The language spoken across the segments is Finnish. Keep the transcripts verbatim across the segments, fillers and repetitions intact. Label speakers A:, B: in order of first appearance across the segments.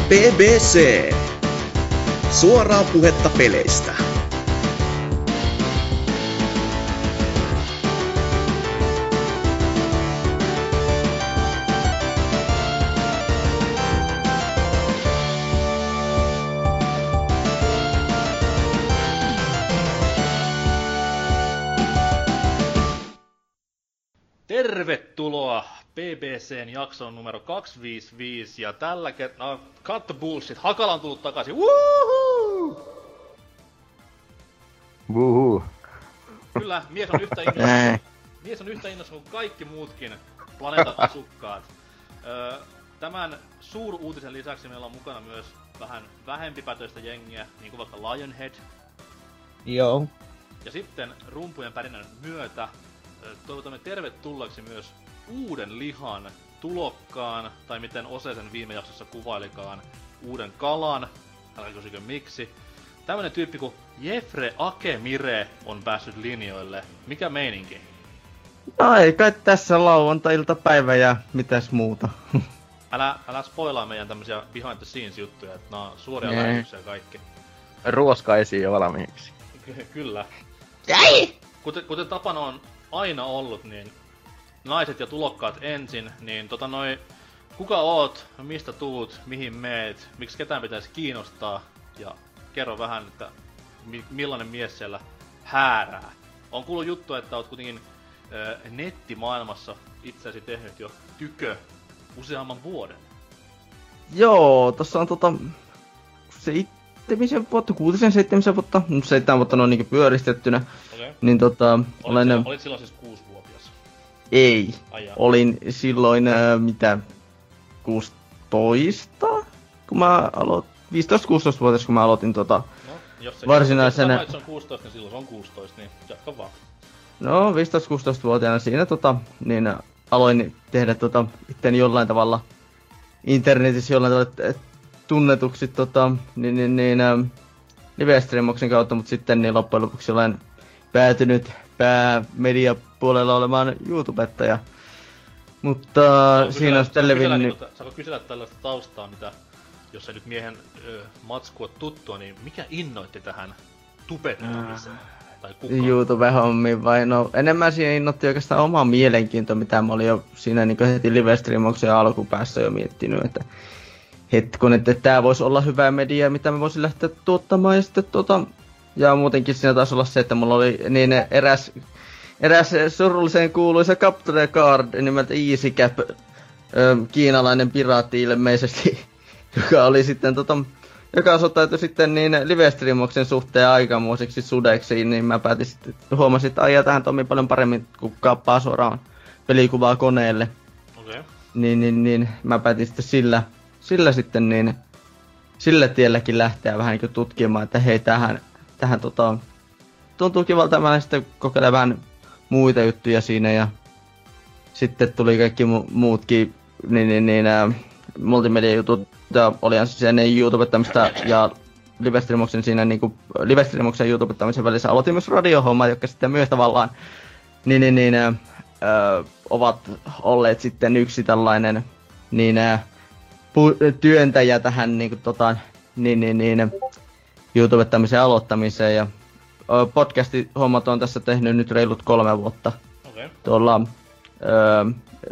A: P B C. Suoraa puhetta peleistä.
B: Tervetuloa B B C:n jaksoon numero kaksisataaviisikymmentäviisi ja tällä kertaa, no, cut the bullshit, Hakala on tullut takaisin, woohoo!
C: Wuhuu.
B: Kyllä, mies on yhtä innossa, mies on yhtä innossa kuin kaikki muutkin planeetan asukkaat. Öö, tämän suuruutisen lisäksi meillä on mukana myös vähän vähempipätöistä jengiä, niin kuin vaikka Lionhead.
C: Joo.
B: Ja sitten rumpujen pärinän myötä toivotamme tervetulleeksi myös uuden lihan, tulokkaan, tai miten Ose sen viime jaksossa kuvailikaan, uuden kalan, älä kysykö miksi. Tämmönen tyyppi kuin Jeffre Akemire on päässyt linjoille. Mikä meininki?
C: No ei kai tässä lauantai-iltapäivä ja mitäs muuta.
B: Älä, älä spoilaa meidän tämmösiä behind the scenes juttuja, että nää on suoria nee. lähetyksiä kaikki.
C: Ruoska esiin jo valmiiksi.
B: Ky- kyllä.
C: Jäi!
B: Kuten, kuten tapana on aina ollut, niin naiset ja tulokkaat ensin, niin tota noi, kuka oot, mistä tuut, mihin meet, miksi ketään pitäisi kiinnostaa, ja kerro vähän, että mi- millainen mies siellä häärää. On kuullut juttu, että oot kuitenkin ö, nettimaailmassa itseäsi tehnyt jo tykö useamman vuoden.
C: Joo, tossa on tota seitsemisen vuotta, kuutisen seitsemisen vuotta, mutta seitsemän vuotta on niinku pyöristettynä.
B: Okay.
C: Niin tota,
B: olit,
C: olen...
B: silloin, olit silloin siis kuusivuotias?
C: Ei.
B: Ai
C: olin silloin, äh, mitä, kuusitoista? Kun mä aloitin, viisitoista kuusitoista-vuotias, kun mä aloitin tota...
B: No, jos se,
C: varsinaisena...
B: Jos se on kuusitoista, niin silloin se on kuusitoista, niin jatka vaan.
C: No, viisitoista kuusitoista-vuotiaana siinä tota, niin aloin tehdä tota itteni jollain tavalla internetissä jollain tavalla tunnetuksi tota, niin, niin, niin äh, live-streamauksen kautta, mutta sitten niin loppujen lopuksi olen päätynyt päämediapuolella olemaan YouTubettaja. Mutta
B: Saako
C: siinä
B: kysellä,
C: on sitten levinnyt...
B: Niin, saako kysellä tällaista taustaa, mitä, jos ei nyt miehen ö, matsku on tuttua, niin mikä innoitti tähän tubettamiseen? Tai kuka?
C: YouTube-hommiin vai? No enemmän siihen innoitti oikeastaan omaa mielenkiintoa, mitä mä olin jo siinä niin heti live-streamauksen alkupäässä jo miettinyt, että hetkun, että tää voisi olla hyvää mediaa, mitä mä voisin lähteä tuottamaan, ja sitten tota... Ja muutenkin siinä taisi olla se, että mulla oli niin eräs, eräs surullisen kuuluisa Capture Card nimeltä Easy Cap, ö, kiinalainen piraatti ilmeisesti, joka oli sitten tota, joka osoittautui sitten niin live-streamauksen suhteen aikamoiseksi sudeksi, niin mä päätin sitten, huomasin, että aijaa tähän toimii paljon paremmin, kun kaappaa suoraan pelikuvaa koneelle.
B: Okay.
C: Niin, niin, niin mä päätin sitten sillä, sillä sitten niin, sillä tielläkin lähteä vähän niin tutkimaan, että hei tähän, tähän tota, tuntuu kivalta, mä sitten kokeilen vähän muita juttuja siinä ja sitten tuli kaikki mu- muutkin niin, niin, niin äh, multimedia-jutut ja olihan siis ennen YouTubettamista ja livestreamuksen siinä niinku livestreamuksen ja YouTubettamisen välissä aloitin myös radiohomma, jotka sitten myös tavallaan niin, niin, niin äh, äh, ovat olleet sitten yksi tällainen niin äh, pu- työntäjä tähän niinku tota niin niin niin YouTubettamisen aloittamiseen ja podcasti-hommat on tässä tehnyt nyt reilut kolme vuotta.
B: Okay.
C: Tuolla öö,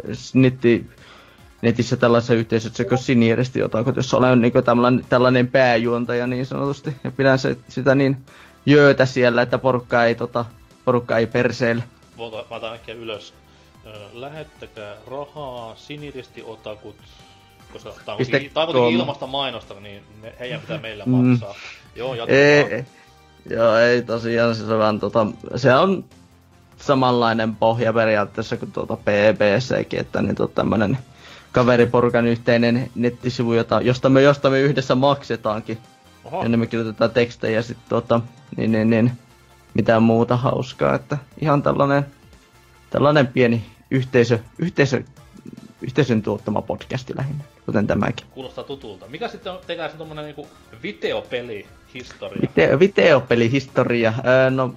C: netti, netissä tällaisessa yhteisössä kuin Siniristi jotain, jossa olen niin tällainen, tällainen pääjuontaja niin sanotusti. Ja pidän se, sitä niin jöötä siellä, että porukka ei, tota, porukka ei perseile.
B: Mä otan äkkiä ylös. Lähettäkää rahaa, Siniristi-otakut. Koska tää on kuitenkin ilmasta mainosta, niin ne, heidän pitää meillä maksaa. Mm. Joo, jatketaan.
C: Joo, ei tosiaan, se on, tota, se on samanlainen pohja periaatteessa kuin tuota P B C:kin, että niin tuota, tämmönen kaveriporukan yhteinen nettisivu, jota, josta, me, josta me yhdessä maksetaankin. Oho. Ja me kirjoitetaan tekstejä ja sitten tuota, niin, niin, niin, mitään muuta hauskaa, että ihan tällainen, tällainen pieni yhteisö, yhteisö, yhteisön tuottama podcasti lähinnä, kuten tämäkin.
B: Kuulostaa tutulta. Mikä sitten on teillä se tommonen niinku videopelihistoria?
C: Video, videopelihistoria? Öö, no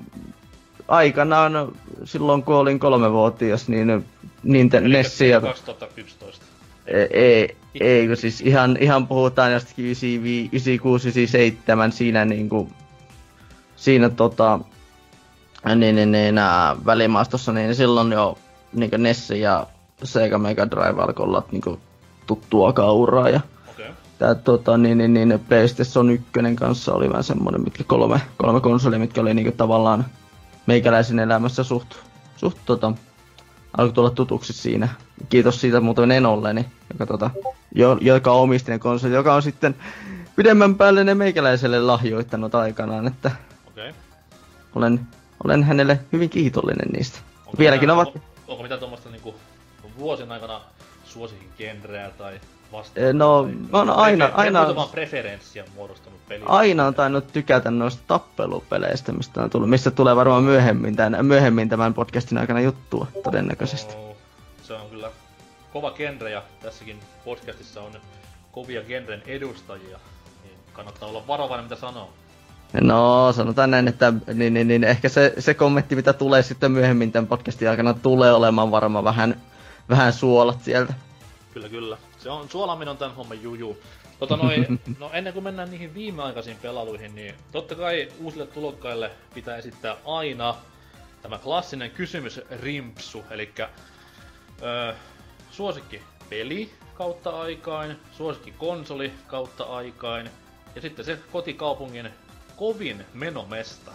C: aikanaan silloin kun olin kolmevuotias, niin Nintendo Nessi ja...
B: kaksituhattayksitoista.
C: Ei, ei, kun siis ihan, ihan puhutaan jostakin yhdeksänkymmentäkuusi yhdeksänkymmentäseitsemän siinä niinku, siinä tota, niin, niin, niin ää, välimaastossa, niin silloin jo niinku Nessi ja Sega Mega Drive alkoi olla niinku tuttua kauraa ja
B: okay.
C: Tää tota niin, niin, niin PlayStation yksi kanssa oli vähän semmonen, mitkä kolme, kolme konsolia, mitkä oli niinku tavallaan meikäläisen elämässä suht, suht tota, alkoi tulla tutuksi siinä. Kiitos siitä muuten Enolleni, joka, tota, jo, joka omisti ne konsoli, joka on sitten pidemmän päälle ne meikäläiselle lahjoittanut aikanaan, että
B: okay.
C: olen, olen hänelle hyvin kiitollinen niistä.
B: Onko
C: Vieläkin
B: mitään,
C: ovat...
B: Onko, onko mitään tuommoista niinku vuosien aikana suosikin genreä tai vastaan?
C: No, mä oon aina... aina
B: muutaman preferenssiä muodostanut peliä.
C: Aina on tainnut tykätä noista tappelupeleistä, mistä on tullut, missä tulee varmaan myöhemmin tämän, myöhemmin tämän podcastin aikana juttua, todennäköisesti.
B: No, se on kyllä kova genre ja tässäkin podcastissa on kovia genren edustajia, niin kannattaa olla varovainen mitä sanoo.
C: No, sanotaan näin, että niin, niin, niin, ehkä se, se kommentti, mitä tulee sitten myöhemmin tämän podcastin aikana, tulee olemaan varmaan vähän, vähän suolat sieltä.
B: Kyllä, kyllä. Se on, suolaminen on tämän homman juju. Tota noi, no ennen kuin mennään niihin viimeaikaisiin pelailuihin, niin totta kai uusille tulokkaille pitää esittää aina tämä klassinen kysymys rimpsu, elikkä öö, suosikki peli kautta aikain, suosikki konsoli kautta aikain, ja sitten se kotikaupungin kovin menomesta.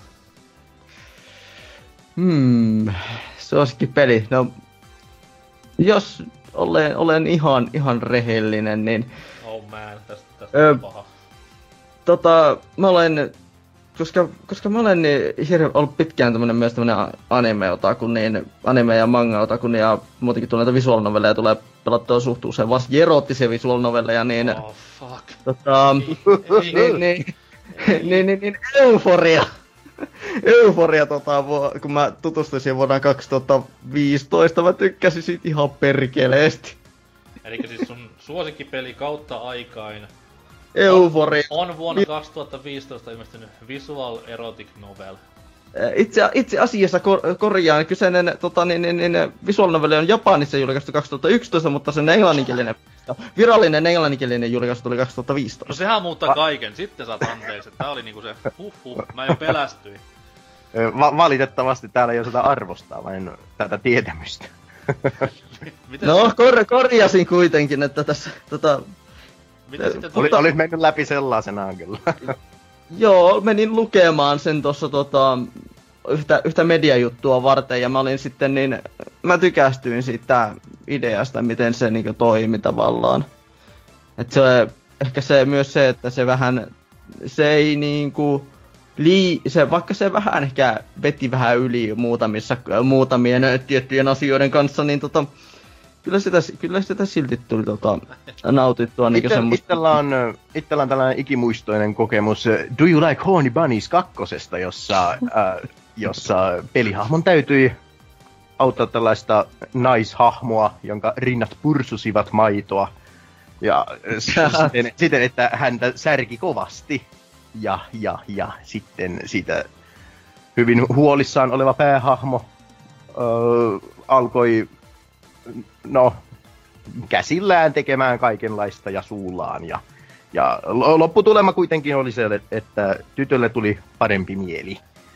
C: Hmm, suosikki peli. No, jos olen, olen ihan, ihan rehellinen, niin...
B: Oh man, tästä, tästä
C: öö,
B: on paha.
C: Tota, mä olen... Koska, koska mä olen niin hirveän ollut pitkään tämmönen myös tämmönen anime-otaku, niin anime- ja manga-otaku, niin ja muutenkin tulee näitä visual novelleja, tulee pelattua suht usein vasta erottisia visual novelleja, niin...
B: Oh fuck.
C: Tota...
B: Ei,
C: niin, niin, niin, niin, niin, euforia! Euforia, tota, kun mä tutustuin siihen vuonna kaksituhattaviisitoista, mä tykkäsin siitä ihan perkeleesti.
B: Elikkä siis sun suosikkipeli kautta aikain
C: Euforia.
B: on, on vuonna kaksituhattaviisitoista ilmestynyt Visual Erotic Novel.
C: Itse, itse asiassa kor, korjaan, kyseinen tota, niin, niin, niin, visual novelli on Japanissa julkaistu kaksituhattayksitoista, mutta sen englanninkielinen, virallinen englanninkielinen julkaistu tuli kaksituhattaviisitoista.
B: No sehän muuttaa kaiken, sitten saat anteeksi, tää oli niinku se huh huh, mä jo pelästyin.
D: Va- valitettavasti täällä ei osata arvostaa vain tätä tietämystä.
C: No, kor- korjasin kuitenkin, että tässä tota...
B: Mitä sitten
D: Oli,
B: tuli?
D: oli mennyt läpi sellaisenaan kyllä.
C: Joo, menin lukemaan sen tossa tota... Yhtä, yhtä mediajuttua varten, ja mä olin sitten niin... Mä tykästyin siitä ideasta, miten se niinku toimi tavallaan. Et se... Ehkä se myös se, että se vähän... Se ei niinku... Lii, se, vaikka se vähän ehkä veti vähän yli muutamissa, muutamien tiettyjen asioiden kanssa, niin tota, kyllä sitä, kyllä sitä silti tuli tota, nautittua. Niin
D: Itse,
C: semmoista...
D: Itellä on, itellä on tällainen ikimuistoinen kokemus Do You Like Horny Bunnies kakkosesta, jossa, äh, jossa pelihahmon täytyi auttaa tällaista naishahmoa, jonka rinnat pursusivat maitoa. Ja siten, siten, että häntä särki kovasti. Ja, ja, ja sitten siitä hyvin huolissaan oleva päähahmo öö, alkoi no, käsillään tekemään kaikenlaista ja suullaan. Ja, ja lopputulema kuitenkin oli se, että tytölle tuli parempi mieli.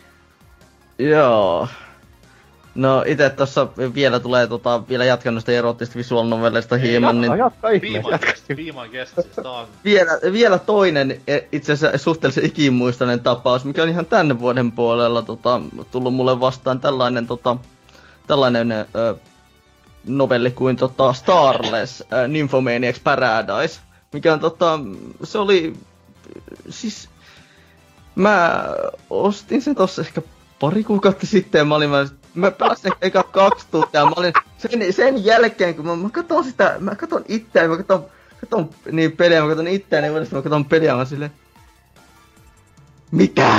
C: Joo. No ite tossa vielä tulee tota, vielä jatkan noista erottista visual novelleista hieman, niin...
D: Jatka ihmeessä, jatka.
B: Viiman kesti, siis tää on...
C: Vielä, vielä toinen itse asiassa suhteellisen ikimuistainen tapaus, mikä on ihan tänne vuoden puolella tota, tullut mulle vastaan tällainen, tota, tällainen ö, novelli kuin tota, Starless ö, Nymphomaniacs Paradise, mikä on tota, se oli, siis mä ostin sen tossa ehkä pari kuukautta sitten ja mä olin mä, mä pelasin eka kaksi tuntia ja mä olin sen, sen jälkeen kun mä, mä katon sitä, mä katon itseäni, mä katon, katon niin peliä, mä katon itseäni uudestaan, mä katon peliä, mä silleen mikä?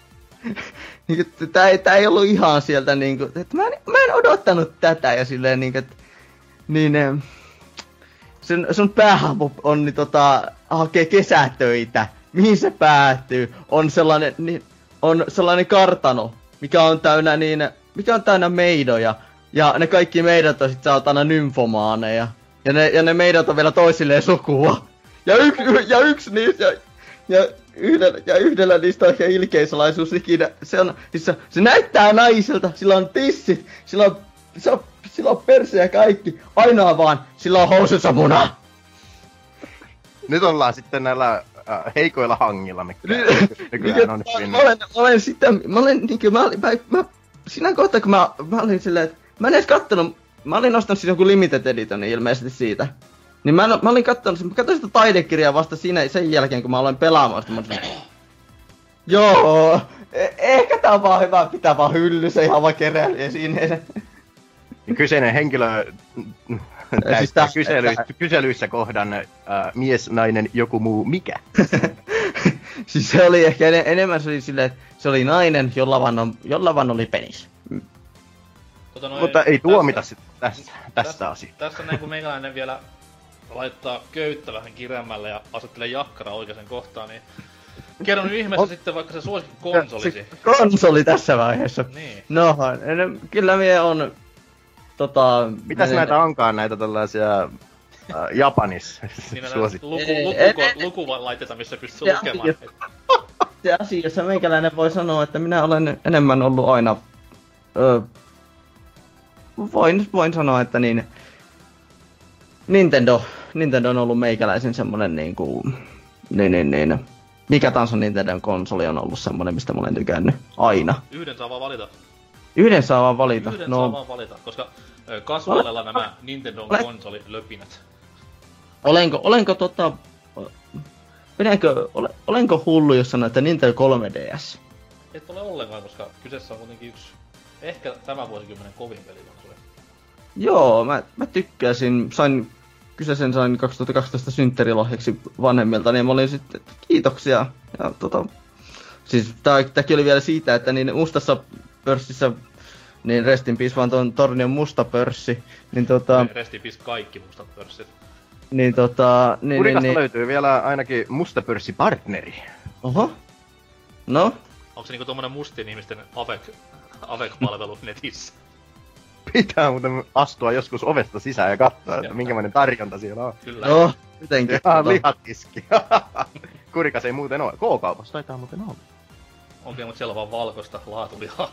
C: tää, ei, tää ei ollut ihan sieltä niinku, että mä en, mä en odottanut tätä ja silleen niinku, että niin sun, sun päähahmo on niin tota, hakee kesätöitä, mihin se päättyy, on sellainen, niin, on sellainen kartano, mikä on täynnä niin, mikä on täynnä meidoja. Ja ne kaikki meidät on sit saatana nymfomaaneja. Ja ne, ja ne meidät on vielä toisilleen sukua. Ja, yks, y, ja yksi niistä, ja, ja, yhdellä, ja yhdellä niistä on ehkä ilkeisalaisuus ikinä. Se, on, siis se, se näyttää naiselta, sillä on tissit, sillä on, se on, sillä on perse ja kaikki. Ainoa vaan, sillä on housussa muna.
D: Nyt ollaan sitten näillä äh, heikoilla hangilla, mikä
C: nykyään on nyt mä olen, mä olen sitä, mä olen niinkö, mä, mä, mä, siinä kohtaa kun mä, mä olin silleen, että mä en edes kattonut, mä olin ostanut siis joku limited editionin ilmeisesti siitä. Niin mä, en, mä olin kattonut, mä katsoin sitä taidekirjaa vasta siinä, sen jälkeen kun mä aloin pelaamaan sitä, mä olin, joo, eh, ehkä tää on vaan hyvä pitää vaan hyllyssä ihan vaan keräilyä siinä.
D: Kyseinen henkilö
C: Siis
D: täyttää kysely, kyselyissä kohdan äh, mies, nainen, joku muu, mikä?
C: Siis se oli ehkä en, enemmän se oli silleen, että se oli nainen, jolla vaan, on, jolla vaan oli penis. Mm.
B: Tota noin,
D: Mutta ei tuomita
B: tästä,
D: sit tästä, tästä
B: tässä,
D: asiasta.
B: tässä näin kun meikäläinen vielä laittaa köyttä vähän kireämmälle ja asettelee jakkaraa oikeaan kohtaan, niin kerro nyt ihmeessä
C: On...
B: sitten vaikka se suosikki konsolisi.
C: Se konsoli tässä vaiheessa.
B: Niin.
C: No, en, kyllä mie on... Tota...
D: Mitäs
C: menen...
D: näitä onkaan, näitä tällaisia äh, Japanis suosikki?
B: Luku,
C: Ei,
B: luku,
C: ei,
B: luku, lukulaitteita, missä pystyy
C: se
B: lukemaan.
C: Asia, se asiassa meikäläinen voi sanoa, että minä olen enemmän ollut aina... Ö, voin, voin sanoa, että niin... Nintendo, Nintendo on ollut meikäläisen semmonen niinku... Niin, niin, niin... Mikä tahansa Nintendon konsoli on ollut semmonen, mistä mä olen tykännyt. Aina.
B: Yhden saa vaan valita.
C: Yhden saa vaan valita.
B: Yhden
C: no,
B: saa vaan valita, koska kasvallella nämä Nintendon
C: Ole-
B: konsolilöpinät.
C: Olenko, olenko tota... Pidänkö, ole, olenko hullu, jos sanon, että Nintendo kolme D S?
B: Et ole ollenkaan, koska kyseessä on kuitenkin yksi, ehkä tämän vuosikymmenen kovin pelikonsoli.
C: Joo, mä, mä tykkäsin. Sain, kyseisen sain kaksituhattakaksitoista synttärilahjaksi vanhemmilta, niin mä olin sitten, kiitoksia. Ja tota... Siis tää, tääkin oli vielä siitä, että niin mustassa pörssissä, niin rest in peace vaan ton Tornion musta pörssi, niin tota...
B: Rest in peace kaikki mustat pörssit.
C: Niin tota... Niin,
D: Kurikasta
C: niin, niin,
D: löytyy vielä ainakin mustapörssipartneri.
C: oho. No?
B: Onko se niinku tommonen mustien ihmisten Avec, Avec-palvelu netissä?
D: Pitää muuten astua joskus ovesta sisään ja katsoa, että minkälainen tarjonta siellä on.
B: Kyllä.
C: No, jotenkin.
D: Ihan
C: tota-
D: lihatiski. Kurikas ei muuten ole. K-kaupassa taitaa muuten olla.
B: Okei, mut siellä on vaan valkoista laatulihaa.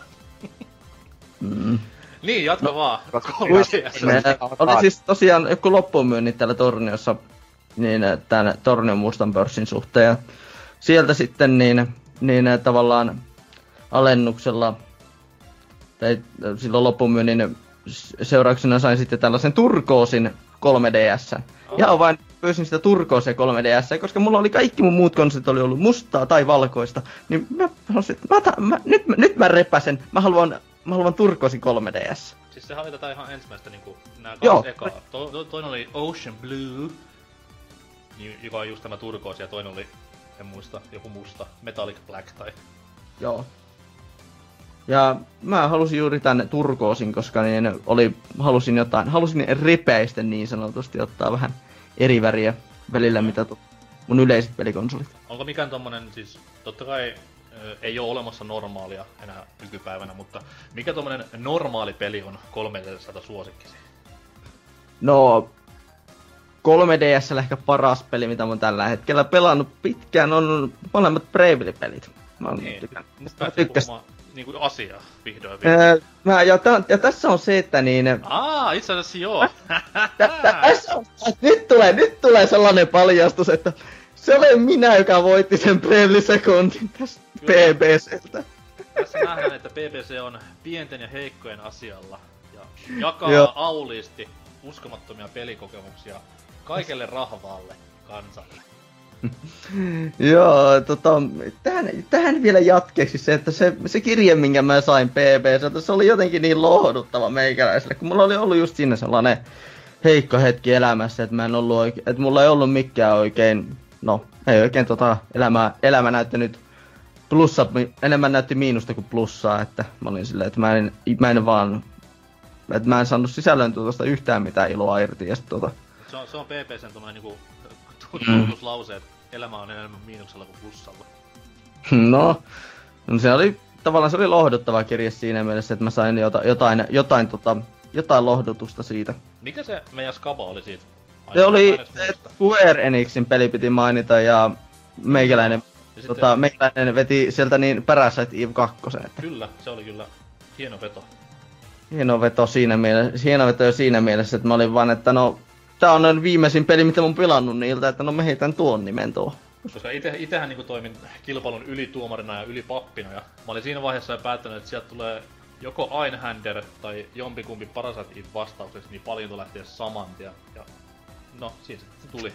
C: Mm.
B: Niin, jatka no, vaan.
D: koska-
B: kolme D S.
C: Me, oli siis tosiaan joku loppuunmyynnit täällä Torniossa, niin tän Tornion mustan pörssin suhteen. Ja sieltä sitten niin, niin tavallaan alennuksella, tai silloin loppuunmyynnin seurauksena sain sitten tällaisen turkoosin kolme D S.
B: Oh.
C: Ja vain pyysin sitä turkoosia kolme D S, koska mulla oli kaikki mun muut konsolit oli ollut mustaa tai valkoista. Niin mä sanoin, että mä, ta- mä, nyt, mä, nyt mä repäsen, mä haluan, mä haluan turkoosin kolme D S.
B: Siis sehän oli tätä ihan ensimmäistä niinku nää
C: Joo.
B: kaksi ekaa. To, to, toinen oli Ocean Blue, niin, joka on just tämä turkoosi, ja toinen oli, en muista, joku musta, Metallic Black tai...
C: Joo. Ja mä halusin juuri tänne turkoosin, koska niin oli, halusin jotain, halusin ripeistä niin sanotusti ottaa vähän eri väriä välillä, mitä to, mun yleiset pelikonsolit.
B: Onko mikään tommonen, siis totta kai ö, ei oo olemassa normaalia enää nykypäivänä, mutta mikä tommonen normaali peli on kolmesataa suosikkisi?
C: No, kolme D S ehkä paras peli, mitä mä oon tällä hetkellä pelannut pitkään, on molemmat Bravely-pelit. Mä oon
B: Niin,
C: tykännyt.
B: nyt
C: Mä
B: päästiin
C: tykkäsin.
B: puhumaan niinku asiaa vihdoin vihdoin.
C: Ää, mä, ja, tä, ja tässä on se, että niin...
B: Aa, itse asiassa joo!
C: Tä, tä, tässä on, nyt tulee, nyt tulee sellainen paljastus, että se olen minä, joka voitti sen Bravely Secondin tästä B B C:ltä.
B: Tässä nähdään, että B B C on pienten ja heikkojen asialla ja jakaa
C: Joo.
B: auliisti uskomattomia pelikokemuksia kaikelle rahvaalle kansalle.
C: Joo, tota, tähän, tähän vielä jatkeeksi se, että se, se kirje, minkä mä sain B B C:ltä, se oli jotenkin niin lohduttava meikäläiselle, kun mulla oli ollut just siinä sellainen heikko hetki elämässä, että mä en ollut oikein, että mulla ei ollut mikään oikein, no, ei oikein tota elämä, elämä näyttänyt plussa, enemmän näytti miinusta kuin plussaa, että mä olin silleen, että mä en, mä en vaan, että mä en saanut sisällön tuosta yhtään mitään iloa irti, ja sit tota...
B: Se on, se on B B C:n tommonen niinku tunnutuslause, että elämä on enemmän miinuksella kuin plussalla.
C: No, no se oli, tavallaan se oli lohduttava kirje siinä mielessä, että mä sain jota, jotain, jotain, tota, jotain lohdutusta siitä.
B: Mikä se meidän skaba oli siitä
C: Se oli
B: Mä en edes muista.
C: Square Enixin peli piti mainita ja meikäläinen,
B: Ja sitten-
C: tota, meikäläinen veti sieltä niin Parasite Eve kaksi. Että
B: Kyllä, se oli kyllä hieno veto.
C: hieno veto siinä mielessä, hieno veto jo siinä mielessä, että mä olin vaan, että no tää on viimeisin peli, mitä mä oon pelannut niiltä, että no me heitän tuon nimen tuohon.
B: Koska ite, itehän niinku toimin kilpailun ylituomarina ja ylipappina ja mä olin siinä vaiheessa jo päättänyt, että sieltä tulee joko Einhander tai jompikumpi Parasite Eve vastaukseksi, niin paljon lähtee saman tien. Ja no, siinä se tuli.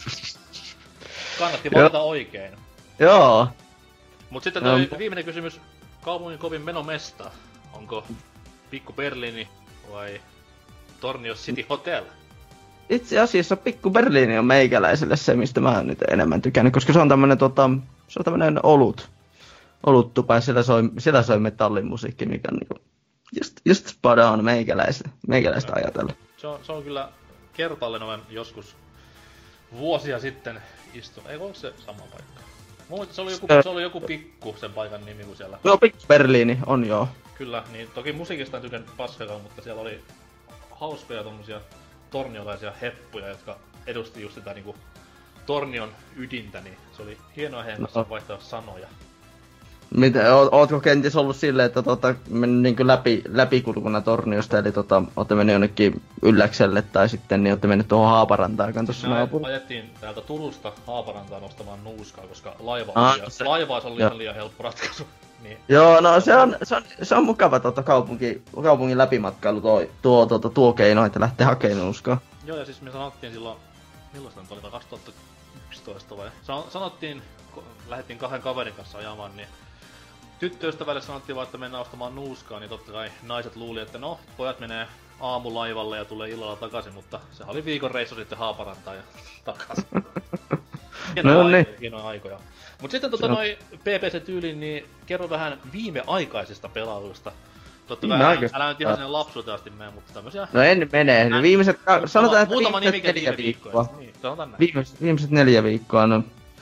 B: Kannatti valita oikein.
C: Joo.
B: Mut sitten toi
C: No.
B: viimeinen kysymys, kaupungin kovin menomesta. Onko Pikku Berliini vai Tornio City Hotel?
C: Itse asiassa Pikku Berliini on meikäläiselle se, mistä mä nyt enemmän tykännyt, koska se on tämmönen tota, se on tämmönen olut. Oluttupa ja siellä soi, siellä soi metallin musiikki, mikä on niinku just, just spot on meikäläistä, meikäläistä ajatella.
B: Se on, se on kyllä kertaalleen olen joskus vuosia sitten istunut. Ei onko se sama paikka? Muistin, se oli joku, se oli joku pikku sen paikan nimi kun siellä.
C: Joo, Pikku Berliini on joo.
B: Kyllä, niin toki musiikista en tykännyt paskakaan, mutta siellä oli hauskoja tommosia torniolaisia heppuja, jotka edusti just sitä niinku Tornion ydintä, niin se oli hienoa heidän kanssaan
C: No.
B: vaihtaa sanoja.
C: Mitä, oot, ootko kenties ollut silleen, että tota, mennyt niinku läpi, läpikulkuna Torniosta, eli tota, ootte mennyt jonnekin Ylläkselle tai sitten niin ootte mennyt tuohon Haaparantaan, joka on tossa
B: Me
C: naapurissa.
B: ajettiin täältä Turusta Haaparantaan ostamaan nuuskaa, koska laiva
C: Ah,
B: oli,
C: se-
B: laivaa se oli
C: joo.
B: ihan liian helppo ratkaisu. Niin,
C: Joo, no se on, se on, se on mukava tota, kaupunki, kaupungin läpimatkailu tuo, tuo, tuo, tuo keino, että lähtee hakemaan nuuskaa.
B: joo, ja siis me sanottiin silloin, milloin se nyt oli, vai kaksituhattayksitoista vai? San- sanottiin, kun lähdettiin kahden kaverin kanssa ajamaan, niin tyttöystävälle sanottiin vaan, että mennään ostamaan nuuskaa, niin totta kai naiset luuli, että no, pojat menee aamulaivalle ja tulee illalla takaisin, mutta sehän oli viikon reissu sitten Haaparantaan ja takaisin. Hienoja,
C: No
B: no,
C: niin.
B: aikoja, hienoja aikoja. Mut sitten tota
C: Se on-
B: noi P P C-tyyliin, niin kerro vähän viimeaikaisista pelailuista. Totta kai, älä,
C: Viimeaikaisista?
B: älä nyt ihan sinne lapsuuteen asti mene, mutta tämmösiä...
C: No en mene, no viimeiset, ka- sanotaan, että
B: muutama
C: viimeiset
B: nimike
C: neljä
B: viime
C: viikkoa.
B: viikkoa. Niin, sanotaan näin.
C: Viimeiset, viimeiset neljä viikkoa, no.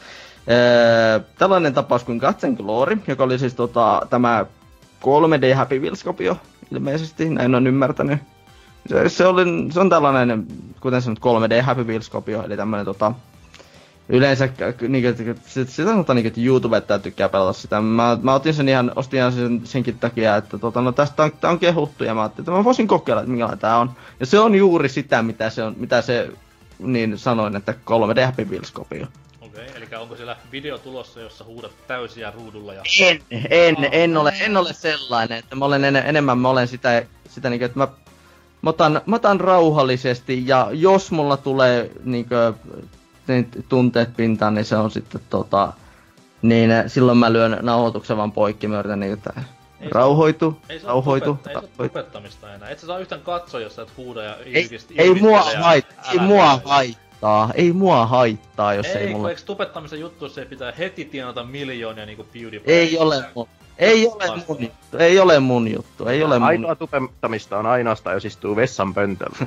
C: Öö, tällainen tapaus kuin Guts and Glory, joka oli siis tota, tämä kolme D Happy Wheels-kopio, ilmeisesti, näin on ymmärtänyt. Se, se, oli, se on tällainen, kuten sanot, kolme D Happy Wheels-kopio, eli tämmönen tota, yleensä, niinku, sitä sanotaan niinku, että YouTubettajat tykkää pelata sitä. Mä, mä otin sen ihan, ostin ihan sen, senkin takia, että tota, no tästä on, tää on kehuttu, ja mä ajattelin, että mä voisin kokeilla, että minkälainen tää on. Ja se on juuri sitä, mitä se on, mitä se, niin sanoin, että kolme D Happy Wheels-kopio.
B: Okei, eli onko siellä video tulossa, jossa huudat täysiä ruudulla ja...
C: En, en, en ole, en ole sellainen, että mä olen en, enemmän, mä olen sitä, sitä niinku, että mä, mä, otan, mä otan rauhallisesti, ja jos mulla tulee niinku, niin tunteet pintaan, niin se on sitten tota, niin silloin mä lyön nauhoituksen vaan poikki, mä yritän niinku, että
B: Ei se-
C: rauhoitu,
B: Ei se
C: rauhoitu,
B: ole tupet, ei se ole
C: rauhoitu.
B: tupettamista enää. Et sä saa yhtään katsoa, jos sä et huuda ja
C: Ei,
B: irkist,
C: ei mua
B: irvistele ja
C: haittaa, ei
B: älä
C: mua
B: tee.
C: haittaa, ei mua haittaa, jos ei,
B: Ei, kun
C: mulla...
B: eiks tupettamisen juttuissa ei pitää heti tienata miljoonia niinku PewDiePie?
C: Ei ole mun, ei ole mun juttu, ei ole mun juttu, ei ole mun
D: Ainoa tupettamista on ainoastaan, jos istuu vessan pöntöllä.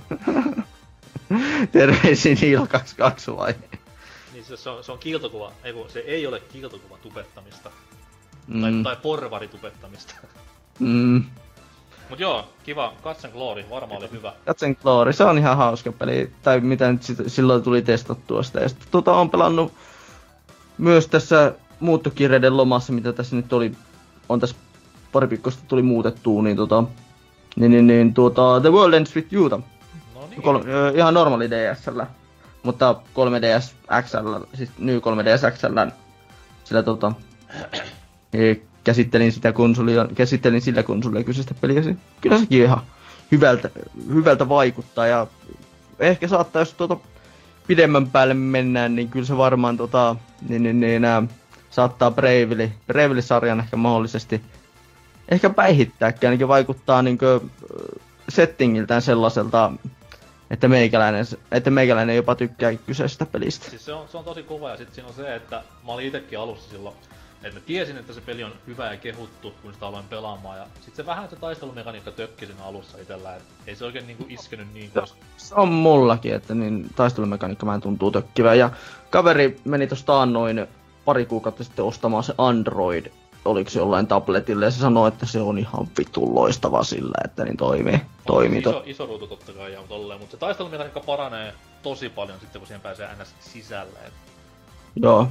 C: Terveisin Niilo kaksikymmentäkaksi vai?
B: Niin se, se, on, se on kiiltokuva, ei kun se ei ole kiiltokuva tupettamista.
C: Mm.
B: Tai, tai porvaritupettamista.
C: Mm.
B: Mut joo, kiva. Guts and Glory, varmaan oli hyvä.
C: Guts and Glory, se on ihan hauska peli, tai mitä nyt sit, silloin tuli testattua sitä. Ja sitten tota on pelannut myös tässä muuttokiireiden lomassa, mitä tässä nyt oli, on tässä pari viikkoa tuli muutettua, niin tota, niin, niin, niin tuota, The World Ends With Youta.
B: No niin.
C: Kol, ö, ihan normaali D S:llä, mutta kolme D S X L, siis New kolme D S X L, sillä tota, e, käsittelin sitä konsolia, käsittelin sillä konsolilla kyseistä peliä. Se, kyllä sekin ihan hyvältä, hyvältä vaikuttaa ja ehkä saattaa, jos tuota pidemmän päälle mennään, niin kyllä se varmaan tota, niin, niin, niin, ää, saattaa Bravely, Bravely-sarjan ehkä mahdollisesti ehkä päihittääkin, ainakin vaikuttaa niinkö settingiltään sellaiselta, että meikäläinen, että meikäläinen jopa tykkää kyseisestä pelistä.
B: Siis se on, se on tosi kova ja sit siinä on se, että mä olin itekin alussa silloin, että mä tiesin, että se peli on hyvä ja kehuttu, kun sitä aloin pelaamaan ja sit se vähän se taistelumekaniikka tökki siinä alussa itellä, et ei se oikein niinku iskenyt niin koska...
C: Se on mullakin, että niin taistelumekaniikka vähän tuntuu tökkivää. Ja kaveri meni tosta taannoin pari kuukautta sitten ostamaan se Android, oliko se jollain tabletille, ja se sanoi, että se on ihan vitun loistava sillä, että niin toimii. toimii
B: iso,
C: to-
B: iso ruutu totta kai ja tolleen, mutta se taistelumekaniikka paranee tosi paljon sitten, kun siihen pääsee ns. Sisälle. Et.
C: Joo.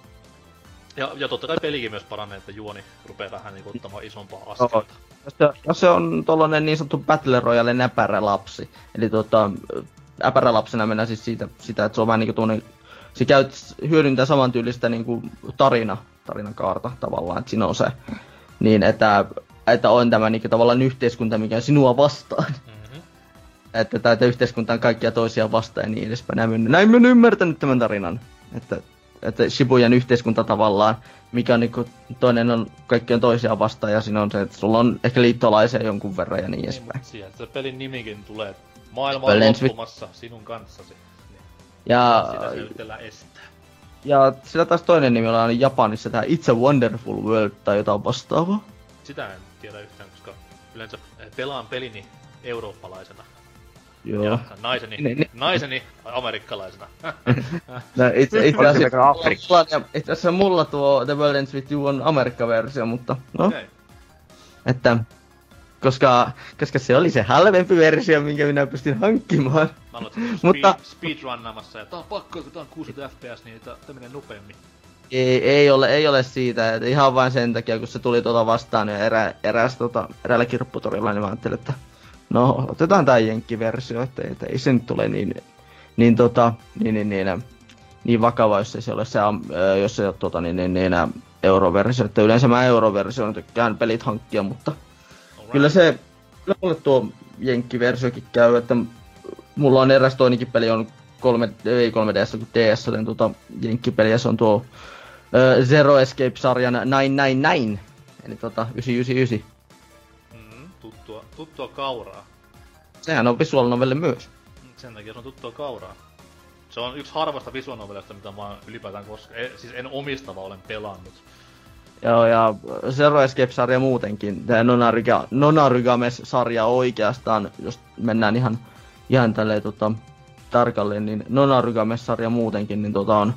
B: Ja, ja totta kai pelikin myös paranee, että juoni rupeaa vähän niinku ottamaan isompaa askelta.
C: Jos se, jos se on tollanen niin sanottu Battle Royale näpärä lapsi. Eli tota, äpärä lapsena mennään siis siitä, sitä, että se on vähän niinku tuonne, se käyt, hyödyntää samantyylistä niinku tarina, tarinakaarta tavallaan, että siinä on se, niin että, että on tämä niinku tavallaan yhteiskunta, mikä on sinua vastaan. Mm-hmm. Että tämä yhteiskunta on kaikkia toisia vastaan ja niin edespäin. Näin, näin mä en ymmärtänyt tämän tarinan. Että, että Shibuyan yhteiskunta tavallaan, mikä on niinku, toinen on kaikkien toisia vastaan ja siinä on se, että sulla on ehkä liittolaisia jonkun verran ja niin edespäin.
B: Niin, sieltä se pelin nimikin tulee, maailma on loppumassa sinun kanssasi. Niin.
C: Ja,
B: sitä se yritellään estää.
C: Ja sillä taas toinen nimi on Japanissa tää It's a Wonderful World tai jotain vastaavaa.
B: Sitä en tiedä yhtään, koska yleensä pelaan pelini eurooppalaisena.
C: Joo.
B: Ja naiseni, ne, ne. naiseni amerikkalaisena.
C: No, itse, itse, asiassa, itse asiassa mulla tuo The World Ends With You on Amerikka-versio, mutta no. Okay. Että, koska, koska se oli se halvempi versio, minkä minä pystyn hankkimaan.
B: Mä aloitin mutta speedrunnaamassa ja tää on pakko, kun tää on kuusikymmentä F P S, niin tää, tää menee nopeammin.
C: Ei, ei, ole, ei ole siitä, että ihan vain sen takia, kun se tuli tuota vastaan ja erä, eräs, tota, eräällä kirpputorilla, niin mä ajattelin, että no, otetaan tää jenkkiversio, että, että ei se nyt tule niin, niin, tota, niin, niin, niin, niin vakava, jos ei se ole se, jos se ole tota, niin, niin, niin, euroversio. Että yleensä mä euroversioon tykkään pelit hankkia, mutta right. Kyllä se, kyllä mulle tuo jenkkiversiokin käy, että mulla on eräs toinenkin peli on kolme, ei kolme D S, kun D S, joten tuota jenkkipeli, ja se on tuo uh, Zero Escape-sarjan yhdeksänsataayhdeksänkymmentäyhdeksän, eli tota yhdeksänsataayhdeksänkymmentäyhdeksän.
B: Mm, tuttua, tuttua kauraa.
C: Sehän on visual novelle myös.
B: Sen takia se on tuttua kauraa. Se on yksi harvasta visual novelista, mitä mä oon ylipäätään koskaan, e, siis en omistava olen pelannut.
C: Joo, ja Zero Escape-sarja muutenkin, tää Nonaruga, Nonarugames-sarja oikeastaan, jos mennään ihan, ihan tälleen tota, tarkalleen, niin Nonarugames-sarja muutenkin, niin tota on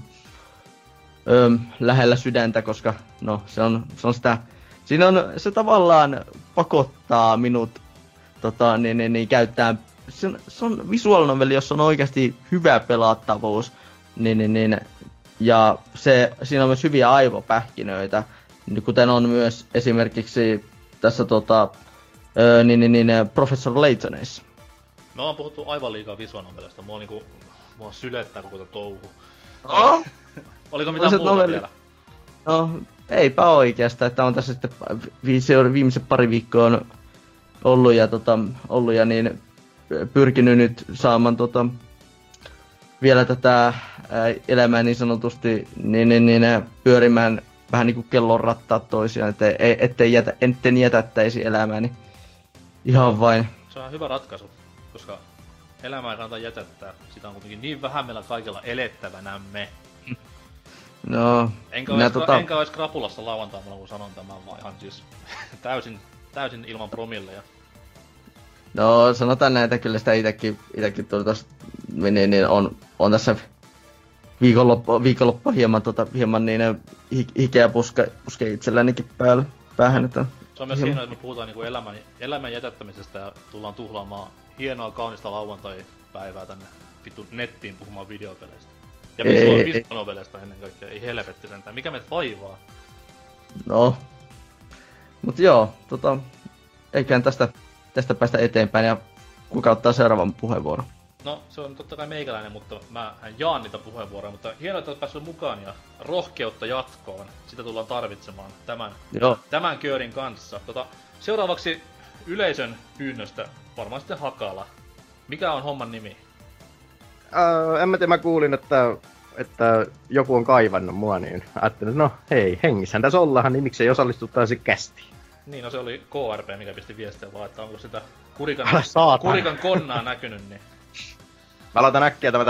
C: öö, lähellä sydäntä, koska no, se on, se on sitä, siinä on, se tavallaan pakottaa minut tota, niin, niin, niin, käyttää, se on, se on visual novelli, jossa on oikeasti hyvä pelattavuus, niin, niin, niin, ja se, siinä on myös hyviä aivopähkinöitä, kuten on myös esimerkiksi tässä tota, öö, niin, niin, niin, Professor Laytonissa.
B: Me ollaan puhuttu aivan liikaa visual novelista, mua niinku, mua sylettää koko tätä touhu.
C: Oh!
B: Oliko mitään muuta novelli vielä?
C: No, eipä oikeastaan, että on tässä sitten viimeiset pari viikkoa on ollut ja, tota, ollut ja niin pyrkinyt nyt saamaan tota, vielä tätä ää, elämää niin sanotusti niin, niin, niin, pyörimään vähän niinku kellon rattaat toisiaan, ettei, ettei jätä, etten jätättäisi elämääni ihan vain.
B: Se on hyvä ratkaisu, koska elämää ei kannata jätättää. Sitä on kuitenkin niin vähän meillä kaikilla elettävänämme.
C: No,
B: enkä ois, tota... enkä ois krapulassa lauantaina, kun sanon tämän, vaan ihan siis täysin, täysin ilman promilleja.
C: No, sanotaan näitä, kyllä sitä itekin, itekin tuli tosta, niin, niin on, on tässä viikonloppu, viikonloppu hieman, tota, hieman niin hikeä puske, puske itsellänikin päällä, päähän. Että
B: se on myös hienoa, että me puhutaan niinku elämän, elämän jätättämisestä ja tullaan tuhlaamaan hienoa kaunista lauantai-päivää tänne vittu nettiin puhumaan videopeleistä. Ja visual-noveleista ennen kaikkea, ei helvetti sentään. Mikä meitä vaivaa?
C: No. Mut joo, tota, eiköhän tästä, tästä päästä eteenpäin ja kuka ottaa seuraavan puheenvuoron?
B: No, se on totta kai meikäläinen, mutta mä jaan niitä puheenvuoroja, mutta hienoa, että olet päässyt mukaan ja rohkeutta jatkoon. Sitä tullaan tarvitsemaan tämän, tämän köörin kanssa. Tota, seuraavaksi yleisön pyynnöstä varmaan sitten Hakala. Mikä on homman nimi?
D: Uh, en mä tiedä, mä kuulin, että, että joku on kaivannut mua, niin ajattelin, että no hei, hengissähän tässä ollaan, niin miksei osallistuttaisi kästiin.
B: Niin, no se oli K R P, mikä pisti viestiä vaan, että onko sitä kurikan, kurikan konnaa näkynyt, niin...
D: Mä aloitan äkkiä tämätä.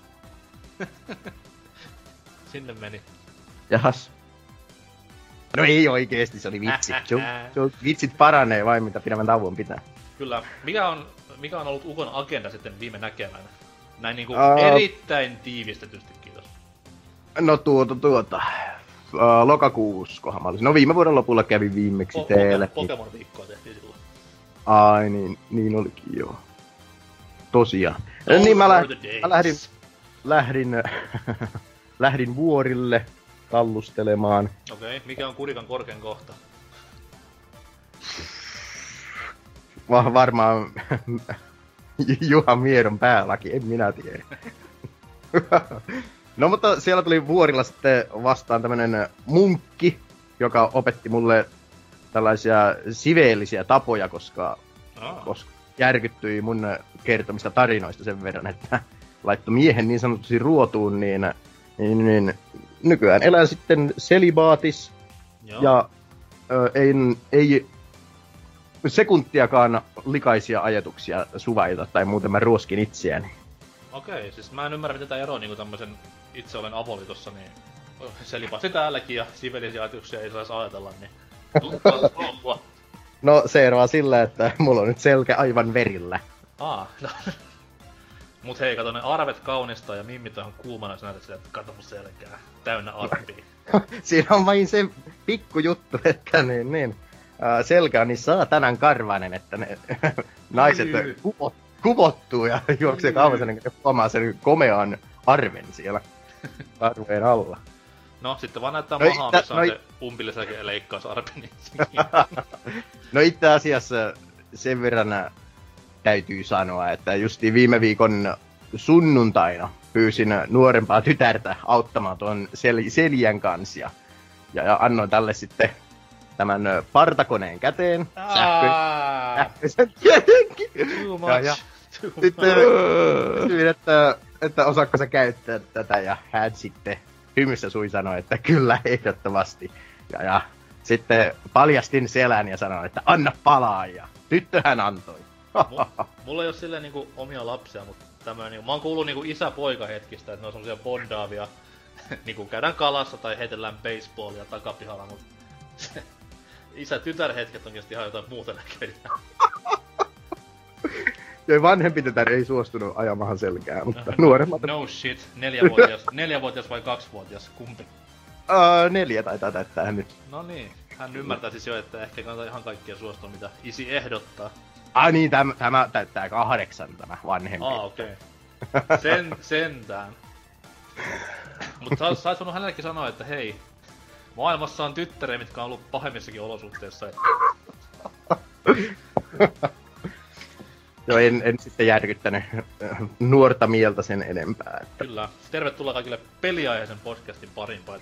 B: Sinne meni.
C: Jahas.
D: No ei oikeesti, se oli vitsi. Vitsit paranee vain, mitä pidemmän tauon pitää.
B: Kyllä. Mikä on, mikä on ollut Ukon agenda sitten viime näkemään? Näin niinku uh, erittäin tiivistetysti, kiitos.
D: No tuota, tuota. Uh, lokakuuskohan mä olisin. No viime vuoden lopulla kävin viimeksi po- teille.
B: Pokemon-viikkoa tehtiin silloin.
D: Ai niin, niin olikin joo. tosiaan.
B: Those
D: Niin mä, lä-
B: were the days.
D: mä lähdin, lähdin, lähdin vuorille tallustelemaan.
B: Okei, okay. Mikä on Kurikan korkein kohta?
D: Va- varmaan Juha Miedon päälaki, en minä tiedä. No mutta siellä tuli vuorilla sitten vastaan tämmönen munkki, joka opetti mulle tällaisia siveellisiä tapoja, koska,
B: Oh.
D: koska järkyttyi mun kertomista tarinoista sen verran, että laittoi miehen niin sanotusti ruotuun, niin, niin, niin nykyään elää sitten selibaatis.
B: Joo.
D: Ja ö, ei, ei sekuntiakaan likaisia ajatuksia suvaita tai muuten mä ruoskin itseäni.
B: Okei, siis mä en ymmärrä miten tää ero niinku tämmösen itse olen avoliitossa, niin selipatsi täälläkin ja sivelisiä ajatuksia ei saisi ajatella, niin tuntuu loppua.
D: No se eroaa sillä, että mulla on nyt selkä aivan verillä.
B: Aa, no. Mut hei, kato ne arvet kaunistaa ja mimmit on kuumana, jos näytät silleen, että kato mun selkää, täynnä arpia.
D: Siinä on vain se pikku juttu, että niin, niin. Ää, selkä on niin saatanan karvainen, että ne naiset
B: Hyy.
D: kuvo, kuvottuu ja juoksee kauan sen, että ne huomaa sen komean arven siellä arveen alla.
B: No, sitten vaan näyttää
D: No
B: mahaa,
D: itse-
B: missä on
D: no
B: se umpilisäke leikkausarpi, niin
D: No itse asiassa sen verran täytyy sanoa, että justiin viime viikon sunnuntaina pyysin nuorempaa tytärtä auttamaan tuon sel- Seljän kanssa ja, ja, ja annoin tälle sitten tämän partakoneen käteen. Sähkö, sähköisen tietenkin.
B: Too much,
D: Ja, ja.
B: too
D: Sitten
B: much.
D: kysyin, että, että osaatko sä käyttää tätä ja hän sitten hymyssä sui sanoi, että kyllä ehdottomasti. Ja, ja sitten paljastin selän ja sanoin, että anna palaa ja tyttö hän antoi.
B: M- mulla ei oo silleen niinku omia lapsia, mutta tämmönen niinku, mä oon kuullut niinku isä-poika hetkistä, että ne on semmosia bondaavia, niinku käydään kalassa tai heitellään baseballia takapihalla, mut isä-tytär hetket on ihan jotain muuta näköitä.
D: Ja vanhempi tytär ei suostunut ajamahan selkää, mutta nuoremmat...
B: No shit, neljävuotias, neljävuotias vai kaksivuotias, kumpi?
D: Uh, neljä taitaa täyttää hän nyt.
B: No niin, hän ymmärtää siis jo, että ehkä kannattaa ihan kaikkia suostua, mitä isi ehdottaa.
D: Ah niin, tämä, tämä täyttää kahdeksan tämä vanhempi.
B: Aa, okei. Okay. Sen, sentään. Mut sä, sä ois voinut hänellekin sanoa, että hei, maailmassa on tyttäriä, mitkä on ollut pahemmissakin olosuhteissa. Että...
D: Joo, en, en sitten järkyttänyt nuorta mieltä sen enempää. Että.
B: Kyllä. Tervetuloa kaikille peliaiheisen podcastin parin paitu.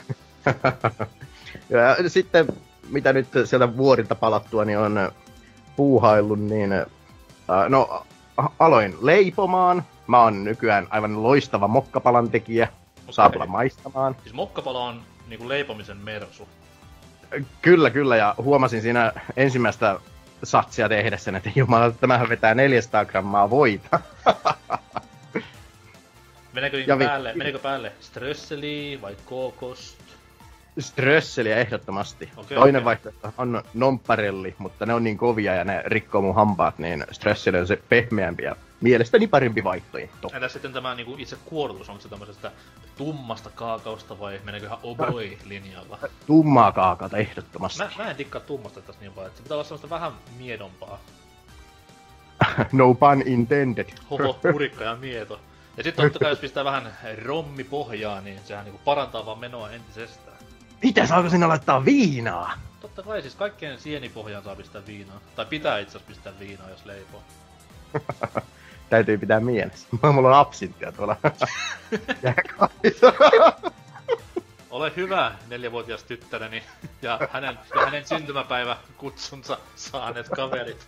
D: Ja sitten, mitä nyt sieltä vuorilta palattua, niin on puuhaillut, niin äh, no, aloin leipomaan. Mä oon nykyään aivan loistava mokkapalan tekijä. Saa tulla maistamaan.
B: Siis mokkapala on niinku leipomisen mersu.
D: Kyllä, kyllä, ja huomasin siinä ensimmäistä satsia tehdessä, että jumala, tämähän vetää neljäsataa grammaa voita.
B: Meneekö,
D: Ja vi-
B: päälle, meneekö päälle strösseli vai kookost?
D: Strösseliä ehdottomasti.
B: Okei,
D: Toinen
B: okei.
D: vaihtoehto on nonparelli, mutta ne on niin kovia ja ne rikkoo mun hampaat, niin strösseli on se pehmeämpi ja mielestäni parempi vaihtoehto.
B: Entäs sitten tämä niinku itse kuorutus, onko se tämmöisestä tummasta kaakaosta vai meneekö ihan oboi-linjalla?
D: Tummaa kaakaota ehdottomasti.
B: Mä, mä en tikkaa tummasta tästä niin paljon, että se pitää olla semmoista vähän miedompaa.
D: No pun intended.
B: Hoho, kurikka ja mieto. Ja sitten totta kai jos pistää vähän rommi pohjaa, niin sehän niinku parantaa vaan menoa entisestään.
D: Mitä, saako sinne laittaa viinaa?
B: Totta kai siis kaikkeen sienipohjaan saa pistää viinaa. Tai pitää itse asiassa pistää viinaa, jos leipoo.
D: Täytyy pitää mielessä. Mulla on absinttia tuolla jääkaapissa.
B: Ole hyvä, neljävuotias tyttäreni ja hänen, ja hänen syntymäpäivä kutsunsa saaneet kaverit.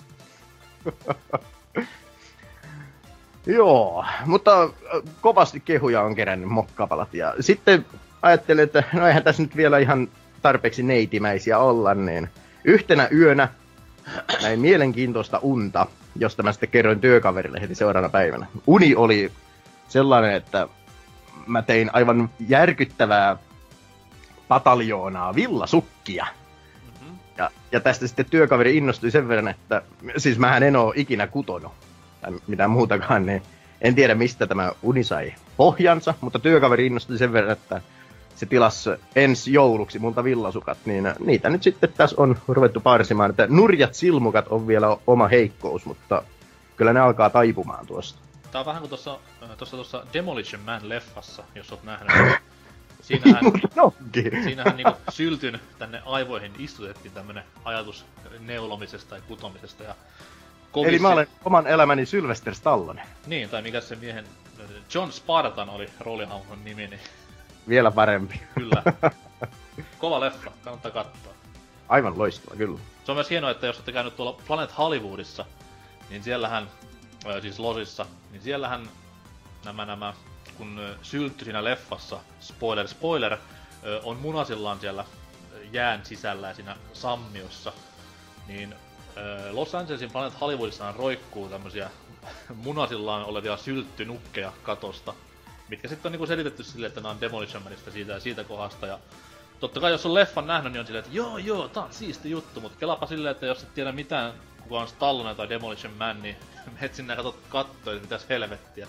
D: Joo, mutta äh, kovasti kehuja on kerännyt mokkapalat ja sitten ajattelin, että no eihän tässä nyt vielä ihan tarpeeksi neitimäisiä olla, niin yhtenä yönä näin mielenkiintoista unta, josta mä sitten kerroin työkaverille heti seuraavana päivänä. Uni oli sellainen, että mä tein aivan järkyttävää pataljoonaa villasukkia.
B: Mm-hmm.
D: Ja, ja tästä sitten työkaveri innostui sen verran, että siis mähän en oo ikinä kutonut tai mitään muutakaan, niin en tiedä mistä tämä uni sai pohjansa, mutta työkaveri innostui sen verran, että se tilasi ensi jouluksi multa villasukat, niin niitä nyt sitten tässä on ruvettu parsimaan, että nurjat silmukat on vielä oma heikkous, mutta kyllä ne alkaa taipumaan tuosta.
B: Tää on vähän kuin tuossa, tuossa, tuossa Demolition Man-leffassa, jos oot nähnyt. Siinähän, siinähän niinku syltyn tänne aivoihin istutettiin tämmönen ajatus neulomisesta ja kutomisesta ja kovissi...
D: Eli mä olen oman elämäni Sylvester Stallone.
B: Niin, tai mikä se miehen... John Spartan oli roolihahmon nimi, niin...
D: Vielä parempi.
B: Kyllä. Kova leffa, kannattaa katsoa.
D: Aivan loistava, kyllä.
B: Se on myös hienoa, että jos olette käynyt tuolla Planet Hollywoodissa, niin siellähän, siis Losissa, niin siellähän nämä nämä, kun syltty siinä leffassa, spoiler spoiler, on munasillaan siellä jään sisällä ja siinä sammiossa, niin Los Angelesin Planet Hollywoodissa roikkuu tämmösiä munasillaan olevia sylttynukkeja katosta, mitkä sitten on niinku selitetty silleen, että nää on Demolition Manista siitä ja siitä kohdasta, ja totta kai jos on leffan nähnyt, niin on silleen, että joo joo, tää on siisti juttu, mut kelapa silleen, että jos et tiedä mitään, kuka on Stallone tai Demolition Man, niin menet sinne ja katot kattoa, että mitäs helvettiä.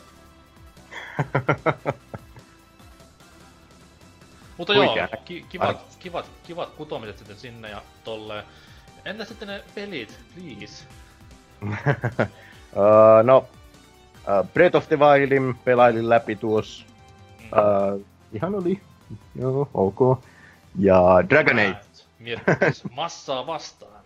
B: Mutta joo, ki- kivat, kivat, kivat kutomiset sitten sinne ja tolleen. Entä sitten ne pelit, please?
D: uh, no, uh, Breath of the Wildin pelailin läpi tuossa. Mm. Uh, ihan oli. Joo, ok. Ja Dragon Age.
B: Miettis massaa vastaan.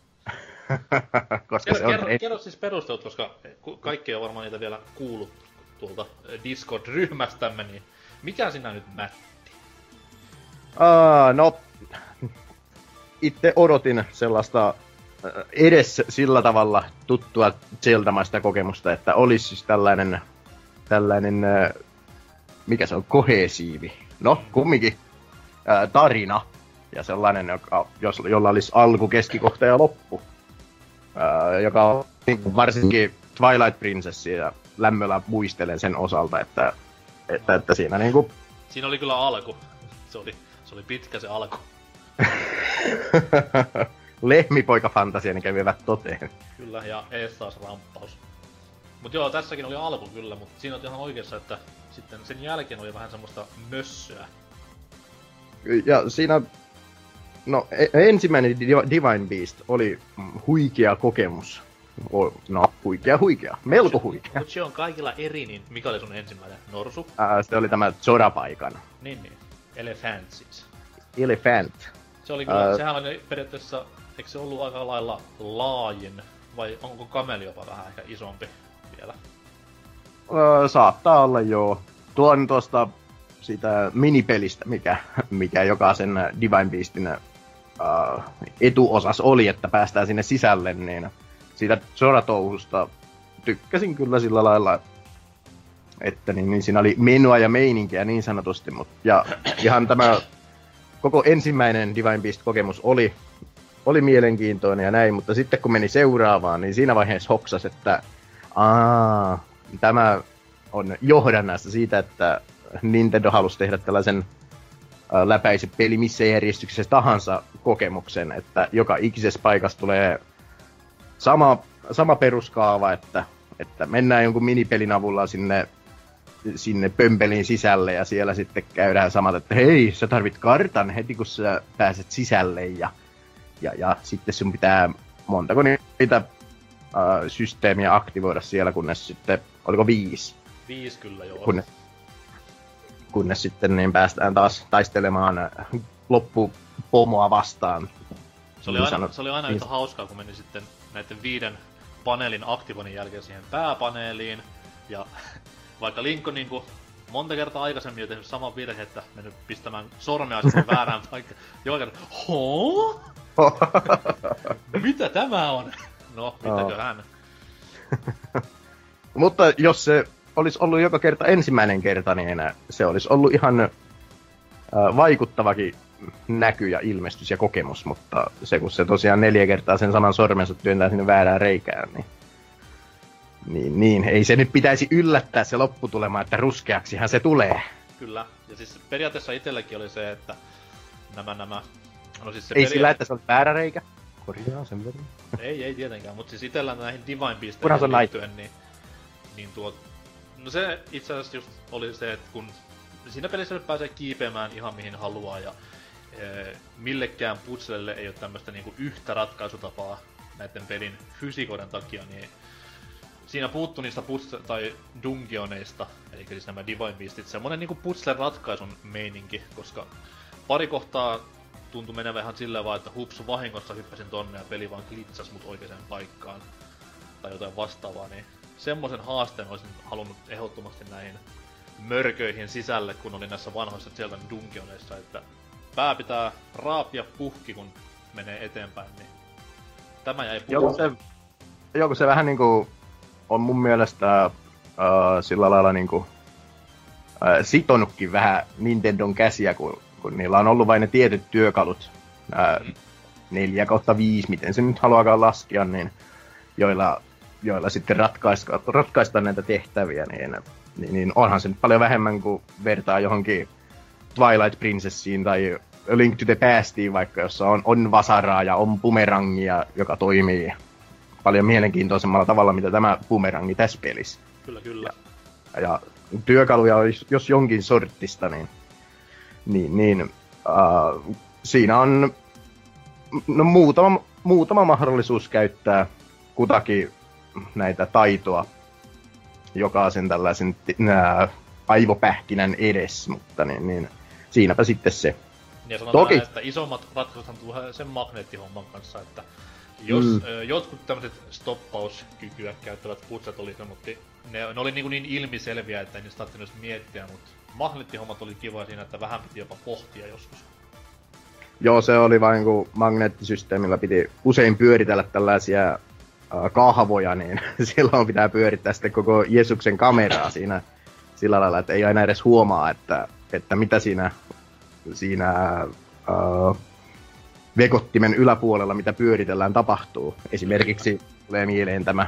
D: koska
B: kerro,
D: se on...
B: kerro, kerro siis perustelut, koska kaikki on varmaan niitä vielä kuullut tuolta Discord-ryhmästämme, niin mikä sinä nyt mätti?
D: Uh, no, itse odotin sellaista edes sillä tavalla tuttua Zelda-maista kokemusta, että olisi siis tällainen, tällainen, mikä se on, kohesiivi. No, kumminkin ää, tarina. Ja sellainen, joka, jos, jolla olisi alku, keskikohta ja loppu. Ää, joka on varsinkin Twilight Princessia lämmöllä muistelen sen osalta, että, että, että siinä niinku...
B: Siinä oli kyllä alku. Se oli, se oli pitkä se alku.
D: Lehmipoika-fantasiani kävivät toteen.
B: Kyllä, ja ees taas ramppaus. Mut joo, tässäkin oli alku kyllä, mut siinä on ihan oikeassa, että sitten sen jälkeen oli vähän semmoista mössöä.
D: Ja siinä... No, ensimmäinen Divine Beast oli huikea kokemus. No, huikea huikea. Melko huikea.
B: Mut se on kaikilla eri, niin mikä oli sun ensimmäinen? Norsu?
D: Ää, se oli tämä Zora-paikan.
B: Niin niin. Elephant siis.
D: Elephant.
B: Se oli kyllä,
D: Ää...
B: sehän oli periaatteessa, eikö se ollut aika lailla laajin? Vai onko kameli jopa vähän ehkä isompi vielä?
D: Öö, saattaa olla joo. Tuo on tuosta siitä minipelistä, mikä, mikä jokaisen Divine Beastin öö, etuosas oli, että päästään sinne sisälle, niin siitä Zora-touhusta tykkäsin kyllä sillä lailla, että niin, niin siinä oli menua ja meininkiä niin sanotusti, mutta ja ihan tämä koko ensimmäinen Divine Beast-kokemus oli, oli mielenkiintoinen ja näin, mutta sitten kun meni seuraavaan, niin siinä vaiheessa hoksas, että aa, tämä on johdannassa siitä, että Nintendo halusi tehdä tällaisen ää, läpäisen peli missä järjestyksessä tahansa kokemuksen, että joka ikisessä paikassa tulee sama, sama peruskaava, että, että mennään jonkun minipelin avulla sinne sinne pömpelin sisälle ja siellä sitten käydään samat, että hei, sä tarvit kartan heti kun sä pääset sisälle ja, ja, ja sitten sun pitää montako niitä äh, systeemiä aktivoida siellä, kunnes sitten, oliko viisi?
B: Viisi kyllä joo.
D: Kunnes, kunnes sitten niin päästään taas taistelemaan loppupomoa vastaan.
B: Se oli aina, se oli aina yhtä hauskaa, kun meni sitten näiden viiden paneelin aktivoinnin jälkeen siihen pääpaneeliin ja vaikka Link on niinku monta kertaa aikaisemmin jo tehnyt saman virhe, että mennyt pistämään sormea sinne väärään paikkaan. Joka kerta, hoo? Mitä tämä on? No, mitäköhän?
D: Mutta jos se olisi ollut joka kerta ensimmäinen kerta, niin se olisi ollut ihan äh, vaikuttavakin näky ja ilmestys ja kokemus, mutta se kun se tosiaan neljä kertaa sen saman sormensa työntää sinne väärään reikään, niin Niin, niin, ei se nyt pitäisi yllättää se lopputulema, että ruskeaksihan se tulee.
B: Kyllä, ja siis periaatteessa itselläkin oli se, että nämä nämä... No siis se
D: ei
B: peria...
D: sillä, että se on väärä reikä. Korjaa sen verran.
B: Ei, ei tietenkään, mutta siis itellä näihin Divine Beasteihin liittyen, niin, niin tuo... No se itse asiassa just oli se, että kun siinä pelissä nyt pääsee kiipeämään ihan mihin haluaa, ja e, millekään puzzlelle ei ole tämmöistä niinku yhtä ratkaisutapaa näiden pelin fysiikoiden takia, niin siinä puuttu niistä putsle- tai dungeoneista, eli siis nämä Divine Beastit, semmonen niinku puzzle-ratkaisun meininki, koska pari kohtaa tuntui menevän ihan silleen vaan, että hups, vahingossa hyppäsin tonne ja peli vaan glitsas mut oikeaan paikkaan. Tai jotain vastaavaa, niin semmosen haasteen olisin halunnut ehdottomasti näihin mörköihin sisälle, kun oli näissä vanhoissa sieltä dungeoneissa, että pää pitää raapia puhki, kun menee eteenpäin, niin tämä jäi puhki.
D: Joku se, joku se vähän niinku on mun mielestä uh, sillä lailla niinku uh, sitonutkin vähän Nintendon käsiä, kun, kun niillä on ollut vain ne tietyt työkalut, uh, mm. neljä kautta viisi, miten se nyt haluaakaan laskea, niin joilla, joilla sitten ratkaista, ratkaista näitä tehtäviä, niin, niin, niin onhan se nyt paljon vähemmän kuin vertaa johonkin Twilight Princessiin tai A Link to the Pastiin vaikka, jossa on, on vasaraa ja on bumerangia, joka toimii paljon mielenkiintoisemmalla tavalla, mitä tämä bumerangi tässä pelissä.
B: Kyllä, kyllä.
D: Ja, ja työkaluja olisi, jos jonkin sortista, niin, niin, niin uh, siinä on no, muutama, muutama mahdollisuus käyttää kutakin näitä taitoa jokaisen tällaisen nää, aivopähkinän edes, mutta niin, niin siinäpä sitten se.
B: Ja sanotaan, Toki. että isommat ratkaisuthan tulee sen magneettihomman kanssa, että jos mm. ö, jotkut tämmöiset stoppauskykyä käyttävät putset oli semmoitti, ne, ne oli niin, niin ilmiselviä, että ei niistä tarvinnut miettiä, mutta magneettihommat oli kiva siinä, että vähän piti jopa pohtia joskus.
D: Joo, se oli vain kun magneettisysteemillä piti usein pyöritellä tällaisia äh, kahvoja, niin silloin pitää pyörittää sitten koko Jeesuksen kameraa siinä sillä lailla, että ei aina edes huomaa, että, että mitä siinä, siinä äh, vekottimen yläpuolella, mitä pyöritellään, tapahtuu. Esimerkiksi tulee mieleen tämä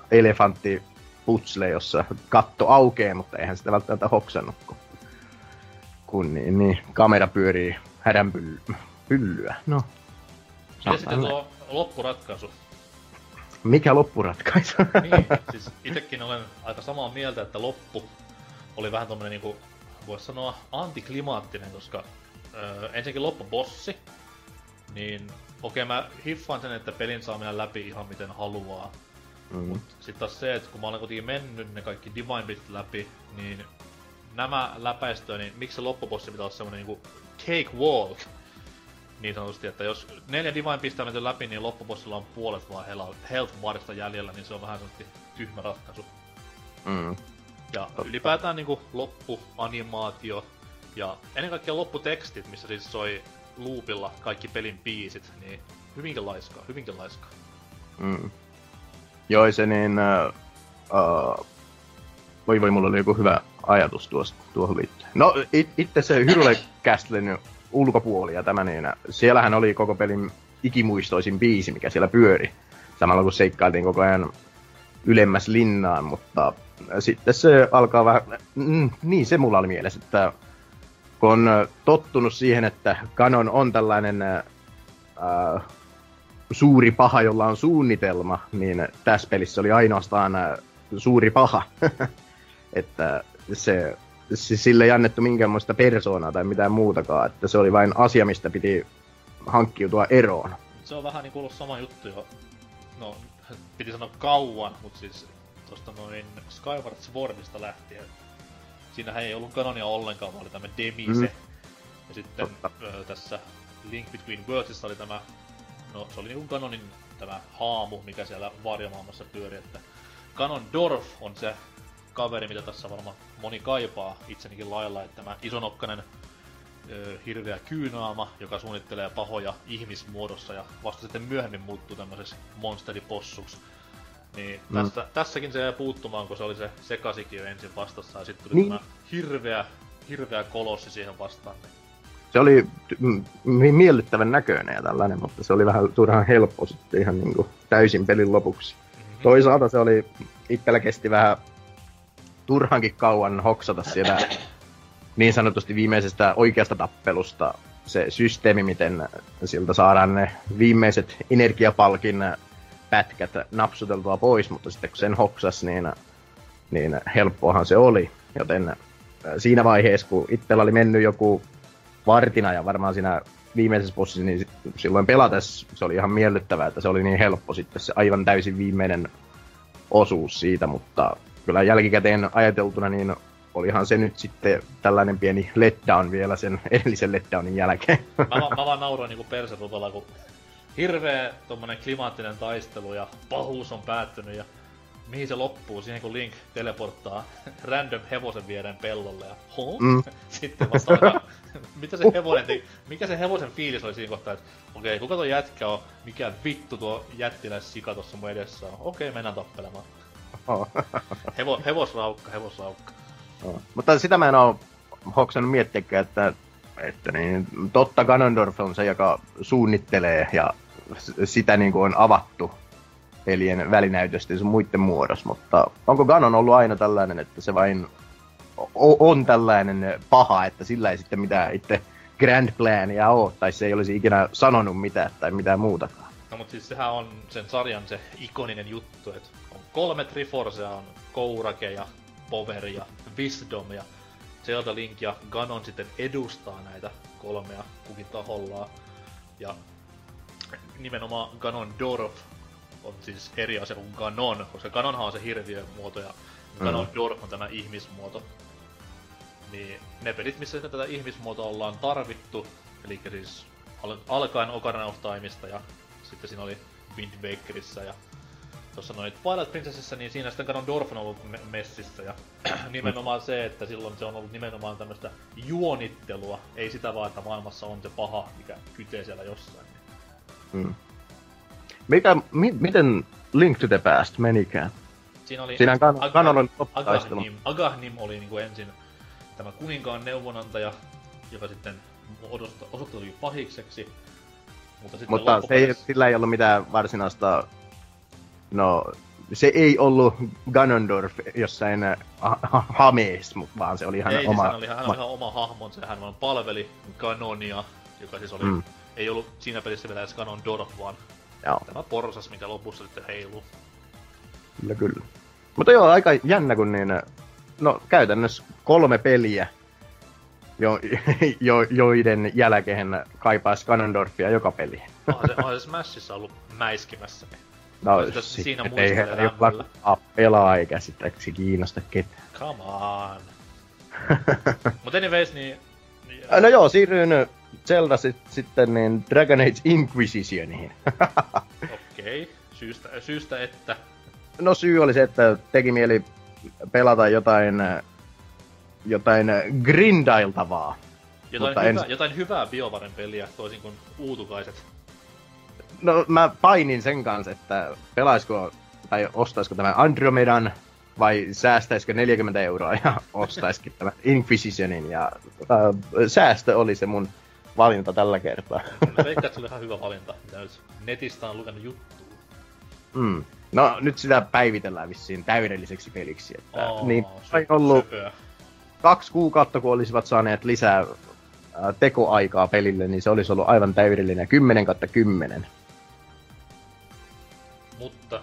D: elefanttiputsle, jossa katto aukeaa, mutta eihän sitä välttämättä hoksannut, kun, kun niin, niin, kamera pyörii häränpyllyä. No.
B: Ja sitten tuo loppuratkaisu.
D: Mikä loppuratkaisu?
B: Niin, siis itekin olen aika samaa mieltä, että loppu oli vähän tommonen niinku, vois sanoa, antiklimaattinen, koska öö, ensinnäkin loppubossi, niin okei okay, mä hiffaan sen, että pelin saa mennä läpi ihan miten haluaa. Mm. Mut sit taas se, että kun mä olen kuitenkin mennyt ne kaikki Divine Beastit läpi, niin nämä läpäistöä, niin miksi se loppubossi pitää olla semmonen niinku cakewalk? Niin sanotusti, että jos neljä Divine Beastia menty läpi, niin loppubossilla on puolet vaan health barista jäljellä, niin se on vähän sanotusti tyhmä ratkaisu.
D: Mm.
B: Ja ylipäätään niinku loppuanimaatio ja ennen kaikkea lopputekstit, missä siis soi loopilla kaikki pelin biisit, niin hyvinkin laiskaa, hyvinkin laiskaa.
D: Mm. Joo, se niin... Uh, uh, voi voi, mulla oli joku hyvä ajatus tuosta, tuohon liittyen. No, it, itse se Hyrule Castlen ulkopuoli ja tämä, niin siellähän oli koko pelin ikimuistoisin biisi, mikä siellä pyöri. Samalla kun seikkailtiin koko ajan ylemmäs linnaan, mutta sitten se alkaa vähän... Mm, niin, se mulla oli mielessä, että kun on tottunut siihen, että Ganon on tällainen ää, suuri paha, jolla on suunnitelma, niin tässä pelissä oli ainoastaan ää, suuri paha. Että se, se, sille ei annettu minkäänlaista persoonaa tai mitään muutakaan, että se oli vain asia, mistä piti hankkiutua eroon.
B: Se on vähän niinku ollut sama juttu jo, no piti sanoa kauan, mut siis tosta noin Skyward Swordista lähtien. Siinähän ei ollut Ganonia ollenkaan, vaan oli tämä Demise. Mm. Ja sitten ö, tässä Link Between Worldsissa oli tämä, no se oli niinku Ganonin tämä haamu, mikä siellä varjomaailmassa pyöri, että Ganondorf on se kaveri, mitä tässä varmaan moni kaipaa itsenikin lailla, että tämä isonokkainen ö, hirveä kyynaama, joka suunnittelee pahoja ihmismuodossa ja vasta sitten myöhemmin muuttuu tämmöiseksi monsteripossuksi. Niin mm. tästä, tässäkin se jäi puuttumaan, kun se oli se sekasikin ensin vastassa ja sitten tuli niin. Tämä hirveä, hirveä kolossi siihen vastaan. Niin.
D: Se oli hyvin miellyttävän näköinen ja tällainen, mutta se oli vähän turhaan helppo sitten ihan niinku täysin pelin lopuksi. Mm-hmm. Toisaalta se oli, itsellä kesti vähän turhankin kauan hoksata siellä niin sanotusti viimeisestä oikeasta tappelusta se systeemi, miten siltä saadaan ne viimeiset energiapalkin pätkät napsuteltua pois, mutta sitten kun sen hoksas, niin, niin helppoahan se oli. Joten siinä vaiheessa, kun itsellä oli mennyt joku vartina ja varmaan siinä viimeisessä bossissa, niin silloin pelatessa se oli ihan miellyttävää, että se oli niin helppo sitten se aivan täysin viimeinen osuus siitä, mutta kyllä jälkikäteen ajateltuna niin olihan se nyt sitten tällainen pieni letdown vielä sen edellisen letdownin jälkeen.
B: Mä, va- mä vaan nauroin niinku perserupalla, kun hirveä tommonen klimaattinen taistelu ja pahuus on päättynyt ja mihin se loppuu? Siihen kun Link teleporttaa random hevosen viereen pellolle ja huh? Mm. Sitten vasta alkaa, mitä se hevonen teki? Mikä se hevosen fiilis oli siinä kohtaa, että okei, okay, kuka tuo jätkä on? Mikä vittu tuo jättiläissika tossa mun edessä on? Okei, okay, mennään tappelemaan. Oh. Hevo, hevosraukka, hevosraukka.
D: Oh. Mutta sitä mä en oo hoksannut miettiäkään, että, että niin, totta Ganondorf on se, joka suunnittelee ja sitä niin kuin on avattu pelien välinäytösten sun muiden muodossa, mutta onko Ganon ollut aina tällainen, että se vain o- on tällainen paha, että sillä ei sitten mitään itse grand plania ole, tai se ei olisi ikinä sanonut mitään tai mitään muutakaan?
B: No mut siis sehän on sen sarjan se ikoninen juttu, että on kolme Triforcea, on Kourage ja Power ja Wisdom ja Zelda, Link ja Ganon sitten edustaa näitä kolmea kukin tahollaan. Ja nimenomaan Ganondorf on siis eri asia kuin Ganon, koska Ganonhan on se hirviön muoto ja Ganondorf on tämä ihmismuoto. Niin ne pelit, missä tätä ihmismuotoa ollaan tarvittu, eli siis al- alkaen Ocarina of Timeista ja sitten siinä oli Wind Wakerissa ja tuossa noin Twilight Princessissa, niin siinä sitten Ganondorf on ollut me- messissä ja nimenomaan se, että silloin se on ollut nimenomaan tämmöstä juonittelua, ei sitä vaan, että maailmassa on se paha, mikä kytee siellä jossain.
D: Hmm. Mikä, mi, miten Link to the Past menikään?
B: Siinä oli
D: Siinä Gan-
B: Ag-
D: Ganon oli
B: Agahnim, Agahnim oli niinku ensin tämä kuninkaan neuvonantaja, joka sitten osoittautui osoittautui pahikseksi. Mutta, sitten
D: mutta se ei, sillä ei ollut mitään varsinaista... No, se ei ollut Ganondorf jossain ha- ha- hamees, vaan se oli ihan
B: ei,
D: oma...
B: Ei, siis oli, hän oli ihan oma hahmonsa, hän vaan palveli Ganonia, joka siis oli... Mm. Ei ollut siinä pelissä vielä edes Ganondorf, vaan joo. Tämä porsas, mikä lopussa sitten heiluu.
D: Kyllä, kyllä. Mutta joo, aika jännä kun niin... No, käytännössä kolme peliä, jo, jo, joiden jälkeen kaipaisi Ganondorfia joka peliin.
B: Onhan se, onhan se Smashissa ollut mäiskimässä.
D: No,
B: siinä
D: ei hän ole pelaa eikä sitä kiinnosta ketään.
B: Come on. Mut anyways, niin... niin
D: no joo, siirryin Zelda sit, sitten niin Dragon Age Inquisitioniin.
B: Okei, okay. syystä, syystä että...
D: No syy oli se, että teki mieli pelata jotain... jotain grindailtavaa.
B: Jotain, hyvä, en... jotain hyvää BioVaren peliä, toisin kuin uutukaiset.
D: No mä painin sen kanssa, että pelaisko tai ostaisiko tämän Andromedan vai säästäisikö neljäkymmentä euroa ja ostaisikin tämän Inquisitionin ja äh, säästö oli se mun valinta tällä kertaa.
B: Mä veikkaan, että se oli ihan hyvä valinta, mitä nyt netistä on lukenut juttua.
D: Mm. No nyt sitä päivitellään vissiin täydelliseksi peliksi, että
B: oh,
D: niin on ollut
B: söpöä.
D: kaksi kuukautta kun olisivat saaneet lisää äh, tekoaikaa pelille, niin se olisi ollut aivan täydellinen kymmenen kautta kymmenen.
B: Mutta...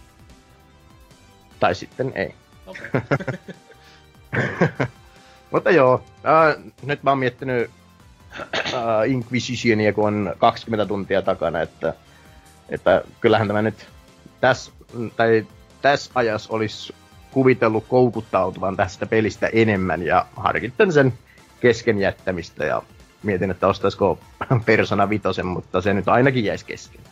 D: Tai sitten ei.
B: Okei.
D: Okay. Mutta joo, äh, nyt mä oon miettinyt äh, Inquisitionia, kun on kaksikymmentä tuntia takana, että, että kyllähän tämä nyt tässä tai tässä ajassa olisi kuvitellut koukuttautuvan tästä pelistä enemmän ja harkitten sen kesken jättämistä ja mietin, että ostaisiko Persona Vitosen, mutta se nyt ainakin jäisi kesken.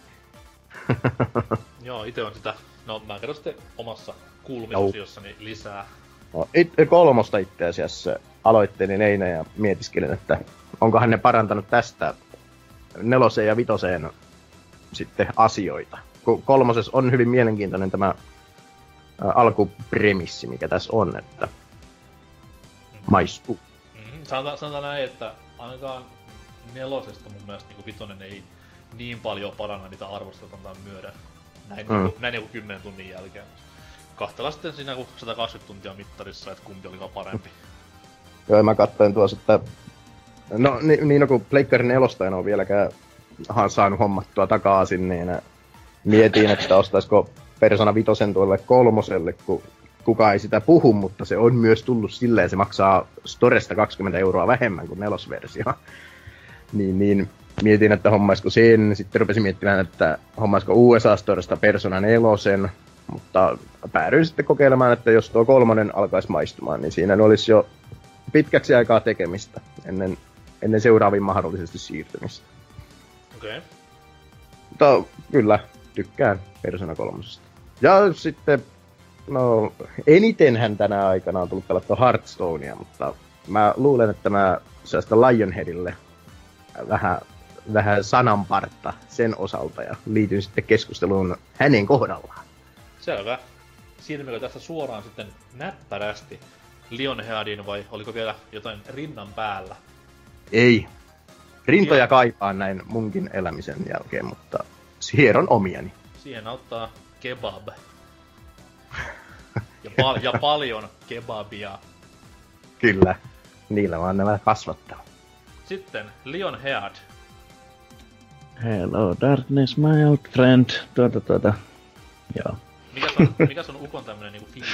B: Joo, ite on sitä, no mä kerron sitten omassa kuulumisosiossani lisää.
D: No, it, kolmosta itse asiassa aloittelin eilen ja mietiskelin, että onkohan ne parantanut tästä neloseen ja vitoseen sitten asioita. Kun kolmosessa on hyvin mielenkiintoinen tämä ä, alkupremissi, mikä tässä on, että maistuu.
B: Mm-hmm. Sanotaan, sanotaan näin, että ainakaan nelosesta mun mielestä niin vitonen ei niin paljon paranna niitä arvosteluita antaa myödä. Näin, mm. niin, näin joku kymmenen tunnin jälkeen. Kahtella sitten siinä kun sata kaksikymmentä tuntia mittarissa, että kumpi oli parempi.
D: Joo, mä katsoin tuossa, että... No niin, niin kun Pleikkari nelosta en oo vieläkään saanut hommattua takaisin, niin mietin, että ostaisiko Persona Vitosen tuolle kolmoselle, kun kukaan ei sitä puhu, mutta se on myös tullut silleen, se maksaa Storesta kaksikymmentä euroa vähemmän kuin nelosversio. niin, niin mietin, että hommaisko sen, sitten rupesin miettimään, että hommaisko U S A Storesta Persona nelosen, mutta päädyin sitten kokeilemaan, että jos tuo kolmonen alkaisi maistumaan, niin siinä olisi jo pitkäksi aikaa tekemistä ennen, ennen seuraavin mahdollisesti siirtymistä.
B: Okei. Okay.
D: Mutta kyllä, tykkään Persona kolmosesta. Ja sitten, no enitenhän tänä aikana on tullut pelattua Hearthstonea, mutta mä luulen, että mä sellaista Lionheadille vähän, vähän sananpartta sen osalta ja liityn sitten keskusteluun hänen kohdallaan.
B: Selvä. Siirrymmekö tästä suoraan sitten näppärästi Lionheadiin vai oliko vielä jotain rinnan päällä?
D: Ei. Rintoja
B: Joo.
D: kaipaan näin munkin elämisen jälkeen, mutta hieron omiani.
B: Siihen auttaa kebab. Ja, pal- ja paljon kebabia.
D: Kyllä. Niillä mä oon nämä kasvattanut.
B: Sitten Lionhead.
E: Hello darkness my old friend. Tuota tuota. Joo.
B: Mikäs on, mikäs on Ukon tämmönen niinku fiilis?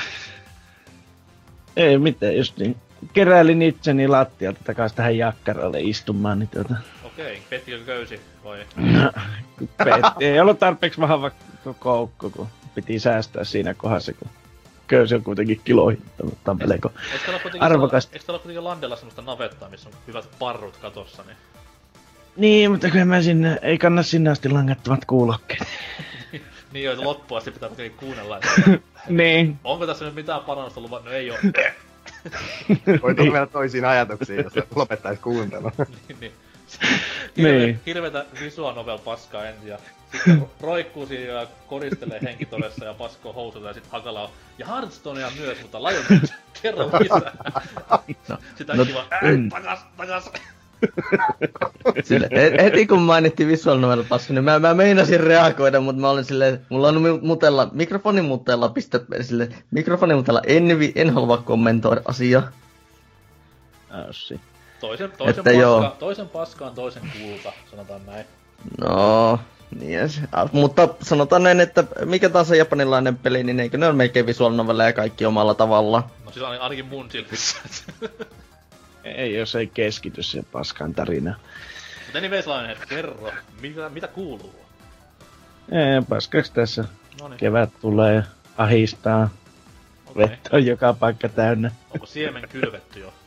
E: Ei mitään, just niin. Keräilin itseni lattialta takas tähän jakkaralle istumaan, niin tuota...
B: Okei, pettikö köysi vai?
E: Petti. Ei ollut tarpeeksi vahva koukku, kun piti säästää siinä kohdassa, kun köysi on kuitenkin kilohinta, mutta on melko arvokasta.
B: Eikö täällä kuitenkin Landella semmoista navettaa, missä on hyvät parrut katossa, niin...
E: Niin, mutta kyllä mä sinne, ei kanna sinne asti langattomat kuulokkeet.
B: Niin joita loppuun asti pitää kuitenkin kuunnella,
E: niin.
B: Onko tässä nyt mitään parannusta luvat? No ei oo.
D: Voi tulla vielä toisiin ajatuksiin, jos lopettais kuuntelua.
B: niin, niin.
E: Hirve,
B: niin. Hirvetä visual novel paskaa ensin ja sitten roikkuu siinä ja koristelee henkitodessa ja paskoo housuta ja sit hakalaa. Ja Hearthstonea myös, mutta Lion kerro lisää.
C: No,
B: Sitä
C: no,
B: kiva,
C: mm.
B: takas, takas.
C: Sille, heti kun mainittiin visual novel passi, niin mä, mä meinasin reagoida, mutta mä olin silleen, mulla on mutella, mikrofonin mutella, pistä sille, mikrofonin mutella, en, vi, en halua kommentoida asiaa.
E: Assi.
B: Toisen, toisen, paska, toisen paska on toisen kulta, sanotaan näin.
C: No, niin se, mutta sanotaan näin, että mikä tahansa japanilainen peli, niin eikö ne ole melkein visual novelleja kaikki omalla tavalla.
B: No siis ainakin mun silmissä.
E: Ei, jos ei keskity siihen paskaan tarinaan.
B: Mutta anyways, Lionhead, kerro, mitä, mitä kuuluu?
E: Ei, paskaksi tässä.
B: Noniin.
E: Kevät tulee ja ahistaa.
B: Okay.
E: Vettä on joka paikka täynnä.
B: Onko siemen kylvetty jo?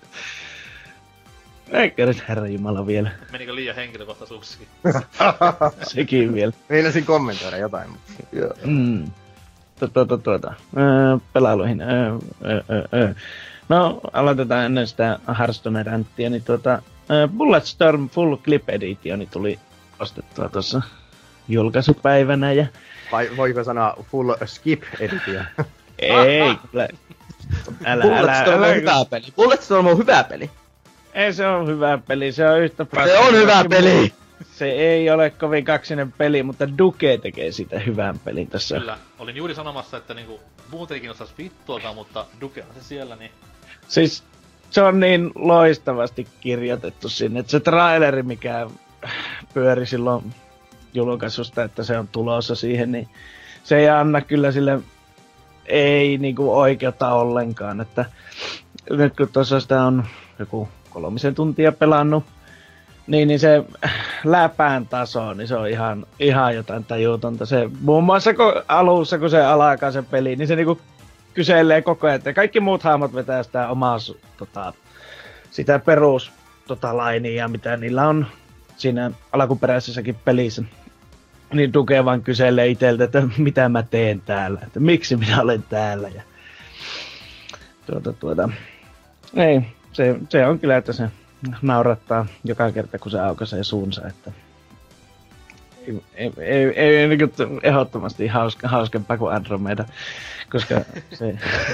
E: Eikä nyt herranjumala vielä.
B: Menikö liian henkilökohtaisuuksikin?
E: Sekin vielä.
D: Meinasin kommentoida jotain, mutta...
C: Joo.
E: Mm. Tuota, tuota. Öö, pelailuihin. Öö, öö, öö. No, aloitetaan ennen sitä Hearthstone-ränttiä, niin tuota... Öö, Bulletstorm Full Clip Editioni tuli ostettua tuossa julkaisupäivänä ja...
D: Vai voiko sanoa Full Skip Edition?
E: Ei, kyllä. Älä,
C: Bulletstorm
E: älä,
C: on
E: älä,
C: hyvä peli. Bulletstorm on hyvä peli.
E: Ei se on hyvä peli, se on yhtä paska.
C: Se on hyvä peli!
E: Se ei ole kovin kaksinen peli, mutta Duke tekee sitä hyvän pelin tässä.
B: Kyllä, olin juuri sanomassa, että niinku muutenkin osais vittuakaan, mutta Duke on se siellä, niin...
E: Siis se on niin loistavasti kirjoitettu sinne, että se traileri, mikä pyöri silloin julkaisusta, että se on tulossa siihen, niin se ei anna kyllä sille ei niinku oikeutta ollenkaan, että nyt kun tuossa sitä on joku kolmisen tuntia pelannut, niin, niin se läpään taso, niin se on ihan, ihan jotain tajutonta. Se, muun muassa kun alussa, kun se alkaa se peli, niin se niinku kyselee koko ajan, että kaikki muut hahmot vetää sitä omaa tota, sitä perus tota, lainia, mitä niillä on siinä alkuperäisessäkin pelissä. Niin Duke vaan kyselee iteltä, että mitä mä teen täällä, että miksi minä olen täällä. Ja tuota, tuota. Ei, se, se on kyllä, että se naurattaa joka kerta, kun se aukaisee suunsa, että ei, ei, ei, ei, ei niin ehdottomasti hauska, hauskempaa kuin Andromeda, koska se,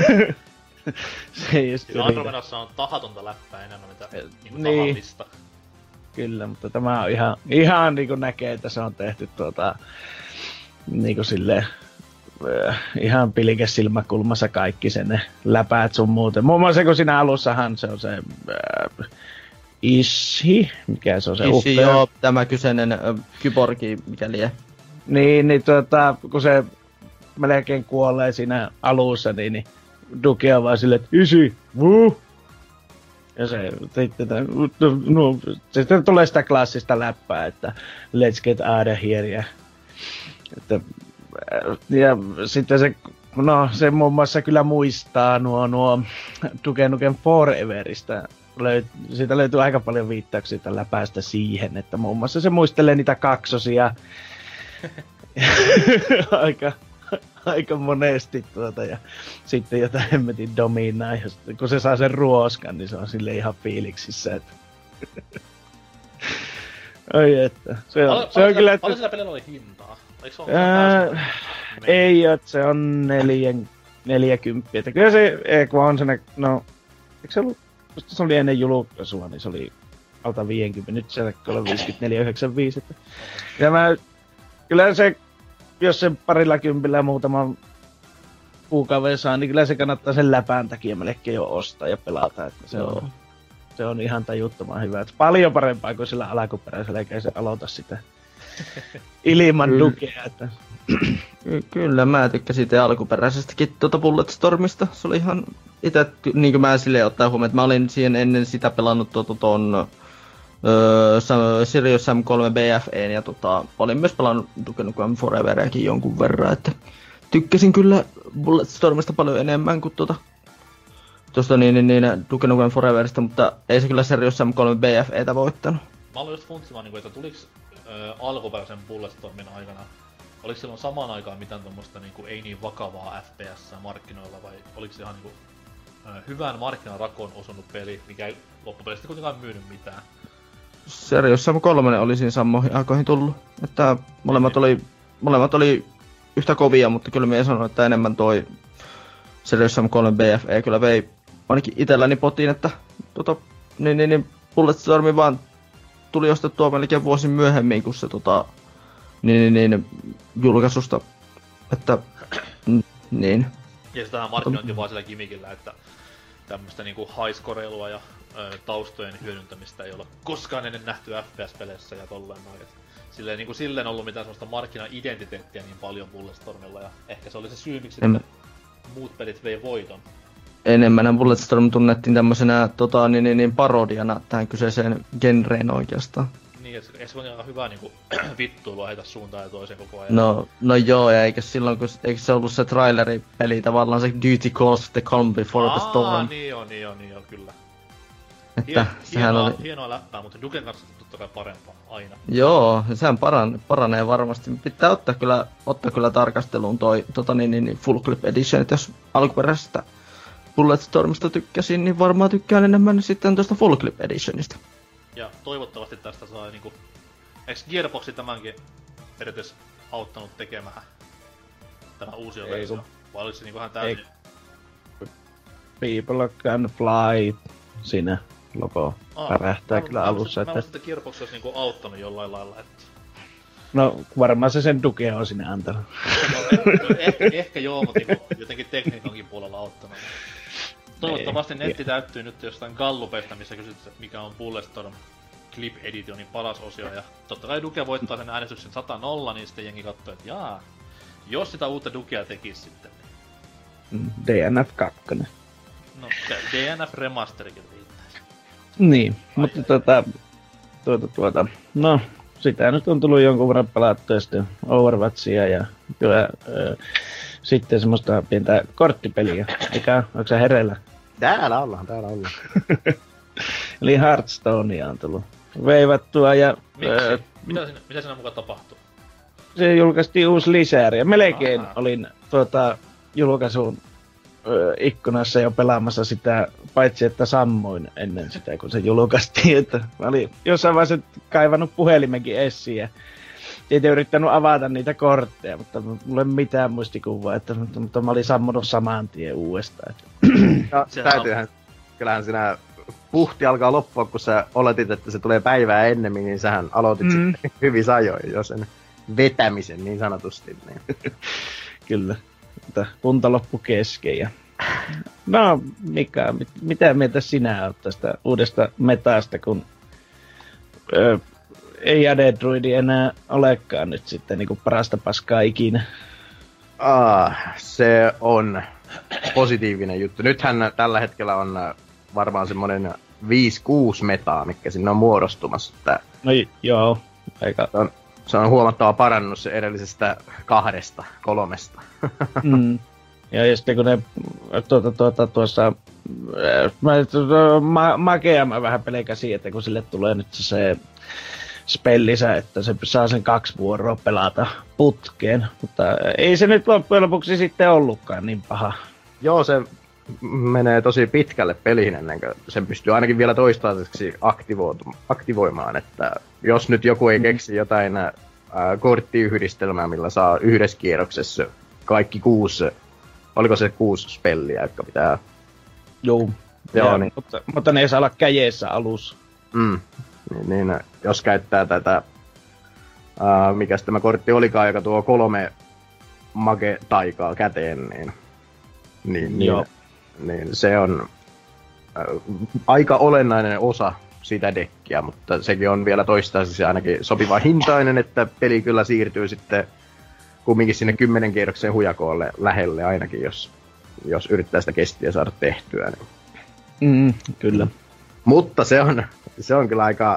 E: se ei just
B: Kyllä Andromedassa on tahatonta läppää enemmän, mitä niinku
E: niin.
B: tahallista.
E: Kyllä, mutta tämä on ihan, ihan niinku näkee, että se on tehty tuota, niinku silleen, äh, ihan pilkäs silmäkulmassa kaikki sen ne läpäät sun muuten. Muun muassa kun siinä alussahan se on se äh, Ishi, mikä se on se
C: Ishi, joo, tämä kyseinen äh, kyborgi, mikä lie. Niin,
E: niin tuota, kun se melkein kuolee siinä alussa, niin, niin Duke on vaan silleen, että Ishi, wuu! Ja se, no, sitten tulee sitä klassista läppää, että let's get out of here. Ja, että, ja sitten se no se muun muassa kyllä muistaa nuo, nuo Duke Nukem Foreverista. Löyt, siitä löytyy aika paljon viittauksia tällä päästä siihen, että muun muassa se muistelee niitä kaksosia aika, aika monesti tuota, ja sitten jotain hemmetin dominaa, ja sitten, kun se saa sen ruoskan, niin se on sille ihan fiiliksissä, että oi että, se on,
B: Pal-
E: se on
B: pal-
E: kyllä,
B: pal-
E: että
B: Paljon sillä pelillä oli hintaa? Eikö se ole
E: ää, ei, että se on neljän, neljäkymppiä, että kyllä se, ei, kun on se, no, eikö se ollut, se oli ennen julkaisua, niin se oli alta viisikymmentä, nyt se on viisikymmentäneljä yhdeksänkymmentäviisi. Että. Ja mä, kyllä se, jos sen parilla kympillä muutaman kuukauden saa, niin kyllä se kannattaa sen läpään takia melkein jo ostaa ja pelata, että se on, se on ihan tajuttoman hyvä. Että paljon parempaa kuin sillä alkuperäisellä, eikä se aloita sitä ilman
C: Kyllä.
E: Dukea. Että.
C: Ky- Kyllä, mä tykkäsin itse alkuperäisestäkin tuota Bulletstormista. Se oli ihan itse, niin kuin mä silleen ottaa huomioon, että mä olin siihen ennen sitä pelannut tuota ton öö, Sirius M kolme B F E ja tota, olin myös pelannut Duke Nukem Foreveriakin jonkun verran, että tykkäsin kyllä Bulletstormista paljon enemmän kuin tuota tuosta niin, niin, niin Duke Nukem Foreverista, mutta ei se kyllä Sirius M kolme B F E:tä voittanut.
B: Mä aloin just funtsimaan, että tuliks ö, alkuperäisen Bulletstormin aikana, oliko silloin samaan aikaan mitään tommoista niinku ei niin vakavaa F P S markkinoilla, vai oliko se ihan niinku ö, hyvän markkinarakoon osunut peli, mikä ei loppupelistä kuitenkaan myynyt mitään?
C: Sirius M kolme oli siinä samoihin aikoihin tullut, että molemmat oli, molemmat oli yhtä kovia, mutta kyllä minä sanoin, että enemmän toi Sirius M kolme B F E kyllä vei ainakin itselläni potiin, että tota, niin, niin, niin Bulletstormi vaan tuli ostettua melkein vuosin myöhemmin kuin se tota, niin, niin, niin, julkaisusta, että n- niin.
B: Ja sitähän markkinointi vaan sillä gimmickillä, että tämmöstä niinku highscoreilua ja ö, taustojen hyödyntämistä ei olla koskaan ennen nähty F P S-peleissä ja tolleen noin. Et silleen niinku silleen ollut mitään semmoista markkina-identiteettiä niin paljon Bulletstormilla, ja ehkä se oli se syy, miksi
C: En-
B: että muut pelit vei voiton.
C: Enemmän Bulletstorm tunnettiin tämmöisenä tota, niin, niin, niin parodiana tähän kyseiseen genreen oikeastaan.
B: Niin, et se on aika hyvä niinku vittuilua heitä suuntaan ja toiseen koko ajan.
C: No, no joo, ja eikö silloin, kun eikö se ollut se traileripeli tavallaan se Duty Calls the Calm Before the
B: Aa,
C: Storm.
B: niin joo, niin joo, niin joo, kyllä.
C: Että
B: Hien,
C: sehän
B: hienoa,
C: oli...
B: hienoa läppää, mutta Duken kanssa totta kai parempaa, aina.
C: Joo, sehän paran, paranee varmasti. Pitää ottaa kyllä, ottaa kyllä tarkasteluun toi tota, niin, niin, Full Clip Edition, että jos alkuperäisestä Bulletstormista tykkäsin, niin varmaan tykkään enemmän sitten tuosta Full Clip Editionista.
B: Ja toivottavasti tästä saa niinku... Eiks Gearboxi tämänkin periaatteessa auttanut tekemään tämä uusi
E: Ei,
B: versio?
E: kun-
B: Vai oliko se niinku ihan täysin...
E: People can fly siinä logo
B: Aa,
E: pärähtää
B: mä-
E: kyllä
B: mä
E: alussa.
B: muistin- Mä
E: Että...
B: muistin, että Gearbox olisi niinku auttanut jollain lailla, että...
E: No varmaan se sen Duke on sinne antanut.
B: No, ehkä, ehkä joo, mutta niinku jotenkin tekniikankin puolella auttanut. Toivottavasti netti täyttyy nyt jostain gallupeista, missä kysytään, että mikä on Bulletstorm Clip Editionin paras osio. Ja totta kai Duke voittaa sen äänestyksen sata nolla, niin sitten jengi katsoo, että jaa, jos sitä uutta Dukea tekis sitten. Niin.
E: D N F kaksi.
B: No, se D N F Remasterikin riittäisi.
E: Niin, mutta
B: ai.
E: tuota, tuota, tuota, no sitä nyt on tullut jonkun verran pelattua sitten Overwatchia ja kyllä ö, sitten semmoista pientä korttipeliä, eikä, onko se hereillä?
D: Täällä ollaan, täällä ollaan.
E: Eli Hearthstonea on tullut veivattua ja
B: Miksi?
E: ö,
B: Mitä siinä, mitä siinä mukaan tapahtuu?
E: se julkaistiin uusi lisääri ja melkein
B: Aha.
E: olin tuota, julkaisuun ö, ikkunassa jo pelaamassa sitä, paitsi että sammuin ennen sitä, kun se julkaistiin. Että mä olin jossain vaiheessa kaivannut puhelimenkin esiin ja tietysti yrittänyt avata niitä kortteja, mutta mulla ei mitään muistikuvaa, että, mutta, mutta mä olin sammunut saman tien uudestaan. Että.
D: No,
B: Sehän
D: täytyyhän, kyllähän sinä puhti alkaa loppua, kun sä oletit, että se tulee päivää ennemmin, niin sähän aloitit
E: Mm.
D: sitten hyvissä ajoin jo sen vetämisen niin sanotusti. Niin.
E: Kyllä, mutta punta loppu kesken. Ja... No, Mika, mit, mitä mieltä sinä oot tästä uudesta metaasta, kun ö, ei Adedruidi enää olekaan nyt sitten niin kuin parasta paskaa ikinä?
D: Ah, se on positiivinen juttu. Nythän tällä hetkellä on varmaan semmoinen viisi kuusi metaa, mikä sinne on muodostumassa. Että
E: No joo, aika...
D: se, on, se on huomattava parannus edellisestä kahdesta, kolmesta.
E: Mm. Ja, ja sitten kun ne tuota, tuota, tuossa mä, tuota, ma, makea mä vähän pelkäsin, että kun sille tulee nyt se spellisä, että se saa sen kaksi vuoroa pelata putkeen. Mutta ei se nyt loppujen lopuksi sitten ollutkaan niin paha.
D: Joo, se menee tosi pitkälle peliin ennen kuin sen pystyy ainakin vielä toistaiseksi aktivoimaan, että jos nyt joku ei keksi jotain ää, korttiyhdistelmää, millä saa yhdessä kierroksessa kaikki kuusi, oliko se kuusi spelliä, jotka pitää...
E: Joo,
D: Joo
E: ja,
D: niin.
E: mutta, mutta ne ei saa olla käjeessä alussa.
D: Mm. Niin, niin, jos käyttää tätä, ää, mikäs tämä kortti olikaan, joka tuo kolme mage-taikaa käteen, niin, niin,
E: Joo.
D: niin, niin se on ää, aika olennainen osa sitä dekkiä, mutta sekin on vielä toistaiseksi ainakin sopiva hintainen, että peli kyllä siirtyy sitten kumminkin sinne kymmenen kierroksen hujakoolle lähelle ainakin, jos, jos yrittää sitä kestiä saada tehtyä. Niin.
E: Mm, kyllä.
D: Mutta se on, se on kyllä aika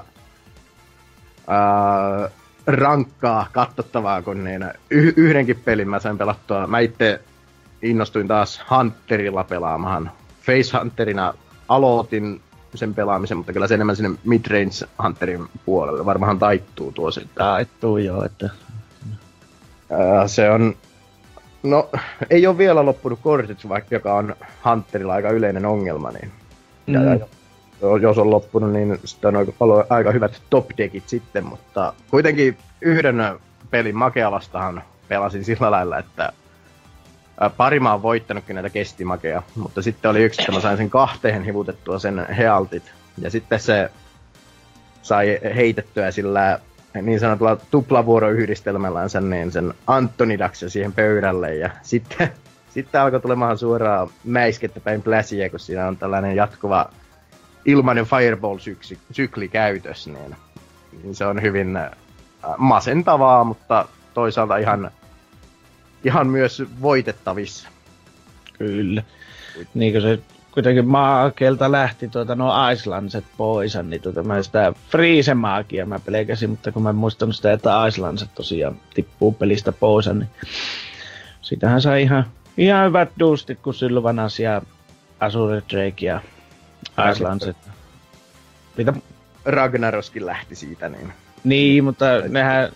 D: ää, rankkaa katsottavaa, kun niin y- yhdenkin pelin mä sain pelattua. Mä itse innostuin taas Hunterilla pelaamaan. Face Hunterina aloitin sen pelaamisen, mutta kyllä se enemmän sinne midrange Hunterin puolelle. Varmaan taittuu tuo sitten.
E: Taittuu joo, että...
D: Ää, se on... No, ei ole vielä loppunut kortit, vaikka joka on Hunterilla aika yleinen ongelma, niin... Ja,
E: Mm.
D: ja, jos on loppunut, niin sitten on aika, aika hyvät top-dekit sitten, mutta kuitenkin yhden pelin Makealastahan pelasin sillä lailla, että pari mä oon voittanutkin näitä kestimakeja, mutta sitten oli yksi, että mä sain sen kahteen hivutettua sen Healtit, ja sitten se sai heitettyä sillä niin sanotulla tuplavuoroyhdistelmällänsä niin sen Antonidaksen siihen pöydälle, ja sitten, sitten alkoi tulemaan suoraan mäiskettä päin pläsiä, kun siinä on tällainen jatkuva ilmainen fireball-sykli käytös, niin, niin se on hyvin äh, masentavaa, mutta toisaalta ihan, ihan myös voitettavissa.
E: Kyllä. Niin kuin se kuitenkin maakelta lähti tuota no Icelandset pois, niin tuota mä sitä Freeze-maagia mä pelkäsin, mutta kun mä en muistanut sitä, että Icelandset tosiaan tippuu pelistä pois, niin sitähän sai ihan, ihan hyvät duustit, kun Sylvanas ja Azure Drake ja Icelandset. Mitä?
D: Ragnaroskin lähti siitä, niin...
E: Niin, mutta nehän...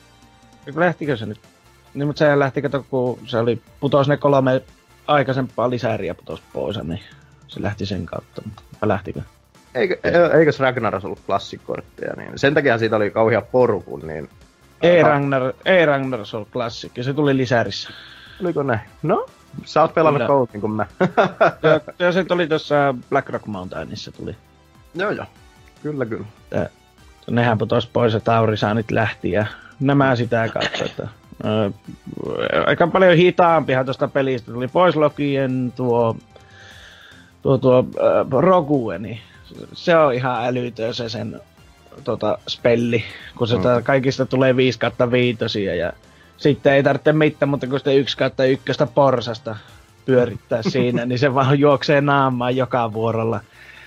E: Lähtikö se nyt? Niin, mutta sehän lähti, kato, kun se oli... Putos ne kolme aikaisempaa lisääriä putos pois, niin se lähti sen kautta. Vai lähtikö?
D: Eikö, eikös Ragnaros ollut klassikkortteja, niin sen takia siitä oli kauhea poru, kun niin...
E: Ei, Ragnar, ei Ragnaros ollut klassikki, se tuli lisäärissä.
D: Oliko näin? No, sä oot pelannut Countin kuin mä.
E: ja, ja se tuli tuossa Black Rock Mountainissa tuli.
D: Joo joo, kyllä kyllä.
E: Tää, nehän putos pois ja Taurisaanit lähti ja nämä sitä kautta, että ö, aika paljon hitaampihan tuosta pelistä tuli pois Lokien tuo tuo, tuo äh, Rogue, niin se on ihan älytön se sen tota, spelli, kun se mm. kaikista tulee viisi kautta viitosia ja sitten ei tarvitse mitään, mutta kun sitä yksi kautta ykköstä porsasta pyörittää siinä, niin se vaan juoksee naamaan joka vuorolla.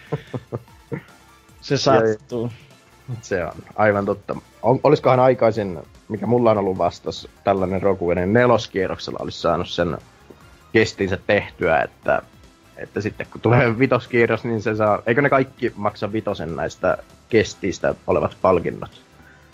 E: Se sattuu.
D: Se on aivan totta. On, olisikohan aikaisin, mikä mulla on ollut vastas, tällainen Roguenen neloskierroksella olisi saanut sen kestinsä tehtyä, että, että sitten kun tulee vitoskierros, niin se saa, eikö ne kaikki maksa vitosen näistä kestistä olevat palkinnot?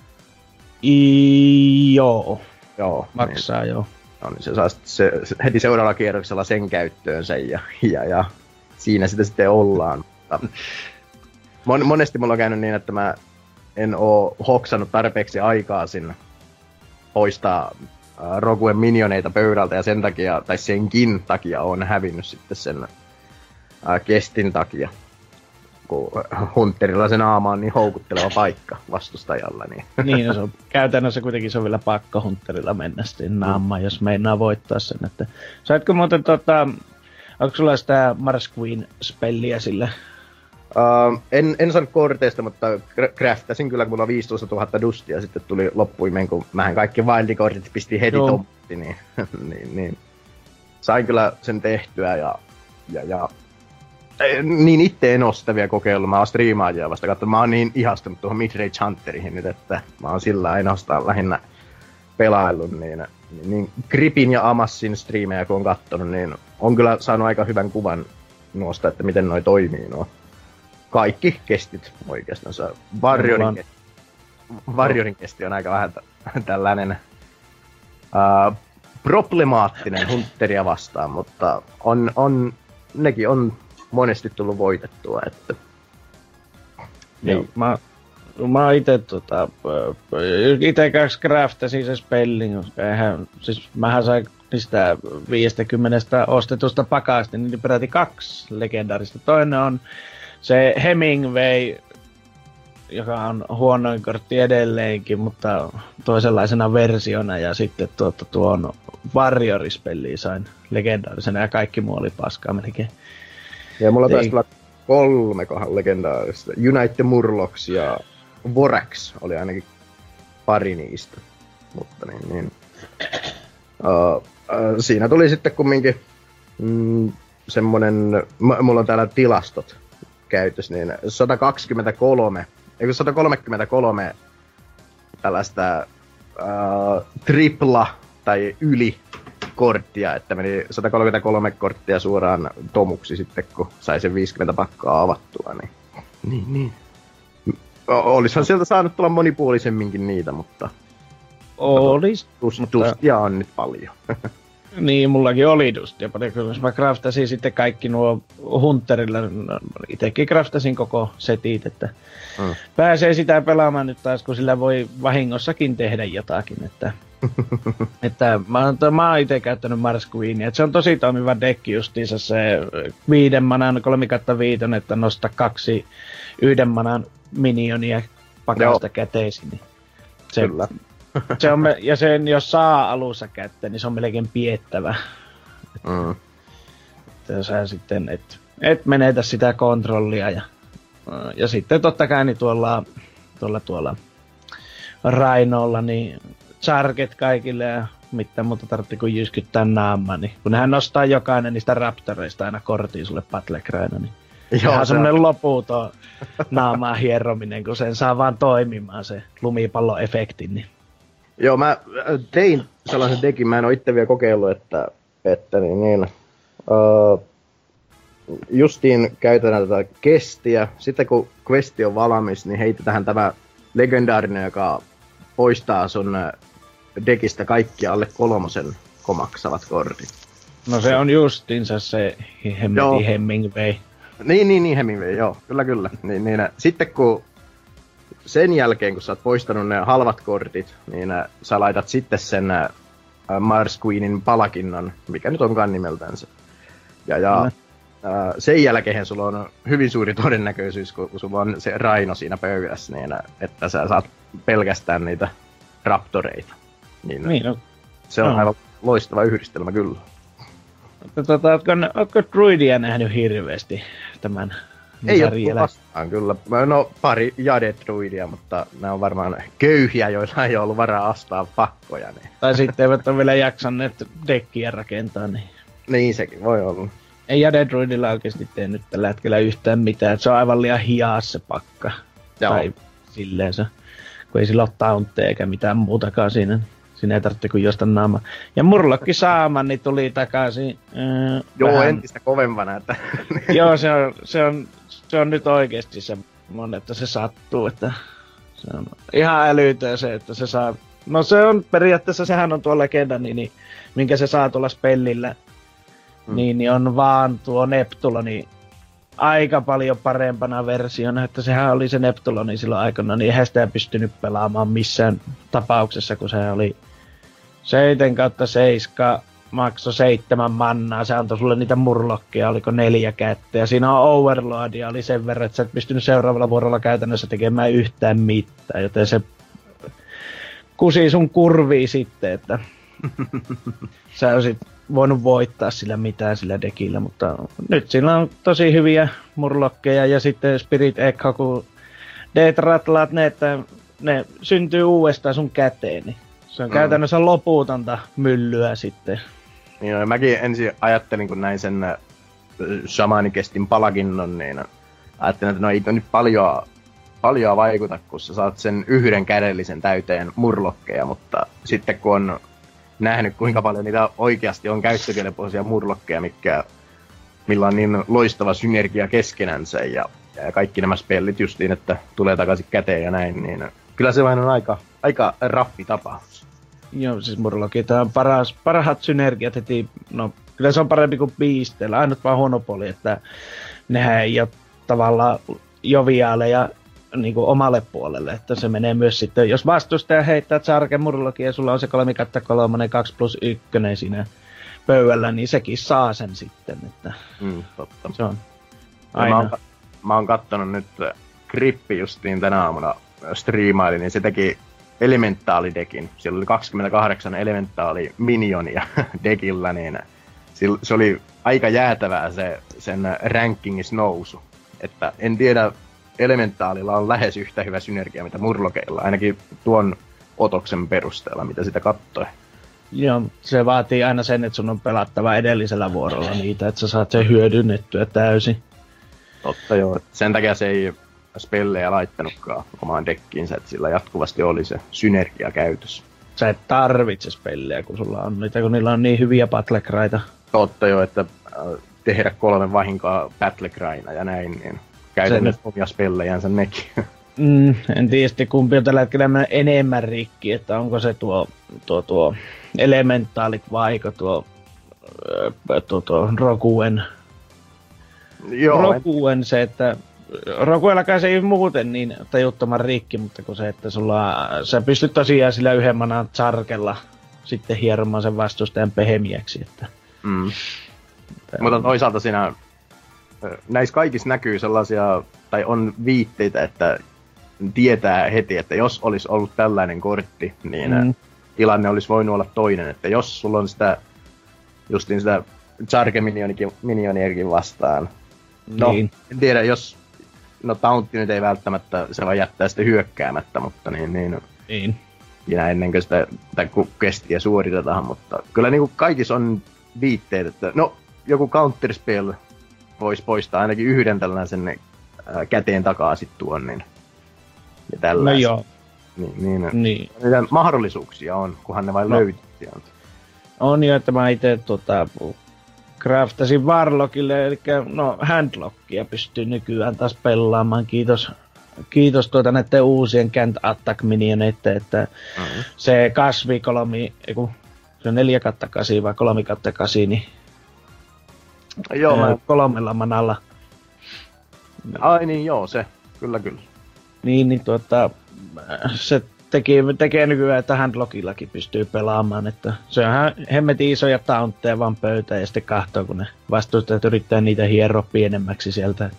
E: I, joo.
D: Joo.
E: Maksaa
D: niin,
E: joo.
D: No niin se saa se, se, heti seuraavalla kierroksella sen käyttöönsä ja, ja, ja siinä sitä sitten ollaan. Mon, monesti mulla on käynyt niin, että mä en oo hoksannut tarpeeksi aikaa sinne poistaa äh, Roguen minioneita pöydältä ja sen takia, tai senkin takia on hävinnyt sitten sen äh, kestin takia. Kun Hunterilla se naama on niin houkutteleva paikka vastustajalla. Niin,
E: niin no se on, käytännössä kuitenkin se on vielä pakko Hunterilla mennä sitten naamaan, mm. jos meinaa voittaa sen. Että, saitko muuten tota, onko sulla sitä Mars Queen-spelliä sille?
D: Uh, en, en saanut korteista, mutta craftasin kyllä, kun mulla on viisitoistatuhatta dustia ja sitten tuli loppuimeen, kun mähän kaikki wildikortit pisti heti tomppi, niin, niin, niin sain kyllä sen tehtyä ja, ja, ja niin itse en oo sitä vielä kokeillut, mä oon striimaajia vasta katsoin, mä oon niin ihastunut tuohon Midrange Hunterihin nyt, että mä oon sillä ainoastaan lähinnä pelaillut, niin, niin, niin Gripin ja Amassin striimejä kun on kattonut, niin on kyllä saanut aika hyvän kuvan nuosta, että miten noi toimii nuo kaikki kestit oikeastaan. Warriorin, kesti, Warriorin kesti on aika vähän t- tällainen uh, problemaattinen hunteria vastaan, mutta on, on, nekin on monesti tullut voitettua, että...
E: Joo, niin. mä, mä oon ite tota, ite käks craftasin se spellin, koska eihän, siis mähän sain niistä viisikymmentä ostetusta pakasta, niin peräti kaksi legendaarista. Toinen on se Hemingway, joka on huonoin kortti edelleenkin, mutta toisenlaisena versiona, ja sitten tuota, tuon Warriorispelliä sain legendaarisena, ja kaikki muu oli paskaa melkein.
D: Ja mulla taisi tulla kolme kohan legendaarista. Unite Murlocs ja Vorax oli ainakin pari niistä. Mutta niin, niin. Uh, uh, siinä tuli sitten kumminkin mm, semmonen, m- mulla on täällä tilastot käytössä, niin sata kaksikymmentäkolme, eikö sata kolmekymmentäkolme tällaista uh, tripla tai yli korttia, että meni sata kolmekymmentäkolme korttia suoraan tomuksi sitten, kun sai sen viisikymmentä pakkaa avattua, niin... Niin, niin. Olishan sieltä saanut tulla monipuolisemminkin niitä, mutta...
E: Olis.
D: Dust, dustia on nyt paljon.
E: Niin, mullakin oli dustia paljon. Kyllä mä craftasin sitten kaikki nuo Hunterilla, itekin craftasin koko setit, että mm. pääsee sitä pelaamaan nyt taas, kun sillä voi vahingossakin tehdä jotakin, että... että mä oon, mä oon ite käyttänyt Mars Queenia, että se on tosi toimiva dekki justiinsa se viiden manan kolme kautta viisi, että nosta kaksi yhden manan minionia pakasta käteisiin. Niin se,
D: Kyllä.
E: se on, ja sen jos saa alussa kättä, niin se on melkein piettävä.
D: Mm.
E: Että sä sitten et, et menetä sitä kontrollia. Ja, ja sitten totta kai niin tuolla, tuolla, tuolla Rainolla, niin charget kaikille ja mitään muuta tarvitse kuin jyskyttää naamaa, niin kun nehän nostaa jokainen niistä raptoreista aina kortiin sulle Battlecryna, niin joo, ihan semmonen loputon naamaa hierominen, kun sen saa vaan toimimaan se lumipallo-efekti. Niin.
D: Joo, mä tein sellaisen dekin, mä en oo itse vielä kokeillut, että, että niin, niin uh, justiin käytetään tätä kestiä, sitten kun questi on valmis, niin heitetään tämä legendaarinen, joka poistaa sun dekistä kaikki alle kolmosen komaksavat kortit.
E: No se on justiinsa se hemmetin Hemingway.
D: Niin, niin, niin Hemingway, joo, kyllä, kyllä. Niin, niin, sitten kun sen jälkeen, kun sä oot poistanut ne halvat kortit, niin sä laitat sitten sen äh, Mars Queenin palakinnon, mikä nyt onkaan nimeltänsä. Ja, ja äh, sen jälkeen sulla on hyvin suuri todennäköisyys, kun sulla on se Raino siinä pöydässä, niin että sä saat pelkästään niitä raptoreita. Niin,
E: niin no.
D: Se on
E: no.
D: aivan loistava yhdistelmä kyllä.
E: Tota, ootko, ootko druidia nähnyt hirveästi tämän?
D: Ei ole vastaan kyllä. No pari jade-druidia, mutta nämä on varmaan köyhiä, joilla ei ollut varaa astaa pakkoja. Niin.
E: Tai sitten eivät ole vielä jaksaneet dekkiä rakentaa. Niin,
D: niin sekin voi olla.
E: Ei jade-druidilla oikeasti tee nyt tällä hetkellä yhtään mitään. Se on aivan liian hias se pakka. Joo. Tai silleen se. Kun ei sillä ole tauntteja eikä mitään muutakaan siinä. Siinä ei tarvitse kuin jostain naamaa. Ja Murlokki Saaman niin tuli takaisin. Äh,
D: Joo,
E: vähän...
D: entistä kovempana. Että...
E: Joo, se on, se, on, se on nyt oikeesti se, että se sattuu. Että se on ihan älytön se, että se saa... No se on periaatteessa, sehän on tuo legenda, niin, niin, minkä se saa tuolla spellillä. Hmm. Niin, niin on vaan tuo Neptuloni aika paljon parempana versiona, että sehän oli se Neptuloni silloin aikana, niin eihän sitä pystynyt pelaamaan missään tapauksessa, kun se oli seitsemän kautta seitsemän, maksoi seitsemän mannaa, se antoi sulle niitä murlokkeja, oliko neljä kättä, ja siinä on Overlordia, oli sen verran, että sä et pystynyt seuraavalla vuorolla käytännössä tekemään yhtään mitään, joten se kusi sun kurvii sitten, että sä olisit voinut voittaa sillä mitään sillä dekillä, mutta nyt sillä on tosi hyviä murlokkeja ja sitten Spirit Echo, kun deet ratlaat ne, että ne syntyy uudestaan sun käteen, niin se on mm. käytännössä loputonta myllyä sitten.
D: Niin no, mäkin ensin ajattelin, kun näin sen shamanikestin palakinnon, niin ajattelin, että no ei nyt paljon, paljon vaikuta, kun sä saat sen yhden kädellisen täyteen murlokkeja, mutta sitten kun on nähnyt, kuinka paljon niitä oikeasti on käyttökelpoisia murlokkeja, mikä, millä on niin loistava synergia keskenänsä ja, ja kaikki nämä spellit justiin, että tulee takaisin käteen ja näin, niin kyllä se vain on aika, aika raffi tapaus.
E: Joo, siis Murlokit on paras, parhaat synergiat heti, no kyllä se on parempi kuin Beastillä, ainut vaan huono puoli, että nehän ei ole tavallaan joviaaleja niin kuin omalle puolelle, että se menee myös sitten, jos vastustaja heittää Charge Murlokin ja sulla on se kolme kautta kolme, kaksi plus yksi siinä pöydällä, niin sekin saa sen sitten, että
D: mm, totta.
E: Se on
D: aina. Mä oon, mä oon kattonut nyt Grippi justiin tänä aamuna striimaili, niin se teki elementaalidekin. Siellä oli kaksikymmentäkahdeksan elementaali minionia dekillä, niin se oli aika jäätävää se sen rankingis nousu. Että en tiedä, elementaalilla on lähes yhtä hyvä synergia mitä murlokeilla, ainakin tuon otoksen perusteella, mitä sitä kattoi.
E: Joo, se vaatii aina sen, että sun on pelattava edellisellä vuorolla niitä, että sä saat sen hyödynnettyä täysin.
D: Totta joo, sen takia se ei spellejä laittanutkaan omaan dekkiinsä, että sillä jatkuvasti oli se synergia käytössä.
E: Sä et tarvitse spellejä, kun sulla on niitä, kun niillä on niin hyviä battlecriita.
D: Totta joo, että tehdä kolme vahinkoa battlecriina ja näin, niin käytännössä omia spellejänsä nekin.
E: Mm, en tiedä sitten kumpi on tällä hetkellä enemmän rikki, että onko se tuo, tuo, tuo elementaalit vaiko tuo, tuo, tuo Rokuen.
D: Joo.
E: Rokuen se, että Rokuellakaan se ei muuten niin tajuttoman rikki, mutta kun se, että sulla, sä pystyt tosiaan sillä yhden manan Chargella sitten hieromaan sen vastustajan pehemiäksi, että...
D: Mm. Mutta toisaalta siinä näissä kaikissa näkyy sellaisia, tai on viitteitä, että tietää heti, että jos olisi ollut tällainen kortti, niin mm. tilanne olisi voinut olla toinen. Että jos sulla on sitä, justiin sitä Charge-minioniakin vastaan, no niin. En tiedä, jos, no tauntti nyt ei välttämättä, se vaan jättää sitä hyökkäämättä, mutta niin, niin,
E: niin.
D: Ja ennen kuin sitä, tai kun kestiä suoritetaan, mutta kyllä niin kuin kaikissa on viitteet, että no joku counterspell voisi poistaa ainakin yhden tällaisen ää, käteen takaa sit tuon, niin ja tällaisen.
E: No joo.
D: Niin, niin,
E: niin.
D: Niitä mahdollisuuksia on, kunhan ne vain no. löytyy sieltä.
E: On jo, että mä ite tota, craftasin Warlockille, eli no handlockia pystyy nykyään taas pelaamaan, kiitos. Kiitos tuota näiden uusien Can't Attack minioneiden, että mm-hmm. se kasvi kolmi, eiku, se on neljä kautta kahdeksan vai kolme kautta kahdeksan, niin
D: joo,
E: ää,
D: mä...
E: kolmella manalla.
D: Ai niin, joo, se, kyllä kyllä.
E: Niin, niin tuota, se teki, tekee nykyään, että handlockillakin pystyy pelaamaan, että se on ihan hemmetin isoja tauntteja vaan pöytään ja sitten kahtoo, kun ne vastustajat yrittää niitä hieroa pienemmäksi sieltä.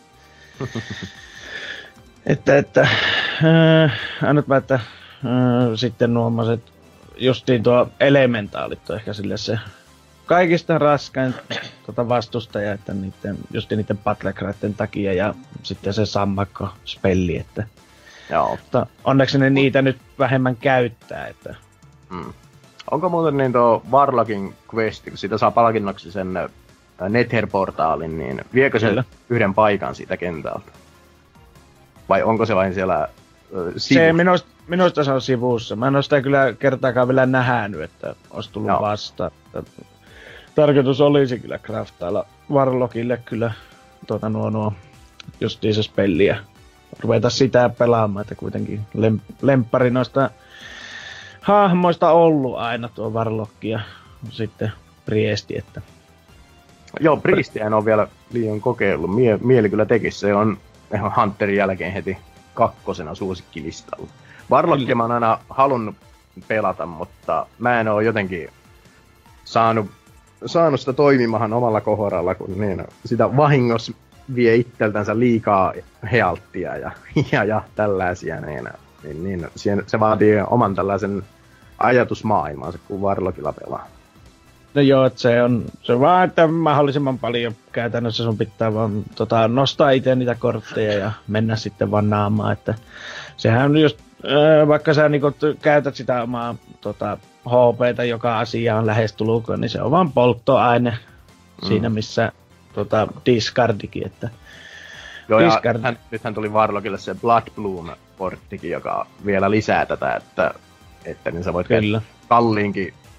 E: Että, että, äh, ainut mä, että äh, sitten nuommoiset, justiin tuo elementaalit on ehkä sille se kaikista raskain tuota vastustaja, että niiden, justiin niiden battlecryten takia ja sitten se sammakko spelli, että
D: joo.
E: Mutta onneksi ne niitä nyt vähemmän käyttää, että
D: mm. Onko muuten niin tuo Warlockin quest, kun siitä saa palkinnoksi sen Nether-portaalin, niin viekö se Kyllä. yhden paikan siitä kentältä? Vai onko se vain siellä äh, sivussa?
E: Se minusta, minusta se on sivussa. Mä en ole sitä kyllä kertaakaan vielä nähnyt, että olisi tullut Joo. vastaan. Tarkoitus olisi kyllä craftailla Warlockille kyllä tuota nuo, nuo justiin se spelliä. Ruveta sitä pelaamaan, että kuitenkin lem, lemppari noista hahmoista ollut aina tuo Warlock ja sitten Priesti, että...
D: Joo, Priestiä en ole vielä liian kokeillut. Mie, mieli kyllä tekisi. Se on ihan Hunterin jälkeen heti kakkosena suosikkilistalla. Warlockia mä oon aina halunnut pelata, mutta mä en oo jotenkin saanut, saanut sitä toimimahan omalla kohoralla, kun niin, sitä vahingossa vie itseltänsä liikaa healttia ja, ja, ja tällaisia. Niin, niin, niin se vaatii oman tällaisen ajatusmaailmansa, kun Warlockilla pelaa.
E: No joo, että se on, se on vaan, että mahdollisimman paljon käytännössä sun pitää vaan tota, nostaa itse niitä kortteja ja mennä sitten vaan naamaan, että sehän on just, äh, vaikka sä niinku käytät sitä omaa tota, H P:tä joka asiaan lähestulkoon, niin se on vaan polttoaine mm. siinä missä tota, discardikin, että
D: joo, discard... ja hän, nythän tuli Warlockille se Blood Bloom-porttikin, joka vielä lisää tätä, että, että niin sä voit
E: Kyllä.
D: kalliinkin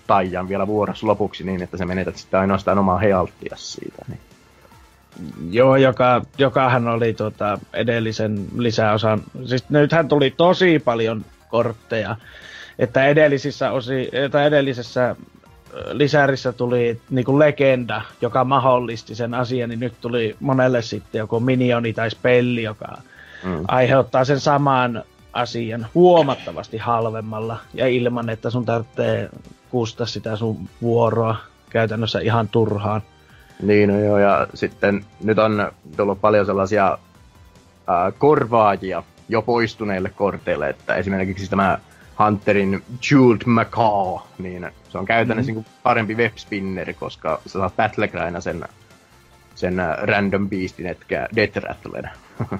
D: taian vielä vuorossa lopuksi niin, että sä menetät sitten ainoastaan omaa healttias siitä. Niin.
E: Joo, joka, jokahan oli tota edellisen lisäosan, siis nythän tuli tosi paljon kortteja, että edellisissä osi, että edellisessä lisärissä tuli niinku legenda, joka mahdollisti sen asian, niin nyt tuli monelle sitten joku minioni tai spelli, joka mm. aiheuttaa sen saman asian huomattavasti halvemmalla ja ilman, että sun tarvitsee kuustaa sitä sun vuoroa käytännössä ihan turhaan.
D: Niin, no joo, ja sitten nyt on tullut paljon sellaisia äh, korvaajia jo poistuneille korteille, että esimerkiksi tämä Hunterin Jeweled Macaw, niin se on käytännössä mm-hmm. niin parempi webspinneri, koska sä saat battlegrinda sen, sen random beastin, etkä Death Rattlen.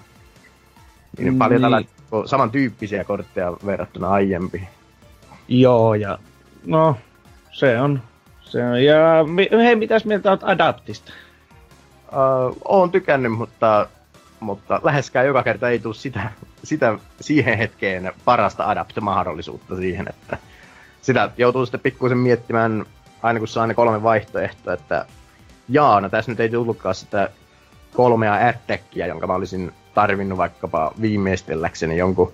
D: niin paljon niin. Tällaisia samantyyppisiä kortteja verrattuna aiempiin.
E: Joo, ja no, se on. Se on. Ja hei, mitäs mieltä oot Adaptista?
D: Uh, oon tykännyt, mutta, mutta läheskään joka kerta ei tule sitä, sitä siihen hetkeen parasta adapt-mahdollisuutta siihen, että sitä joutuu sitten pikkuisen miettimään aina kun saa ne kolme vaihtoehtoa, että jaa, no tässä nyt ei tullutkaan sitä kolmea attackia, jonka mä olisin tarvinnut vaikkapa viimeistelläkseni jonkun,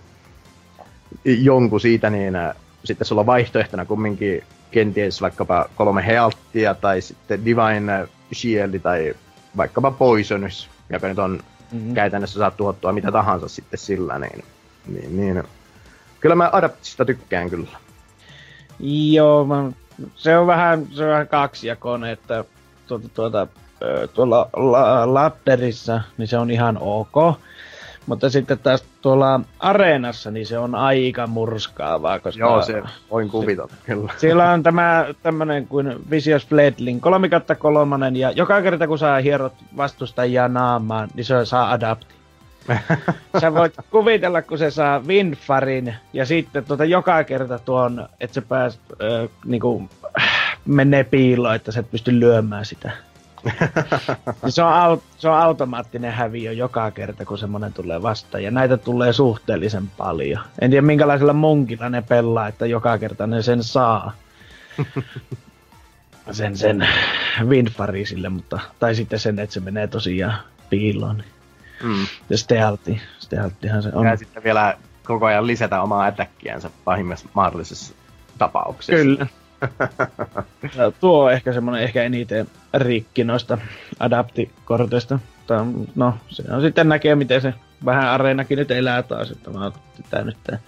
D: jonkun siitä, niin sitten sulla on vaihtoehtona kumminkin kenties vaikkapa kolme healttia tai sitten Divine Shield tai vaikkapa Poisonous, joka nyt on mm-hmm. käytännössä saat tuhottua mitä tahansa sitten sillä, niin, niin, niin. Kyllä mä Adaptista tykkään kyllä.
E: Joo, mä, se on vähän, se on vähän kaksijakoinen, että tuota, tuota, tuolla la, Ladderissa niin se on ihan ok. Mutta sitten taas tuolla Areenassa, niin se on aika murskaavaa, koska...
D: Joo, se voin kuvitella, kyllä.
E: Siellä on tämä tämmönen kuin Vicious Fledling, kolme kautta kolmonen, ja joka kerta kun sä hierot vastustajia naamaan, niin se saa adapti. Sä voit kuvitella, kun se saa Windfarin, ja sitten tuota joka kerta tuon, että se pääs, äh, niinku, menee piiloon, että sä et pysty lyömään sitä. se, on au, se on automaattinen häviö joka kerta, kun semmonen tulee vastaan. Ja näitä tulee suhteellisen paljon. En tiedä minkälaisella munkilla ne pelaa, että joka kerta ne sen saa. sen sen Windfari sille, mutta... Tai sitten sen, että se menee tosiaan piiloon. Mm. Ja stealthi. Stealthihan se on.
D: Ja sitten vielä koko ajan lisätä omaa attackiänsä pahimmassa mahdollisessa tapauksessa.
E: Kyllä. Ja tuo on ehkä semmonen ehkä eniten rikki noista adaptikorteista. No, se on sitten näkee miten se vähän areenakin nyt elää taas, että mä oon tätä nyt tää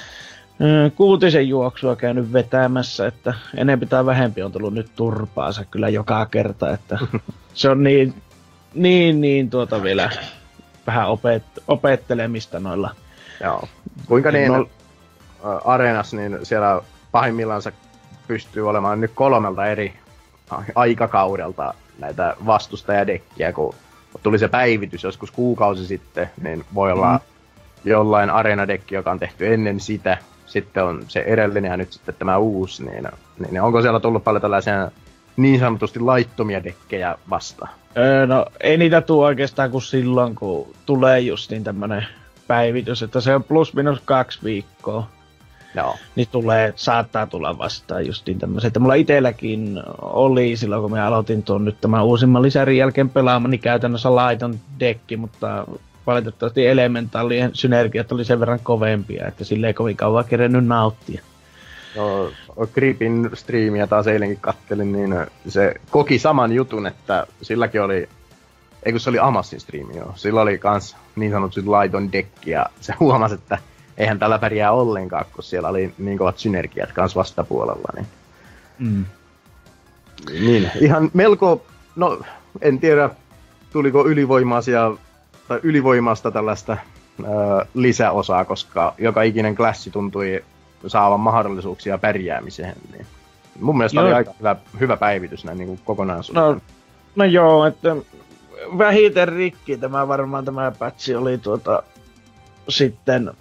E: kuutisen juoksua käynyt vetämässä, että enempi tai vähempi on tullut nyt turpaansa kyllä joka kerta, että se on niin, niin, niin tuota vielä vähän opet, opettelemista noilla.
D: Joo. Kuinka niin no, areenassa, niin siellä pahimmillaan pystyy olemaan nyt kolmelta eri aikakaudelta näitä vastustajadekkiä, kun tuli se päivitys joskus kuukausi sitten, niin voi olla mm. jollain areenadekki, joka on tehty ennen sitä, sitten on se edellinen ja nyt sitten tämä uusi, niin, niin onko siellä tullut paljon tällaisia niin sanotusti laittomia dekkejä vastaan?
E: Öö, no ei niitä tule oikeastaan kuin silloin, kun tulee just niin tämmönen päivitys, että se on plus minus kaksi viikkoa.
D: Joo.
E: Niin tulee, saattaa tulla vastaan justiin tämmöset. Että mulla itelläkin oli silloin, kun mä aloitin tuon nyt tämän uusimman lisärin jälkeen pelaamaan, niin käytännössä laiton dekki, mutta valitettavasti elementaalien synergiat oli sen verran kovempia, että sille ei kovin kauan kerennyt nauttia.
D: No, Creepin striimiä taas eilenkin kattelin, niin se koki saman jutun, että silläkin oli, ei kun se oli Amassin striimi, joo. Sillä oli kans niin sanottu laiton dekki, ja se huomasi, että eihän tällä pärjää ollenkaan, kun siellä oli niin kovat synergiat kans vastapuolella, niin... Mm. Niin, ihan melko, no en tiedä, tuliko ylivoimaisia, tai ylivoimasta tällaista ö, lisäosaa, koska joka ikinen klassi tuntui saavan mahdollisuuksia pärjäämiseen, niin mun mielestä joo. Oli aika hyvä, hyvä päivitys näin niin kuin kokonaisuudessa.
E: No, no joo, että vähiten rikki tämä varmaan tämä patchi oli tuota sitten...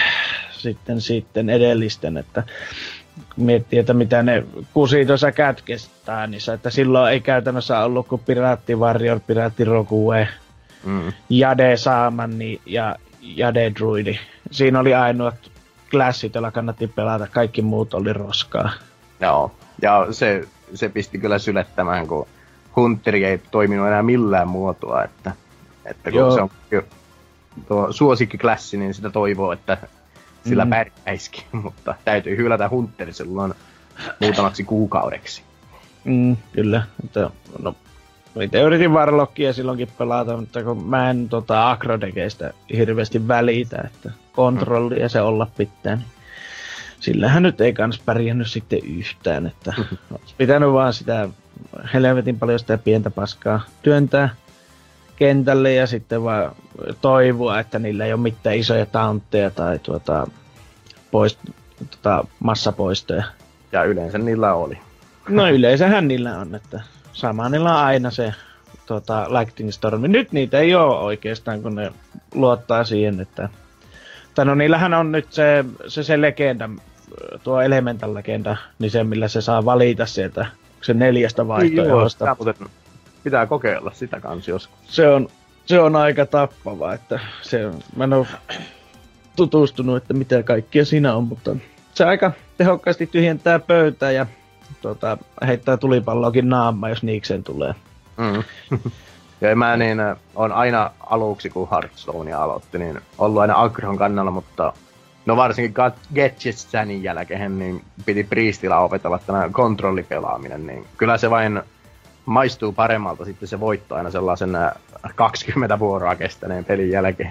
E: sitten sitten edellisten, että miettii, että mitä ne kusi tuossa kätkestää, niin se, että silloin ei käytännössä ollut kuin Piraatti Warrior, Piraatti Rogue, mm. Jade Saamani ja Jade Druidi. Siinä oli ainoat klassit, joilla kannatti pelata, kaikki muut oli roskaa.
D: Joo, ja se, se pisti kyllä sylettämään, kun Hunteri ei toiminut enää millään muotoa, että, että kun Joo. se on tuo suosikkiklassi, niin sitä toivoo, että sillä mm. pärjäisikin, mutta täytyy hylätä Hunteri silloin muutamaksi kuukaudeksi.
E: Mm, kyllä, että no, itse yritin Warlockia silloinkin pelata, mutta kun mä en tota, Agrodekeistä hirveästi välitä, että kontrolli ja se olla pitää, niin sillähän nyt ei kans pärjännyt sitten yhtään, että olisi pitänyt vaan sitä helvetin paljon sitä pientä paskaa työntää kentälle ja sitten vaan toivoa, että niillä ei ole mitään isoja tauntteja tai tuota, poist, tuota, massapoistoja.
D: Ja yleensä niillä oli.
E: No yleensähän niillä on, että sama niillä on aina se tuota, Lightning Storm. Nyt niitä ei ole oikeastaan, kun ne luottaa siihen, että... Tai no niillähän on nyt se, se, se legenda, tuo Elemental legenda, niin se millä se saa valita sieltä se neljästä vaihtoehdosta.
D: Niin pitää kokeilla sitä kans joskus.
E: Se on, se on aika tappava, että se, mä en ole tutustunut, että mitä kaikkia siinä on, mutta se aika tehokkaasti tyhjentää pöytää ja tuota, heittää tulipalloakin naamaan, jos niikseen tulee.
D: Mm. Ja mä niin, on aina aluksi, kun Hearthstonea aloitti, niin ollut aina Agron kannalla, mutta no varsinkin Gadgetsanin jälkeen, niin piti Priestillä opetella tämä kontrollipelaaminen, niin kyllä se vain maistuu paremmalta sitten se voitto aina sellaisen kaksikymmentä vuoroa kestäneen pelin jälkeen.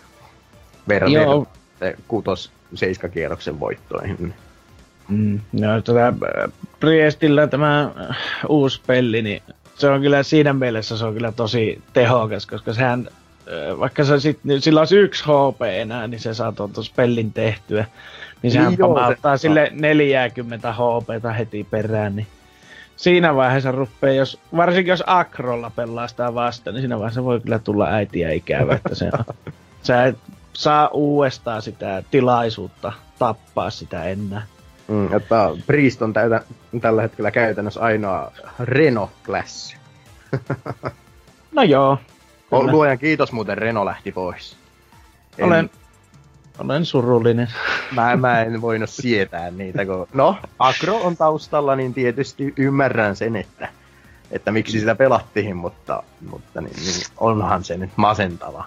D: Verraten kutos seiska kierroksen voittoihin.
E: Mm, no tätä Priestillä tämä uusi peli, niin se on kyllä siinä mielessä se on kyllä tosi tehokas, koska sehän, vaikka se sit, sillä olisi yksi H P enää, niin se saa tuon spellin tehtyä. Niin sehän niin pamauttaa se sille neljäkymmentä H P:tä heti perään, niin siinä vaiheessa ruppee, jos, varsinkin jos Akrolla pelaa sitä vastaan, niin siinä vaiheessa voi kyllä tulla äitiä ikävä, että se on, sä et saa uudestaan sitä tilaisuutta tappaa sitä enää.
D: Mm, että Priest on täytä, tällä hetkellä käytännössä ainoa Reno-klassi.
E: No joo.
D: Kyllä. Luojan kiitos muuten Reno lähti pois. En,
E: olen, olen surullinen.
D: Mä, mä en voinut sietää niitä, kun... No, Agro on taustalla, niin tietysti ymmärrän sen, että, että miksi sitä pelattiin, mutta, mutta niin, niin, onhan se nyt masentava.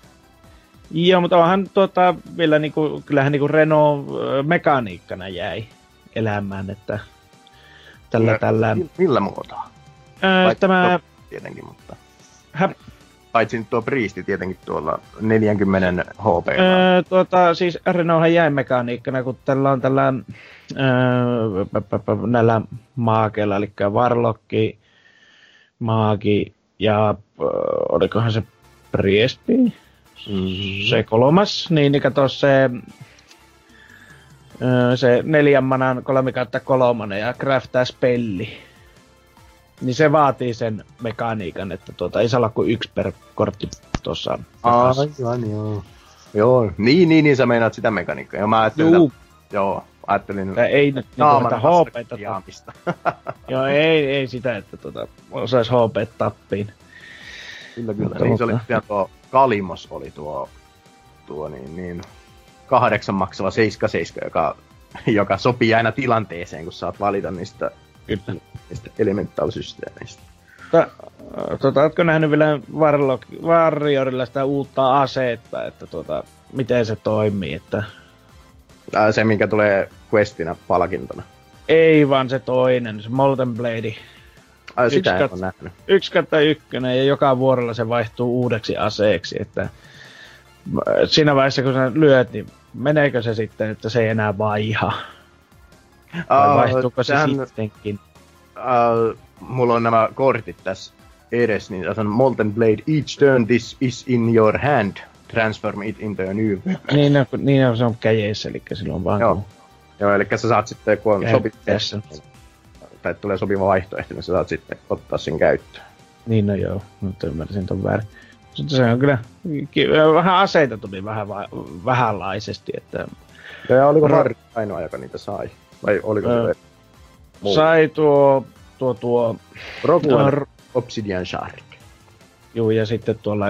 E: Joo, mutta onhan tuota, vielä niinku, kyllähän niinku Renault mekaniikkana jäi elämään, että tällä no, tällä...
D: Millä muotoa?
E: Öö, tämä...
D: Tietenkin, mutta...
E: Hä?
D: Paitsi nyt tuo Priesti tietenkin tuolla neljäkymmentä H P.
E: Öö, tuota, siis Renaulthan jäi mekaniikkana, kun tällä on tällä öö, näillä maakeilla, eli Warlocki, Maagi ja öö, olikohan se Priesti? Mm-hmm. Se kolmas, niin kato se, se neljän manan kolme kautta kolmonen ja craftaa spelli. Niin se vaatii sen mekaniikan, että tuota ei saa olla kuin yksi per kortti tuossa.
D: Aivan joo. Joo, niin, niin, niin sä meinaat sitä mekaniikkaa. Ja mä ajattelin,
E: Juu.
D: Että, joo, ajattelin...
E: Tää ei nyt niinku H P:tä
D: jaamista.
E: Joo, ei, ei sitä, että tuota, osais H P tappiin.
D: Kyllä, kyllä. Mutta, niin se oli tuo Kalimos oli tuo, tuo niin, niin kahdeksan maksava seitsemän seitsemän, joka, joka sopii aina tilanteeseen, kun saat valita niistä, niistä elemental-systeemeistä.
E: Tota, ootko nähnyt vielä Warlock, Warriorilla sitä uutta asetta, että tota, miten se toimii, että...
D: Ää, se, minkä tulee questina palkintona.
E: Ei vaan se toinen, se Molten Blade.
D: Ai, sitä en ole nähnyt.
E: Yksi kautta ykkönen ja joka vuorolla se vaihtuu uudeksi aseeksi, että siinä vaiheessa kun sä lyöt, niin meneekö se sitten, että se ei enää vaiha? Vai uh, vaihtuuko se tämän, sittenkin?
D: Uh, mulla on nämä kortit tässä edes, niin tässä on Molten Blade, each turn this is in your hand, transform it into a new weapon.
E: Niin, no, niin no, se on käjeessä, eli silloin vaan
D: Joo,
E: kun...
D: Joo eli sä saat sitten, kun on sopit tai tulee sopiva vaihtoehto, niin sä saat sitten ottaa sen käyttöön.
E: Niin no joo, nyt ymmärsin ton väärin. Mutta se on kyllä, vähän aseita tuli vähän va- vähänlaisesti, että...
D: Ja oliko Harry ainoa, joka niitä sai? Vai oliko öö, se muu?
E: Sai tuo, tuo, tuo...
D: Rogue One Obsidian Shard.
E: Juu, ja sitten tuolla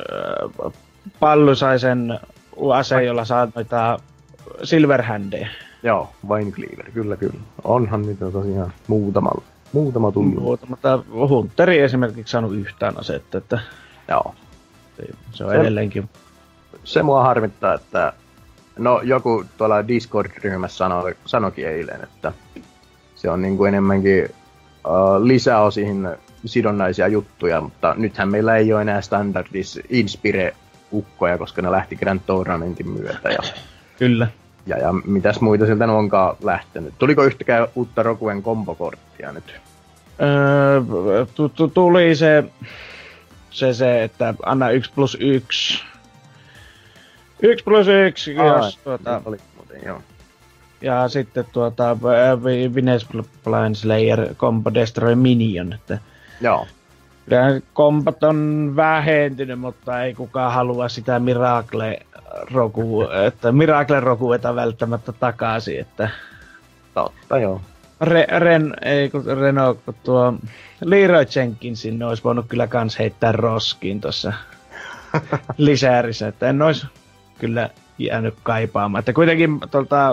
E: äh, Pallu sai sen aseen, jolla saa noita Silverhandeja.
D: Joo, Winecleaver, kyllä kyllä. Onhan niitä tosiaan muutama, muutama tullut.
E: Muutama. Tää Hunteri esimerkiksi saanut yhtään asetta, että
D: Joo.
E: se on
D: Se-
E: edelleenkin.
D: Se mua harmittaa, että no joku tuolla Discord-ryhmässä sanoi, sanoikin eilen, että se on niinku enemmänkin uh, lisäosiin sidonnaisia juttuja, mutta nythän meillä ei ole enää standardis Inspire-ukkoja, koska ne lähti Grand Tournamentin myötä. Ja,
E: Kyllä.
D: ja, ja mitäs muita sieltä ne onkaan lähtenyt. Tuliko yhtäkään uutta Rokuen kombokorttia nyt?
E: Öö, tu- tu- tuli se, se, se, että anna yksi plus yksi. Yksi plus yksi, jos tuota,
D: Oli muuten, joo.
E: ja sitten tuota, Venus Blind Slayer Combo Destroy Minion, että
D: Joo.
E: kyllä kombot on vähentynyt, mutta ei kukaan halua sitä Miracle Roku, että Miracle Rokueta välttämättä takaisin, että
D: Totta, joo.
E: Re, Ren, ei kun Renault, kun tuo Leroy Jenkinsin olisi voinut kyllä kans heittää roskiin tossa lisäärissä, että en ois kyllä jäänyt kaipaamaan. Että kuitenkin tuolta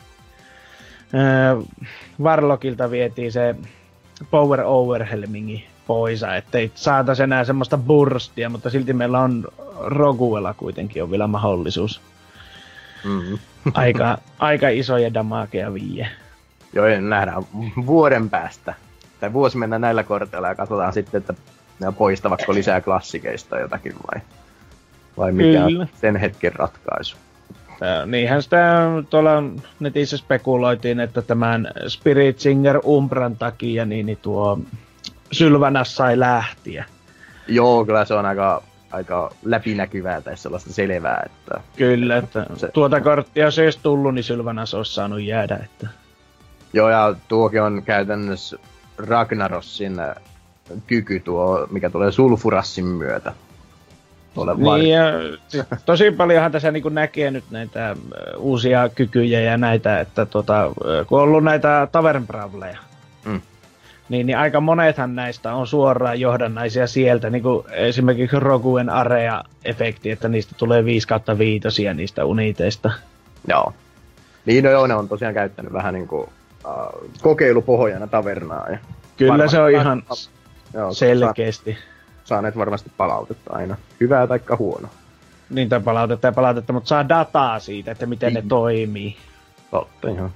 E: Warlockilta vietiin se Power Overwhelmingi pois, ettei saatais enää semmoista burstia, mutta silti meillä on Roguella kuitenkin on vielä mahdollisuus.
D: Mm-hmm.
E: Aika, aika isoja damageja vie.
D: Joo, nähdään vuoden päästä. Tai vuosi mennään näillä korteilla ja katsotaan sitten, että ne poistavatko lisää klassikeista jotakin vai, vai mikä
E: Kyllä.
D: on sen hetken ratkaisu.
E: Tää, niinhän sitä tuolla netissä spekuloitiin, että tämän Spirit Singer Umbran takia niin, niin tuo Sylvanas sai lähtiä.
D: Joo, kyllä se on aika, aika läpinäkyvää tai sellaista selvää, että
E: Kyllä, että
D: Se-
E: tuota korttia jos ei olisi tullut, niin Sylvanas olisi saanut jäädä. Että
D: joo, ja tuokin on käytännössä Ragnarossin kyky tuo, mikä tulee Sulfurassin myötä. Tuolle var-
E: niin, ja sit tosi paljonhan tässä niin näkee nyt näitä ö, uusia kykyjä ja näitä, että tota, ö, kun on ollut näitä Tavern Brawleja,
D: Mm.
E: niin, niin aika monethan näistä on suoraan johdannaisia sieltä, niin kuin esimerkiksi Roguen Area-efekti, että niistä tulee viisi kautta viitosia niistä uniteista.
D: Joo. Niin, no joo, ne on tosiaan käyttänyt vähän niinku uh, kokeilupohjana tavernaa. Ja
E: Kyllä
D: varmasti
E: se on
D: saa-
E: ihan
D: joo,
E: selkeästi.
D: Saa, saaneet varmasti palautetta aina. Hyvää taikka huono.
E: Niitä palautetta ja palautetta, mutta saa dataa siitä, että miten ne
D: Mm.
E: toimii.
D: Totta, joo.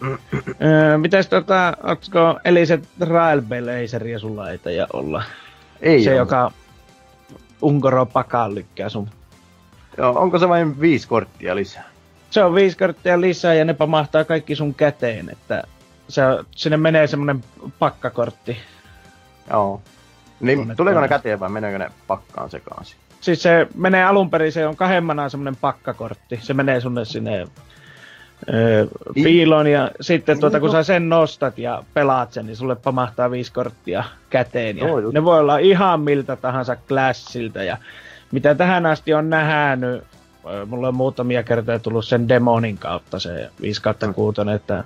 E: Öö, mitäs tota, ootko Eliset Railblazeria sulla ei taida olla?
D: Ei
E: se,
D: oo.
E: joka Unkoro Pakaan lykkää sun.
D: Joo, onko se vain viisi korttia lisää?
E: Se on viisi korttia lisää ja ne pamahtaa kaikki sun käteen, että se, sinne menee semmonen pakkakortti.
D: Joo. Niin,
E: Tuonne
D: tuleeko ne
E: tuonne.
D: käteen vai meneekö ne pakkaan sekaisin?
E: Siis se menee alun perin, se on kahemmana semmonen pakkakortti. Se menee sunne sinne öö,
D: Niin.
E: piiloon ja sitten tuota, kun
D: no.
E: sä sen nostat ja pelaat sen, niin sulle pamahtaa viisi korttia käteen. Ja
D: Joo, just.
E: ne voi olla ihan miltä tahansa klassilta ja mitä tähän asti on nähnyt, öö, mulla on muutamia kertoja tullut sen demonin kautta se viisi kautta kuusi, että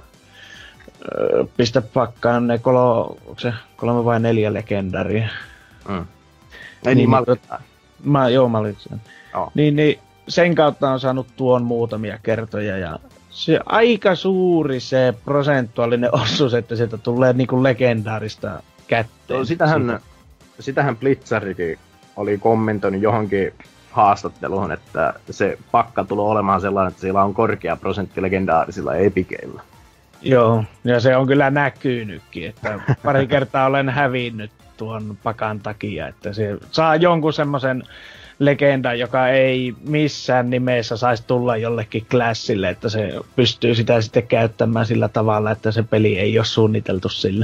E: öö, pistä pakkaan ne kolo, onko se kolme vai neljä legendaria.
D: Mm. Ei
E: Niin,
D: niin,
E: niin,
D: niin
E: Mä, joo, mä olin sen.
D: Joo.
E: Niin, niin sen kautta on saanut tuon muutamia kertoja ja se aika suuri se prosentuaalinen osuus, että sieltä tulee niinku legendaarista kätteen.
D: Joo, sitähän,
E: Siitä.
D: sitähän Blitzardikin oli kommentoinut johonkin haastatteluun, että se pakka tulee olemaan sellainen, että siellä on korkea prosentti legendaarisilla epikeillä.
E: Joo, ja se on kyllä näkynytkin, että pari kertaa olen hävinnyt tuon pakan takia, että se saa jonkun semmoisen legendan, joka ei missään nimessä saisi tulla jollekin klassille, että se pystyy sitä sitten käyttämään sillä tavalla, että se peli ei ole suunniteltu sille.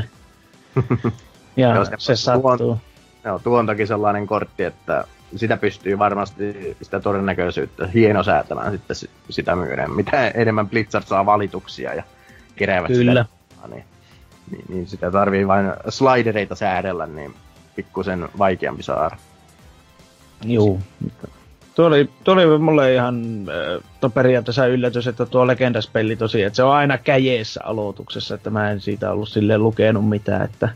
E: Ja
D: Joo,
E: se,
D: se-
E: sattuu.
D: tuon- Joo, tuo on toki sellainen kortti, että sitä pystyy varmasti sitä todennäköisyyttä hienosäätämään sitten si- sitä myöden. Mitä enemmän Blizzard saa valituksia ja keräävät
E: Kyllä.
D: sitä, niin, niin, niin sitä tarvii vain slidereita säädellä, niin pikkusen vaikeampi saada.
E: Juu. Tuo oli, tuo oli mulle ihan äh, periaatteessa yllätys, että tuo legendaspeli tosiaan, että se on aina käjeessä aloituksessa, että mä en siitä ollut silleen lukenut mitään, että,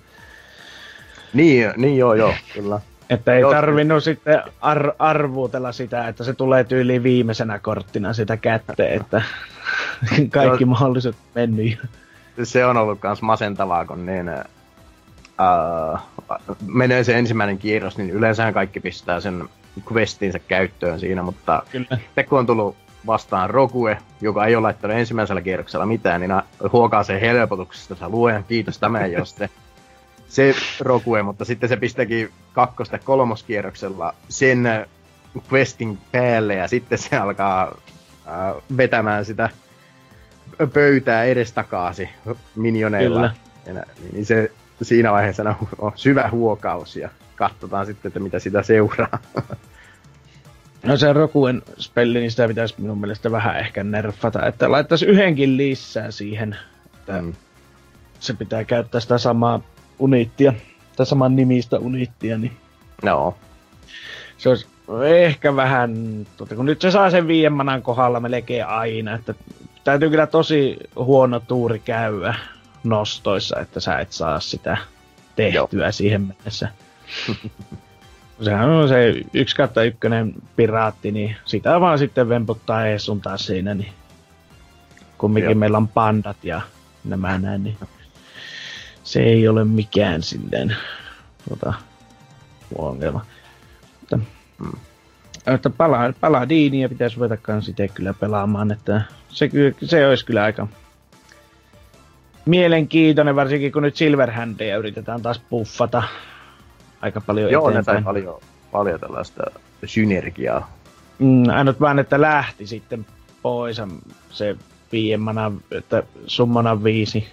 D: Niin, niin joo, joo, kyllä.
E: että ei
D: Joo,
E: tarvinnut sitten ar- arvuutella sitä, että se tulee tyyliin viimeisenä korttina sitä kätteen, että Kaikki mahdolliset mennyt.
D: Se on ollut kans masentavaa, kun niin... Uh, menee se ensimmäinen kierros, niin yleensähän kaikki pistää sen questinsä käyttöön siinä, mutta sitten kun on tullut vastaan Rogue, joka ei ole laittanut ensimmäisellä kierroksella mitään, niin huokaa sen helpotuksesta, että luojan kiitos, tämä ei ole se, se Rogue, mutta sitten se pistäkin kakkos- tai kolmoskierroksella sen questin päälle ja sitten se alkaa uh, vetämään sitä pöytää edestakaasi minioneilla. Ja, niin se siinä vaiheessa on syvä huokaus ja katsotaan sitten, että mitä sitä seuraa.
E: No se Rokuen spelli, niin sitä pitäisi minun mielestä vähän ehkä nerfata, että laittaisi yhdenkin lisää siihen, että mm. se pitää käyttää sitä samaa uniittia, tai saman nimistä uniittia, niin
D: no.
E: Se olisi ehkä vähän, tuota, kun nyt se saa sen viiden manan kohdalla melkein aina, että täytyy kyllä tosi huono tuuri käydä nostoissa, että sä et saa sitä tehtyä Joo. siihen mennessä. Sehän on se yksi kautta ykkönen piraatti, niin sitä vaan sitten vemputtaa ees sun taas siinä, niin kumminkin Joo. meillä on pandat ja nämä näin, niin se ei ole mikään silleen tuota, ongelma. Mutta, mm. että pala, Paladiinia pitäisi ruveta kans itse kyllä pelaamaan, että se, se olisi kyllä aika mielenkiintoinen, varsinkin kun nyt Silverhandia yritetään taas buffata aika paljon
D: Joo,
E: eteenpäin.
D: Joo, paljon, paljon tällaista synergiaa.
E: Mm, ainut vaan, että lähti sitten pois se viiemmana, että summana viisi.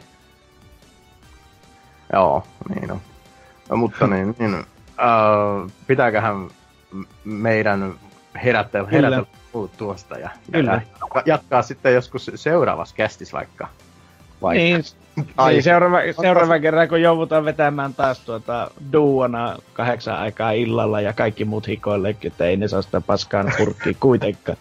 D: Joo, niin on. No, mutta niin, niin uh, pitääköhän meidän herätellä, herätellä tuosta ja, ja jatkaa sitten joskus seuraavassa kästissä vaikka. vaikka.
E: Niin, niin seuraava, seuraava kerran kun joudutaan vetämään taas tuota duona kahdeksan aikaa illalla ja kaikki muut hikoillekin, että ei ne saa sitä paskaa purkkiä kuitenkaan.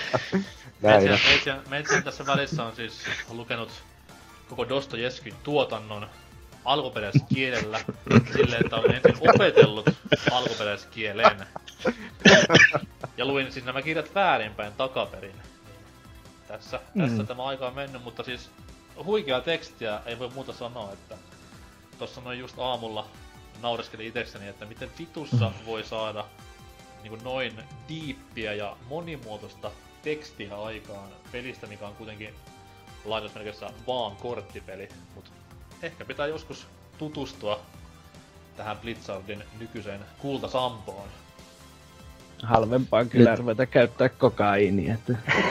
B: Meitsi tässä välissä on siis lukenut koko Dostojevskin tuotannon alkuperäisellä kielellä silleen, että olen ensin opetellut alkuperäiskielen. Ja luin siis nämä kirjat väärinpäin takaperin. Tässä, tässä mm. tämä aika on mennyt, mutta siis huikeaa tekstiä, ei voi muuta sanoa, että tossa noin just aamulla naureskelin itsekseni, että miten vitussa voi saada niin noin diippiä ja monimuotoista tekstiä aikaan pelistä, mikä on kuitenkin lainausmerkeissä vaan korttipeli, mut ehkä pitää joskus tutustua tähän Blizzardin nykyiseen kultasampoon.
E: Halvempaa kyllä Nyt. ruveta käyttää kokaiinia, että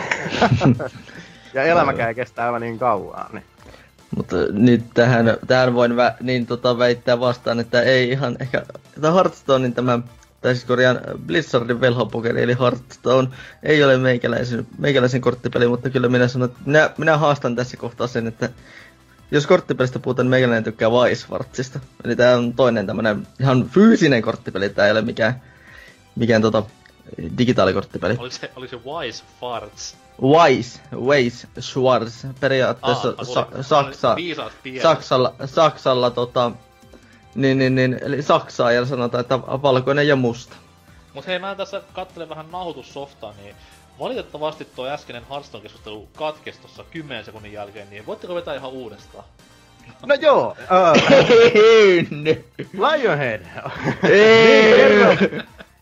D: ja elämäkään kestää aivan niin kauan, niin.
C: Mutta nyt tähän, tähän voin vä, niin tota väittää vastaan, että ei ihan ehkä tämä Hearthstonein tämä, tai siis korjaan Blizzardin velhopokeri eli Hearthstone ei ole meikäläisen, meikäläisen korttipeli, mutta kyllä minä sanon, että minä, minä haastan tässä kohtaa sen, että jos korttipelistä puhutaan, niin meikäläinen tykkää Weiss-Schwarzista. Eli tää on toinen tämmönen ihan fyysinen korttipeli, tää ei ole mikään, mikään tota digitaalikorttipeli.
B: Oli se, oli se Weiss-Schwarz?
C: Weiss, Weiss, Schwarz, periaatteessa
B: Aa,
C: sa-
B: oli,
C: Saksa,
B: oli
C: Saksalla, Saksalla tota, niin, niin, niin, eli Saksaa ja sanotaan, että valkoinen ja musta.
B: Mut hei, mä tässä kattelen vähän nauhoitussoftaa, niin valitettavasti tuo äskeinen Hearthstone-keskustelu katkesi tossa kymmenen sekunnin jälkeen, niin voitteko vetää ihan uudestaan?
D: No joo, uh, Lionhead!
C: ei,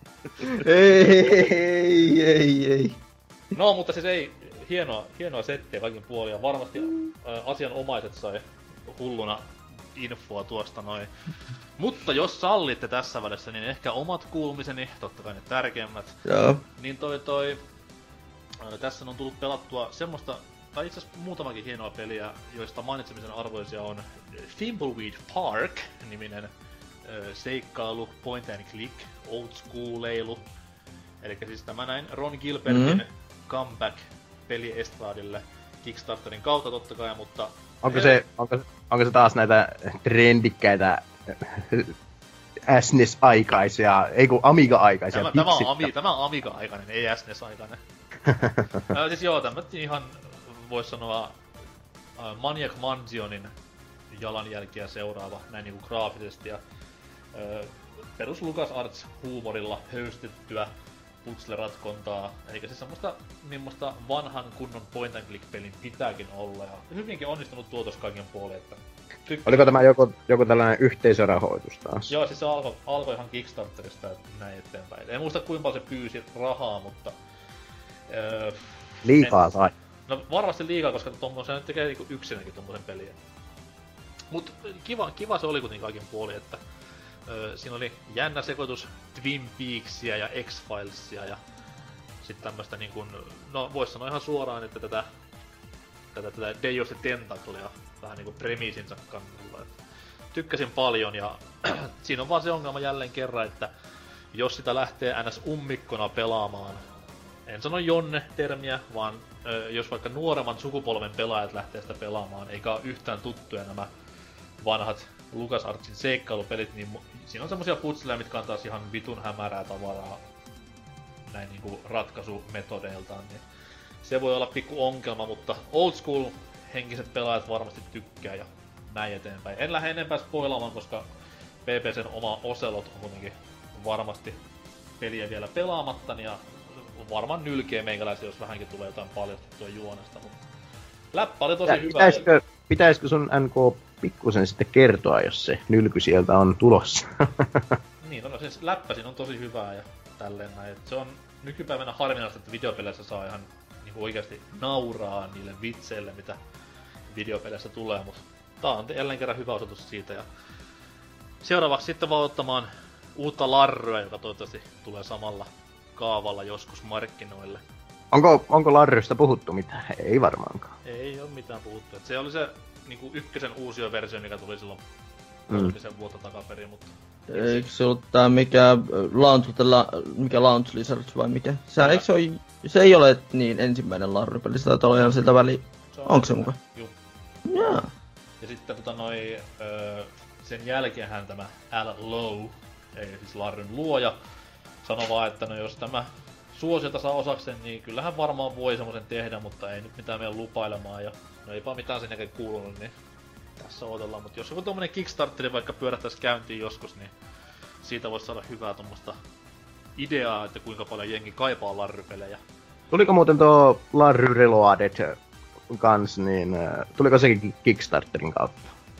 C: ei, ei, ei.
B: No, mutta siis ei, hienoa, hienoa settiä kaikin puolin, ja varmasti ä, asianomaiset sai hulluna infoa tuosta noin. Mutta jos sallitte tässä välissä, niin ehkä omat kuulumiseni, totta kai ne tärkeimmät.
C: Joo. Niin
B: toi toi, ä, tässä on tullut pelattua semmoista, tai itse asiassa muutamakin hienoa peliä, joista mainitsemisen arvoisia on Thimbleweed Park-niminen ä, seikkailu, point and click, old schooleilu. Elikkä siis tämä näin Ron Gilbertin mm-hmm. comeback peli estradille Kickstarterin kautta totta kai, mutta
D: Onko se, onko, onko se taas näitä trendikkäitä S N E S-aikaisia, ei kun Amiga-aikaisia
B: tämä, tämä, on Ami, tämä on Amiga-aikainen, ei S N E S-aikainen. äh, siis joo, tämä ihan vois sanoa äh, Maniac Mansionin jalanjälkiä seuraava, näin niinku graafisesti ja äh, perus LucasArts huumorilla höystettyä puzzle-ratkontaa, eikä se semmoista, millaista vanhan kunnon point and click pelin pitääkin olla, ja hyvinkin onnistunut tuotos kaiken puolin, että tyk-
D: Oliko tämä joku, joku tällainen yhteisörahoitus taas?
B: Joo, siis se alkoi alko ihan Kickstarterista ja näin eteenpäin. En muista kuinka paljon se pyysi rahaa, mutta... Öö,
D: Liikaa
B: en,
D: sai.
B: No varmasti liikaa, koska tommosen nyt tekee niinku yksinäkin tommosen peliä. Mut kiva, kiva se oli kuitenkin kaikin puolin, että öö, siinä oli jännä sekoitus Twin Peaksia ja X-Filesia ja sit tämmöstä niinkun, no vois sanoa ihan suoraan, että tätä tätä, tätä Day of the Tentaclea vähän niinku premiisinsa kannalla. Et tykkäsin paljon ja siinä on vaan se ongelma jälleen kerran, että jos sitä lähtee ns ummikkona pelaamaan, en sano Jonne-termiä, vaan ö, jos vaikka nuoremman sukupolven pelaajat lähtee sitä pelaamaan, eikä ole yhtään tuttuja nämä vanhat LucasArtsin seikkailupelit, niin siinä on semmosia puzzleja, mitkä on taas ihan vitun hämärää tavaraa näin niinku ratkaisumetodeiltaan, niin se voi olla pikku ongelma, mutta old school henkiset pelaajat varmasti tykkää ja näin eteenpäin. En lähde enempää spoilaamaan, koska P P C:n oma Ocelot on kuitenkin varmasti peliä vielä pelaamatta, ja varmaan nylkee meikäläisiä, jos vähänkin tulee jotain paljastettua juonesta, mutta läppä oli tosi
D: ja
B: hyvä.
D: Pitäisikö, pitäisikö sun N K pikkusen sitten kertoa, jos se nylky sieltä on tulossa?
B: Niin, no siis läppäsin on tosi hyvää ja tälleen näin. Et se on nykypäivänä harvinaista, että videopeleissä saa ihan niinku oikeasti nauraa niille vitseille, mitä videopeleissä tulee, mutta tää on jälleen kerran hyvä osoitus siitä. Ja seuraavaksi sitten vaan ottamaan uutta larryä, joka toivottavasti tulee samalla kaavalla joskus markkinoille.
D: Onko, onko Larrysta puhuttu mitään? Ei varmaankaan.
B: Ei oo mitään puhuttu. Et se oli se niinku ykkösen uusio versio, mikä tuli silloin
D: Mm.
B: kolmisen vuotta takaperin, mutta...
C: Eikö se ollut tää mikä Launch, la, mikä Launch Lizards vai mikä? Se, eikö se, ole, se ei ole niin ensimmäinen larrypeli, sitä taitaa olla ihan siltä väliin.
B: Se
C: Onko se mukaan?
B: Juu.
C: Jaa.
B: Ja sitten tota noi, öö, sen jälkeenhän tämä Al Lowe, eli siis Larryn luoja, sanoi vaan, että no jos tämä suosiota saa osakseen, niin kyllähän varmaan voi semmosen tehdä, mutta ei nyt mitään meidän lupailemaan. Ja no eipä mitään sinnekin kuulunut, niin tässä odotellaan. Mutta jos joku tommonen Kickstarteri vaikka pyörähtäisi käyntiin joskus, niin siitä voisi saada hyvää tommoista ideaa, että kuinka paljon jengi kaipaa larrypelejä.
D: Tuliko muuten tuo Larry Reloaded kans, niin äh, tuliko sekin Kickstarterin kautta?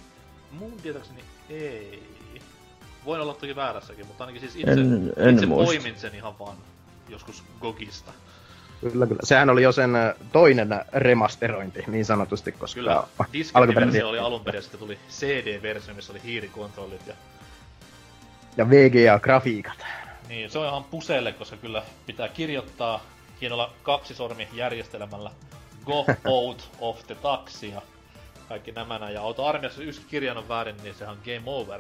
B: Mun tietääkseni ei. Voin olla toki väärässäkin, mutta ainakin siis itse,
C: En- en
B: itse
C: muista.
B: poimin sen ihan vaan joskus Gogista.
D: Kyllä, kyllä. Sehän oli jo sen äh, toinen remasterointi, niin sanotusti, koska...
B: Kyllä,
D: alkuperäinen-
B: diskettiversio oli alun perin, sitten tuli C D-versio, missä oli hiirikontrollit ja...
D: Ja V G A-grafiikat.
B: Niin, se on ihan puselle, koska kyllä pitää kirjoittaa hienolla kaksisormi-järjestelmällä Go out of the taxi ja kaikki nämä näin. Ja auto-armiassa jos yksi kirjan on väärin, niin sehän on game over.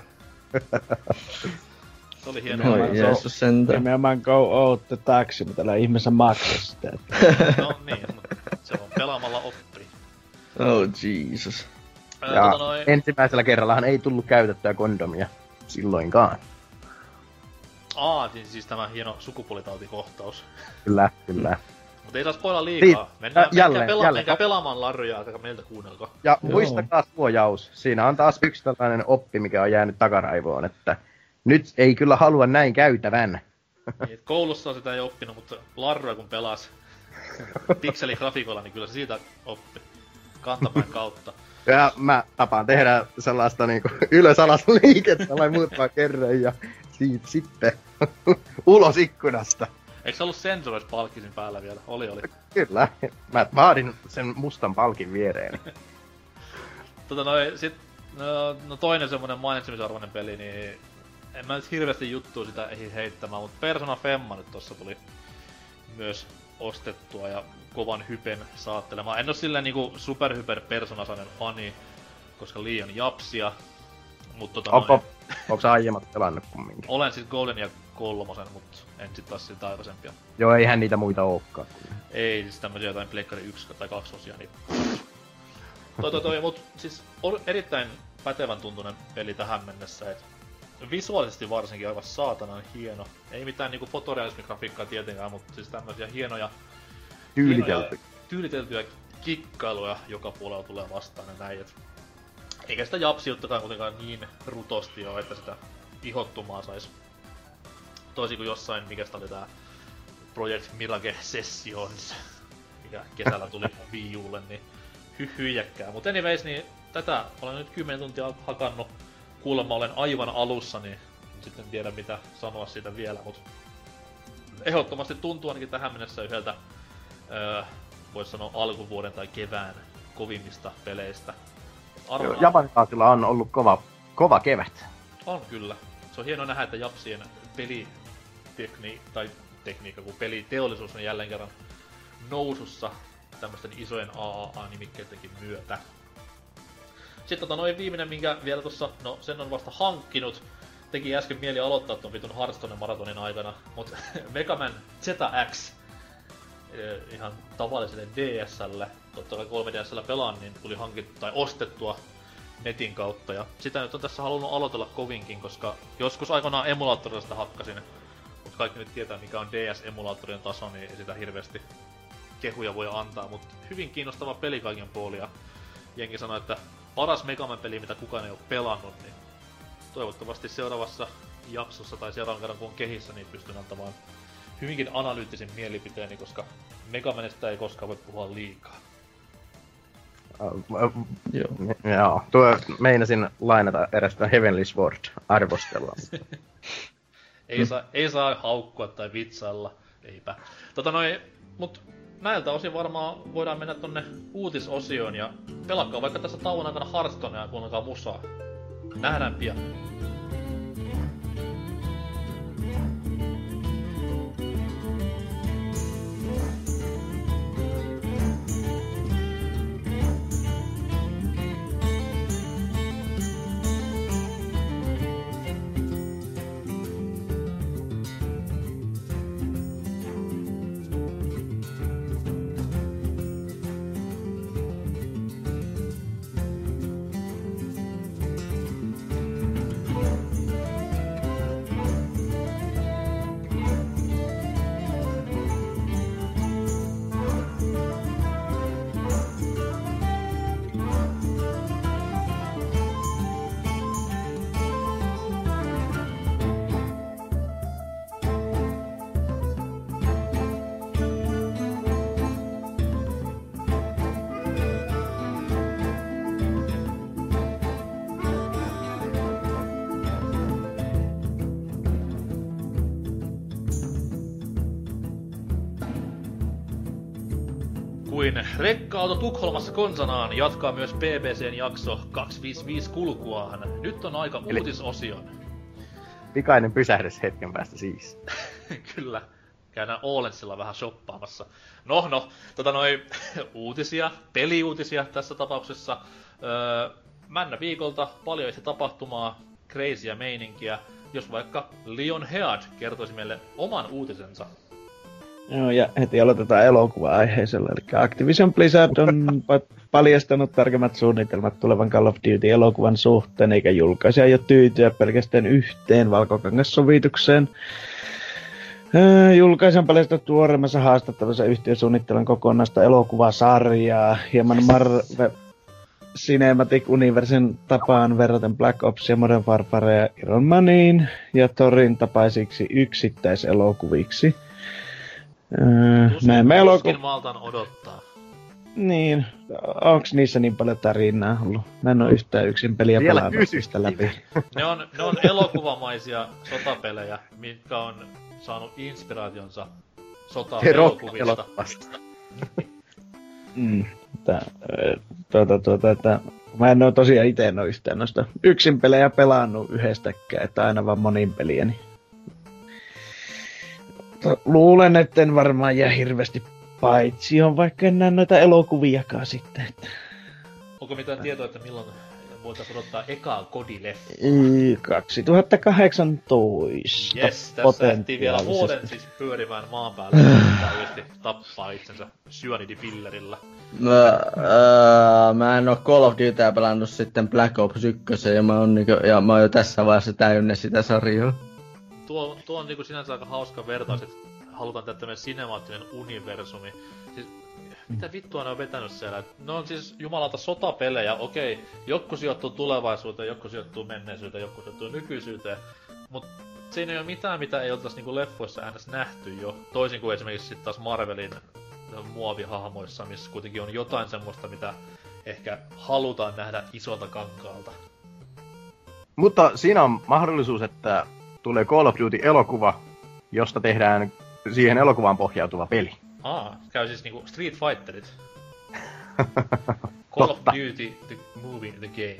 B: Se oli hieno.
C: No
E: se-
C: Jeesus sentään.
E: Nimenomaan go out the taxi, mitä tällä ihmeessä maksaa sitä.
B: No niin, mutta se on pelaamalla oppii.
C: Oh Jesus.
B: Ää,
D: Ja
B: tota noin,
D: ensimmäisellä kerrallahan ei tullut käytettyä kondomia silloinkaan.
B: aa, niin siis tämä hieno sukupuolitautikohtaus.
D: Kyllä, kyllä.
B: Mutta ei saa spoilaa liikaa.
D: Niin,
B: Mennään,
D: ä, jälleen,
B: menkää, pela-
D: jälleen.
B: menkää pelaamaan larryja, älkääkä meiltä kuunnelko.
D: Ja
C: Joo.
D: muistakaa suojaus. Siinä on taas yksi tällainen oppi, mikä on jäänyt takaraivoon, että nyt ei kyllä halua näin käytävän.
B: Niin, koulussa sitä ei oppinut, mutta larryä kun pelas pikseligrafiikolla, niin kyllä se siitä oppi. Kantapään kautta.
D: Ja mä tapaan tehdä sellaista niinku ylös-alas liikettä vai muutaman kerran ja siitä sitten ulos ikkunasta.
B: Eikö se ollut Sensores palkkisin päällä vielä? Oli, oli.
D: Kyllä, mä vaadin sen mustan palkin viereen.
B: Tota noi, sit, no, no toinen semmonen mainitsemisarvoinen peli, niin en mä nyt hirveästi juttua sitä ehdi heittämään, mutta Persona Femma nyt tossa tuli myös ostettua ja kovan hypen saattelemaan. En oo silleen niinku superhyper Persona-sarjan fani, koska liian japsia, mutta tota
D: Onko,
B: noin,
D: onko sä aiemmat pelannut kumminkin?
B: olen sit Golden ja kolmosen, mut en sit taas siltä aikaisempia.
D: Joo, eihän niitä muita ookaan.
B: Ei siis tämmösiä jotain Pleikkari yksi tai kaksi osia, niin... toi toi toi, mut siis on erittäin pätevän tuntunen peli tähän mennessä, et visuaalisesti varsinkin aivan saatanan hieno. Ei mitään niinku fotorealismigrafiikkaa tietenkään, mutta siis tämmösiä hienoja...
D: Tyylitelty.
B: hienoja tyyliteltyjä kikkailuja joka puolella tulee vastaan ja näin, et... Eikä sitä japsiuttakaan kuitenkaan niin rutosti oo, että sitä ihottumaa sais. Toisin kuin jossain, mikä sitä oli tää Project Mirage Sessions, mikä kesällä tuli Wii Ulle, niin hy hyjäkkää. Mut anyways, niin tätä olen nyt kymmenen tuntia hakannut. Kuulemma olen aivan alussa, niin sitten tiedä mitä sanoa siitä vielä, mut ehdottomasti tuntuu ainakin tähän mennessä yhdeltä, öö, vois sanoa alkuvuoden tai kevään kovimmista peleistä. Arvoa...
D: Japanilaisilla on ollut kova, kova kevät.
B: On kyllä. Se on hienoa nähdä, että Japsien pelitekni... tai tekniikka, kun peliteollisuus on jälleen kerran nousussa tämmösten isojen A A A-nimikkeidenkin myötä. Sitten tota noin viimeinen, minkä vielä tossa, no sen on vasta hankkinut. Teki äsken mieli aloittaa ton vitun Hearthstone maratonin aikana, mut Mega Man Z X ihan tavalliselle D S:lle, totta kai kolme D S:llä pelaan, niin tuli hankittua tai ostettua netin kautta. Ja sitä nyt on tässä halunnut aloitella kovinkin, koska joskus aikoinaan emulaattorilla sitä hakkasin. Mut kaikki nyt tietää mikä on D S-emulaattorien taso, niin ei sitä hirveästi kehuja voi antaa. Mut hyvin kiinnostava peli kaiken puolin. Ja jengi sanoi, että paras Mega Man-peli mitä kukaan ei oo pelannut, niin toivottavasti seuraavassa jaksossa tai seuraavan kerran kun on kehissä, niin pystyn antamaan hyvinkin analyyttisen mielipiteeni, koska Mega Manista ei koskaan voi puhua liikaa.
D: Uh, uh, joo. Joo, tuo meinasin lainata erästä Heavenly Sword-arvostelua.
B: ei, saa, ei saa haukkua tai vitsailla, eipä. Tota noi, mut näiltä osin varmaan voidaan mennä tonne uutisosioon ja pelakkaa vaikka tässä tauon aikana Hearthstonea ja kuunnelkaa musaa. Nähdään pian. Kuin rekka-auto Tukholmassa konsanaan jatkaa myös B B C:n jakso kaksisataaviisikymmentäviisi kulkuaan. Nyt on aika
D: Eli...
B: uutisosion.
D: Pikainen pysähdys hetken päästä siis.
B: Kyllä. Käydään Oolensilla vähän shoppaamassa. No, no, tota noi uutisia, peliuutisia tässä tapauksessa. Öö, männä viikolta paljon itse tapahtumaa, crazyä meininkiä. Jos vaikka Leon Head kertoisi meille oman uutisensa.
E: Joo, ja heti aloitetaan elokuva-aiheisella. Eli Activision Blizzard on paljastanut tarkemmat suunnitelmat tulevan Call of Duty-elokuvan suhteen, eikä julkaisija jo tyytyä pelkästään yhteen Valkokangas-sovitukseen. Julkaisijan paljastettu tuoreimmassa haastattelussa yhtiösuunnittelun kokonaista elokuvasarjaa, hieman Marvel Cinematic Universen tapaan verraten Black Ops ja Modern Warfare ja Iron Manin ja Thorin tapaisiksi yksittäiselokuviksi.
B: Tuskin,
E: näemme elokuva...
B: tuskin maltaan odottaa.
E: Niin, onks niissä niin paljon tarinaa ollut? Mä en oo yhtään yksin peliä pelannut sitä läpi.
B: Ne on, ne on elokuvamaisia sotapelejä, mitkä on saanut inspiraationsa sota-elokuvista.
E: mm, tää, tuota, tuota, että mä en oo tosiaan ite en oo yhtään noista yksin pelejä pelannut yhdestäkään, että aina vaan monin peliä, niin luulen, etten varmaan jää hirveästi paitsi on vaikka en näe noita elokuviakaan sitten. Että...
B: Onko mitään tietoa, että milloin voitaisiin odottaa ekaa kodileffa?
E: kaksituhattakahdeksantoista.
B: Jes, tässä lähtiin vielä vuoden siis pyörimään maan päällä ja yhdesti tappaa itsensä syönidipillerillä.
C: Mä, äh, mä en oo Call of Dutyä pelannut sitten Black Ops yksi ja mä oon, niinku, ja mä oon jo tässä vaiheessa täynnä sitä sarjaa.
B: Tuo, tuo on niinku sinänsä aika hauska vertaus, että halutaan tehdä tämmönen sinemaattinen universumi. Siis, mitä vittua ne on vetänyt siellä? Ne on siis jumalauta sotapelejä, okei, joku sijoittuu tulevaisuuteen, joku sijoittuu menneisyyteen, joku sijoittuu nykyisyyteen. Mut siinä ei oo mitään, mitä ei oltais niinku leffoissa äänes nähty jo. Toisin kuin esimerkiksi sit taas Marvelin muovihahmoissa, missä kuitenkin on jotain semmoista, mitä ehkä halutaan nähdä isolta kankaalta.
D: Mutta siinä on mahdollisuus, että tulee Call of Duty-elokuva, josta tehdään siihen elokuvaan pohjautuva peli.
B: Aa, käy siis niinku Street Fighterit. Call of Duty, the movie, the game.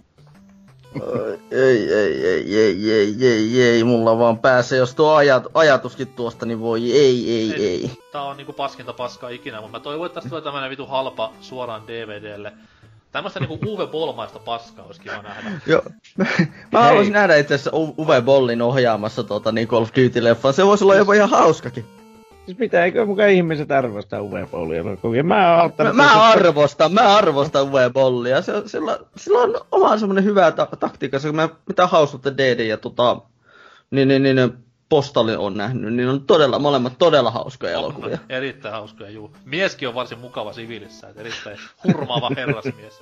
C: Ei, ei, ei, ei, ei, ei, ei, mulla vaan pääsee, jos tuo ajat, ajatuskin tuosta, niin voi, ei, ei, ei. ei.
B: Tää on niinku paskinta paskaa ikinä, mutta mä toivon, että tästä tulee tämmönen vitu halpa suoraan D V D:lle. Tämmöstä niinku Uwe Bollmaista paskaa olisi kiva nähdä.
C: Joo. Mä haluaisin nähdä itse asiassa Uwe Bollin ohjaamassa tota niin Call of Duty-leffaa. Se voisi olla jopa ihan hauskakin.
E: Siis mitä, eikö mukaan ihmiset arvostaa Uwe Bollia? Mä,
C: mä, mä arvostan, mä arvostan Uwe Bollia. Se, sillä, sillä on oma semmonen hyvä ta- taktiikka, se mitä hauskutta D D ja tota, niin, niin, niin, Postali on nähnyt, niin on todella, molemmat todella hauskoja elokuvia.
B: Erittäin hauskoja, juu. Mieskin on varsin mukava siviilissä, et erittäin hurmaava herrasmies.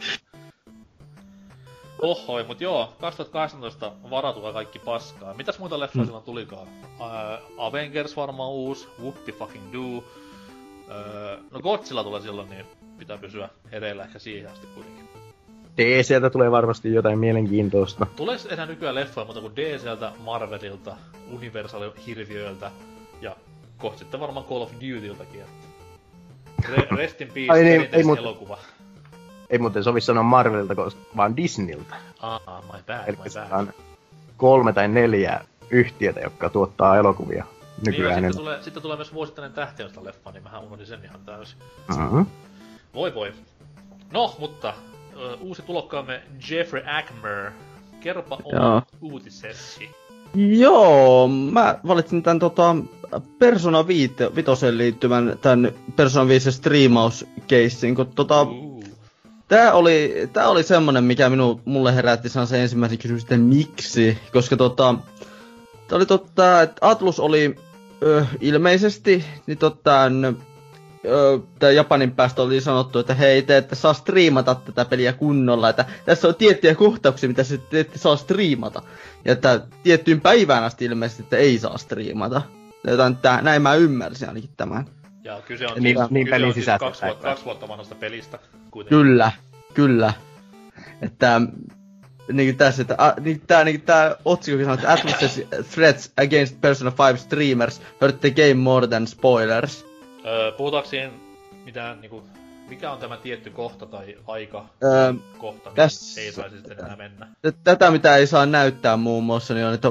B: Ohoi, mut joo, kaksituhattakahdeksantoista varatulla kaikki paskaa. Mitäs muita leffoja hmm. silloin tulikaan? Uh, Avengers varmaan uusi, Whoopi fucking do. Uh, no Godzilla tulee silloin, niin pitää pysyä hereillä ehkä siihen asti kuitenkin.
D: D C:ltä tulee varmasti jotain mielenkiintoista.
B: Tuleeks enää nykyään leffoja muuta kuin D C:ltä, Marvelilta, Universal-hirviöiltä ja kohta sitten varmaan Call of Dutyltakin. Re- Rest in Peace,
D: niin,
B: perinteis
D: mut...
B: elokuva.
D: Ei muuten sovi sanoa Marvelilta, vaan Disneyltä.
B: Ah, my bad,
D: Eli
B: my bad.
D: on kolme tai neljä yhtiötä, jotka tuottaa elokuvia nykyään.
B: Niin, sitten, tulee, sitten tulee myös vuosittainen tähtiöstä leffa, niin mähän unohdin sen ihan täysin.
D: Mm-hmm.
B: Voi voi. No, mutta uh, uusi tulokkaamme Jeffrey Ackmer. Kerropa oma uutisesi.
C: Joo, mä valitsin tän tota Persona viisi vitoseen liittyvän tän Persona viisi striimauskeissin, kun tota... Uh. Tää oli, tää oli semmonen, mikä minu, mulle herätti se ensimmäisen kysymys, että miksi, koska tota... Tää oli totta, että Atlus oli ö, ilmeisesti, niin tota... Ö, tää Japanin päästä oli sanottu, että hei, te ette saa striimata tätä peliä kunnolla, että tässä on tiettyjä kohtauksia, mitä se te ette saa striimata. Ja että tiettyyn päivään asti ilmeisesti, että ei saa striimata. Jotain tää, näin mä ymmärsin ainakin tämän.
B: Ja kyse on
D: niin,
B: siis,
D: niin
B: kyse on siis kaksi, vuotta, kaksi vuotta vanhasta pelistä. Kuitenkin.
C: Kyllä, kyllä. Että niin tässä, että a, niin tää, niin tää otsikkokin sanoo, että Atlas' threats against Persona viisi streamers hurt the game more than spoilers.
B: Öö, puhutaanko siihen mitään niinku, mikä on tämä tietty kohta tai aika
C: öö,
B: kohta, mihin
C: tässä,
B: ei saisi sitten enää mennä?
C: Tätä mitä ei saa näyttää muun muassa, niin on, että...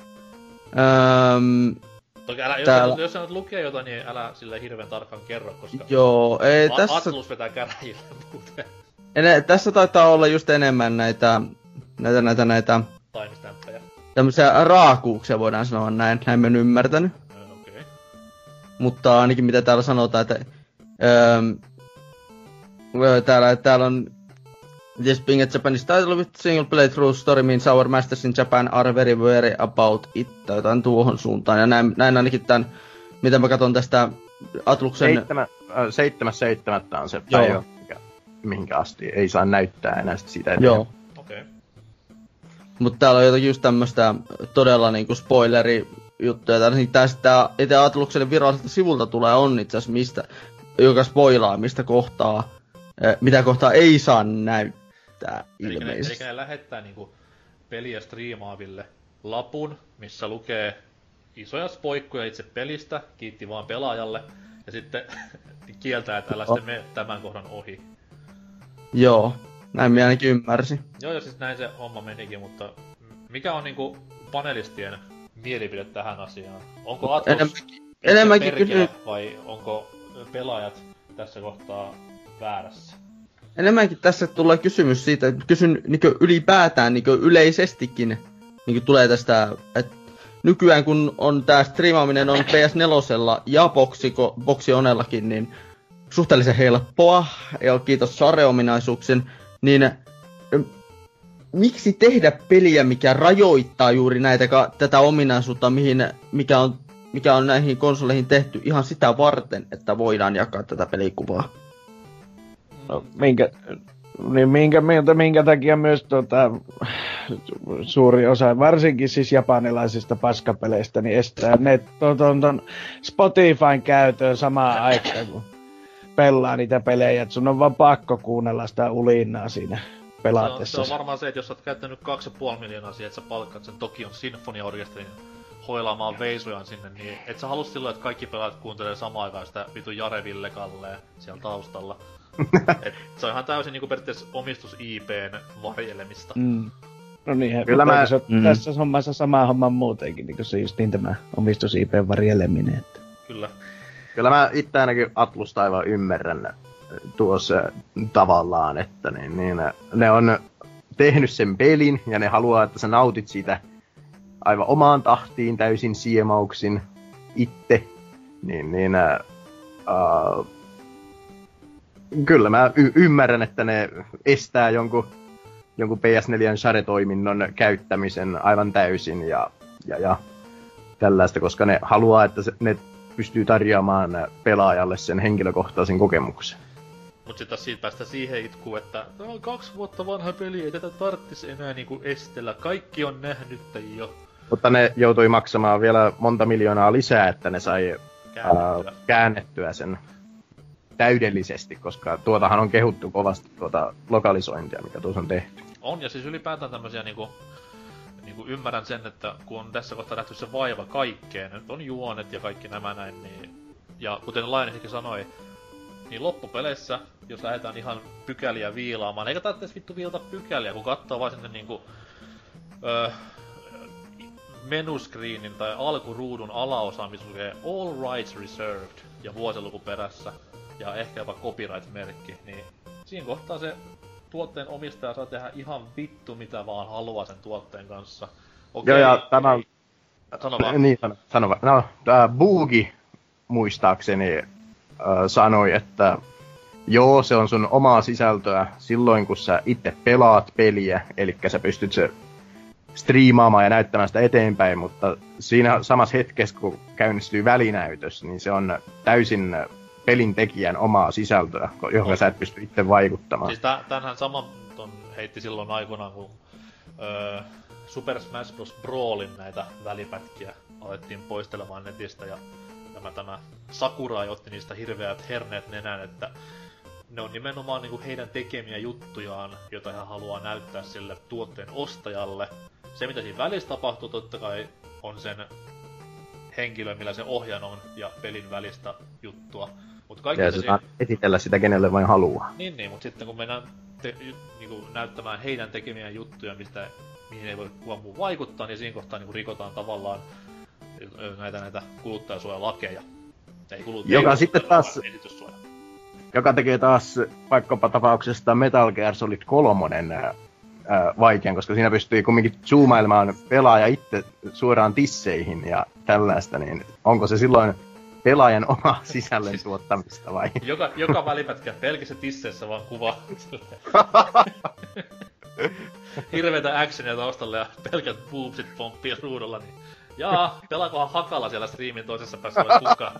C: Öö,
B: Toki älä, jos,
C: täällä...
B: sä, jos sä nyt lukee jotain, niin älä sille hirveän tarkkaan kerro, koska...
C: Joo, ei
B: A-
C: tässä...
B: Atlus vetää käräjille muuten.
C: En, tässä taitaa olla just enemmän näitä... Näitä, näitä, näitä...
B: Timestamppeja.
C: Tämmöisiä raakuuksia voidaan sanoa näin, näin mä en ymmärtänyt.
B: Öö, okei. Okay.
C: Mutta ainakin mitä täällä sanotaan, että... Öö, täällä, täällä on... This being a Japanese title with single playthrough story means our masters in Japan are very very about it. Tai jotain tuohon suuntaan. Ja näin, näin ainakin tämän, mitä mä katson tästä Atluksen...
D: Seitsemä, äh, seitsemäs seitsemättä on se päivä, mikä, mihinkä asti ei saa näyttää enää siitä eteen.
C: Joo.
B: Okei. Okay.
C: Mutta täällä on jotakin just tämmöstä todella niinku spoileri juttuja. Tää sitä itse Atluksen viralliselta sivulta tulee on itse asiassa mistä, joka spoilaa mistä kohtaa, mitä kohtaa ei saa näyttää ilmeisesti.
B: Eli ne lähettää niinku peliä striimaaville lapun, missä lukee isoja spoikkuja itse pelistä, kiitti vaan pelaajalle, ja sitten kieltää, että älä sitten mene tämän kohdan ohi.
C: Joo, näin minä ainakin ymmärsin.
B: Joo, ja siis näin se homma menikin, mutta mikä on niinku panelistien mielipide tähän asiaan? Onko Atlus
C: enemmänkin, enemmänkin
B: perkele, vai onko pelaajat tässä kohtaa väärässä?
C: Enemmänkin tässä tulee kysymys siitä, että kysyn niin ylipäätään niin yleisestikin niin tulee tästä, että nykyään kun on tää striimaaminen on P S neljä ja boksiko, boksionellakin, niin suhteellisen helppoa, ja kiitos Sare-ominaisuuksien, niin miksi tehdä peliä, mikä rajoittaa juuri näitä, tätä ominaisuutta, mihin, mikä, on, mikä on näihin konsoleihin tehty ihan sitä varten, että voidaan jakaa tätä pelikuvaa?
E: No, minkä, niin minkä, minkä, minkä takia myös tota, suuri osa, varsinkin siis japanilaisista paskapeleistä, niin estää ne ton, ton, ton Spotifyn käytön samaan aikaan, kun pelaa niitä pelejä. Et sun on vaan pakko kuunnella sitä ulinnaa siinä pelaatessa.
B: Se on, se on varmaan se, että jos sä oot käyttänyt kaksi pilkku viisi miljoonaa siihen, että sä palkkaat sen Tokion Sinfonia-orkesterin hoilaamaan veisujaan sinne, niin et sä halus silloin, että kaikki pelaat kuuntelee samaan aikaan sitä vitun Jare Ville-Kalleen siellä taustalla. Et se on ihan täysin niinku periaatteessa omistus I P:n varjelemista.
E: Mm. No niin,
D: kyllä mä...
E: se mm. tässä hommassa sama homma muutenkin, niin kuin se just niin tämä omistus I P:n varjeleminen. Että...
B: Kyllä.
D: Kyllä mä itse ainakin Atlusta aivan ymmärrän tuossa tavallaan, että niin, niin, ne on tehnyt sen pelin ja ne haluaa, että sä nautit siitä aivan omaan tahtiin, täysin siemauksin itse. Niin, niin, uh, kyllä mä y- ymmärrän, että ne estää jonkun, jonkun P S neljän Share-toiminnon käyttämisen aivan täysin ja, ja, ja tällaista, koska ne haluaa, että se, ne pystyy tarjoamaan pelaajalle sen henkilökohtaisen kokemuksen.
B: Mut sit taas siitä päästä siihen itkuun, että tämä on kaksi vuotta vanha peli, ei tätä tarttis enää niinku estellä. Kaikki on nähnyt jo.
D: Mutta ne joutui maksamaan vielä monta miljoonaa lisää, että ne sai
B: Käännettyä.
D: Ää, käännettyä sen täydellisesti, koska tuotahan on kehuttu kovasti tuota lokalisointia, mikä tuossa on tehty.
B: On, ja siis ylipäätään tämmösiä niinku... Niinku ymmärrän sen, että kun on tässä kohtaa nähty se vaiva kaikkeen, nyt on juonet ja kaikki nämä näin, niin... Ja kuten Lainesikin sanoi, niin loppupeleissä, jos lähdetään ihan pykäliä viilaamaan, eikä tarvitse vittu viilata pykäliä, kun katsoo vaan sinne niinku... Öö, menuskriinin tai alkuruudun alaosa, missä lukee All Rights Reserved ja vuosiluku perässä ja ehkä jopa copyright-merkki, niin siinä kohtaa se tuotteen omistaja saa tehdä ihan vittu mitä vaan haluaa sen tuotteen kanssa. Okei,
D: Joo, ja tämä...
B: Sano vaan.
D: Niin, sano, sano vaan. No, tää Boogie muistaakseni äh, sanoi, että joo, se on sun omaa sisältöä silloin, kun sä itse pelaat peliä, eli sä pystyt se striimaamaan ja näyttämään sitä eteenpäin, mutta siinä samassa hetkessä, kun käynnistyy välinäytös, niin se on täysin pelin tekijän omaa sisältöä, johon sä et pysty itse vaikuttamaan.
B: Siis tä, tämänhän saman ton heitti silloin aikoinaan, kun öö, Super Smash Bros. Brawlin näitä välipätkiä alettiin poistelemaan netistä, ja tämä, tämä Sakurai otti niistä hirveät herneet nenään, että ne on nimenomaan niinku heidän tekemiä juttujaan, joita he haluaa näyttää sille tuotteen ostajalle. Se mitä siinä välissä tapahtuu totta kai on sen henkilö, millä se ohjan on, ja pelin välistä juttua. Mut kaikki
D: ja
B: se
D: siinä... esitellä sitä kenelle vain haluaa.
B: Niin niin, mut sitten kun mennään te, niinku näyttämään heidän tekemiä juttuja, mistä, mihin ei voi kukaan muu vaikuttaa, niin siinä kohtaa niinku rikotaan tavallaan näitä näitä kuluttajasuojalakeja. Ei kuluttaja,
D: joka sitten taas...
B: esityssuoja.
D: Joka tekee taas vaikkapa tapauksesta Metal Gear Solid kolme ää, vaikean, koska siinä pystyy kumminkin zoomailemaan pelaaja itse suoraan tisseihin ja tällaista, niin onko se silloin pelaajan oma sisällön tuottamista vai?
B: Joka, joka välipätkä pelkissä tisseissä vaan kuva. Hirveetä actionia taustalle ja pelkät boobsit pomppii ruudulla, niin jaa, pelaakohan Hakala siellä striimin toisessa päässä vai kukaan?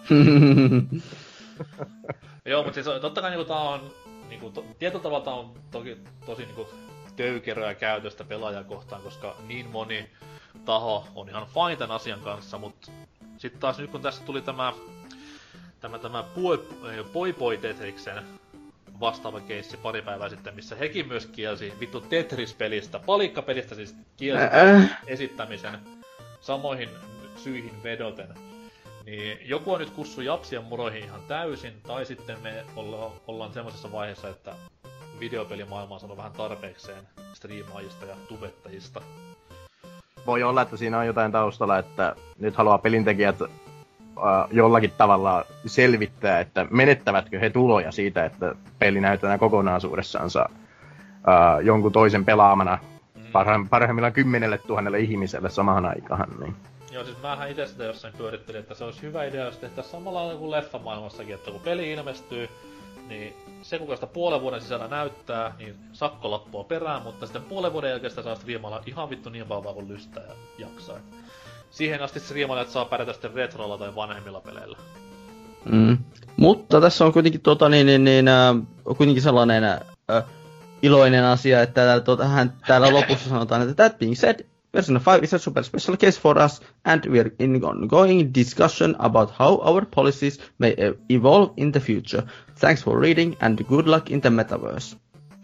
B: Joo, mutta siis totta kai niinku tää on, niinku, to, tietyllä tavalla tää on toki tosi niinku töykeröä käytöstä pelaajaa kohtaan, koska niin moni taho on ihan fine tän asian kanssa, mut sit taas nyt kun tässä tuli tämä tämä, tämä Boy Boy Tetriksen vastaava keissi pari päivää sitten, missä hekin myös kielsi vittu Tetris-pelistä, palikkapelistä siis kielsi esittämisen samoihin syihin vedoten. Niin joku on nyt kussu japsien muroihin ihan täysin, tai sitten me olla, ollaan semmoisessa vaiheessa, että videopelimaailma on saanut vähän tarpeekseen striimaajista ja tubettajista.
D: Voi olla, että siinä on jotain taustalla, että nyt haluaa pelintekijät äh, jollakin tavalla selvittää, että menettävätkö he tuloja siitä, että peli näytetään kokonaisuudessaansa äh, jonkun toisen pelaamana mm. parha- parhaimmillaan kymmenelle tuhannelle ihmiselle samaan aikaan. Niin.
B: Joo, siis mähän itse sitä jossain pyörittelin, että se olisi hyvä idea, jos tehtäisiin samalla lailla kuin leffamaailmassakin, että kun peli ilmestyy, niin se kuka sitä puolen vuoden sisällä näyttää, niin sakkolappua perään, mutta sitten puolen vuoden jälkeen sitä saa striimailla ihan vittu niin paljon kuin lystää ja jaksaa. Siihen asti striimailijat saa pärjätä sitten retrolla tai vanhemmilla peleillä.
C: Mm. Mutta tässä on kuitenkin tota niin, niin, niin äh, kuitenkin sellainen äh, iloinen asia, että täällä, tuota, hän, täällä lopussa sanotaan, että that being said, Persona five is a super special case for us, and we're in ongoing discussion about how our policies may evolve in the future. Thanks for reading, and good luck in the metaverse.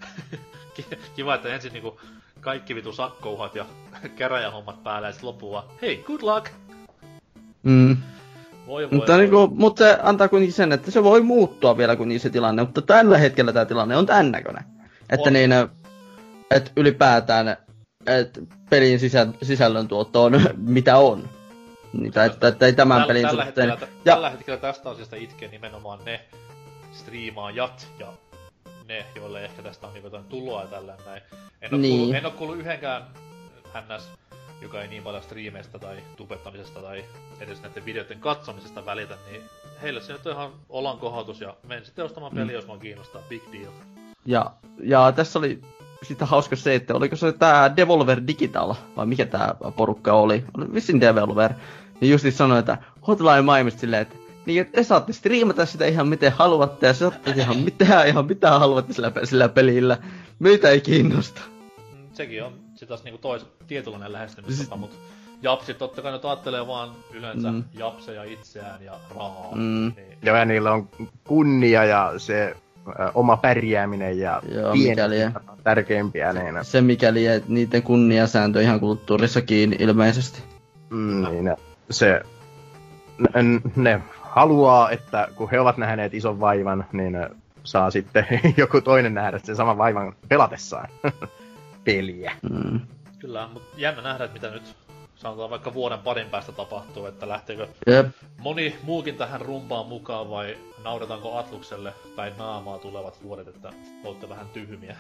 B: Kiva, että ensin niinku kaikki vitu sakkouhat ja käräjähommat päällä ja sit loppua. Hei, good luck!
C: Mm.
B: Voi voi
C: Mutta,
B: voi.
C: niinku, mutta se antaa kuitenkin sen, että se voi muuttua vielä kun niin se tilanne, mutta tällä hetkellä tämä tilanne on tämän näköinen. Että
B: On.
C: niin, että ylipäätään, että pelin sisä, sisällön tuotto on mitä on. Niitä, että, että ei tämän
B: tällä,
C: pelin
B: tällä,
C: suhteen.
B: hetkellä,
C: Ja,
B: tällä hetkellä tästä asiasta itkee nimenomaan ne striimaajat ja ne, joille ehkä tästä on niinku jotain tuloa ja tällään näin. En oo,
C: Niin.
B: kuullut, en oo kuullut yhdenkään ns, joka ei niin paljon striimeistä tai tubettamisesta tai edes näiden videoiden katsomisesta välitä, niin heille se nyt on ihan olankohotus ja menen sitten ostamaan peliä, mm. jos mua kiinnostaa. Big deal.
C: ja, ja tässä oli sitten hauska se, että oliko se tää Devolver Digital, vai mikä tää porukka oli, oli vissiin Devolver, niin justi sanoi, että Hotline Miamista silleen, että niin, että te saatte striimata sitä ihan miten haluatte, ja saatte ihan mitä, ihan mitä haluatte sillä, sillä pelillä. Meitä ei kiinnosta.
B: Mm, sekin on se taas niinku tois tietynlainen lähestymistapa, mut japsit totta kai nyt ajattelee vaan yleensä
C: Mm.
B: japseja itseään ja rahaa.
C: Mm.
B: Niin.
D: Ja niillä on kunnia ja se ä, oma pärjääminen ja
C: Joo,
D: pienet
C: mikäli-
D: on tärkeimpiä niin,
C: Se mikäli niiden kunniasääntö ihan kulttuurissakin ilmeisesti.
D: mm, niin se ne, ne haluaa, että kun he ovat nähneet ison vaivan, niin ne saa sitten joku toinen nähdä sen saman vaivan pelatessaan peliä.
C: Mm.
B: Kyllä, mut jännä nähdä, että mitä nyt sanotaan vaikka vuoden parin päästä tapahtuu, että lähteekö
C: Jep.
B: moni muukin tähän rumpaan mukaan vai naudataanko Atlukselle päin naamaa tulevat vuodet, että olette vähän tyhmiä.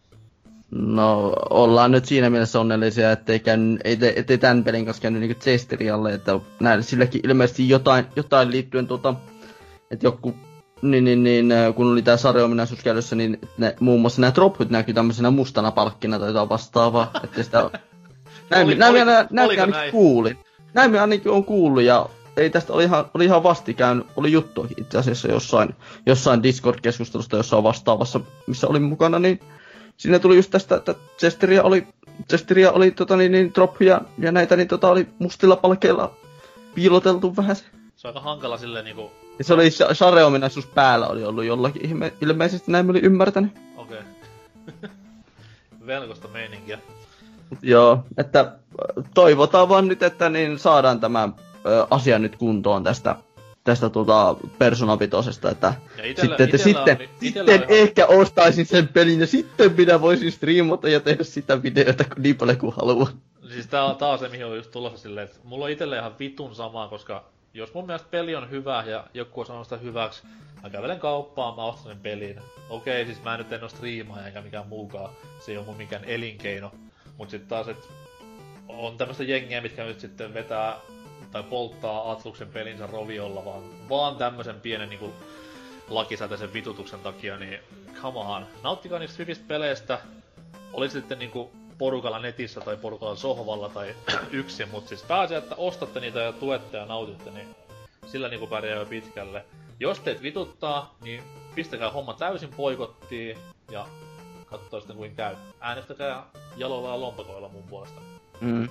C: No, ollaan nyt siinä mielessä onnellisia, ettei, käyn, ettei, ettei tämän pelin kanssa käynyt niinku Chesterialle, että näin silläkin ilmeisesti jotain, jotain liittyen tuota, että joku, niin, niin, niin, kun oli tää sarjaominaisuus käytössä, niin ne, muun muassa nämä drophyt näkyy tämmöisenä mustana palkkina tai jotain vastaavaa, ettei sitä näin,
B: Oli-
C: näin,
B: oli-
C: näin, näin, näin
B: oliko
C: ainakin
B: näin?
C: kuulin. Näin me ainakin on kuullut ja ei tästä oli ihan, oli ihan vastikään, oli juttu itse asiassa jossain, jossain Discord-keskustelusta, jossain vastaavassa, missä olin mukana, niin siinä tuli just tästä, että Chesteria oli, Chesteria oli tota niin, niin drophyja ja näitä niin tota oli mustilla palkeilla piiloteltu vähän se.
B: Se on aika hankala silleen niinku,
C: Ja se oli sa- sarjaominaisuus päällä oli ollut jollakin ihme, ilmeisesti näin mä olin ymmärtänyt.
B: okei. Okay. Velkosta meininkiä.
C: Joo, että äh, toivotaan vaan nyt, että niin saadaan tämä ö, asia nyt kuntoon tästä, tästä tota Persona vitosesta, että
B: Ja itellä-
C: sitten, että
B: itellä
C: sitten,
B: on- itellä
C: sitten
B: on ihan-
C: ehkä ostaisin sen pelin ja sitten minä voisin striimata ja tehdä sitä videota niin paljon kuin haluan.
B: Siis tää on taas se, mihin on just tulossa silleen, että mulla on itelle ihan vitun samaa, koska jos mun mielestä peli on hyvä ja joku on sanonut sitä hyväksi, mä kävelen kauppaan, mä ostan sen pelin. Okei, siis mä nyt en oo striimaaja eikä mikään muukaan, se ei oo mun mikään elinkeino. Mut sit taas, et on tämmöstä jengiä, mitkä nyt sitten vetää tai polttaa Atluksen pelinsä roviolla vaan, vaan tämmösen pienen niinku lakisääteisen vitutuksen takia, niin come on. Nauttikaa niistä hyvistä peleistä, oli sitten niinku porukalla netissä tai porukalla sohvalla tai yksin, mut siis pääasia, että ostatte niitä ja tuette ja nautitte, niin sillä niinku pärjää jo pitkälle. Jos teet vituttaa, niin pistäkää homma täysin poikottiin ja katsoo sitten kuin käy. Äänestäkää jaloilla ja lompakoilla mun puolesta.
C: Mm.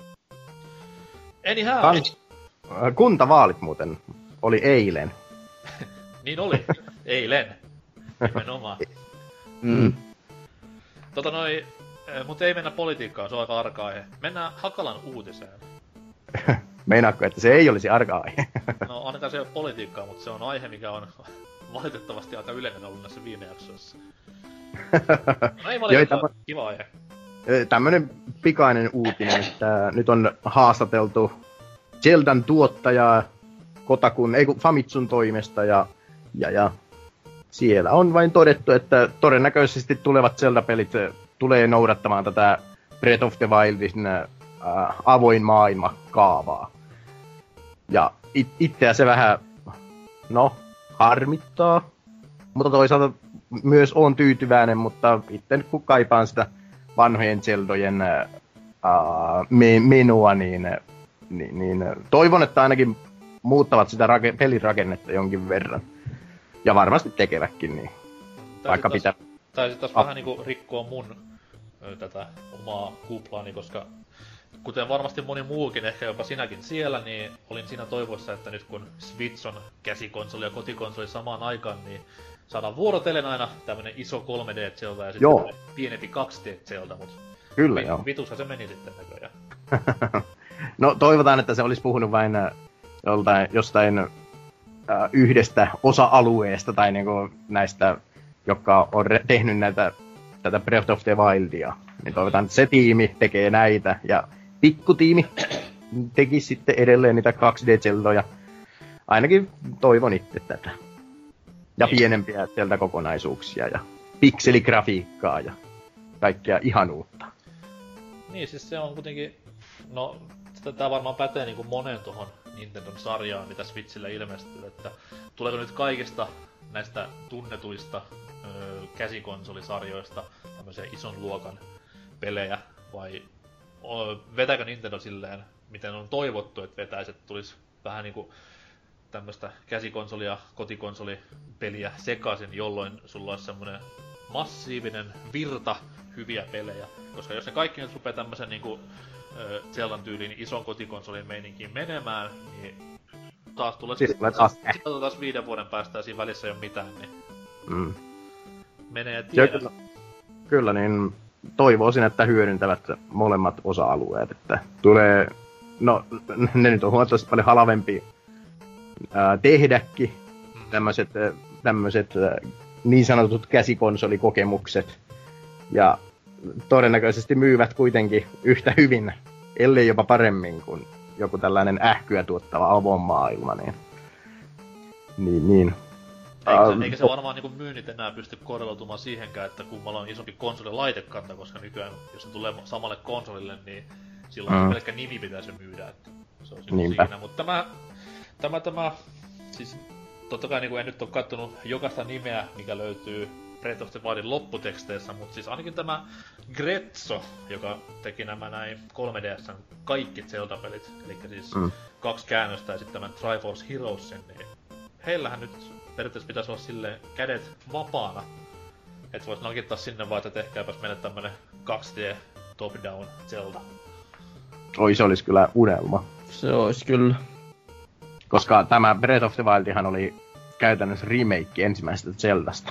B: Anyhow,
D: Kans, äh, kuntavaalit muuten oli eilen.
B: niin oli. Eilen. Nimenomaan.
C: Mm.
B: Tota noi, eh, mut ei mennä politiikkaan, se on aika arka aihe. Mennään Hakalan uutiseen.
D: Meinaatko, että se ei olisi arka aihe?
B: No ainakaan se ei ole politiikkaa, mutta se on aihe, mikä on valitettavasti aika yleinen ollut näissä viime jaksoissa. No ei valitettavasti, kiva aihe.
D: Tämmönen pikainen uutinen, että nyt on haastateltu Zeldan tuottajaa Kotakun, ei kun Famitsun toimesta ja, ja, ja siellä on vain todettu, että todennäköisesti tulevat Zelda-pelit tulee noudattamaan tätä Breath of the Wildin äh, avoin maailma kaavaa. Ja it, itseä se vähän, no, harmittaa, mutta toisaalta myös on tyytyväinen, mutta itse kun kaipaan sitä vanhojen Zeldojen äh, me, menua, niin, niin, niin toivon, että ainakin muuttavat sitä rake, pelirakennetta jonkin verran. Ja varmasti tekevätkin, niin vaikka pitää
B: taisi taas
D: Ah.
B: vähän niinku rikkoa mun ö, tätä omaa kuplaani, koska kuten varmasti moni muukin, ehkä jopa sinäkin siellä, niin olin siinä toivossa, että nyt kun Switch on käsikonsoli ja kotikonsoli samaan aikaan, niin saadaan vuorotellen aina tämmönen iso kolme D-Zelda ja sitten
D: Joo.
B: tämmönen pienempi kaksi D-Zelda, mut
D: Kyllä,
B: vi-
D: joo.
B: vitushan se meni sitten näköjään.
D: No toivotaan, että se olisi puhunut vain äh, joltain, jostain äh, yhdestä osa-alueesta tai niinku näistä, jotka on re- tehnyt näitä, tätä Breath of the Wildia. Niin toivotaan, että se tiimi tekee näitä ja pikkutiimi teki sitten edelleen niitä kaksi D-Zeldoja. Ainakin toivon itse tätä. Ja
B: Niin.
D: pienempiä sieltä kokonaisuuksia ja pikseligrafiikkaa ja kaikkea ihanuutta.
B: Niin, siis se on kuitenkin... No, tää varmaan pätee niinku monen tohon Nintendon sarjaan, mitä Switchillä ilmestyy, että tuleeko nyt kaikista näistä tunnetuista öö, käsikonsolisarjoista tämmöisiä ison luokan pelejä, vai o, vetääkö Nintendo silleen, miten on toivottu, että vetäisi, että tulisi vähän niinku tämmöistä käsikonsoli- ja kotikonsolipeliä sekaisin, jolloin sulla olisi semmonen massiivinen virta hyviä pelejä. Koska jos ne kaikki nyt rupee tämmösen niinku ö, Zeldan tyyliin ison kotikonsolin meininkiin menemään, niin taas tulee
D: Siis
B: sit-
D: tulee taas
B: sit- sit taas viiden vuoden päästä ja siinä välissä ei oo mitään, niin
D: Mm.
B: menee ja
D: Ja
B: tiedä.
D: kyllä, kyllä, niin toivoisin, että hyödyntävät molemmat osa-alueet, että tulee, no ne nyt on huomattavasti paljon halvempi ää, tehdäkin, tämmöiset, tämmöiset ää, niin sanotut käsikonsolikokemukset, ja todennäköisesti myyvät kuitenkin yhtä hyvin, ellei jopa paremmin kuin joku tällainen ähkyä tuottava avomaailma, niin, niin, niin.
B: Eikä,
D: Ähm,
B: se, eikä se varmaan niinku myynnit enää pysty korreloitumaan siihenkään, että kummalla on isompi konsolilaitekanta, koska nykyään, jos se tulee samalle konsolille, niin silloin
D: Mm.
B: mm. pelkkä nimi pitäisi myydä, että se on
D: Niinpä.
B: siinä. Mutta tämä, tämä, tämä, siis totta kai niinku en nyt ole kattonut jokaista nimeä, mikä löytyy Breath of the Wildin lopputeksteissä, mutta siis ainakin tämä Grezzo, joka teki nämä näin kolme D S:n kaikki Zelda-pelit, eli siis
D: Mm.
B: kaksi käännöstä ja sitten tämän Triforce Heroesin, niin heillähän nyt periaatteessa pitäisi olla silleen kädet vapaana. Et vois nokittaa sinne vaan, että tehkääpäs meille tämmönen kaksi D top-down Zelda.
D: Oi, se olisi kyllä unelma.
C: Se olisi kyllä.
D: Koska tämä Breath of the Wildihan oli käytännössä remake ensimmäisestä Zeldasta.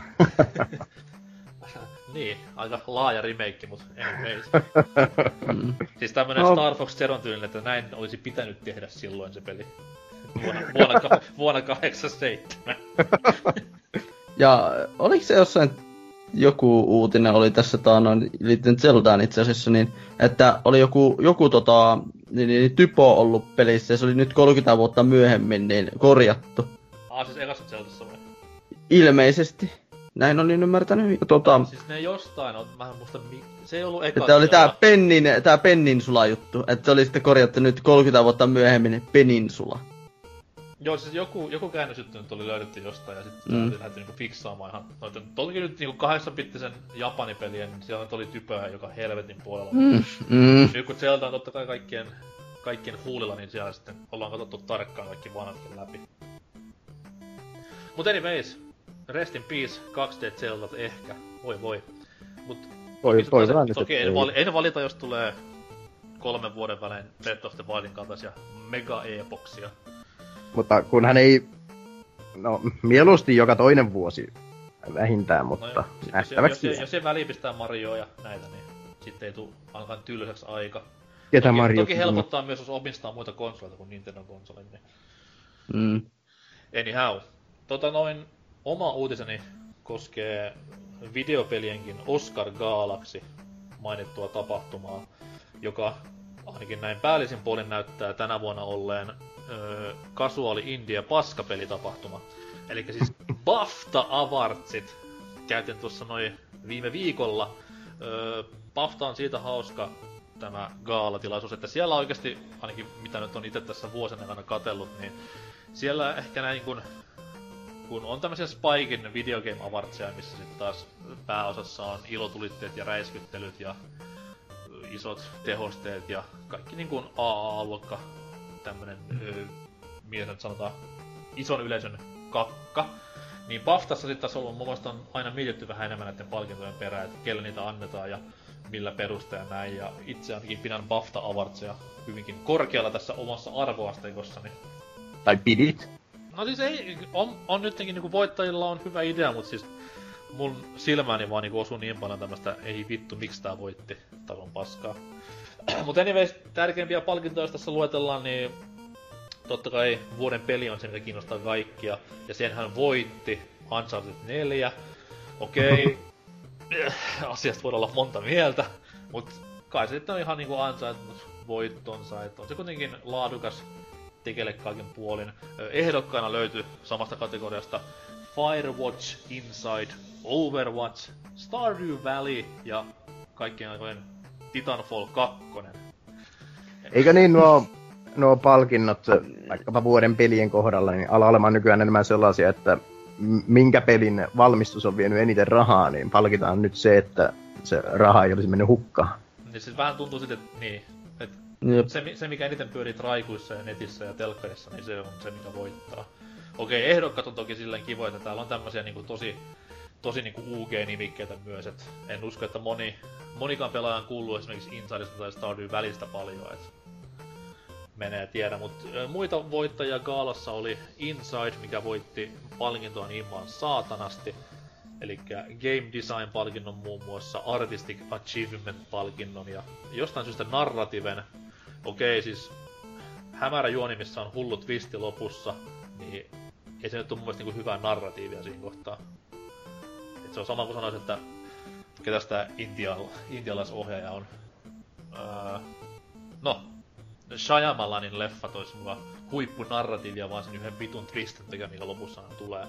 B: Niin, aika laaja remake, mut anyways.
C: Mm.
B: Siis tämmönen
C: No.
B: Star Fox Zeron tyylinen, että näin olisi pitänyt tehdä silloin se peli. Vuonna, vuonna, ka- vuonna kahdeksankymmentäseitsemän.
C: Ja oliko se jossain joku uutinen oli tässä taanoin liittyen Zeldaan itse asiassa, niin että oli joku, joku tota, niin, niin, typo ollut pelissä ja se oli nyt kolmekymmentä vuotta myöhemmin niin korjattu.
B: Ah, siis ekassa Zeldassa vai?
C: Ilmeisesti. Näin olin ymmärtänyt. Ja tota,
B: Siis ne jostain on, mä en muista mi- se ei ollut eka
C: että oli tää
B: Zelda.
C: Pennin, tää Peninsula juttu, että se oli sitten korjattu nyt kolmekymmentä vuotta myöhemmin Peninsula.
B: Joo, siis joku, joku käännösjuttu nyt oli löydetty jostain ja sitten
C: Mm.
B: mm. lähdetty niinku fiksaamaan ihan noita. Toki nyt niinku kahdeksanbittisen Japanipelien, niin siellä nyt oli typöä joka helvetin puolella.
C: Mm. Mm.
B: Nyt kun Zelda on totta kai kaikkien, kaikkien huulilla, niin siellä sitten ollaan katsottu tarkkaan kaikki vanhatkin läpi. Mut anyways, rest in peace, kaksi D Zeldat ehkä, voi voi. Mut
D: Toi,
B: toki-
D: toivotaan nyt,
B: toki
D: että
B: en,
D: ei.
B: vali, en valita, jos tulee kolmen vuoden välein Breath of the Wildin kaltaisia mega-epoksia.
D: Mutta kun hän ei, no mieluusti joka toinen vuosi vähintään, mutta
B: No joo, sit jos,
D: nähtäväksi.
B: jos, jos se väliin pistää Marioa ja näitä, niin sitten ei tuu ainakaan tylsäksi aika.
D: Ketä
B: toki,
D: Mario?
B: toki helpottaa myös, jos omistaa muita konsoleita kuin Nintendo konsolin. Niin.
C: Mm.
B: Anyhow, tota noin, oma uutiseni koskee videopelienkin Oscar-gaalaksi mainittua tapahtumaa, joka ainakin näin päällisin puolin näyttää tänä vuonna olleen öö, kasuaali India paskapelitapahtuma. Elikkä siis BAFTA Awardsit käytin tuossa noin viime viikolla. Öö, BAFTA on siitä hauska tämä gaalatilaisuus, että siellä oikeasti, ainakin mitä nyt on itse tässä vuosien aikana katsellut, niin siellä ehkä näin kun, kun on tämmöisiä Spiken Video Game Awardsia, missä sitten taas pääosassa on ilotulitteet ja räiskyttelyt ja isot tehosteet ja kaikki niin kuin A A-luokka tämmönen, öö, miten nyt sanotaan, ison yleisön kakka, Niin BAFTassa sit taas ollut, mun mielestä on aina mietitty vähän enemmän näiden palkintojen perään, että kelle niitä annetaan ja millä perusteella näin. Ja itse ainakin pidän BAFTA Awardsia hyvinkin korkealla tässä omassa arvoasteikossani.
D: Tai pidit?
B: No siis ei, on, on nytkin niinku voittajilla on hyvä idea, mut siis mun silmääni vaan niinku osuu niin paljon tämmöstä ei vittu miksi tää voitti talon paskaa. Mut anyways, tärkeimpiä palkintoja jos tässä luetellaan, niin totta kai vuoden peli on se, mikä kiinnostaa kaikkia. Ja sen hän voitti Uncharted neljä. Okei, okay. Asiasta voidaan olla monta mieltä, mut kai se sitten on ihan niinku ansainnut voittonsa, että on se kuitenkin laadukas tekele kaiken puolin. Ehdokkaana löytyi samasta kategoriasta Firewatch, Inside, Overwatch, Stardew Valley ja kaikkien aikojen Titanfall kaksi.
D: Eikö niin nuo, nuo palkinnot, vaikkapa vuoden pelien kohdalla, niin ala olemaan nykyään enemmän sellaisia, että minkä pelin valmistus on vienyt eniten rahaa, niin palkitaan nyt se, että se raha ei olisi mennyt hukkaan.
B: Niin siis vähän tuntuu sitten, että niin, että se, se mikä eniten pyörii traikuissa ja netissä ja telkkarissa, niin se on se mikä voittaa. Okei, ehdokkaat on toki silleen kivoja, että täällä on tämmösiä niinku tosi, tosi niinku U G-nimikkeitä myös, et en usko, että moni, monikaan pelaajan kuuluu esimerkiksi Insidesta tai Stardew välistä paljon, et menee tiedä, mut muita voittajia gaalassa oli Inside, mikä voitti palkintoa niin vaan saatanasti. Elikkä Game Design-palkinnon muun muassa, Artistic Achievement-palkinnon ja jostain syystä narrativen. Okei, siis hämärä juoni, missä on hullu twisti lopussa, niin ei se nyt ole mun mielestä niinku hyvää narratiivia siinä kohtaa. Et se on sama kuin sanois, että ketäs tää intial, intialaisohjaaja on. Öö, no, Shyamalanin leffa tois mukaan huippunarratiivia vaan sen yhden vitun twistin takia, mikä lopussa tulee.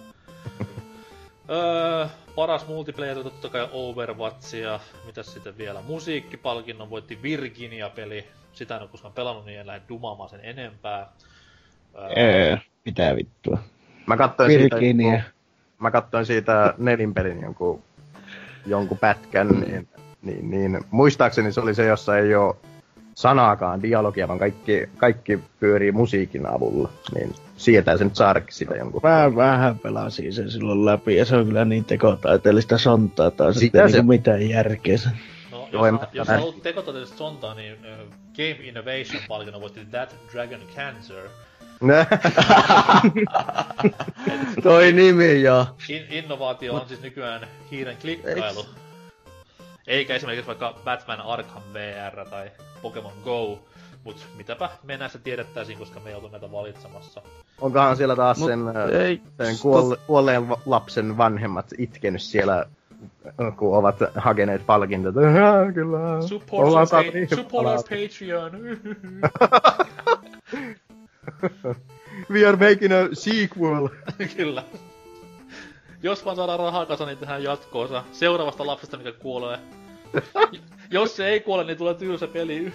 B: Öö, paras multiplayer totta kai Overwatch ja mitäs sitten vielä, musiikkipalkinnon voitti Virginia-peli. Sitä en oo koskaan pelannut, niin en lähde dumaamaan sen enempää.
E: Öö, mitä vittua.
D: Mä katsoin
E: Virginia.
D: siitä, mä katsoin siitä nelinpelin jonkun, jonkun pätkän, niin, niin, niin muistaakseni se oli se, jossa ei oo sanaakaan dialogia, vaan kaikki, kaikki pyörii musiikin avulla, niin sietää se nyt saadakin sitä jonkun.
E: Mä vähän pelasin sen silloin läpi, ja se on kyllä niin tekotaiteellista sontaa, tai sitten
D: se...
E: niinku mitään järkeä sen.
B: No,
D: Joo,
B: jos, jos haluat tekotaiteellista sontaa, niin uh, Game Innovation-palkinnon voitti That Dragon Cancer.
C: Toi nimi joo.
B: In, innovaatio on siis nykyään hiiren klikkailu. Eiks? Eikä esimerkiksi vaikka Batman Arkham V R tai Pokemon Go, mut mitäpä me näistä tiedettäisiin, koska me ei oltu näitä valitsemassa.
D: Onkohan siellä taas
C: Mut
D: sen,
C: ei,
D: sen kuolle, kuolleen lapsen vanhemmat itkenyt siellä, kun ovat hakeneet palkintoja. Kyllä.
B: Support our, pa- support our Patreon.
D: We are making a sequel.
B: Kyllä. Jos vaan saadaan rahaa kasa, niin tehdään jatkoosa seuraavasta lapsesta, mikä kuolee. Jos se ei kuole, niin tulee tylsä peli.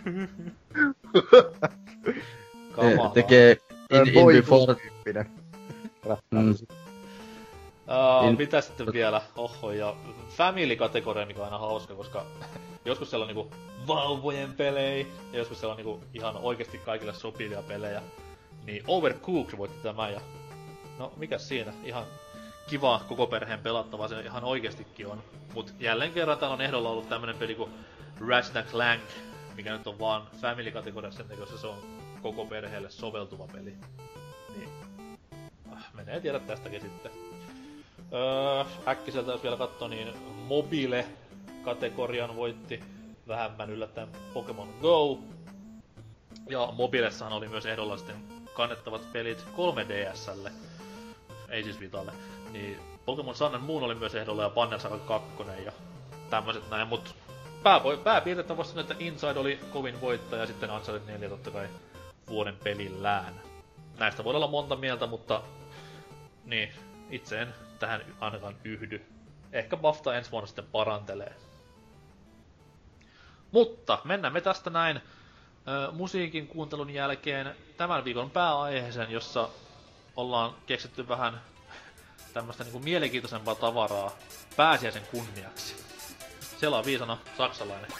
B: Kamalaa.
C: Tekee in, in before.
B: Mm. Uh, in... Mitä sitten vielä? Oho, ja Family-kategoria, mikä on aina hauska, koska joskus siellä on niinku vauvojen pelejä, ja joskus siellä on niinku ihan oikeesti kaikille sopivia pelejä. Niin Overcooked voitti tämä, ja no mikäs siinä, ihan kiva koko perheen pelattava se ihan oikeestikin on. Mut jälleen kerran täällä on ehdolla ollut tämmönen peli kuin Ratchet and Clank, mikä nyt on vaan Family-kategoriassa sen takia, se on koko perheelle soveltuva peli. Niin, ah, menee tiedä tästäkin sitten. Öö, äkkiseltä jos vielä katsoo, niin Mobile-kategorian voitti vähemmän yllättäen Pokemon Go. Ja Mobilessahan oli myös ehdolla sitten kannettavat pelit kolme D S:lle, ei siis Vitalle. Niin Pokemon Sun and Moon oli myös ehdolla ja Banner Saga kaksi ja tämmöset näin, mut pää, pääpiirteet on vasta, että Inside oli kovin voittaja ja sitten Uncharted neljä totta kai vuoden pelillään. Näistä voi olla monta mieltä, mutta niin, itse en tähän ainakaan yhdy. Ehkä BAFTA ensi vuonna sitten parantelee. Mutta mennään me tästä näin ö, musiikin kuuntelun jälkeen tämän viikon pääaiheeseen, jossa ollaan keksitty vähän tämmöstä niinku mielenkiintoisempaa tavaraa pääsiäisen kunniaksi. Siellä on viisana saksalainen.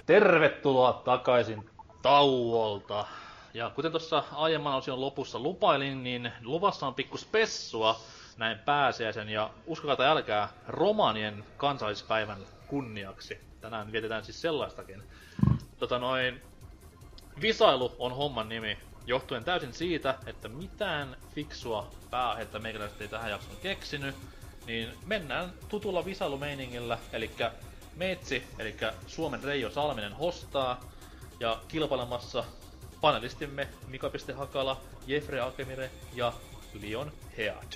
B: Tervetuloa takaisin tauolta. Ja kuten tuossa aiemman osion lopussa lupailin, niin luvassa on pikku spessua näin pääsiäisen ja uskokaa tai älkää romanien kansallispäivän kunniaksi. Tänään vietetään siis sellaistakin. Tota noin, visailu on homman nimi, johtuen täysin siitä, että mitään fiksua pääaihetta meikäläiset ei tähän jaksoon keksinyt. Niin mennään tutulla visailumeiningillä, elikkä Meitsi, elikkä Suomen Reijo Salminen hostaa, ja kilpailemassa panelistimme Mika Hakala, Jeffrey Akemire ja Lion Head.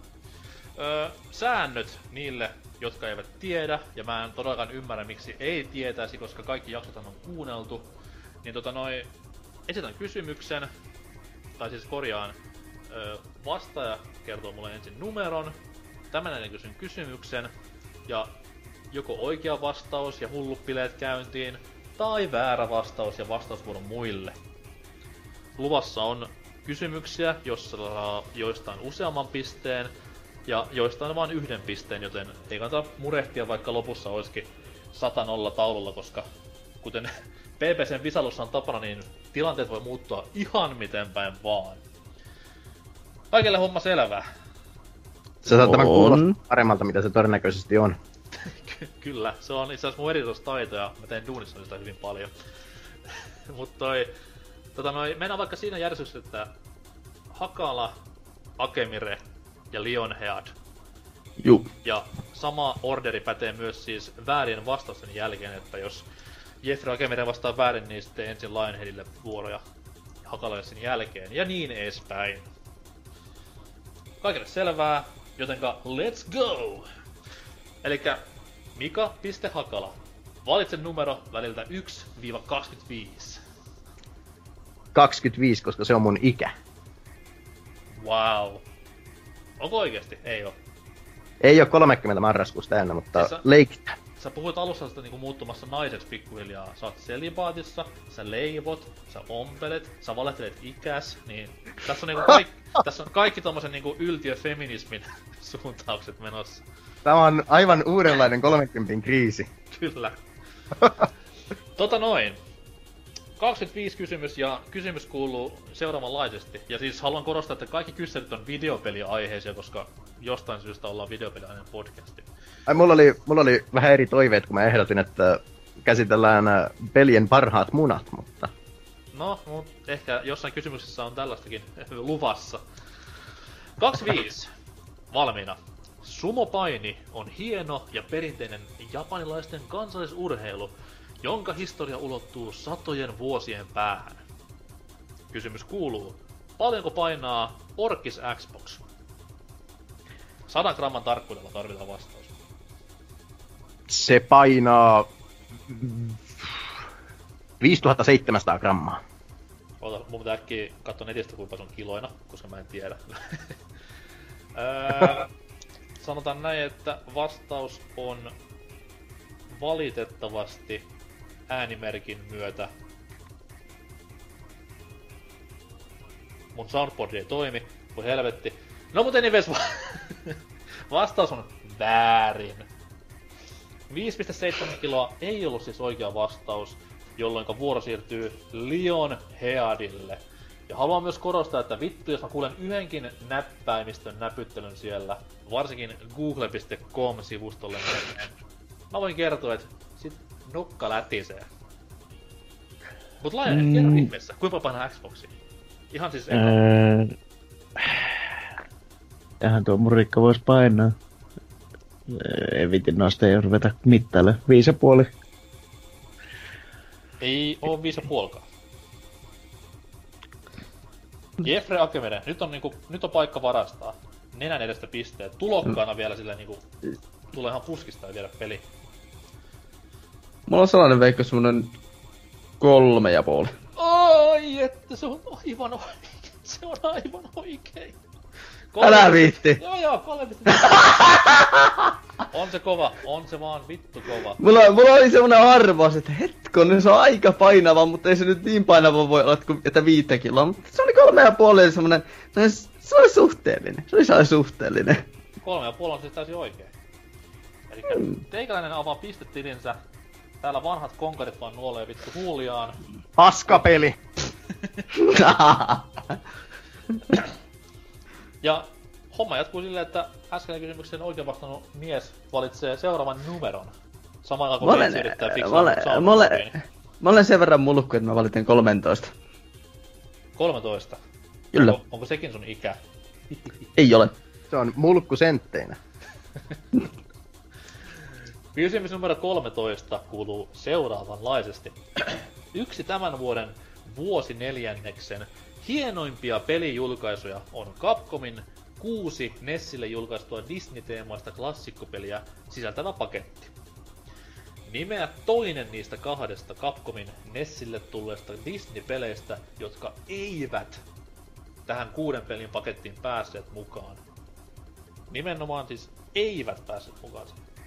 B: Öö, säännöt niille, jotka eivät tiedä, ja mä en todellakaan ymmärrä miksi ei tietäisi, koska kaikki jaksothan on kuunneltu, niin tota noi, esitän kysymyksen, tai siis korjaan, öö, vastaaja kertoo mulle ensin numeron, tämän ennen kysyn kysymyksen, ja joko oikea vastaus ja hullut bileet käyntiin, tai väärä vastaus ja vastausvuoro muille. Luvassa on kysymyksiä, jossa saa joistain useamman pisteen, ja joistain vain yhden pisteen, joten ei kannata murehtia, vaikka lopussa olisikin sata nolla taululla, koska kuten P P C:n visailussa on tapana, niin tilanteet voi muuttua ihan miten päin vaan. Kaikille homma selvää.
D: Se saattaa kuulostaa paremmalta, mitä se todennäköisesti on.
B: Ky- kyllä, se on itse asiassa mun erityistaito ja mä teen duunissa sitä hyvin paljon. Mut toi, tota noi, mennään vaikka siinä järjestyksessä, että Hakala, Akemire ja Lion Head.
C: Juu.
B: Ja sama orderi pätee myös siis väärin vastausten jälkeen, että jos Jeffrey Akemire vastaa väärin, niin sitten ensin Lionheadille vuoroja Hakalalle sen jälkeen ja niin edespäin. Kaikille selvää, jotenka let's go! Elikkä Mika Hakala. Valitse numero väliltä yksi kaksikymmentäviisi.
D: kaksikymmentäviisi, koska se on mun ikä.
B: Wow. Onko oikeesti? Ei oo.
D: Ei oo kolmekymmentä marraskuusta täynnä, mutta
B: sä,
D: leikitään.
B: Sä puhuit alussa sitä niinku muuttumassa naiseksi pikkuhiljaa. Sä oot selibaatissa, sä leivot, sä ompelet, sä valehtelet ikäs, niin tässä on niinku kaikki, tässä on kaikki tommosen niinku yltiöfeminismin suuntaukset menossa.
D: Tämä on aivan uudenlainen kolmenkymmenen kriisi.
B: Kyllä. Tota noin. kaksikymmentäviisi kysymys ja kysymys kuuluu seuraavanlaisesti. Ja siis haluan korostaa, että kaikki kyselyt on videopeliaiheisia, koska jostain syystä ollaan videopeliainen podcasti.
D: Ai, mulla oli, mulla oli vähän eri toiveet, kun mä ehdotin, että käsitellään pelien parhaat munat, mutta...
B: No, mut ehkä jossain kysymyksessä on tällaistakin luvassa. kaksikymmentäviisi. Valmiina. Sumopaini on hieno ja perinteinen japanilaisten kansallisurheilu, jonka historia ulottuu satojen vuosien päähän. Kysymys kuuluu, paljonko painaa Orkis Xbox? Sadan gramman tarkkuudella tarvitaan vastaus.
D: Se painaa viisituhattaseitsemänsataa grammaa.
B: Ota, mun pitää äkkiä katsoa netistä kuinka se on kiloina, koska mä en tiedä. öö, sanotaan näin, että vastaus on valitettavasti äänimerkin myötä. Mun soundboard ei toimi, voi helvetti. No mut anyways, vastaus on väärin. viisi pilkku seitsemän kiloa ei ollut siis oikea vastaus, jolloin vuoro siirtyy Lion Headille. Ja haluan myös korostaa, että vittu jos mä kuulen yhdenkin näppäimistön näpyttelyn siellä, varsinkin google piste com-sivustolle menneen, mä voin kertoa, että sit nokka lätisee. Mut Lion, mm. kerro ihmeessä, kuinka painaa Xboxiin? Ihan siis eka.
E: Öö... Tähän tuo murikka vois painaa. Ei vitin noista ei ruveta mittaille. Viisi ja puoli.
B: Ei oo viisi ja puolikaan. Jeffrey Akemire, nyt on niinku, nyt on paikka varastaa. Nenän edestä pisteet. Tulokkaana vielä sillä niinku, tulee ihan puskista ja viedä peli.
C: Mulla on sellainen veikko semmonen kolme ja puoli.
B: Oi, että se on aivan oikein. Se on aivan oikein.
C: Älä viitti.
B: Joo joo, kolme pistettä. On se kova, on se vaan vittu kova.
C: Mulla, mulla oli semmonen arvaus, että hetkonen, se on aika painava, mutta ei se nyt niin painava voi olla, että viittä kiloa. Mutta se oli kolme ja puoli, eli semmonen, se oli suhteellinen. Se oli sellainen suhteellinen.
B: Kolme ja puoli on siis täysin oikein. Elikkä
C: mm.
B: teikäläinen avaa pistetilinsä täällä vanhat konkarit vaan nuolee vittu huuliaan.
D: Paskapeli!
B: Ja homma jatkuu silleen, että äskeinen kysymyksen oikein vastannut mies valitsee seuraavan numeron. Samalla kun
C: Mä olen,
B: Veitsi yrittää
C: mä
B: fiksaa
C: olen, mä olen, mä olen sen verran mulkku, että mä valitin kolmetoista.
B: kolmetoista.
C: Kyllä.
B: Onko, onko sekin sun ikä?
C: Ei ole.
D: Se on mulkku sentteinä.
B: Kysymys numero kolmetoista kuuluu seuraavanlaisesti. Yksi tämän vuoden vuosineljänneksen hienoimpia pelijulkaisuja on Capcomin kuusi Nessille julkaistua Disney-teemaista klassikkopeliä sisältävä paketti. Nimeä toinen niistä kahdesta Capcomin Nessille tulleesta Disney-peleistä, jotka eivät tähän kuuden pelin pakettiin päässeet mukaan. Nimenomaan siis eivät päässeet mukaan.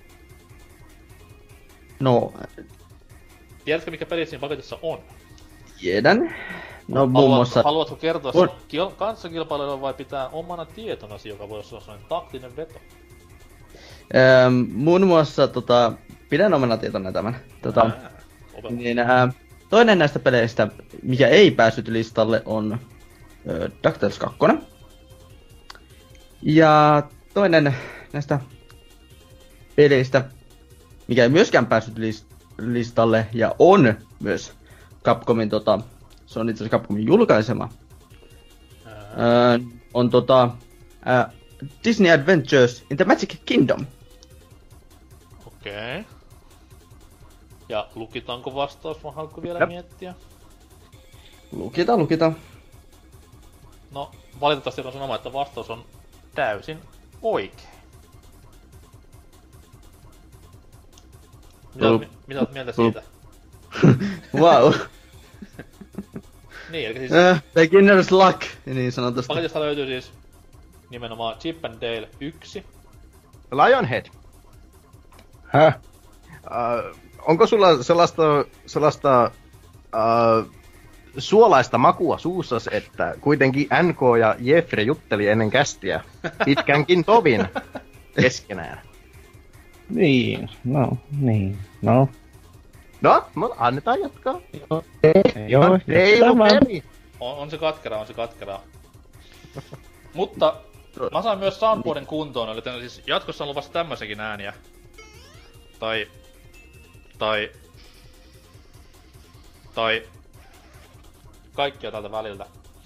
C: No,
B: Tiedätkö mikä peli siinä paketissa on?
C: tiedän. No muun
B: Haluat,
C: muassa...
B: Haluatko kertoa
C: On.
B: sen kil- kanssakilpailijoille vai pitää omana tietonasi, joka voisi olla sellainen taktinen veto?
C: Öö, muun muassa tota... Pidän omana tietona tämän. Tota,
B: Ää, opeta.
C: niin, ää, toinen näistä peleistä, mikä ei päässyt listalle, on ö, DuckTales kaksi. Ja toinen näistä peleistä, mikä ei myöskään päässyt lis- listalle, ja on myös Capcomin, tota, se on itse asiassa Capcomin julkaisema,
B: Ää,
C: öö, on tota, ää, Disney Adventures in the Magic Kingdom.
B: Okei. Okay. Ja lukitaanko vastaus, vai haluatko vielä
D: Jep.
B: miettiä?
C: Lukita, lukita.
B: No, valitettavasti on sanomaan, että vastaus on täysin oikein. Mitä,
C: Tup.
B: mi- mitä olet mieltä siitä?
C: Wow.
B: Niin, eli siis
C: äh, beginner's luck, niin sanotusti.
B: paketista löytyy siis nimenomaan Chip and Dale yksi.
D: Lionhead.
E: Häh?
D: Uh, onko sulla sellaista, sellaista uh, suolaista makua suussas, että kuitenkin N K ja Jeffrey jutteli ennen kästiä pitkänkin tovin keskenään?
E: Niin, no, niin, no.
D: No, mutta annetaan jatkaa.
E: Joo,
D: Reilu
E: tämä-
D: peli.
B: On, on se katkeraa, on se katkeraa. Mutta mä sain myös soundboardin kuntoon, eli tämän siis jatkossa on luvassa tämmöisenkin ääniä. Tai... Tai... Tai... Kaikkia tältä väliltä.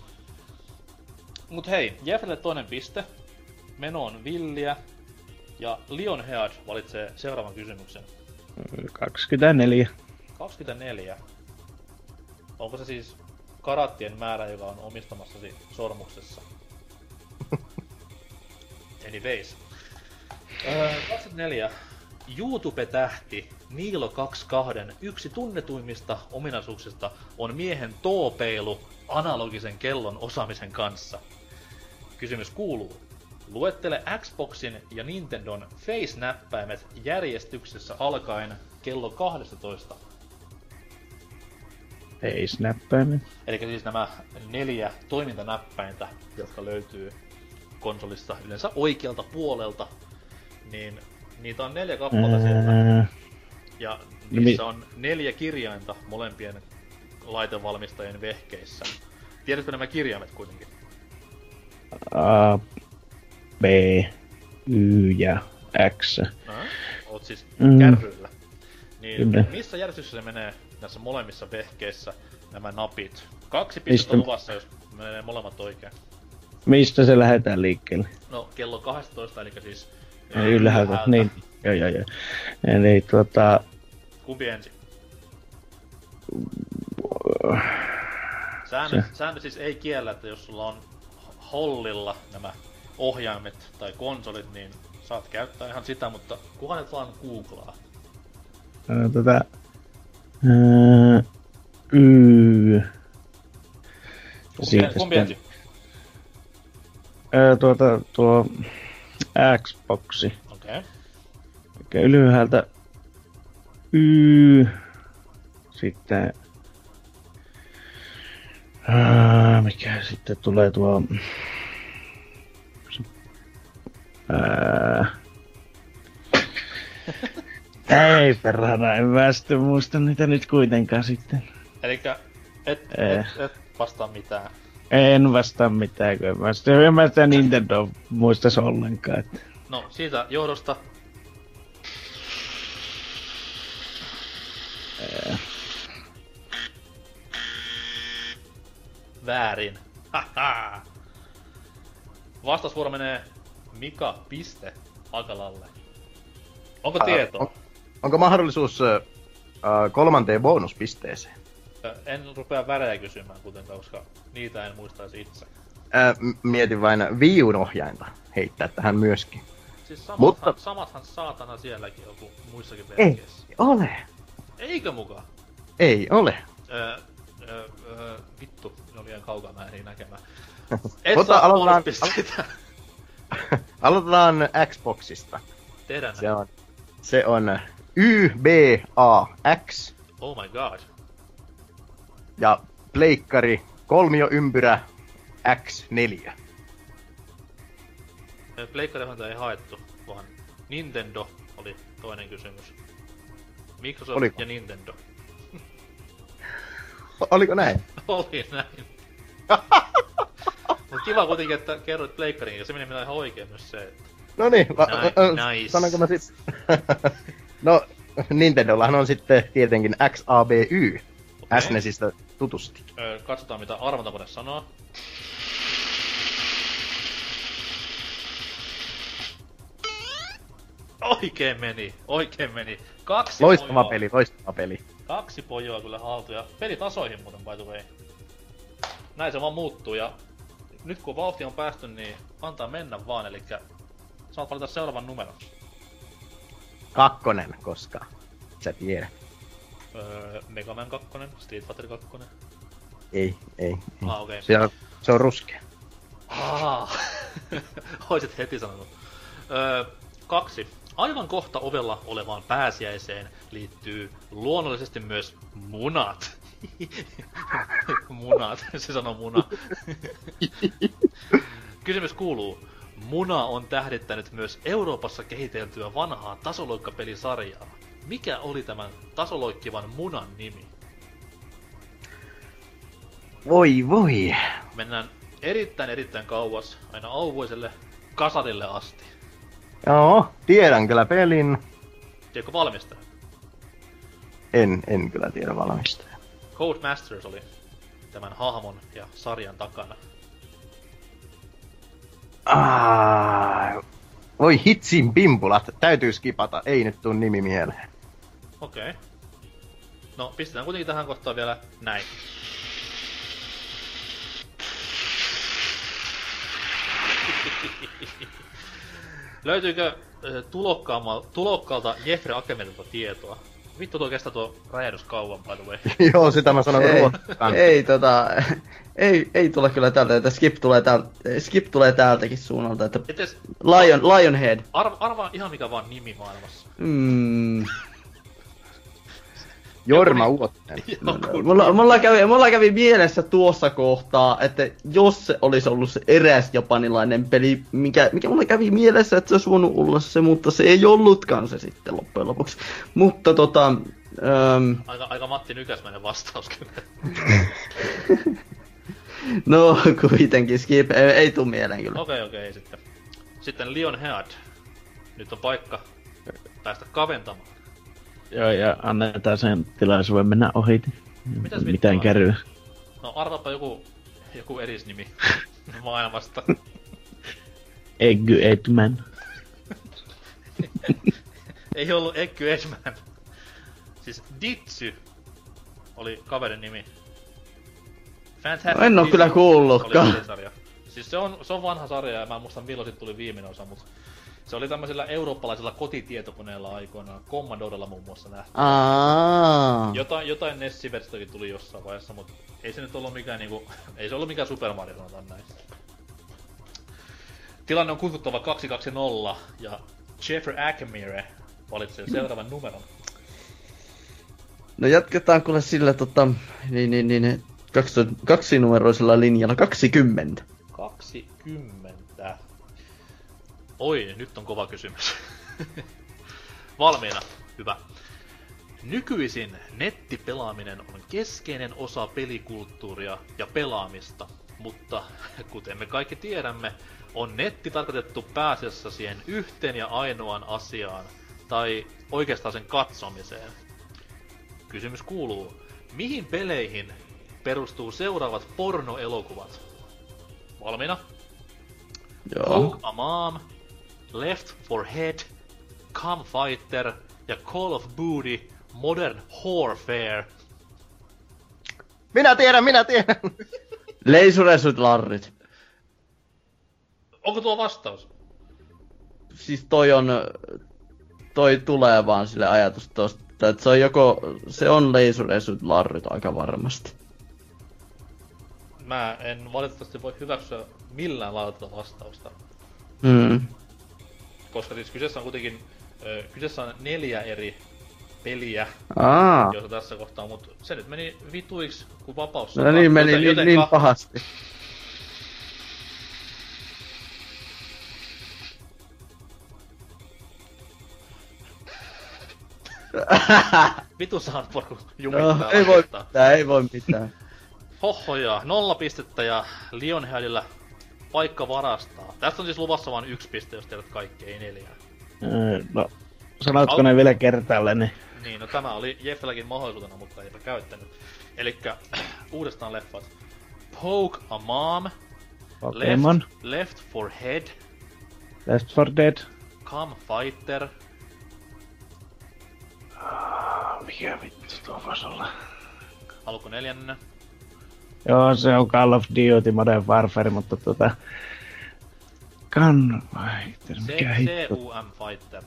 B: Mut hei, Jeffrelle toinen piste. Meno on villiä. Ja Lionhead valitsee seuraavan kysymyksen.
E: kaksikymmentäneljä.
B: kaksikymmentäneljä. Onko se siis karattien määrä, joka on omistamassasi sormuksessa? Anyways. Öö, kaksikymmentäneljä. YouTube-tähti Niilo kaksikymmentäkaksi yksi tunnetuimmista ominaisuuksista on miehen toopeilu analogisen kellon osaamisen kanssa. Kysymys kuuluu. Luettele Xboxin ja Nintendon Face-näppäimet järjestyksessä alkaen kello kaksitoista.
E: Ei snappäimen.
B: Eli siis nämä neljä toimintanäppäintä, jotka löytyy konsolista yleensä oikealta puolelta, niin niitä on neljä kappaletta sieltä.
E: Ää,
B: Ja
E: mi-
B: niissä on neljä kirjainta molempien laitevalmistajien vehkeissä. Tiedätkö nämä kirjaimet kuitenkin?
E: A, B, Y ja X.
B: No, oot siis
E: Mm.
B: kärryillä. Niin
E: Kyllä.
B: missä järjestyksessä menee näissä molemmissa vehkeissä nämä napit? Kaksi pistettä
E: Mistä-
B: luvassa, jos menee molemmat oikein.
E: Mistä se lähdetään liikkeelle?
B: No, kello kaksitoista, eli siis
E: Ei ylhäältä, niin. Joo, joo, joo. Eli tuota...
B: Kumpi ensin? Säännöt, säännöt siis ei kiellä, että jos sulla on hollilla nämä ohjaimet tai konsolit, niin saat käyttää ihan sitä, mutta kuka nyt vaan googlaa?
E: ää, Tuota... Ää, Y...
B: Kumpi,
E: Siitä
B: kumpi
E: sitten-
B: ensin?
E: Ää, tuota, tuo... Xboxi.
B: Okei.
E: Eli ylhäältä Y... Sitten... Ää, mikä sitten tulee tuo... Ää, Ei perhana, en mä sitten muista niitä nyt kuitenkaan sitten.
B: Elikkä et,
E: Ei.
B: et, et vastaa mitään.
E: En vastaa mitään, kun en mä sitä, en mä sitä Nintendo muistais ollenkaan. Että.
B: No, siitä johdosta...
E: Ee.
B: Väärin. Haha. Vastausvuoro menee Mika piste Akalalle. Onko tietoa?
D: On, onko mahdollisuus äh, kolmanteen bonuspisteeseen?
B: Ö, En rupea värejä kysymään kuitenkaan, koska niitä en muistaisi itse.
D: Äh, m- mietin vain Wii U:n ohjainta heittää tähän myöskin.
B: Siis samathan,
D: Mutta-
B: samathan saatana sielläkin on kuin muissakin
D: Ei
B: verkeissä.
D: ole.
B: Eikö mukaan?
D: Ei ole.
B: Öö, öö, öö, vittu, ne oli ihan kaukaa, mä ehdin näkemään. Et
D: Mutta
B: saa
D: aloitetaan-
B: bonuspisteitä.
D: Aloitetaan Xboxista.
B: Tehdään
D: Se
B: näin.
D: on, se on Y B A X
B: Oh my god.
D: ja pleikkari kolmioympyrä X neljä.
B: Pleikkarihan ei haettu, vaan Nintendo oli toinen kysymys. Microsoft
D: Oliko?
B: ja Nintendo.
D: Oliko näin?
B: Oli näin. Mut kiva kuitenkin, että kerroit pleikkarin, ja se meni minä ihan oikein myös se, että...
D: No niin, va-
B: Nice,
D: ä-
B: nice.
D: sanonko mä sit? No, Nintendollahan on sitten tietenkin X A B Y.
B: Okei.
D: S N E Sistä tutusti.
B: Öö, katsotaan mitä arvontakone sanoo. Oikein meni, oikein meni. Kaksi
D: Loistava
B: pojoa.
D: peli, loistava peli.
B: Kaksi pojoa kyllä haltu ja peli tasoihin muuten by the way. Näin se vaan muuttuu ja nyt kun vauhti on päästy, niin antaa mennä vaan, elikkä saat valita seuraavan numeron.
D: Kakkonen, koska sä tiedät.
B: Öö, Mega Man kaksi, Street Fighter kaksi.
D: Ei, ei.
B: Ah, okei.
D: Se on, se on ruskea.
B: Ah, oisit heti sanonut. Öö, kaksi. Aivan kohta ovella olevaan pääsiäiseen liittyy luonnollisesti myös munat. Munat, se sanoo muna. Kysymys kuuluu. Muna on tähdittänyt myös Euroopassa kehiteltyä vanhaa tasoloikkapelisarjaa. Mikä oli tämän tasoloikkivan munan nimi?
D: Voi voi.
B: Mennään erittäin erittäin kauas, aina auvoiselle kasarille asti.
D: Joo, tiedän kyllä pelin.
B: Tiedätkö valmistaja?
D: En, en kyllä tiedä valmistajaa.
B: Codemasters oli tämän hahmon ja sarjan takana.
D: Ah, voi hitsin pimpulat, täytyy skipata, ei nyt tuu nimi mieleen.
B: Okei. Okay. No, pistetään kuitenkin tähän kohtaan vielä näin. Löytyykö äh, tulokkaalta, tulokkaalta Jeffrey Akemelilta tietoa? Vittu tuo kestää tuo räjähdys kauan, by the way.
D: Joo, sitä mä sanon
C: Ei,
D: ruotsaan.
C: ei tota, ei, ei tule kyllä täältä, että skip tulee täältä, skip tulee täältäkin suunnalta, että
B: Etes
C: Lion, Lionhead.
B: arva, arvaa ihan mikä vaan nimi maailmassa.
C: Mm.
D: Jorma Uotten.
B: Joku
C: Mulla, mulla, kävi, mulla kävi mielessä tuossa kohtaa, että jos se olisi ollut se eräs japanilainen peli, mikä, mikä mulla kävi mielessä, että se olisi voinut olla se, mutta se ei ollutkaan se sitten loppujen lopuksi. Mutta tota... Öm,
B: Aika, aika Matti Nykäsmäinen vastaus kyllä.
C: no kuitenkin skip, ei, ei tuu mieleen kyllä.
B: Okei, okei, ei sitten. Sitten Lionhead. Nyt on paikka päästä kaventamaan.
E: Joo, ja annetaan sen tilaisuuden mennä ohi.
B: Mitäs
E: Mitään
B: vittua?
E: kärryä.
B: No arvapa joku, joku erisnimi maailmasta.
E: Eggy Edman.
B: Ei ollut Eggy Edman. Siis Ditsy oli kaverin nimi. Fantastic
C: No en oo
B: Ditsy
C: kyllä kuullutkaan.
B: oli pelisarja. Siis se on, se on vanha sarja ja mä en muista milloin sit tuli viimeinen osa, mut se oli tämmöisellä eurooppalaisella kotitietokoneella aikoinaan, Commodorella muun muassa nähty.
C: Aa.
B: Jotain, jotain Nessi-versiotakin tuli jossain vaiheessa, mut ei se nyt ollut mikään niinku, ei se ollut mikään Super Mario, sanotaan näin. Tilanne on kutsuttava kaksi kaksi nolla ja Jeffrey Ackmere valitsee seuraavan numeron.
C: No jatketaan kuule sillä tota, niin niin niin, kaksi, kaksinumeroisella linjalla, kaksikymmentä.
B: kaksikymmentä. Oi, nyt on kova kysymys. Valmiina. Hyvä. Nykyisin nettipelaaminen on keskeinen osa pelikulttuuria ja pelaamista, mutta kuten me kaikki tiedämme, on netti tarkoitettu pääasiassa siihen yhteen ja ainoaan asiaan, tai oikeastaan sen katsomiseen. Kysymys kuuluu, mihin peleihin perustuu seuraavat pornoelokuvat? Valmiina?
C: Joo.
B: Poke a Mom, Left four Dead, Come Fighter ja Call of Duty Modern Warfare.
D: Minä tiedän, minä tiedän!
C: Leisuresut larrit.
B: Onko tuo vastaus?
C: Siis toi on, toi tulee vaan sille ajatus tosta, että se on joko, se on leisuresut larrit aika varmasti.
B: Mä en valitettavasti voi hyväksyä millään lailla tätä vastausta.
C: Mm.
B: Koska siis kyseessä on kuitenkin, ö, kyseessä on neljä eri peliä,
C: Aa.
B: joita tässä kohtaa, mut se nyt meni vituiksi, kun vapaus
C: No niin, meni niin, niin pahasti.
B: Vitu Sandborg jumittaa.
C: No, ei voi mitään, ei voi mitään.
B: Hohoja, nolla pistettä ja Lionheadillä paikka varastaa. Tästä on siis luvassa vain yksi piste, jos tiedät kaikki, ei neljää.
E: Öö, no, sanotko ne vielä kertaalle, niin...
B: Niin, no tämä oli Jeffeläkin mahdollisuutena, mutta eipä käyttänyt. Elikkä uudestaan leffat. Poke a Mom,
E: Pokemon,
B: Left, Left four Dead,
E: Left four Dead.
B: Come Fighter.
E: Mikä vittu tuo voisi olla?
B: Haluatko neljännen?
E: Joo, se on Call of Duty Modern Warfare, mutta tota... Gun Fighter, mikä
B: C
E: hitto?
B: U M Fighter.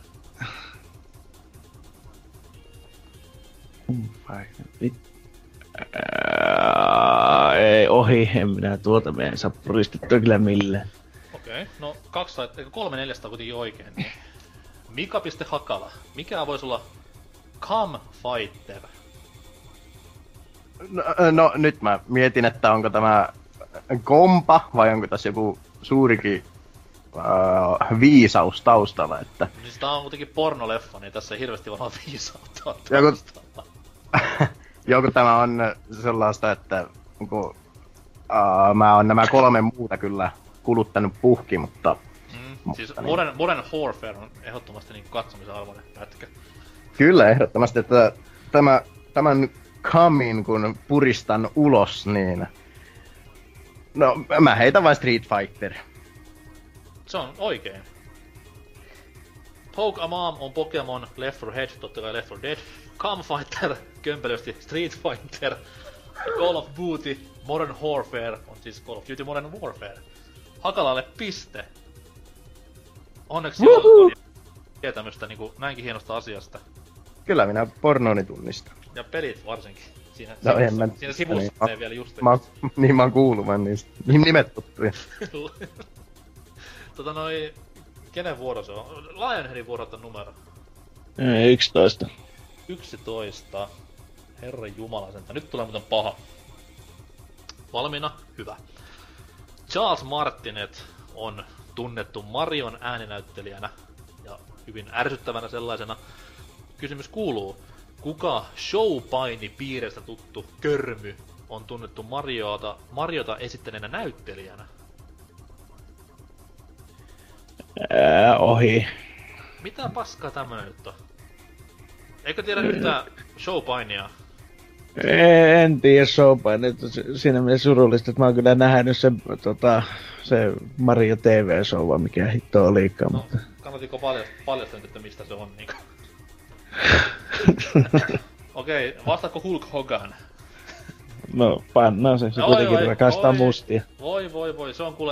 E: Gun Fighter, vittu. Ää, ei ohi, en minä tuota, me ei saa puristettua kyllä millään.
B: Okei, okay. No kaksi tai eikö kolme neljästä on kuitenkin oikein. Niin. Mika.Hakala. Mikä voisi olla Come Fighter?
D: No, no nyt mä mietin, että onko tämä kompa vai onko tässä joku suurikin uh, viisaus taustalla, että...
B: Siis tää on kuitenkin pornoleffa, niin tässä ei hirveästi varmaan viisautta ole
D: Joku,
B: taustalla.
D: joku tämä on sellaista, että kun, uh, mä oon nämä kolme muuta kyllä kuluttanut puhki, mutta...
B: Mm,
D: mutta
B: siis
D: niin.
B: Modern, Modern Warfare on ehdottomasti niin katsomisen arvoinen pätkä.
D: Kyllä, ehdottomasti, että tämä, tämän kamin kun puristan ulos, niin... No, mä heitän vain Street Fighter.
B: Se on oikein. Poke a Mom on Pokemon, Left four Dead, totta kai Left four Dead, Come Fighter, kömpelösti Street Fighter, Call of Duty, Modern Warfare on siis Call of Duty Modern Warfare. Hakalalle piste. Onneksi on tietämystä niinku näinkin hienosta asiasta.
D: Kyllä minä pornoni tunnistan.
B: Ja pelit varsinkin. Siinä
D: No,
B: sivussa,
D: en mä-
B: siinä sivussa
D: niin,
B: menee vielä just.
D: Mä, niin mä oon kuullut vaan niistä. Niin nimet tuttuja.
B: tota noi... Kenen vuoro se on? Lionheadin vuoro on numero.
E: Ei, yksitoista.
B: yksitoista. Herran jumala sentään. Nyt tulee muuten paha. Valmiina? Hyvä. Charles Martinet on tunnettu Marion ääninäyttelijänä ja hyvin ärsyttävänä sellaisena. Kysymys kuuluu, kuka showpaini-piirestä tuttu Körmy on tunnettu Mariota, Mariota esittäneenä näyttelijänä?
E: Ää, ohi.
B: Mitä paskaa tämmönen nyt on? Eikö tiedä yhtään showpainia?
E: En tiedä showpain, että siinä mielessä surullista, että mä oon kyllä nähnyt sen, tota, se Mario T V-show, vai mikä hitto olikaan,
B: No,
E: mutta...
B: kannatiko paljastaa, paljastaa nyt, että mistä se on niinku? Okei, okay, vastaatko Hulk Hogan?
E: No, pannaan se, se
B: Oi,
E: kuitenkin
B: oi,
E: rakastaa
B: oi.
E: mustia.
B: Voi voi voi, se on kuule...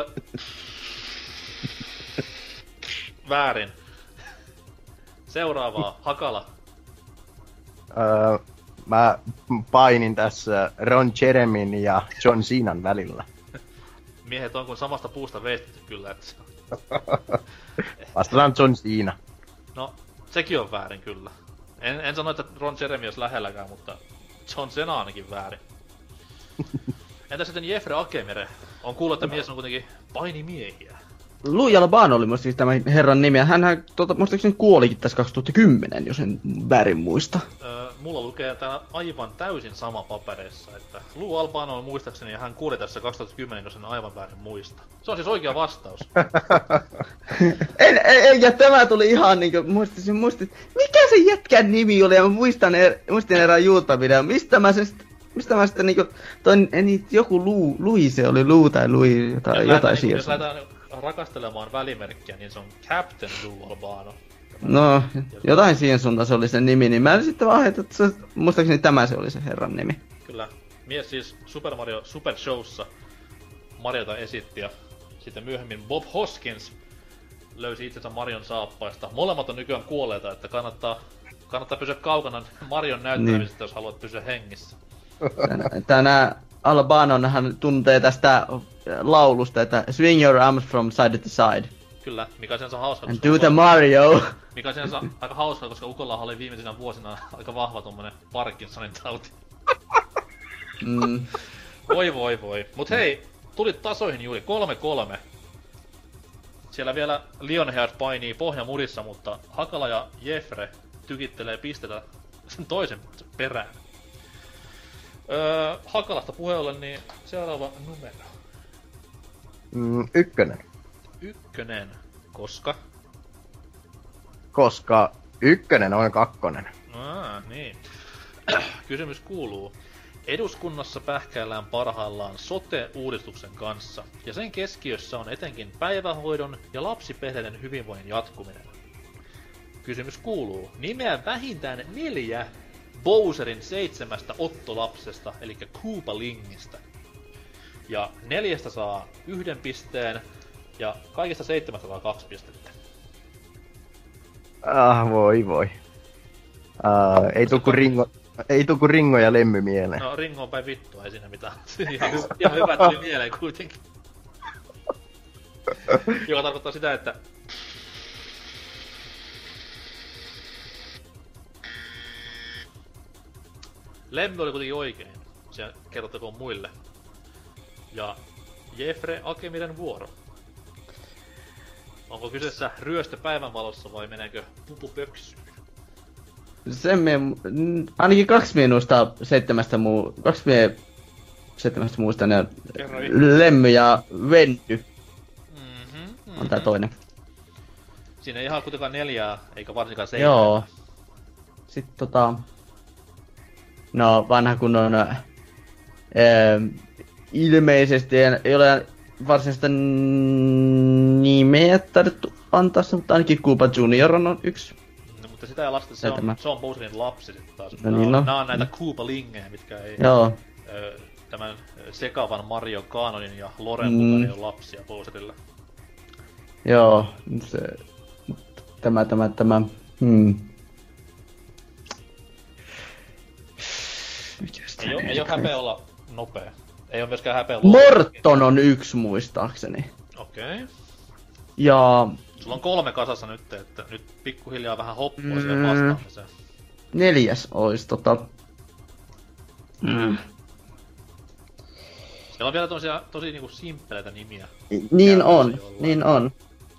B: Väärin. Seuraavaa, Hakala.
D: Öö, mä painin tässä Ron Jeremyn ja John Cenan välillä.
B: Miehet on kuin samasta puusta veistetty kyllä, että se on...
D: Vastataan John Cena.
B: No, sekin on väärin kyllä. En, en sano, että Ron Jeremy olisi lähelläkään, mutta John Cena on ainakin väärin. Entä sitten Jeffrey Akemere? On kuullut, että mies on kuitenkin painimiehiä.
C: Louis Albano oli musta siis tämä herran nimi, ja hänhän tota, muistaakseni kuolikin tässä kaksituhattakymmenen, jos en väärin muista.
B: Öö, mulla lukee täällä aivan täysin sama papereissa, että Lou Albano on muistaakseni ja hän kuoli tässä kaksituhattakymmenen, jos en aivan väärin muista. Se on siis oikea vastaus.
C: en, en, ja tämä tuli ihan niinku, muistasin, muistin, mikä se jätkän nimi oli, ja mä muistan, er, muistin erään YouTube-videon, mistä mä sen Mistä mä sitten niinku, toin, ei, joku Lou, Louis se oli, Lou tai Louis, jotain, jotain
B: niin, jos lähdetään rakastelemaan välimerkkiä, niin se on Captain Lou Albano.
C: No, jotain siihen suuntaan se oli sen nimi, niin mä sitten vaan heitin, että se, muistaakseni tämä se oli se herran nimi.
B: Kyllä. Mies siis Super Mario Super Showssa Mariota esitti ja sitten myöhemmin Bob Hoskins löysi itsensä Marion saappaista. Molemmat on nykyään kuolleita, että kannattaa, kannattaa pysyä kaukana Marion näyttelemisestä, niin. Jos haluat pysyä hengissä.
C: Tänä Albanonhan tuntee tästä laulusta, että swing your arms from side to side.
B: Kyllä, mikä sen saa hauska.
C: And do the Mario!
B: Mikä sen saa aika hauska, koska Ukolla oli viimeisinä vuosina aika vahva tommonen Parkinsonin tauti.
C: Mm.
B: Voi voi voi. Mut hei, tulit tasoihin juuri kolme kolme. Siellä vielä Lionheart painii pohjamurissa, mutta Hakala ja Jeffre tykittelee pistetä sen toisen perään. Öö, Hakalasta puheen ollen, niin seuraava numero.
D: Mm, ykkönen.
B: Ykkönen. Koska?
D: Koska ykkönen on kakkonen.
B: Aa, niin. Kysymys kuuluu. Eduskunnassa pähkäillään parhaillaan sote-uudistuksen kanssa, ja sen keskiössä on etenkin päivähoidon ja lapsiperheiden hyvinvoinnin jatkuminen. Kysymys kuuluu. Nimeä vähintään neljä Bowserin seitsemästä ottolapsesta, eli Koopalingista. Ja neljästä saa yhden pisteen, ja kaikista seitsemästä saa kaksi pistettä.
D: Ah, voi voi. Ah, ei tuu ku Ringo, ei tuu ku Ringo ja Lemmy mieleen.
B: No, Ringo on päin vittua, ei siinä mitään. ihan, hy- ihan hyvä tuli mieleen kuitenkin. Joka tarkoittaa sitä, että Lemmy oli kuitenkin oikein. Se kerrottakoon muille. Ja Jeffre Akemiren vuoro. Onko kyseessä ryöstö päivänvalossa vai meneekö pupu pöksyyn?
C: Sen me, ainakin kaksi minusta seitsemästä muu, kaksi mie seitsemästä muusta ne Lemmy ja Vendy.
B: Mm-hmm, mm-hmm.
C: On tää toinen.
B: Siinä ei ihan kuitenkaan neljää, eikä varsinkaan seitsemää.
C: Joo. Sitten tota... No, vanha kunnon... Ää, ilmeisesti ei ole varsinaista nimeä tarvittu antaa, mutta ainakin Koopa Junior on yksi.
B: No, mutta sitä ei lasketa, se on, se on Bowserin lapsi sit taas.
C: No niin, no.
B: Nää on näitä Koopalingejä, mitkä ei...
C: Joo.
B: Ö, tämän sekavan Mario Kanonin ja Loren mm. mukaan ei oo lapsia Bowserilla.
C: Joo, se... Tämä, tämä, tämä... Hmm.
B: Ei oo, ei oo häpeä olla nopea. Ei oo myöskään häpeä
C: Morton on yksi muistaakseni.
B: Okei. Okay.
C: Ja...
B: Sulla on kolme kasassa nyt, että nyt pikkuhiljaa vähän hoppua mm. siihen vastaamiseen.
C: Neljäs ois tota... Mm.
B: Siellä on vielä tommosia tosi niinku simppeleitä nimiä.
C: Niin on, niin on.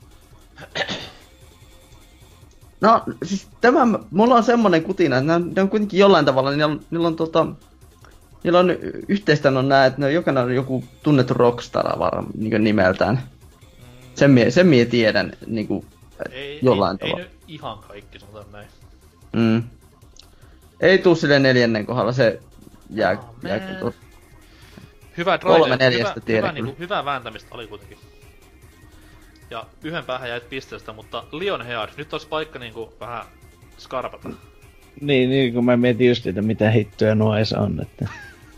C: No, siis tämä, mulla on semmonen kutina, että ne on kuitenkin jollain tavalla, niillä on, niillä on tota... Niillä on yhteistä on nää, että ne on jokainen on joku tunnettu rockstar varmaan niinku nimeltään. Mm. Sen mie, sen mie tiedän niinku
B: ei,
C: jollain
B: ei,
C: tavalla.
B: Ei nyt ihan kaikki, sanotaan näin.
C: Mm. Ei tuu silleen neljännen kohdalla, se jää...
B: Oh,
C: jää tuo...
B: Hyvä drive,
C: Kolme neljästä
B: hyvä,
C: tiedän
B: hyvä, niinku, hyvää vääntämistä oli kuitenkin. Ja yhden päähän jäit pisteestä, mutta Lionheart, nyt olisi paikka niinku vähän skarpata.
E: Niin, niin kun mä mietin just, että mitä hittoja nuo edes on, että...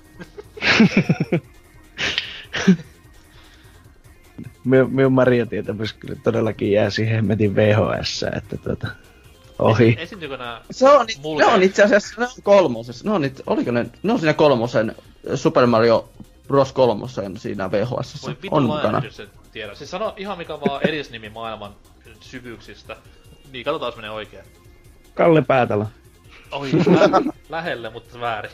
E: Minun Mario-tietämys kyllä todellakin jää siihen hemmetin V H S, että tota... Ohi.
B: Esiintyykö nää
C: Se on,
B: mulkeet?
C: ne on itse asiassa, ne on kolmosessa, ne on it, oliko ne, ne on siinä kolmosen Super Mario Bros. kolmosen siinä V H S.
B: Voi
C: on
B: vittu
C: mukana.
B: laajennus, et tiedä. Siis sano ihan mikä vaan edesnimi maailman syvyyksistä. Niin, katsotaan jos menee oikein.
E: Kalle Päätalo.
B: Oi, lä- lähelle, mutta väärin.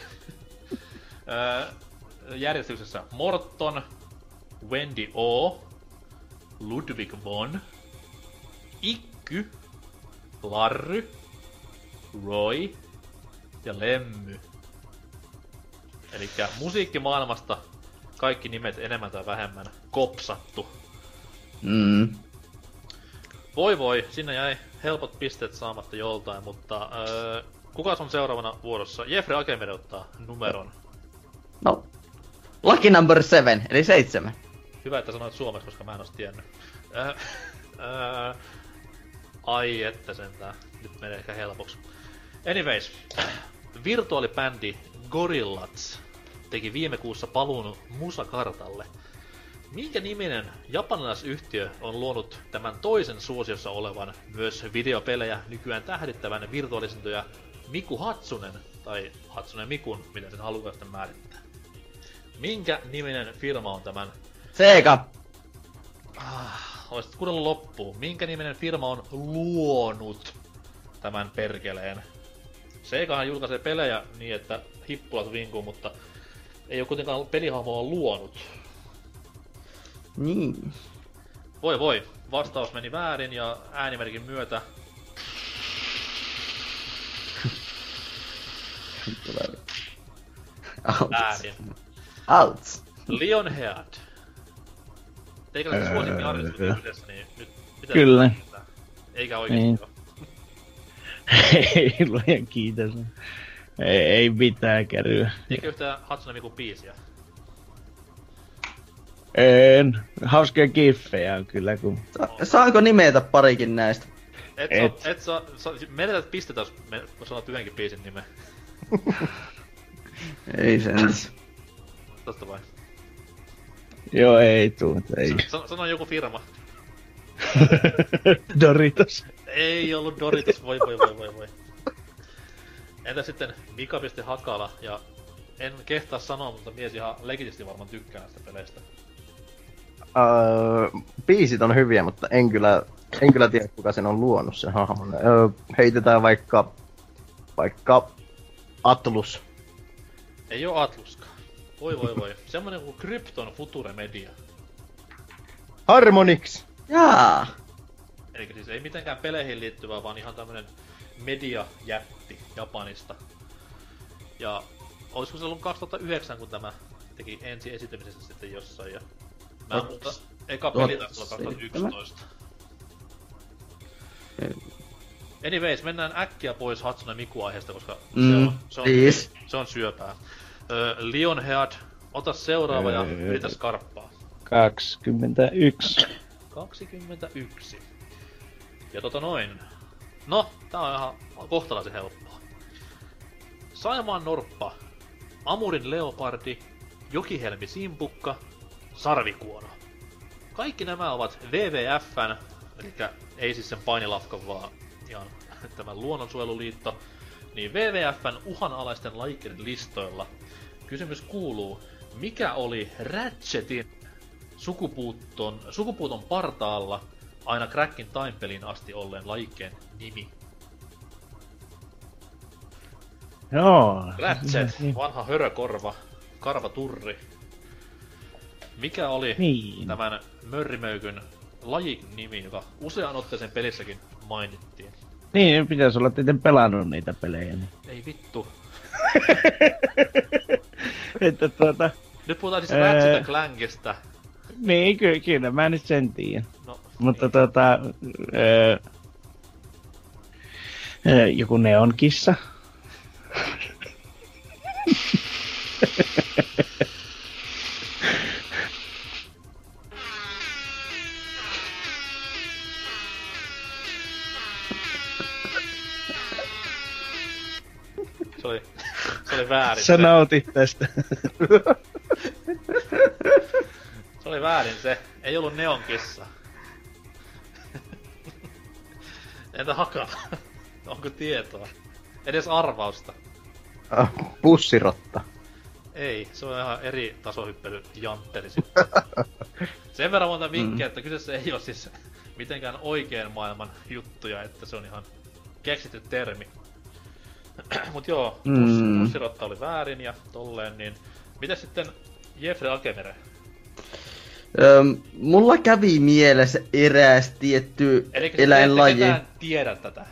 B: Öö, järjestyksessä Morton, Wendy O, Ludwig von, Ikky, Larry, Roy ja Lemmy. Elikkä musiikkimaailmasta kaikki nimet enemmän tai vähemmän kopsattu.
C: Mm.
B: Voi voi, sinne jäi helpot pisteet saamatta joltain, mutta öö, kukas on seuraavana vuorossa? Jeffrey Akemere ottaa numeron.
C: No, lucky number seven, eli seitsemän.
B: Hyvä, että sanoit suomeksi, koska mä en ois tiennyt. Öö, öö, ai että sentään. Nyt menee ehkä helpoksi. Anyways, virtuaalibändi Gorillaz teki viime kuussa paluun musakartalle. Minkä niminen japanilaisyhtiö on luonut tämän toisen suosiossa olevan, myös videopelejä nykyään tähdittävän virtuaalisentoja Miku Hatsunen, tai Hatsunen Mikun, miten sen haluaa sitten määrittää. Minkä niminen firma on tämän...
C: Sega!
B: Ah, olisit kuunnellut loppuun. Minkä niminen firma on luonut tämän perkeleen? Segahan julkaisee pelejä niin, että hippulat vinkuu, mutta ei oo kuitenkaan pelihahmoa luonut.
C: Niin.
B: Voi voi, vastaus meni väärin ja äänimerkin myötä väärin.
C: Outs.
B: Lionhead. Teikäläisen suosikki arvostus yhdessä, niin nyt pitää...
E: Kyllä.
B: Pitää. Eikä oikeesti
E: Niin.
B: oo.
E: Ei, luojan kiitos. Ei, ei mitään käryä.
B: Eikä yhtään Hatsune Miku biisiä.
E: En. Hauskoja giffejä on kyllä, kun...
C: Sa- saanko nimetä parikin näistä?
B: Et,
E: Et.
B: Saa, et saa, saa, menetät pistetä, jos me sanot yhdenkin biisin nimen.
C: Ei sens.
B: Tosta vai?
E: Joo, ei tuu, ei.
B: Sano, sano joku firma.
E: Doritos.
B: Ei ollut Doritos, voi voi voi voi voi. Entä sitten Mika.Hakala, ja en kehtaa sanoa, mutta mies ihan legitisti varmaan tykkää näistä peleistä.
D: Öö, biisit on hyviä, mutta en kyllä, en kyllä tiedä kuka sen on luonut sen hahmon. Öö, heitetään vaikka, vaikka Atlus.
B: Ei oo Atluskaan. Voi voi voi. Semmonen kuin Krypton Future Media.
D: Harmonix!
C: Jaa.
B: Eli siis ei mitenkään peleihin liittyvää, vaan ihan tämmönen mediajätti Japanista. Ja olisiko se ollut kaksituhattayhdeksän, kun tämä teki ensi esitymisessä sitten jossain, ja mä en muuta, eka peli taisi olla kaksituhattayksitoista. Anyways, mennään äkkiä pois Hatsune Miku-aiheesta, koska
C: Mm,
B: se, on, se, on,
C: please.
B: se on syöpää. Öö, Lionhead, ota seuraava ja yritä skarppaa.
E: kaksikymmentäyksi.
B: kaksikymmentäyksi. Ja tota noin. No, tää on ihan kohtalaisen helppoa. Saimaan norppa, Amurin leopardi, Jokihelmi simpukka, Sarvikuono. Kaikki nämä ovat W W F:n, eli ei siis sen painilafkan, vaan ihan tämän luonnonsuojeluliitto, niin W W F:n uhanalaisten lajikkeiden listoilla. Kysymys kuuluu, mikä oli Ratchetin sukupuuton, sukupuuton partaalla aina Crackin Time-peliin asti olleen lajikkeen nimi?
E: Joo.
B: Ratchet, vanha hörökorva, karvaturri. Mikä oli
E: Niin.
B: tämän mörrimöykyn lajin nimi, joka usean otteeseen pelissäkin mainittiin?
E: Niin, pitäis olla tietenkin pelannut niitä pelejä. Niin.
B: Ei vittu.
E: Että tuota...
B: Nyt puhutaan siis
E: Ää.
B: Ratchet and Clankista.
E: Niin, ky- kyllä mä nyt sen tiedän.
B: No,
E: Mutta tuota... Öö, öö, joku neonkissa.
B: se oli, se oli väärin.
E: Sä
B: se.
E: nautit tästä.
B: Se oli väärin se. Ei ollut neonkissa. Entä Hakala? Onko tietoa? Edes arvausta?
D: Äh, pussirotta.
B: Ei, se on ihan eri tasohyppely jantteri sitten. Sen verran monta vinkkiä, mm. että kyseessä ei ole siis mitenkään oikean maailman juttuja, että se on ihan keksitty termi. Mut joo,
C: Mm.
B: pussirotta oli väärin ja tolleen, niin... Mitäs sitten Jeffrey Akemere?
C: Öm, mulla kävi mielessä eräs tietty
B: Elikkä
C: eläinlaji.
B: Elikkä ketään tiedä tätä.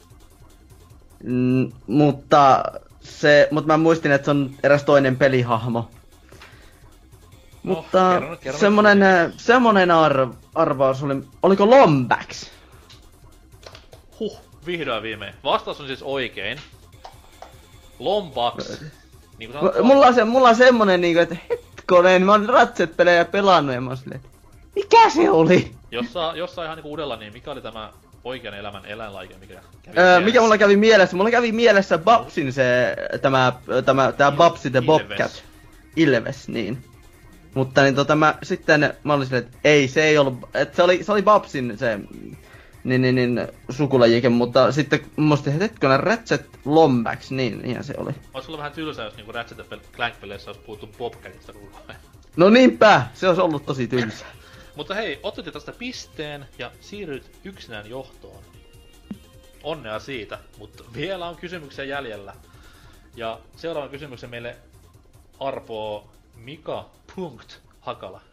C: Mm, mutta se, mutta mä muistin, että se on eräs toinen pelihahmo.
B: No,
C: Mutta
B: kerro nyt, kerro nyt
C: semmonen,
B: kuitenkin.
C: semmonen ar- arvaus oli, oliko Lombax?
B: Huh, vihdoin viimein. Vastaus on siis oikein. Lombax. Niin kuin
C: M-
B: sanottu,
C: mulla on, se, mulla on semmonen niinku, että hetkonen, mä oon Ratchet-pelejä pelannut ja mä oon silleen, mikä se oli?
B: Jossa, jossain ihan niinku udella, niin mikä oli tämä oikean elämän eläinlaji, mikä kävi
C: Öö,
B: mielessä?
C: mikä mulla kävi mielessä? Mulla kävi mielessä Babsin se, tämä, tämä, tämä Babsi the Bobcat.
B: Ilves.
C: Ilves, niin. Mutta niin tota mä sitten, mä olin silleen, että ei se ei ollut, että se oli, se oli Babsin se, niin, niin, niin sukulajike, mutta sitten musta että hetkonen Ratchet Lombax, niin ihan se oli.
B: Ois ollut vähän tylsää, jos niinku Ratchet and Clank-peleissä olisi puhuttu Bobcatista koko ajan.
C: No niinpä, se olisi ollut tosi tylsä.
B: Mutta hei, otit tästä pisteen ja siirryt yksinään johtoon. Onnea siitä, mutta vielä on kysymyksiä jäljellä. Ja seuraavan kysymyksen meille arpoo Mika Punkt Hakala.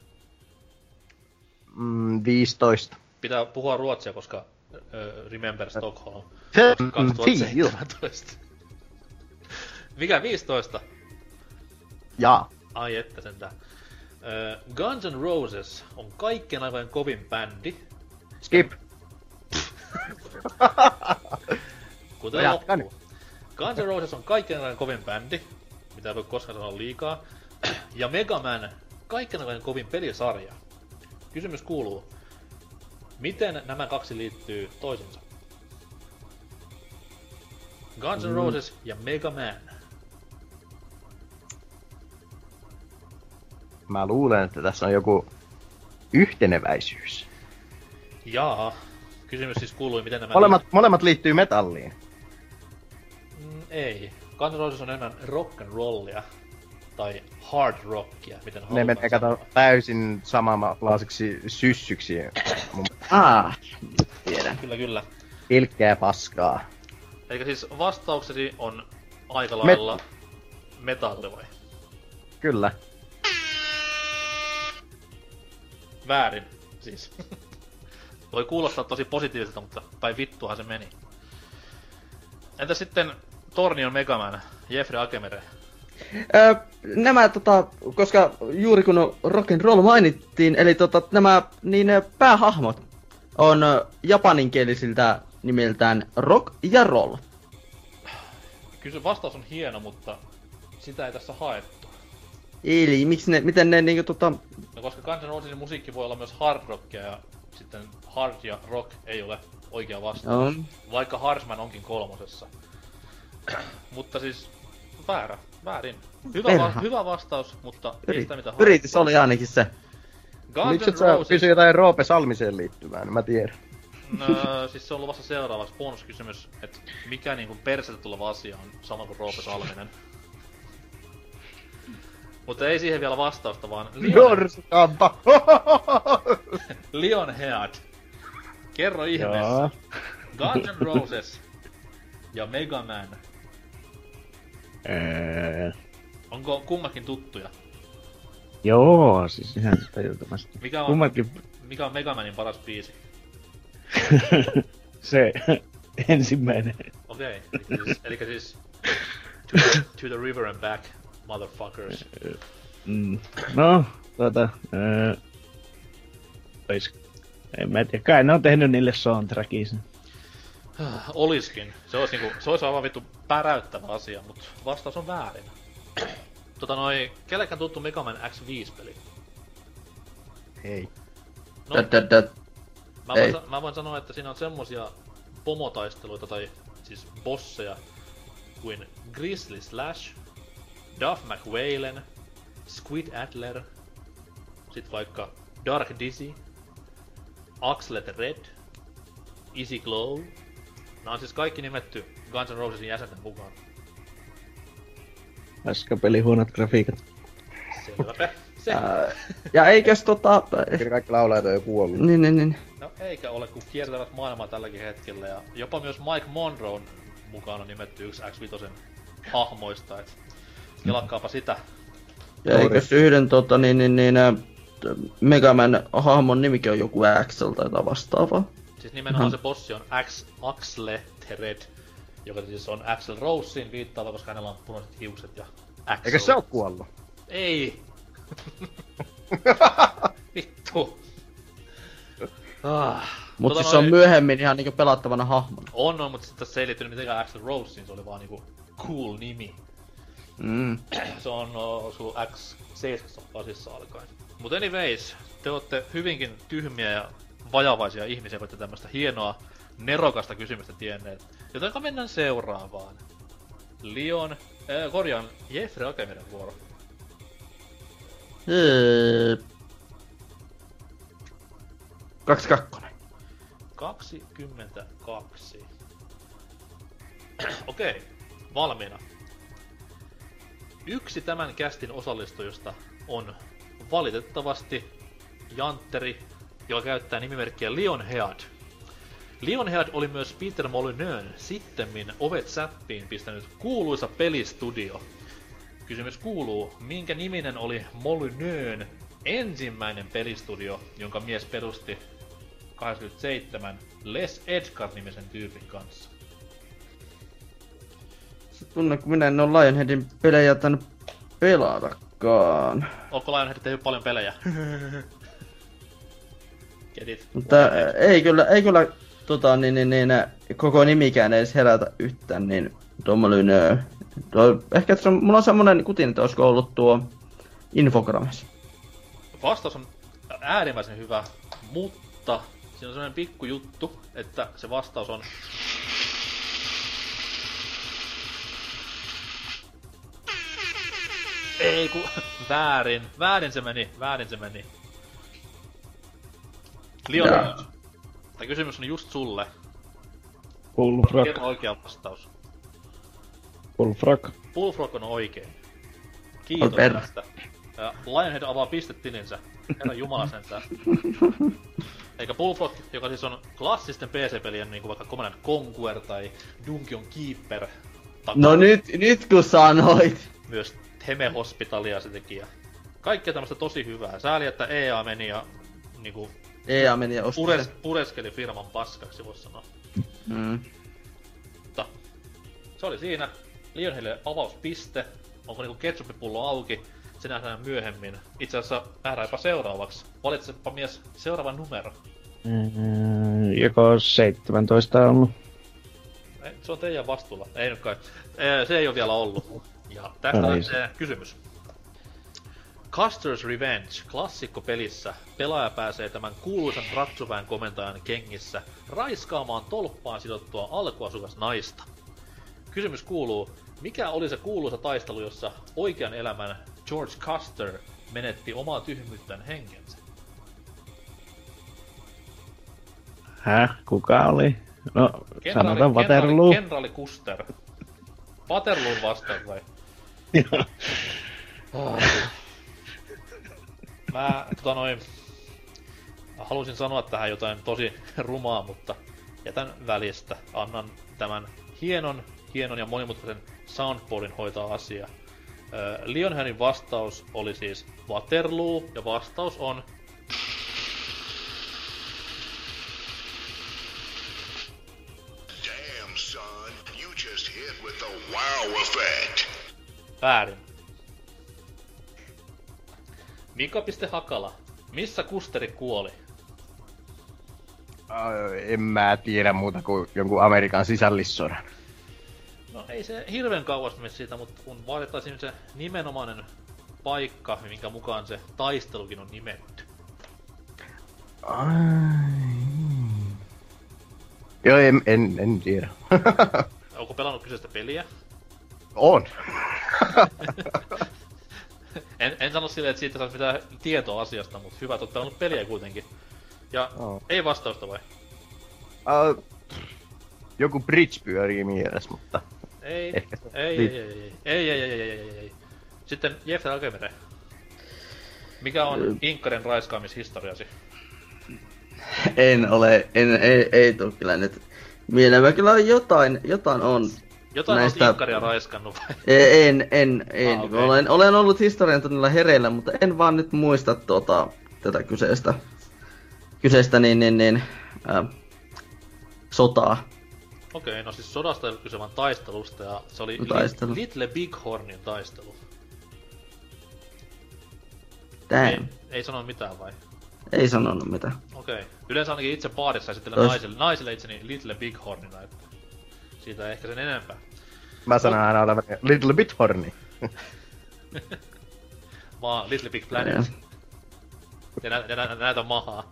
D: Mm, viisitoista.
B: Pitää puhua ruotsia, koska uh, Remember Stockholm
D: Mm,
B: kaksituhattaseitsemäntoista. Mikä viisitoista?
D: Ja.
B: Ai että sentään. Uh, Guns N' Roses on kaikkien aikojen kovin bändi.
D: Skip.
B: Kuten
D: No,
B: loppuu.
D: jatka nyt.
B: Guns N' Roses on kaikkien aikojen kovin bändi, mitä ei voi koskaan sanoa liikaa. Ja Mega Man, kaikkien aikojen kovin pelisarja. Kysymys kuuluu, miten nämä kaksi liittyy toisiinsa? Guns N' Roses ja Mega Man.
D: Mä luulen, että tässä on joku yhteneväisyys.
B: Jaa. Kysymys siis kuului, miten nämä...
D: Molemmat, molemmat liittyy metalliin.
B: Mm, ei. Guns N' Roses on enemmän rock'n'rollia. Tai hard rockia, miten
D: Ne
B: halutaan
D: menee kato
B: sanoa.
D: täysin samanlaisiksi syssyksi. Mun
C: Ah, tiedän.
B: Kyllä, kyllä.
D: pilkkää paskaa.
B: Eli siis vastauksesi on aika
D: Met-
B: lailla metalli vai?
D: Kyllä.
B: Väärin, siis. Voi kuulostaa tosi positiiviselta, mutta päin vittuahan se meni. Entä sitten Tornion Mega Man, Jeffrey Akemere?
C: Öö, nämä tota, koska juuri kun rock'n'roll mainittiin, eli tota, nämä niin ö, päähahmot on ö, japaninkielisiltä nimiltään rock ja roll.
B: Kysy, vastaus on hieno, mutta sitä ei tässä haettu.
C: Eli miksi ne, miten ne niinku tota,
B: No koska Guns N' Rosesin musiikki voi olla myös hard rockia ja sitten hard ja rock ei ole oikea vastaus.
C: on.
B: Vaikka Harsman onkin kolmosessa. Mutta siis väärä, väärin. Hyvä, va-
C: Perha.
B: hyvä vastaus, mutta ei
C: Yrit,
B: sitä mitä
C: yritys oli ainakin se.
B: Guns
D: Miksi
B: N'
D: et sä
B: Roses,
D: kysy jotain Roope Salmiseen liittyvään? Mä tiedän.
B: no, siis se on luvassa seuraavaksi bonuskysymys, että mikä niinku perseltä tuleva asia on sama kuin Roope Salminen. Mutta ei siihen vielä vastausta, vaan Leon,
D: Norsukampa!
B: Leonhead. Kerro ihmeessä.
E: Joo.
B: Guns N' Roses ja Mega Man.
E: Öö,
B: Onko kummakin tuttuja?
E: joo, siis ihan tajuttomasti.
B: Mikä on,
E: Kummatkin
B: mikä on Mega Manin paras biisi?
E: se ensimmäinen.
B: Okei, okay. eli siis, elikkä siis to, the, to the river and back, motherfuckers.
E: Mm. No, tuota, öö, ois, en mä tiedä, kai ne on tehnyt niille soundtrackin sen.
B: Oliskin. Se olisi niinku, se olisi aivan vittu päräyttävä asia, mutta vastaus on väärin. Tota noi, kellekään tuttu Mega Man X viisi-peli?
D: Ei.
B: No,
C: Dä, dä, dä.
B: mä,
C: ei.
B: voin, sa- mä voin sanoa, että siinä on semmosia pomotaisteluita tai siis bosseja kuin Grizzly Slash, Duff McWhalen, Squid Adler, sit vaikka Dark Dizzy, Axlet Red, Easy Glow. Nää on siis kaikki nimetty Guns N' Rosesin jäsenten mukaan.
E: Äskä peli huonot grafiikat.
B: Selväpä. Se.
C: Ää, ja eikös tota,
D: Kyllä kaikki laulajat on jo kuollut.
C: niin niin niin.
B: No eikä ole, kun kiertävät maailmaa tälläkin hetkellä. Ja jopa myös Mike Monroe mukaan on nimetty yksi X viisi hahmoista. Et kelakkaapa sitä.
C: Ja eikös yhden tota niin niin niin ä, Megaman hahmon nimikin on joku Axel tai jotain vastaavaa.
B: Siis nimenomaan se bossi on X, Axle Tered, joka siis on Axel Rosein viittaava, koska hänellä on punaiset hiukset ja Axel.
D: Eikö se oo kuollut?
B: Ei! Vittu. Ah.
C: Mut
B: Tota
C: siis se on
B: noin-
C: myöhemmin ihan niinku pelattavana hahmona.
B: On, on, mutta sit tässä ei liittynyt mitenkään Axel Roseen, se oli vaan niinku cool nimi.
C: Mm.
B: Se on no, su X seitsemän alkaen. Mut anyways, te ootte hyvinkin tyhmiä ja vajavaisia ihmisiä, voitte tämmöstä hienoa, nerokasta kysymystä tienneet. Jotenka mennään seuraavaan. Lion, äh, korjaan, Jeffrey Akemiren vuoro.
C: Öö... Kaksi kakkonen.
B: kaksikymmentäkaksi. Okei, valmiina. Yksi tämän kästin osallistujista on valitettavasti Jantteri, joka käyttää nimimerkkiä Lionhead. Lionhead oli myös Peter Molyneux sittemmin ovet säppiin pistänyt kuuluisa pelistudio. Kysymys kuuluu, minkä niminen oli Molyneux'n ensimmäinen pelistudio, jonka mies perusti kahdeksankymmentäseitsemän Les Edgar-nimisen tyypin kanssa.
C: Tunne, kun minä en oo Lionheadin pelejä tän pelatakaan.
B: Onko Lionhead tehnyt paljon pelejä? Kedit.
C: Mutta ää, ei kyllä, ei kyllä tota, niin, niin, niin, koko nimikään edes herätä yhtään, niin Domolynö. Ehkä se on, mulla on semmonen kutin, että olisiko ollut tuo Infogrames.
B: Vastaus on äärimmäisen hyvä, mutta siinä on semmonen pikku juttu, että se vastaus on... Ei ku... Väärin. Väärin se meni. Väärin se meni. Leon, tämä kysymys on just sulle.
E: Bullfrog.
B: Kerro oikea vastaus.
E: Bullfrog.
B: Bullfrog on oikein. Kiitos
C: Oi,
B: tästä. Ja Lionhead avaa pistetilinsä. Herra jumala sentään. Eikä Bullfrog, joka siis on klassisten P C-pelien niinku vaikka Command and Conquer tai Dungeon Keeper. takana.
C: No nyt, nyt kun sanoit.
B: Myös Theme Hospitalia se teki. Ja kaikkea tämmöstä tosi hyvää. Sääli, että E A meni ja niinku
C: E A meni ja osti
B: pures,
C: sen.
B: pureskeli firman paskaksi, vois sanoa.
C: Mm.
B: Mutta se oli siinä. Lionheadille avauspiste. Onko niinku ketsuppipullo auki? Se nähdään myöhemmin. Itse asiassa nähdäänpä seuraavaksi. Valitsepa mies seuraava numero.
E: Mm, joko seitsemäntoista on ollut.
B: Ei, se on teidän vastuulla. Ei nyt kai. Ee, se ei ole vielä ollut. Ja tästä
E: No,
B: lähtee kysymys. Custer's Revenge, klassikko pelissä. Pelaaja pääsee tämän kuuluisan ratsuväen komentajan kengissä raiskaamaan tolppaan sidottua alkuasukas naista. Kysymys kuuluu, mikä oli se kuuluisa taistelu, jossa oikean elämän George Custer menetti omaa tyhmyyttään henkensä?
E: Häh? Kuka oli? No, sanotaan
B: kenraali,
E: Waterloo.
B: kenraali Custer. Waterloon vastaus vai?
E: Joo.
B: Oh. Mä tota noin... Halusin sanoa tähän jotain tosi rumaa, mutta jätän välistä. Annan tämän hienon, hienon ja monimutkaisen soundboardin hoitaa asia. Öö, Lionheadin vastaus oli siis Waterloo, ja vastaus on...
F: Damn, son, you just hit with the wow effect.
B: Väärin. Mika.Hakala. Missä Kusteri kuoli?
D: Äh, en mä tiedä muuta kuin jonkun Amerikan sisällissodan.
B: No ei se hirveän kauas mene siitä, mutta kun vaadittaisiin se nimenomainen paikka, minkä mukaan se taistelukin on nimetty.
D: Ai. Joo, en, en, en tiedä.
B: Onko pelannut kyseistä peliä?
D: On.
B: en, en sano silleen, että siitä saisi mitään tietoa asiasta, mutta hyvä, että oot pelannut peliä kuitenkin. Ja
D: Oh.
B: ei vastausta vai?
D: Uh, joku bridge pyörii mielessä, mutta...
B: Ei,
D: Ehkä se-
B: ei, ei, ei, ei, ei, ei, ei, ei, ei, ei, ei. Sitten Jeffrey Akemere. Mikä on Inkkaren raiskaamishistoriasi?
C: En ole, en, ei, ei tuu kyllä nyt mieleen. Kyllä jotain, jotain on.
B: Jotain
C: Näistä-
B: on Inkkaria raiskannut vai?
C: En, en, en.
B: Ah,
C: Ah,
B: okei.
C: olen, olen ollut historian tunnilla hereillä, mutta en vaan nyt muista tota, tätä kyseistä, kyseistä niin, niin, niin, ää, sotaa.
B: Okei, no siis sodasta ei ollut kyse vaan taistelusta, ja se oli
C: Taistelu.
B: Little Bighornin taistelu.
C: Damn.
B: Ei, ei sano mitään vai?
C: Ei sanonut mitään.
B: Okei. Yleensä ainakin itse baarissa esittelen
C: Ois-
B: naisille, naisille itseni Little Bighornina, että siitä ei ehkä sen enempää.
D: Mä sanon aina olevan little bit horny.
B: Mä oon Little Big Planet. Ja nä- nä- nä- näitä mahaa.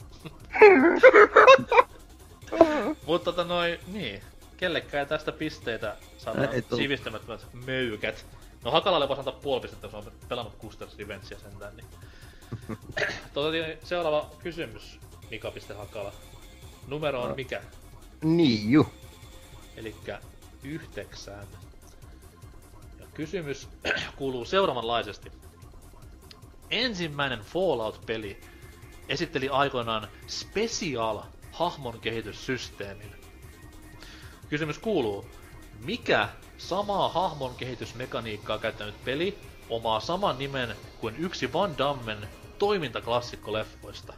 B: Mutta tota noin, niin. Kellekään ei tästä pisteitä saadaan
C: Ei tuu.
B: sivistämättömät möykät. No Hakalalle voisi antaa puoli pistettä, jos on pelannut Custer's Revengea sentään, niin. tota, niin, seuraava kysymys, Mika piste Hakala. Numero on mikä?
D: Niin ju.
B: Elikkä yhdeksän. Ja kysymys kuuluu seuraavanlaisesti. Ensimmäinen Fallout-peli esitteli aikoinaan Special-hahmon kehityssysteemin. Kysymys kuuluu, mikä samaa hahmon kehitysmekaniikkaa käyttänyt peli omaa saman nimen kuin yksi Van Dammen toimintaklassikko-leffoista?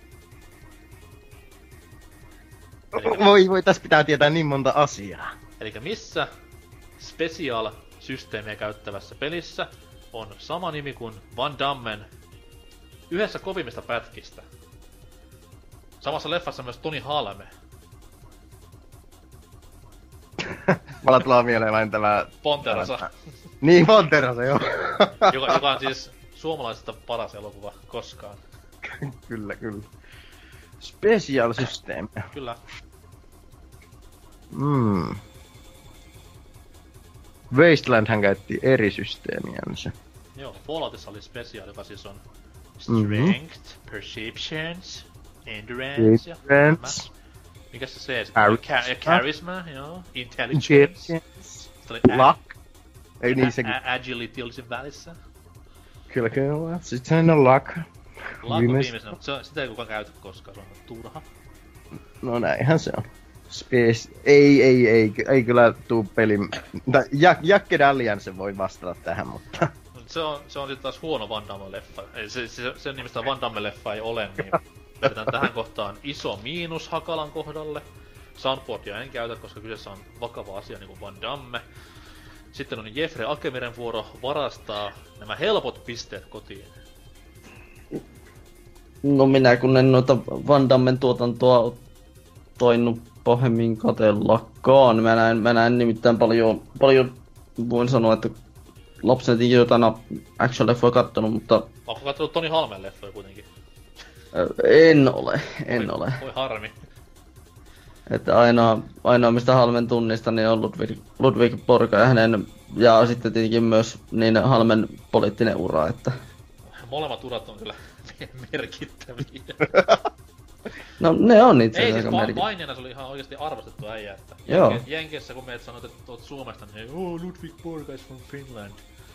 B: Elikkä,
D: Voi voi, tässä pitää tietää niin monta asiaa.
B: elikkä missä Special-systeemiä käyttävässä pelissä on sama nimi kuin Van Dammen yhdessä kovimmista pätkistä. Samassa leffassa myös Tony Halme.
D: Mulla tulee mieleen vain tämä...
B: Ponterasa,
D: Niin, Ponterasa, joo.
B: joka, joka on siis suomalaisesta paras elokuva koskaan.
D: Kyllä, kyllä. Special System.
B: Kyllä.
D: Mm. Wastelandhän käytti eri systeemiänsä.
B: Joo, Falloutissa oli special, joka siis on
D: Mhm.
B: Strength, Perceptions, Endurance ja...
D: Endurance.
B: Mikäs se se?
D: Charisma.
B: Ca- ja Charisma, joo. Intelligence.
D: Intelligence.
B: Sitten oli a-
D: Luck. Ei niin sekin.
B: a- Agility oli sen välissä.
D: Kyllä, kyllä. Sitten on Luck.
B: Luck on
D: Viimeis-
B: viimeisenä, mutta se, sitä ei kukaan käytä koskaan, se on turha.
D: No näinhän se on. Space... Ei, ei, ei, ei kyllä tuu pelin... Tai Jak- Jakke Dalliansen voi vastata tähän, mutta...
B: Mut Se on, se on sitten taas huono Van Damme-leffa. Ei, se, se, sen nimistä Van Damme-leffa ei ole, niin vedetään tähän kohtaan iso miinus Hakalan kohdalle. Soundboardia en käytä, koska kyseessä on vakava asia niin kuin Van Damme. Sitten on Jeffrey Akemiren vuoro varastaa nämä helpot pisteet kotiin.
C: No minä kun en noita Van Dammen tuotantoa oo toinut pahemmin katellakaan. Mä näen, mä näen nimittäin paljon, paljon voin sanoa, että lapsena jotain action-leffoja kattonut, mutta
B: Onko katsellut Toni Halmen leffoja kuitenkin?
C: ö, en ole, en
B: voi,
C: ole.
B: Voi harmi.
C: Että ainoa, ainoa mistä Halmen tunnistan niin on Ludwig, Ludwig Porka ja hänen, ja sitten tietenkin myös niin Halmen poliittinen ura, että
B: Molemmat urat on kyllä merkittäviä.
C: no ne on itse
B: Ei
C: asiassa
B: siis
C: aika
B: pa-
C: merkittäviä.
B: paineena se oli ihan oikeesti arvostettu äijä, että
C: Joo.
B: Jenke- Jenkeissä kun meet sanot, että oot Suomesta, niin oh Ludwig Porka is from Finland.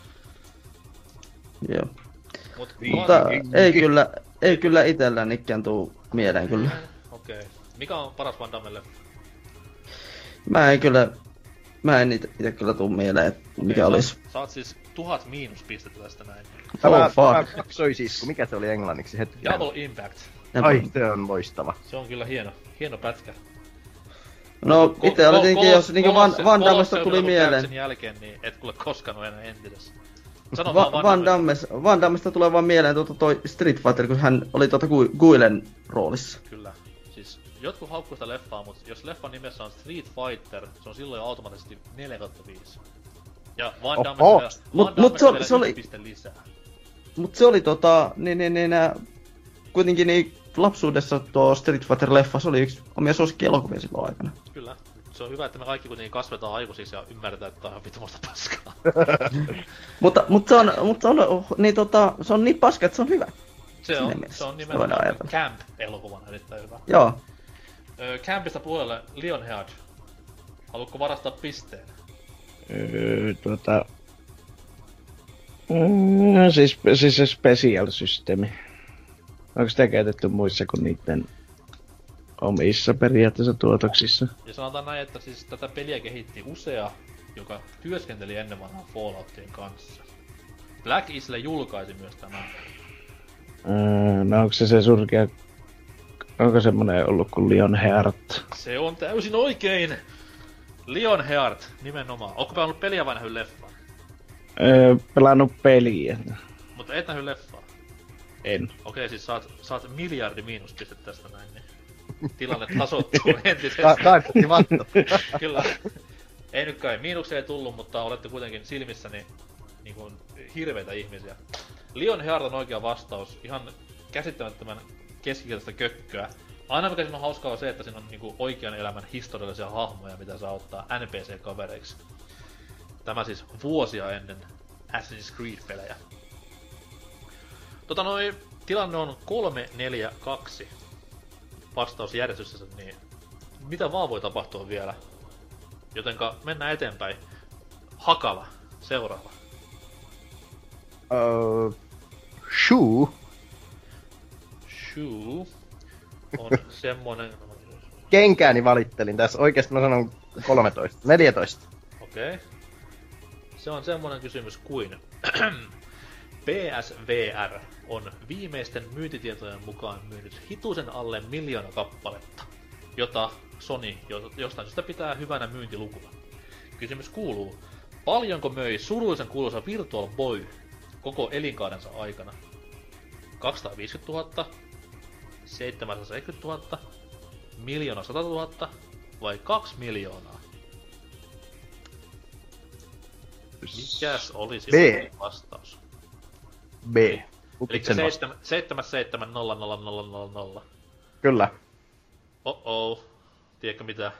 C: Joo.
B: Mut,
C: Mutta ei kyllä, ei kyllä itsellänikään tuu mieleen kyllä.
B: Okei. Okay. Mikä on paras Van Damme leffa?
C: Mä en kyllä, mä en ite, ite kyllä tuu mieleen, että mikä
B: Okei,
C: olis.
B: Saat, saat siis tuhat miinuspistettä tästä näin.
D: Tämä,
C: Oh, fuck.
D: tämä kaksoisisku, mikä se oli englanniksi hetki?
B: Double Impact.
D: Ai, se on loistava.
B: Se on kyllä hieno, hieno pätkä.
C: No ite oli tietenkin, jos niinku Van, Van Dammesta tuli
B: Sen
C: mieleen.
B: jälkeen, niin et kuule koskaan oo enää entisessä. Sano
C: Va-
B: vaan
C: Van, Dammes, Van Dammesta tulee vaan mieleen tuota toi Street Fighter, kun hän oli tuota Gu- Guilen roolissa.
B: Kyllä. Siis jotkut haukkuu sitä leffaa, mutta jos leffan nimessä on Street Fighter, se on silloin jo automaattisesti neljä kautta viisi. Ja Van
D: Oho.
B: Dammesta vielä,
C: Mut-
B: Van
C: mut
B: Dammesta
C: se oli-
B: vielä
C: se oli-
B: yksi piste lisää.
C: Mut se oli tota, niin, niin, niin, nää, kuitenkin niin lapsuudessa tuo Street Fighter-leffa, se oli yksi omia suosikkielokuvia silloin aikana.
B: Kyllä. Se on hyvä, että me kaikki kuitenkin kasvetaan aikuisiksi ja ymmärretään, että tää on vittumosta paskaa.
C: Mutta, mutta se on, mutta se on, niin tota, se on niin paska, että se on hyvä.
B: Se
C: Siinä
B: on,
C: mielessä.
B: se on
C: Voidaan
B: nimenomaan
C: ajatella.
B: Camp-elokuvana erittäin hyvä.
C: Joo.
B: Öö, Campista puolelle Lionhead. Haluatko varastaa pisteen?
E: Öö, tuota... Mm, siis, siis se special-systeemi. Onko sitä käytetty muissa kuin niiden omissa periaatteessa tuotoksissa?
B: Ja sanotaan näin, että siis tätä peliä kehitti usea, joka työskenteli ennen vanhaa Falloutien kanssa. Black Isle julkaisi myös tämän.
E: Öö, no onko se se surkea... Onko semmonen ollut kuin Lionheart?
B: Se on täysin oikein! Lionheart, nimenomaan. Ootko pelannut peliä vai nähnyt leffaa?
E: Öö, pelannut peliä.
B: Mutta et nähnyt leffaa?
E: En.
B: Okei, siis saat, saat miljardi miinuspistet tästä näin, niin tilanne tasoittuu entisestään.
D: Ka- Kaikutti vattu.
B: Kyllä. Ei nyt kai miinuksia ei tullut, mutta olette kuitenkin silmissäni niin kuin hirveitä ihmisiä. Lionheart on oikea vastaus. Ihan käsittämättömän keskikäistä kökköä. Aina mikä siinä on hauskaa on se, että siinä on niinku oikean elämän historiallisia hahmoja, mitä saa ottaa N P C-kavereiksi. Tämä siis vuosia ennen Assassin's Creed-pelejä. Tota noi, tilanne on kolme neljä kaksi vastausjärjestyksessä, niin mitä vaan voi tapahtua vielä. Jotenka mennään eteenpäin. Hakala, seuraava.
D: Uh, shoe.
B: Shoe on semmonen...
D: Kenkääni valittelin tässä. Oikeesti mä sanon kolmetoista. neljätoista.
B: Okei. Okay. Se on semmonen kysymys kuin... P S V R on viimeisten myyntitietojen mukaan myynyt hitusen alle miljoona kappaletta, jota Sony jostain syystä pitää hyvänä myyntilukuna. Kysymys kuuluu, paljonko möi surullisen kuuluisa Virtual Boy koko elinkaarensa aikana? kaksisataaviisikymmentätuhatta, seitsemänsataaseitsemänkymmentätuhatta, miljoona satatuhatta vai kaksi miljoonaa? Mikäs olisi
D: B.
B: vastaus?
D: B.
B: Eli
D: Lukitsen vasta.
B: seitsemän seitsemän nolla nolla nolla nolla nolla.
D: Kyllä.
B: Oh-oh. Tiedätkö mitä?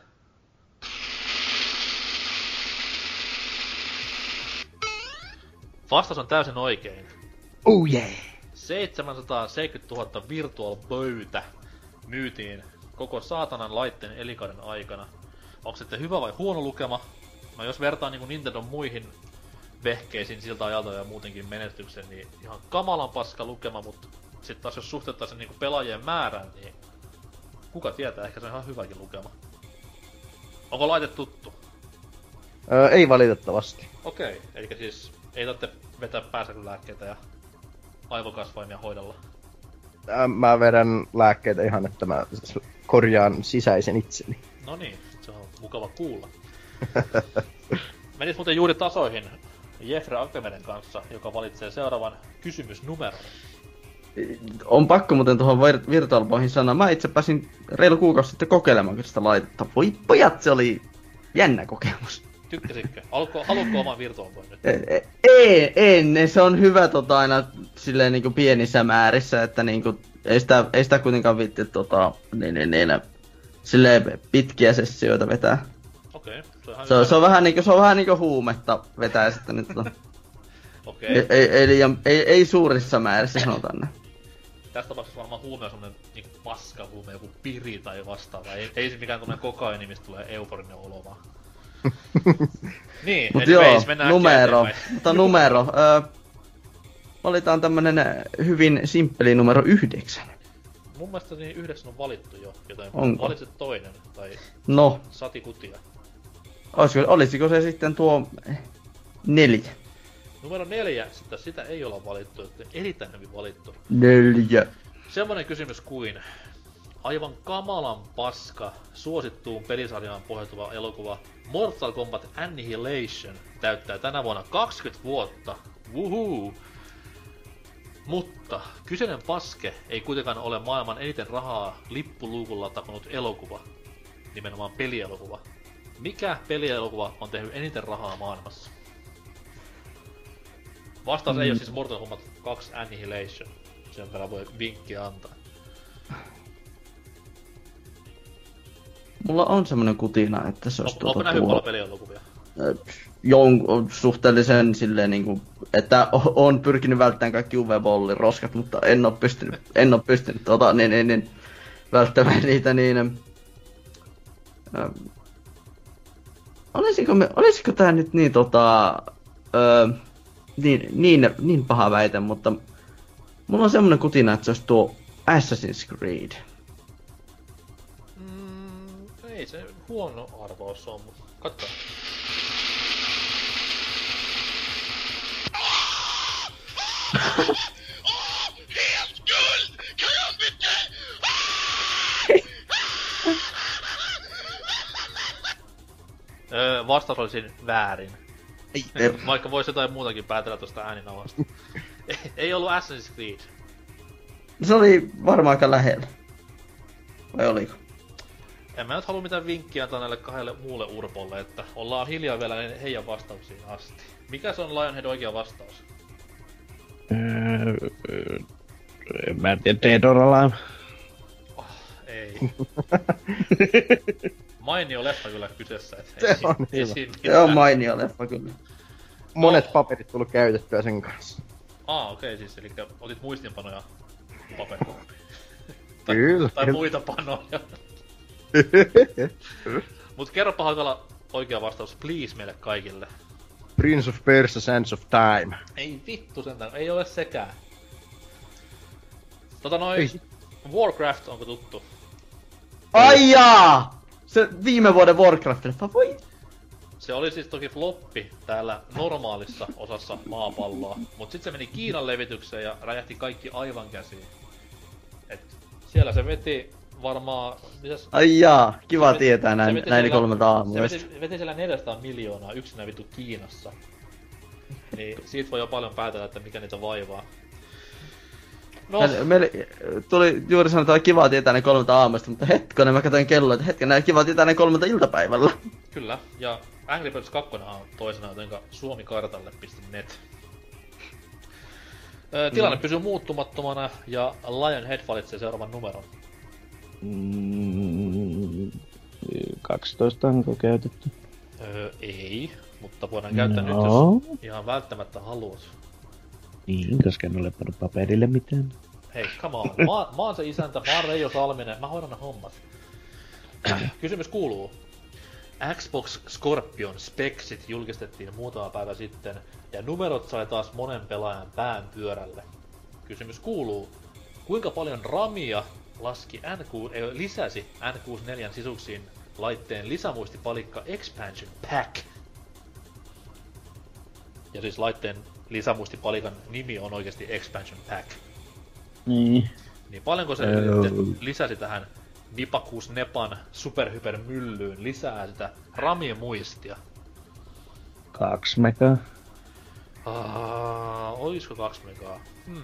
B: Vastaus on täysin oikein.
D: Oh yeah!
B: seitsemänsataaseitsemänkymmentätuhatta Virtual Boytä myytiin koko saatanan laitteen elinkauden aikana. Onko sitten hyvä vai huono lukema? No jos vertaa niinku Nintendon muihin vehkeisiin siltä ajalta ja muutenkin menestyksen, niin ihan kamalan paska lukema, mutta sitten taas jos suhteuttaisiin niinku pelaajien määrään, niin kuka tietää, ehkä se on ihan hyväkin lukema. Onko laite tuttu?
D: Öö, ei valitettavasti.
B: Okei, eli siis ei tarvitse vetää päänsärkylääkkeitä ja aivokasvaimia hoidella.
D: Ää, mä vedän lääkkeitä ihan, että mä korjaan sisäisen itseni.
B: No niin, se on mukava kuulla. Menis muuten juuri tasoihin Jeffrey Akemeren kanssa, joka valitsee seuraavan kysymysnumeron.
C: On pakko muuten tuohon Vir- Virtual Boyhin sanoa. Mä itse pääsin reilu kuukausi sitten kokeilemaan sitä laitetta. Voi pojat, se oli jännä kokemus.
B: Tykkäsitkö? Haluatko, haluatko oman Virtual Boyn nyt?
C: Ei, ennen se on hyvä tota aina silleen niinku pienissä määrissä, että niinku ei sitä, ei sitä kuitenkaan viitti tota niin, niin, niin, silleen pitkiä sessioita vetää.
B: Okei, okay, se on ihan
C: se,
B: hyvä.
C: se on vähän niinku, se on vähän niinku huumetta vetää sitten nyt tota.
B: Okei.
C: Ei, ei, ei, liian, ei, ei suurissa määrissä sanotaan näin.
B: Tässä tapauksessa varmaan huume on semmonen niinku paskahuume, joku piri tai vastaava. Ei, ei se mikään tommonen kokaini, mistä tulee euforinen olo vaan. Niin,
C: mut
B: anyways,
C: joo,
B: mennään
C: numero.
B: eteenpäin.
C: Mutta numero. Öö, valitaan tämmönen hyvin simppeli numero yhdeksän.
B: Mun mielestä niin yhdeksän on valittu jo, joten
C: Onko?
B: valitset toinen, tai
C: No,
B: Sati Kutia.
C: olisiko, olisiko se sitten tuo neljä?
B: Numero neljä, sitä, sitä ei olla valittu, että erittäin hyvin valittu.
C: Neljä.
B: Semmonen kysymys kuin aivan kamalan paska suosittuun pelisarjaan pohjautuva elokuva Mortal Kombat Annihilation täyttää tänä vuonna kaksikymmentä vuotta. Wuhuu! Mutta kyseinen paske ei kuitenkaan ole maailman eniten rahaa lippuluukulla takonut elokuva. Nimenomaan pelielokuva. Mikä pelielokuva on tehnyt eniten rahaa maailmassa? Vastaus mm. ei ole siis Mortal Kombat kaksi Annihilation. Sen verran voi vinkkiä antaa.
C: Mulla on semmonen kutina, että se olisi
B: On,
C: tuota
B: onko nähnyt
C: tuo...
B: paljon pelielokuvia?
C: Jon, suhteellisen silleen niinku, että on pyrkinyt välttämään kaikki U V-bollin roskat, mutta en oo pystynyt, en oo pystynyt tota, niin, niin, niin, välttämään niitä niin... Ö, olisiko, me, olisiko tää nyt niin tota... Ö, niin, niin, niin paha väite, mutta... Mulla on semmonen kutina, että se olisi tuo Assassin's Creed.
B: Mm, ei se huono arvaus on, mutta katsotaan.
F: Oh, he has
B: vastaus olisi väärin.
C: Ei,
B: Vaikka voisi jotain muutakin päätellä tosta ääninauhasta. ei, ei ollut Assassin's Creed.
C: Se oli varmaan aika lähellä. Vai oliko?
B: En mä nyt halua mitään vinkkiä antaa näille kahdelle muulle urpolle, että ollaan hiljaa vielä heidän vastauksiin asti. Mikä se on Lionhead oikea vastaus?
E: Öö, öö, en mä tiedä, Dead or Alive.
B: Oh, ei. Mainio leffa kyllä kyseessä, et
D: Se
B: ei,
D: on
B: ei
D: hyvä.
B: siinä
C: Se on
B: mitään.
C: mainio leffa kyllä.
D: Monet paperit tullut käytettyä sen kanssa.
B: Aa, okei okay, siis, elikkä otit muistinpanoja paperikoppiin. tai,
D: Kyllä.
B: tai muita panoja. Mut kerropa Hakala oikea vastaus, please, meille kaikille.
D: Prince of Persia Sands of Time.
B: Ei vittu sentään, ei ole sekään. Tota noin,
D: Ei.
B: Warcraft, onko tuttu?
C: Ai jaa! Se viime vuoden Warcraft-leffa, voi...
B: Se oli siis toki floppi täällä normaalissa osassa maapalloa, mut sit se meni Kiinan levitykseen ja räjähti kaikki aivan käsiin. Et siellä se veti varmaan... Mitäs?
C: Ai jaa, kiva
B: Se veti-
C: tietää
B: se
C: näin,
B: veti
C: näin
B: siellä-
C: kolmelta
B: Se
C: aamuista.
B: veti, veti siellä neljäsataa miljoonaa yksinä vittu Kiinassa. Niin siitä voi jo paljon päätellä, että mikä niitä vaivaa. No,
C: Meille, meille tuli juuri sanotaan kiva tietää ne kolmelta aamuista, mutta hetkonen mä katsoin kelloa, että hetken näin kiva tietää ne kolmelta iltapäivällä.
B: kyllä. Ja Angry Birds kaksi on toisena, jotenka suomikartalle piste net. Ö, Tilanne pysyy muuttumattomana ja Lionhead valitsee seuraavan numeron.
E: Mm, kaksitoista onko käytetty?
B: Öö, ei, mutta voidaan käyttää nyt,
E: No.
B: jos ihan välttämättä haluat.
E: Niin, koska en ole pannut paperille mitään.
B: Hei, come on. Mä, mä oon se isäntä, mä oon Reijo Salminen, mä hoidan ne hommat. Kysymys kuuluu. Xbox Scorpion Spexit julkistettiin muutama päivä sitten, ja numerot sai taas monen pelaajan pään pyörälle. Kysymys kuuluu. Kuinka paljon ramia laski N kuusi, ei, lisäsi N kuusikymmentäneljä sisuksiin laitteen lisämuistipalikka Expansion Pack? Ja siis laitteen lisämuistipalikan nimi on oikeasti Expansion Pack.
E: Niin.
B: Niin paljonko se
E: Öö.
B: sitten lisäsi tähän Nipakuus Nepan superhyper myllyyn lisää sitä ramimuistia?
E: Kaksi megaa.
B: Ah, oisko kaksi megaa? Hmm.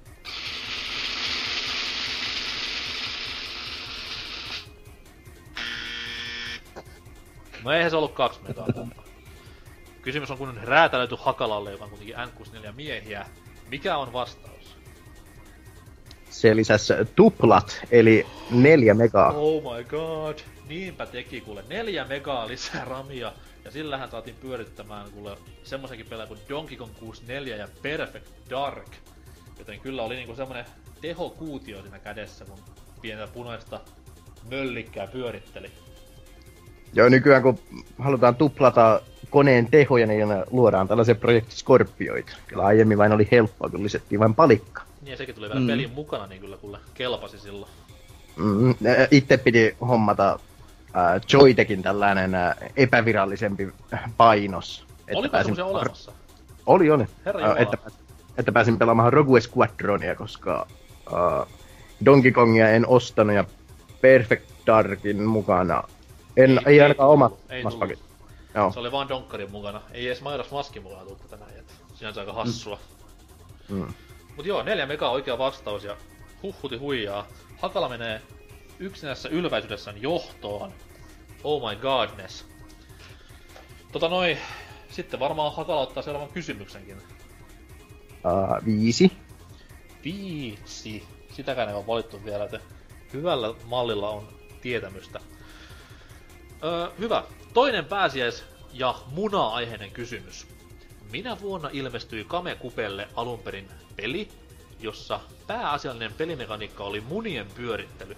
B: No eihän se ollut kaksi megaa. Kysymys on kun räätälöity Hakalalle, joka on kuitenkin N kuusikymmentäneljä miehiä. Mikä on vastaus?
D: Se lisäsi tuplat, eli neljä megaa.
B: Oh my god. Niinpä teki kuule. Neljä megaa lisää ramia. Ja sillähän saatiin pyörittämään kuule semmosenkin pelejä kuin Donkey Kong kuusikymmentäneljä ja Perfect Dark. Joten kyllä oli niinku semmonen tehokuutio siinä kädessä, kun pientä punaista möllikkää pyöritteli.
D: Joo, nykyään kun halutaan tuplata koneen tehoja, niin luodaan tällaisia projekti Scorpioita. Kyllä aiemmin vain oli helppoa, kun lisättiin vain palikka.
B: Niin ja sekin tuli vielä
C: Mm.
B: pelin mukana, niin kyllä kuule kelpasi silloin.
D: Mm, itse pidi hommata äh, Joytekin tällainen äh, epävirallisempi painos. että
B: Oliko
D: pääsin-
B: semmosia olemassa?
D: Oli, oli.
B: Herra
D: Äh,
B: Jumala.
D: että, pääsin- että pääsin pelaamaan Rogue Squadronia, koska äh, Donkey Kongia en ostanut ja Perfect Darkin mukana. En, ei, ei ainakaan
B: tullut,
D: oma
B: ei
D: maspakin.
B: tullut.
D: Joo.
B: Se oli vaan Donkkarin mukana. Ei edes Mairas Maskin mukana tullut tätä näin, et sinänsä aika hassua.
D: Mm.
B: Mut joo, neljä megaa oikea vastaus ja huhhuti huijaa. Hakala menee yksinäisessä ylväisyydessään johtoon. Oh my godness. Tota noi, sitten varmaan Hakala ottaa seuraavan kysymyksenkin.
D: Uh, viisi.
B: Viisi. Sitäkään ei ole valittu vielä, että hyvällä mallilla on tietämystä. Öö, hyvä. Toinen pääsiäis- ja muna-aiheinen kysymys. Minä vuonna ilmestyi Kamekupelle alunperin peli, jossa pääasiallinen pelimekaniikka oli munien pyörittely?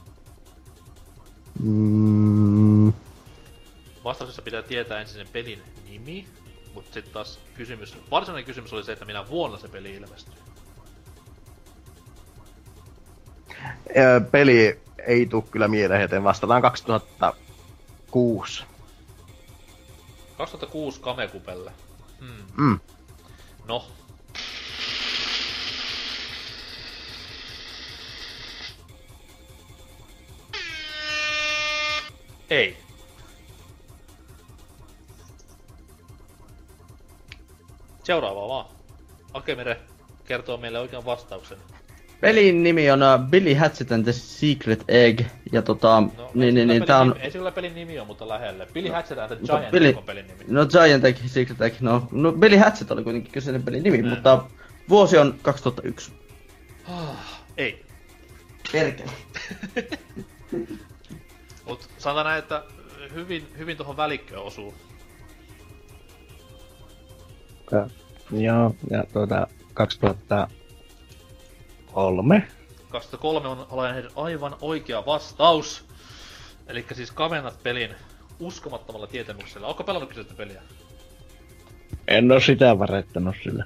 D: Mm,
B: Vastauksessa pitää tietää ensin sen pelin nimi, mutta sitten taas kysymys, varsinainen kysymys oli se, että minä vuonna se peli ilmestyi.
D: ö, peli ei tuu kyllä mieleen, joten vastataan kaksituhattakuusi.
B: kaksituhattakuusi Kamekupelle. Hmm.
D: Mm.
B: No. Ei. Seuraavaa vaan. Akemire kertoo meille oikean vastauksen.
C: Pelin nimi on uh, Billy Hatchet and the Secret Egg, ja tota,
B: No,
C: niin, niin, niin, tää on...
B: Ei sillä pelin nimi on, mutta lähelle. Billy Hatchet and the
C: Mutta
B: Giant
C: Billy-
B: on pelin nimi.
C: No Giant Egg, Secret Egg, no, no Billy Hatchet oli kuitenkin kyseinen pelin nimi,
B: Mm.
C: mutta vuosi on kaksituhattayksi.
B: Ei.
C: Perkele.
B: Mut sanotaan näin, että hyvin, hyvin tuohon välikköön osuu.
E: Ka- Joo, ja tuota kaksituhattakolme.
B: kaksituhattakolme on olen aivan oikea vastaus. Elikkä siis kavennat pelin uskomattomalla tietämyksellä. Ootko pelannut kyseistä peliä?
E: En oo sitä varettanut sillä.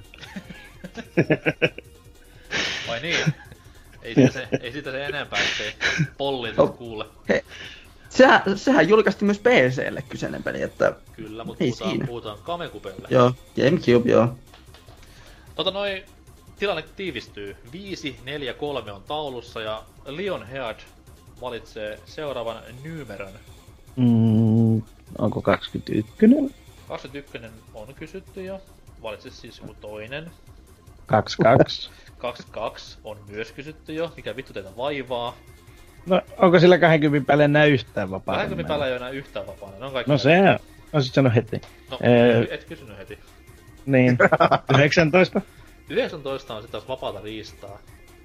B: Vai niin? Ei siitä se, ei siitä se enempää, ettei pollit
C: Oh.
B: kuule.
C: He, sehän, sehän julkaistiin myös P C:lle kyseinen peli, että...
B: Kyllä, mutta
C: Ei
B: puhutaan,
C: siinä.
B: puhutaan Kamekupelle.
C: Joo, GameCube, joo.
B: Tota noi, tilanne tiivistyy. viisi neljä kolme on taulussa ja Lionhead valitsee seuraavan numeron.
E: Mm, onko kaksikymmentäyksi?
B: kaksikymmentäyksi on kysytty jo. Valitse siis joku toinen.
E: kaksikymmentäkaksi.
B: kaksikymmentäkaksi on myös kysytty jo. Mikä vittu teitä vaivaa?
E: No, onko sillä kaksikymmentä päälle enää yhtään vapaata?
B: Vähänkö päällä ei ole enää yhtään vapaana? Ne on kaikki
E: No se on. No sit sano heti.
B: No,
E: Ee.
B: et kysynyt heti.
E: Niin. yhdeksäntoista.
B: yhdeksäntoista on sitten taas vapaata riistaa.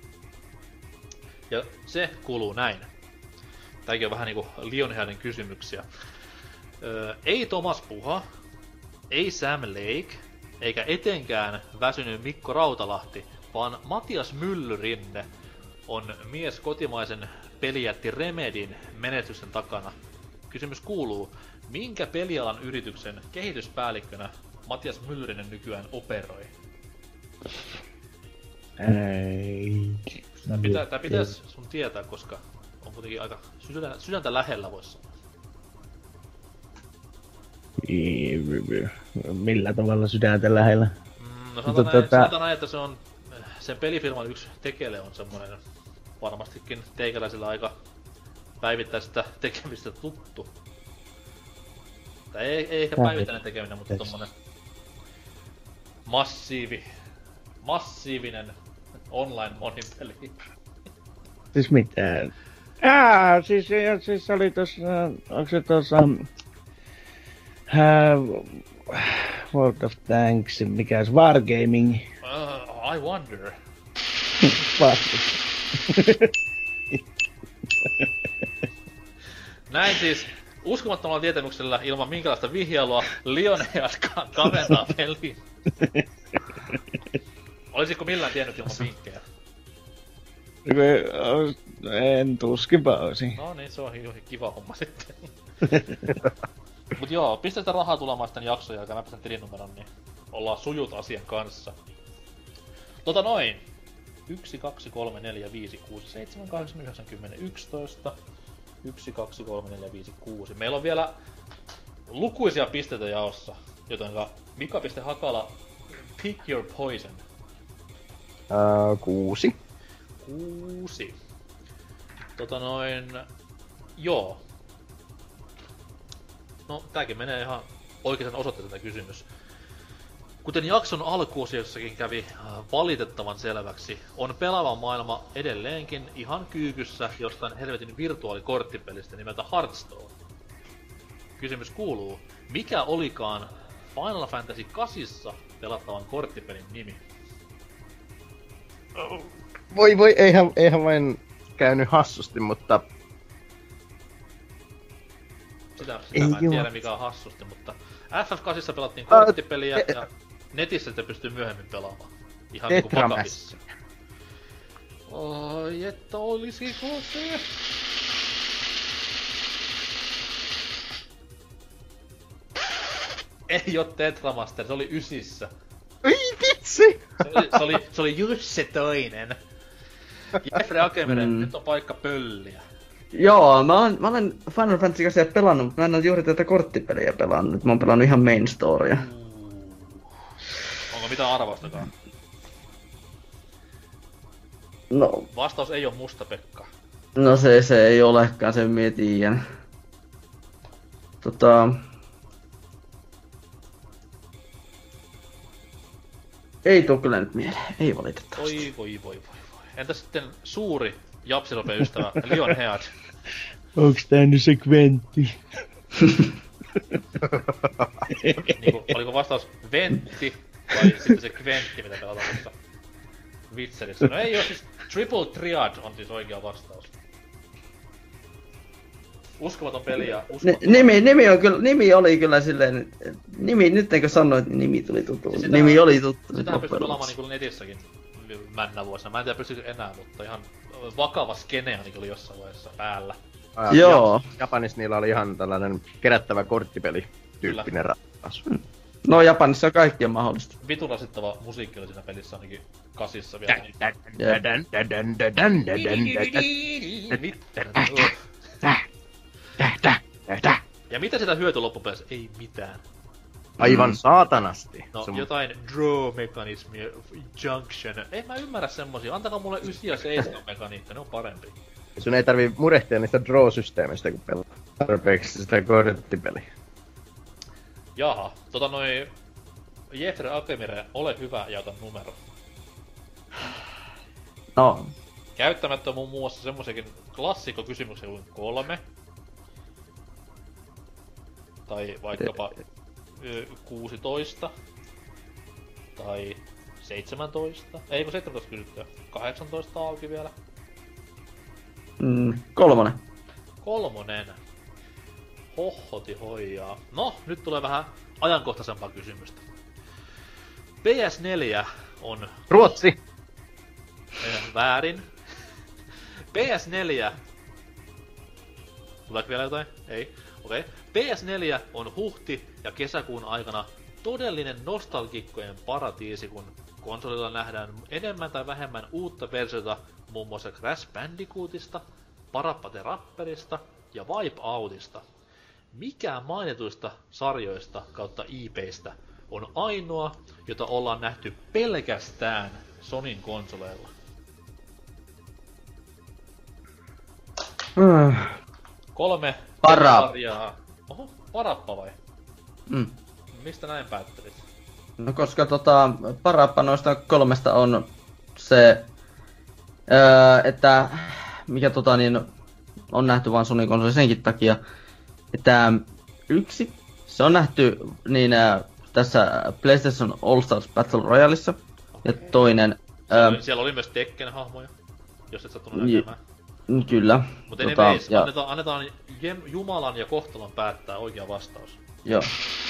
B: Ja se kuuluu näin. Tääkin on vähän niinku Lionheadin kysymyksiä. Öö, ei Thomas Puha, ei Sam Lake, eikä etenkään väsynyt Mikko Rautalahti, vaan Matias Myllyrinne on mies kotimaisen pelijätti Remedin menestysten takana. Kysymys kuuluu, minkä pelialan yrityksen kehityspäällikkönä Matias Myllyrinne nykyään operoi?
E: Ei.
B: Tää, pitää, tää pitäis sun tietää, koska on kuitenkin aika sydäntä, sydäntä lähellä, vois sanoa.
E: Ei. Millä tavalla sydäntä lähellä?
B: Mm, no
E: Mutta
B: sanotaan, näin,
E: tota-
B: sanotaan näin, että se on, sen pelifirman yksi tekele on semmonen varmastikin teikäläisillä aika päivittäistä tekemistä tuttu. Tai ei, ei ehkä päivittäinen tekeminen, mutta tommonen massiivi, massiivinen online monin peli.
E: Siis mitään. Aa, siis, ja, siis oli tossa, onko se tossa... Uh, World of Tanks, mikä se Wargaming?
B: Uh, I wonder.
E: Var-
B: Näin siis uskomattomalla tietämyksellä ilman minkälaista vihjailua Lionhead ka- kaventaa peliin. Olisitko millään tiennyt ilman vinkkejä?
E: En tuskinpa osin.
B: No niin, se on hi- kiva homma sitten. Mut joo, pistä sitä rahaa tulemaan sitten jaksoja, joka mä pistän tilinumeron, niin ollaan sujut asian kanssa. Tota noin. yksi, kaksi, kolme, neljä, viisi, kuusi, seitsemän, kahdeksan, yhdeksän, kymmenen, yksitoista. yksi, kaksi, kolme, neljä, viisi, kuusi. Meillä on vielä lukuisia pisteitä jaossa, jotenka Mika.Hakala, pick your poison.
D: Öö, kuusi.
B: Kuusi. Tota noin... Joo. No, tääkin menee ihan oikeaan osoitteeseen tää kysymys. Kuten jakson alkuosiossakin kävi äh, valitettavan selväksi, on pelaava maailma edelleenkin ihan kyykyssä jostain helvetin virtuaalikorttipelistä nimeltä Hearthstone. Kysymys kuuluu, mikä olikaan Final Fantasy kahdeksan pelattavan korttipelin nimi?
D: Voi voi, eihän, eihän vain käynyt hassusti, mutta
B: Sitä, sitä
D: Ei
B: mä en
D: joo.
B: tiedä mikä on hassusti, mutta F F kahdeksan pelattiin korttipeliä
D: te-
B: ja netissä sitä pystyy myöhemmin pelaamaan. Ihan
D: Tetra
B: niinku
D: Mass.
B: vakavissa. Oi, että olisiko se? Ei oo Tetramaster, se oli ysissä.
D: ei vitsi!
B: Se oli, se oli, se oli just se toinen. Jeffrey Akemere,
C: Mm.
B: nyt on paikka pölliä.
C: Joo, mä olen, mä olen Final Fantasy kahdeksan pelannut, mutta mä en ole juuri tätä korttipeliä pelannut. Mä oon pelannut ihan main storya.
B: Onko mitään arvaustakaan?
C: No,
B: Vastaus ei oo musta Pekka.
C: no se, se ei olekaan, sen mietin. Tota... Ei tuu kyllä nyt mieleen, ei valitettavasti.
B: Oi voi voi voi voi. Entäs sitten suuri japsiropen ystävä Lionhead?
E: Onks tää nyt se Kventti?
B: Niinku, oliko vastaus Ventti vai sitten se Kventti, mitä pelataan tuossa Witcherissä? No ei oo siis Triple Triad on siis oikea vastaus. Uskomaton peli ja
C: Ni,
B: uskomaton...
C: nimi, nimi, on kyllä, nimi oli kyllä silleen, nimi, nyt eikö sanoit, niin nimi tuli tuttu.
B: Sitä-
C: Nimi oli tuttu.
B: Sitähän pystyy pelaamaan niinku netissäkin männä vuosina. Mä en tiedä pystyykö enää, mutta ihan vakava skene ainakin oli jossain vaiheessa päällä.
D: Aa,
C: Joo.
D: Ja- Japanissa niillä oli ihan tällainen kerättävä korttipeli tyyppinen ratkaisu.
C: No Japanissa kaikki on mahdollista.
B: Vitun rasittava musiikki oli siinä pelissä ainakin kasissa vielä. Niin.
C: Jep.
B: Ja mitä sitä hyöty loppupeleissä? Ei mitään.
D: Aivan saatanasti.
B: No
D: Se on-
B: jotain draw-mekanismia, junction. En mä ymmärrä semmosia. Antakaa mulle ysi ja seitsemän mekaniikka, ne on parempi.
D: Sun ei tarvii murehtia niistä draw-systeemistä, kun pelaa tarpeeksi sitä korttipeliä.
B: Jaha, tota noi... Jeffrey Akemire, ole hyvä ja ota numero.
C: No,
B: Käyttämättä muun muassa semmoisiakin klassikkokysymyksiä kuin kolme. Tai vaikkapa ö, kuusitoista. Tai seitsemäntoista. Ei kun seitsemäntoista kysyttyä. kahdeksantoista auki vielä.
C: mm, kolmonen.
B: Kolmonen. Hohoti hoijaa. No, nyt tulee vähän ajankohtaisempaa kysymystä. P S neljä on
D: Ruotsi!
B: eh, väärin. P S neljä... Tuleeko vielä jotain? Ei. Okei. Okay. P S neljä on huhti- ja kesäkuun aikana todellinen nostalgikkojen paratiisi, kun konsolilla nähdään enemmän tai vähemmän uutta versiota muun muassa Crash Bandicootista, Parappa the Rapperista ja Wipeoutista. Mikä mainituista sarjoista kautta I P:istä on ainoa, jota ollaan nähty pelkästään Sonyn konsoleilla?
C: Mm.
B: Kolme
C: Para.
B: sarjaa. Oho, Parappa vai?
C: Mm.
B: Mistä näin päättelit?
C: No koska tota, parappa noista kolmesta on se, öö, että mikä tota niin on nähty vaan Sony konsoli senkin takia, että yksi, se on nähty niin ää, tässä PlayStation All Stars Battle Royaleissa, ja toinen,
B: Siellä,
C: ää,
B: oli, siellä oli myös Tekken-hahmoja, jos et sattunut
C: J-
B: näkemään.
C: kyllä,
B: Mutta
C: tota,
B: anyways,
C: ja,
B: annetaan, annetaan Jem, Jumalan ja kohtalon päättää oikea vastaus.
C: joo.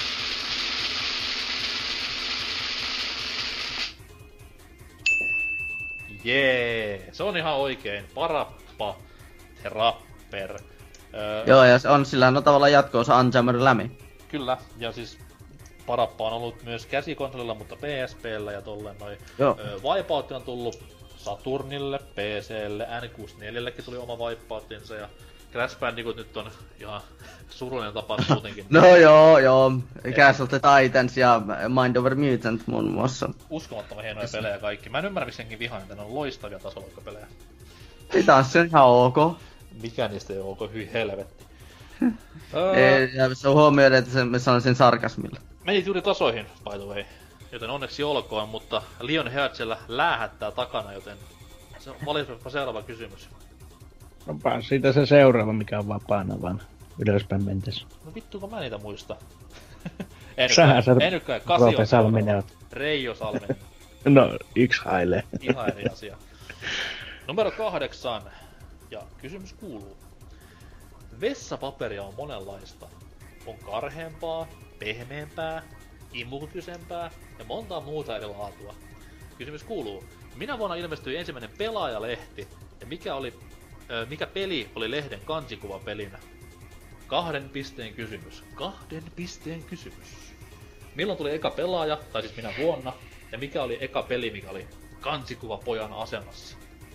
B: Jee, se on ihan oikein. Parappa the Rapper. Öö,
C: Joo, ja se on sillä no tavallaan jatko-osa Unjammer Lämi.
B: Kyllä, ja siis Parappa on ollut myös käsikonsolilla, mutta P S P:llä ja tolleen noin.
C: Joo.
B: Öö, Wipeout on tullut Saturnille, P C:lle, N kuusikymmentäneljällekin tuli oma Wipeoutinsa ja Crash Bandicoot nyt on ihan surullinen tapaus muutenkin.
C: No joo, joo. Castle of the Titans ja Mind Over Mutant muun muassa.
B: Uskomattoman hienoja pelejä kaikki. Mä en ymmärrä miksi senkin vihaan, että ne on loistavia tasoloikkapelejä.
C: Ei taas se on ihan ok.
B: Mikä niistä ei oo, onko hyi helvetti.
C: Ei, ja se on huomioida, että se, mä sanon sen sarkasmilla.
B: Menit juuri tasoihin, by the way. Joten onneksi olkoon, mutta Lionhead siellä läähättää takana, joten se on valitettavasti seuraava kysymys.
E: No vaan siitä se seuraava, mikä on vapaana vaan ylöspäin mentäs.
B: No vittu, kun mä niitä muista. en
E: Sähän
B: nytkään,
E: sä
B: en nytkään.
E: Roope
B: Kasi on
E: Salminen
B: seuraava.
E: oot.
B: Reijo Salminen.
E: No, yksi hailee.
B: Ihan eri asia. Numero kahdeksan. Ja kysymys kuuluu. Vessapaperia on monenlaista. On karheampaa, pehmeämpää, imukykyisempää ja montaa muuta eri laatua. Kysymys kuuluu. Minä vuonna ilmestyi ensimmäinen Pelaajalehti ja mikä, oli, äh, mikä peli oli lehden kansikuva pelinä? Kahden pisteen kysymys. Kahden pisteen kysymys. Milloin tuli eka pelaaja, tai siis minä vuonna, ja mikä oli eka peli, mikä oli kansikuva pojan asemassa?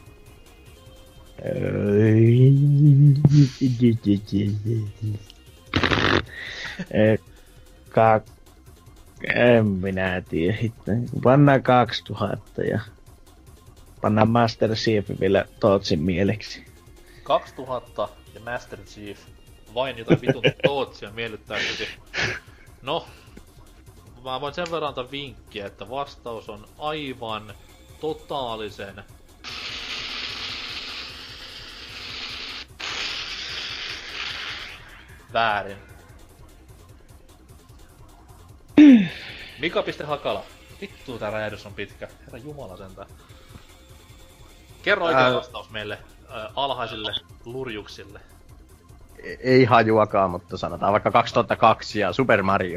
E: Ka... En minä tiedä. Pannaan kaksituhatta ja pannaan Master Chief vielä Tootsin mieleksi.
B: kaksituhatta ja Master Chief. Vain jotain vitun Tootsia miellyttääksesi. No, mä voin sen verran antaa vinkkiä, että vastaus on aivan totaalisen väärin. Mika.Hakala. Vittu tää räjähdys on pitkä. Herra jumala sentään. Kerro oikea
D: Ää...
B: vastaus meille äh, alhaisille lurjuksille.
D: E- ei hajuakaan, mutta sanotaan vaikka kaksituhattakaksi ja Super Mario.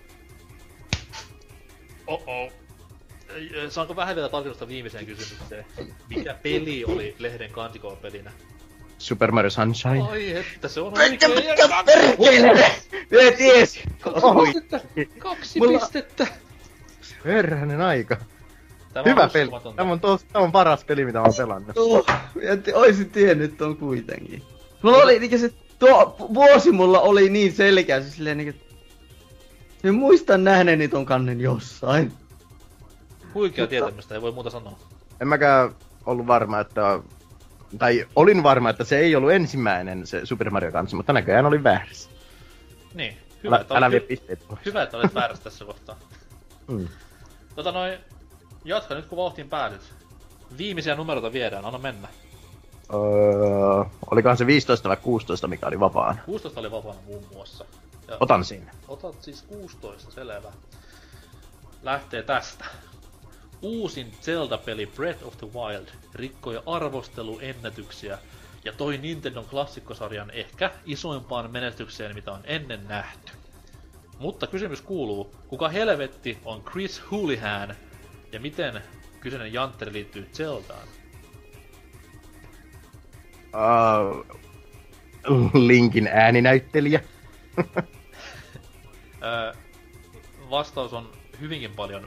B: Oh-oh. Ei, saanko vähän vielä tarkennusta viimeiseen kysymykseen? Mikä peli oli lehden kantikoon-pelinä?
D: Super Mario Sunshine.
B: Ai että se on oikein.
C: Perkele! Me ties!
B: Kaksi
C: Mulla-
B: pistettä.
D: Perhänen aika.
B: Tämä
D: Hyvä
B: on
D: peli.
B: uskomatonta.
D: Tämä on, tos, tämä on paras peli, mitä mä oon pelannut.
C: Oh, en t- oisin tiennyt ton kuitenkin. Mulla oli niinkö se tuo vuosi mulla oli niin selkeä, siis silleen niinkö... Mä muistan nähneeni ton kannen jossain.
B: Huikea tietämistä, ei voi muuta sanoa.
D: En mäkään ollut varma, että... Tai olin varma, että se ei ollut ensimmäinen se Super Mario kanssa, mutta näköjään oli väärässä.
B: Niin, hyvä,
D: Älä,
B: että,
D: älä
B: olet,
D: vie
B: hy-
D: pisteet pois.
B: hyvä, että olet väärässä tässä kohtaa.
D: Mm.
B: Tota noin, jatka nyt kun vauhtiin pääsit. Viimeisiä numeroita viedään, anna mennä.
D: Öö, olikohan se viisitoista vai kuusitoista, mikä oli vapaana?
B: kuusitoista oli vapaana muun muassa. Ja
D: Otan sinne.
B: Otat siis kuusitoista, selvä. Lähtee tästä. Uusin Zelda-peli Breath of the Wild rikkoi arvosteluennätyksiä ja toi Nintendon klassikkosarjan ehkä isoimpaan menestykseen, mitä on ennen nähty. Mutta kysymys kuuluu, kuka helvetti on Chris Houlihan ja miten kyseinen jantteri liittyy Zeldaan?
D: Uh, Linkin ääninäyttelijä.
B: Öö, vastaus on hyvinkin paljon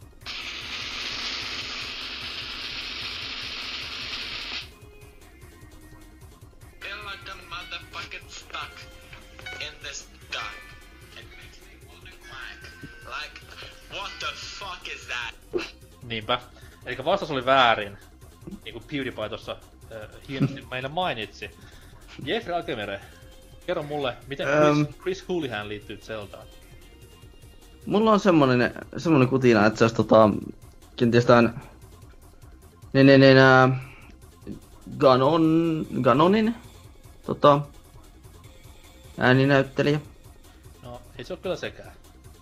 G: feel like a motherfucking stuck in this dark. It makes me wanna quack. Like, what the fuck is that?
B: Niinpä. Eli vastaus oli väärin. Niin kuin PewDiePie tossa äh, hienosti meille mainitsi. Jeffrey Akemere, kerro mulle, miten
C: Öm.
B: Chris, Chris Houlihan liittyy Zeldaan?
C: Mulla on semmonen, semmonen kutina, että se olisi tota... Kenties tän... Niin, niin, niin, ää... Ganon... Ganonin... Tota... Ääninäyttelijä.
B: No, ei se oo kyllä sekään.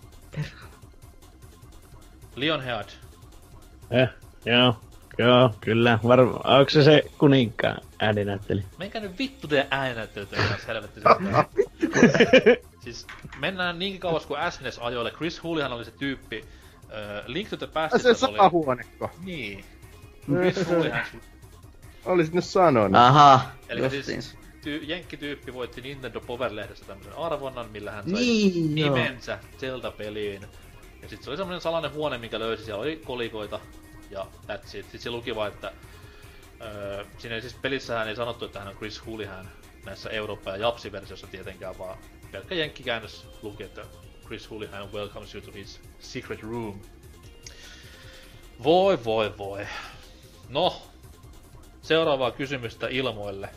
B: Lionhead.
E: Eh, joo, joo, kyllä. Varma, onko se se kuninkaan ääninäyttelijä?
B: Menkää nyt vittu teidän ääninäyttelytyön kanssa, helvetti. Siis mennään niinkin kauas kuin S N E S-ajoille. Chris Houlihan oli se tyyppi. Äh, Link to the
D: Se
B: Pastissa oli...
D: sama huonekko.
B: Niin. Chris Houlihan.
D: Olisit nyt sanonut.
C: Aha,
B: Eli siis
C: justiins.
B: ty- jenkkityyppi voitti Nintendo Power-lehdessä tämmösen arvonnan, millä hän sai
C: Niin, joo.
B: nimensä Zelda-peliin. Ja sit se oli semmonen salainen huone, minkä löysi, siellä oli kolikoita ja that's it. Sit se luki vaan, että öö, siinä ei siis pelissähän ei sanottu, että hän on Chris Houlihan näissä Eurooppa- ja Japsi-versiossa tietenkään, vaan pelkkä jenkkikäännös luki, että Chris Houlihan welcomes you to his secret room. Voi voi voi. No, seuraavaa kysymystä ilmoille.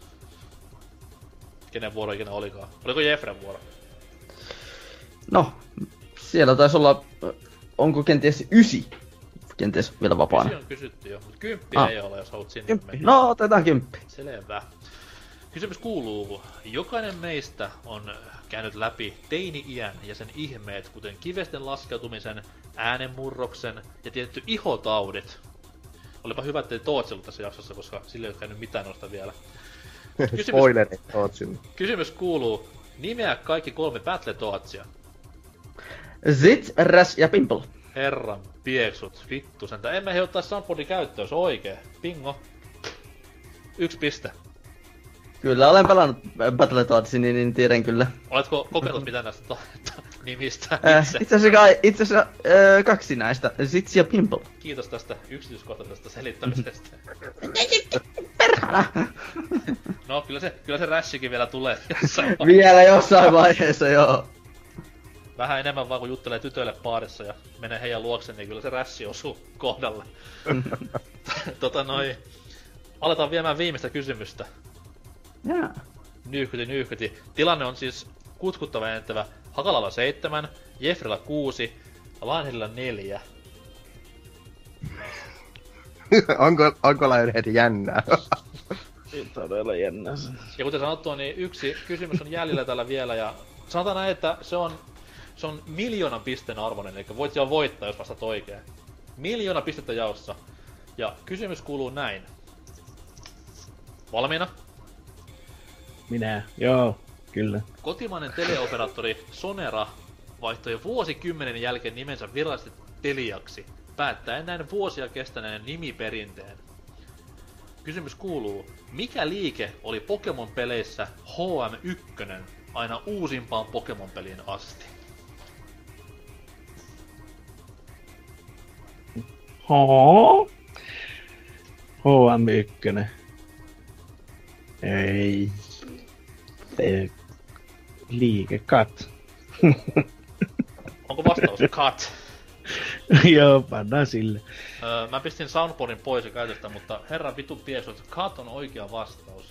B: Kenen vuoro ikinä olikaan? Oliko Jeffren vuoro?
C: No, siellä taisi olla... Onko kenties ysi? Kenties vielä vapaana.
B: Kysi on kysytty jo, mutta kymppi
C: Ah.
B: ei ole, jos haluat sinne
C: Kymppi.
B: mennä.
C: No, otetaan kymppi.
B: Selvä. Kysymys kuuluu, jokainen meistä on käynyt läpi teini-iän ja sen ihmeet, kuten kivesten laskeutumisen, äänenmurroksen ja tietty ihotaudit. Olipa hyvä, ettei Toots ollut tässä jaksossa, koska sille ei ole käynyt mitään noista vielä. Kysymys,
D: Spoilerit oot sinne.
B: kysymys kuuluu, nimeä kaikki kolme Battletoadsia.
C: Zit, Räs ja Pimple.
B: Herran pieksut, vittu sentä. Emme he ottais Sampodi käyttöön, se on oikee. Bingo. Yksi piste.
C: Kyllä, olen pelannut Battletoadsia, niin, niin tiedän kyllä.
B: Oletko kokeillut mitään näistä ta- ta- nimistä
C: Äh,
B: itse?
C: itse asiassa, kai- itse asiassa äh, kaksi näistä, Zits ja Pimple.
B: Kiitos tästä yksityiskohtaisesta selittämisestä. No, kyllä se, kyllä se rässikin vielä tulee jossain vaiheessa.
C: Vielä jossain vaiheessa, joo.
B: Vähän enemmän vaan kun juttelee tytöille baarissa ja menee heidän luoksen, niin kyllä se rässi osuu kohdalle. tota noin. Aletaan viemään viimeistä kysymystä.
C: Jaa.
B: Nyyhkyti, nyyhkyti. Tilanne on siis kutkuttava entävä. Hakalalla seitsemän, Jeffrellä kuusi, Lionheadillä neljä.
D: onko, onko Lionhead jännää?
E: Todella jännä.
B: Ja kuten sanottua, niin yksi kysymys on jäljellä tällä vielä, ja sanotaan näin, että se on, se on miljoonan pisteen arvoinen, eli voit siellä voittaa, jos vastaat oikein. Miljoona pistettä jaossa. Ja kysymys kuuluu näin. Valmiina?
E: Minä, joo, kyllä.
B: Kotimainen teleoperaattori Sonera vaihtoi jo vuosikymmenen jälkeen nimensä virallisesti Teliaksi, päättäen näin vuosia kestäneen nimiperinteen. Kysymys kuuluu, mikä liike oli Pokemon-peleissä H M yksi aina uusimpaan Pokemon-peliin asti?
E: Hoo? H M yksi. Ei. Ei. Liike cut.
B: Onko vastaus cut?
E: Joo, pannaan sille.
B: Öö, mä pistin soundboardin pois ja käytöstä, mutta herran vitu piesu, että cut on oikea vastaus.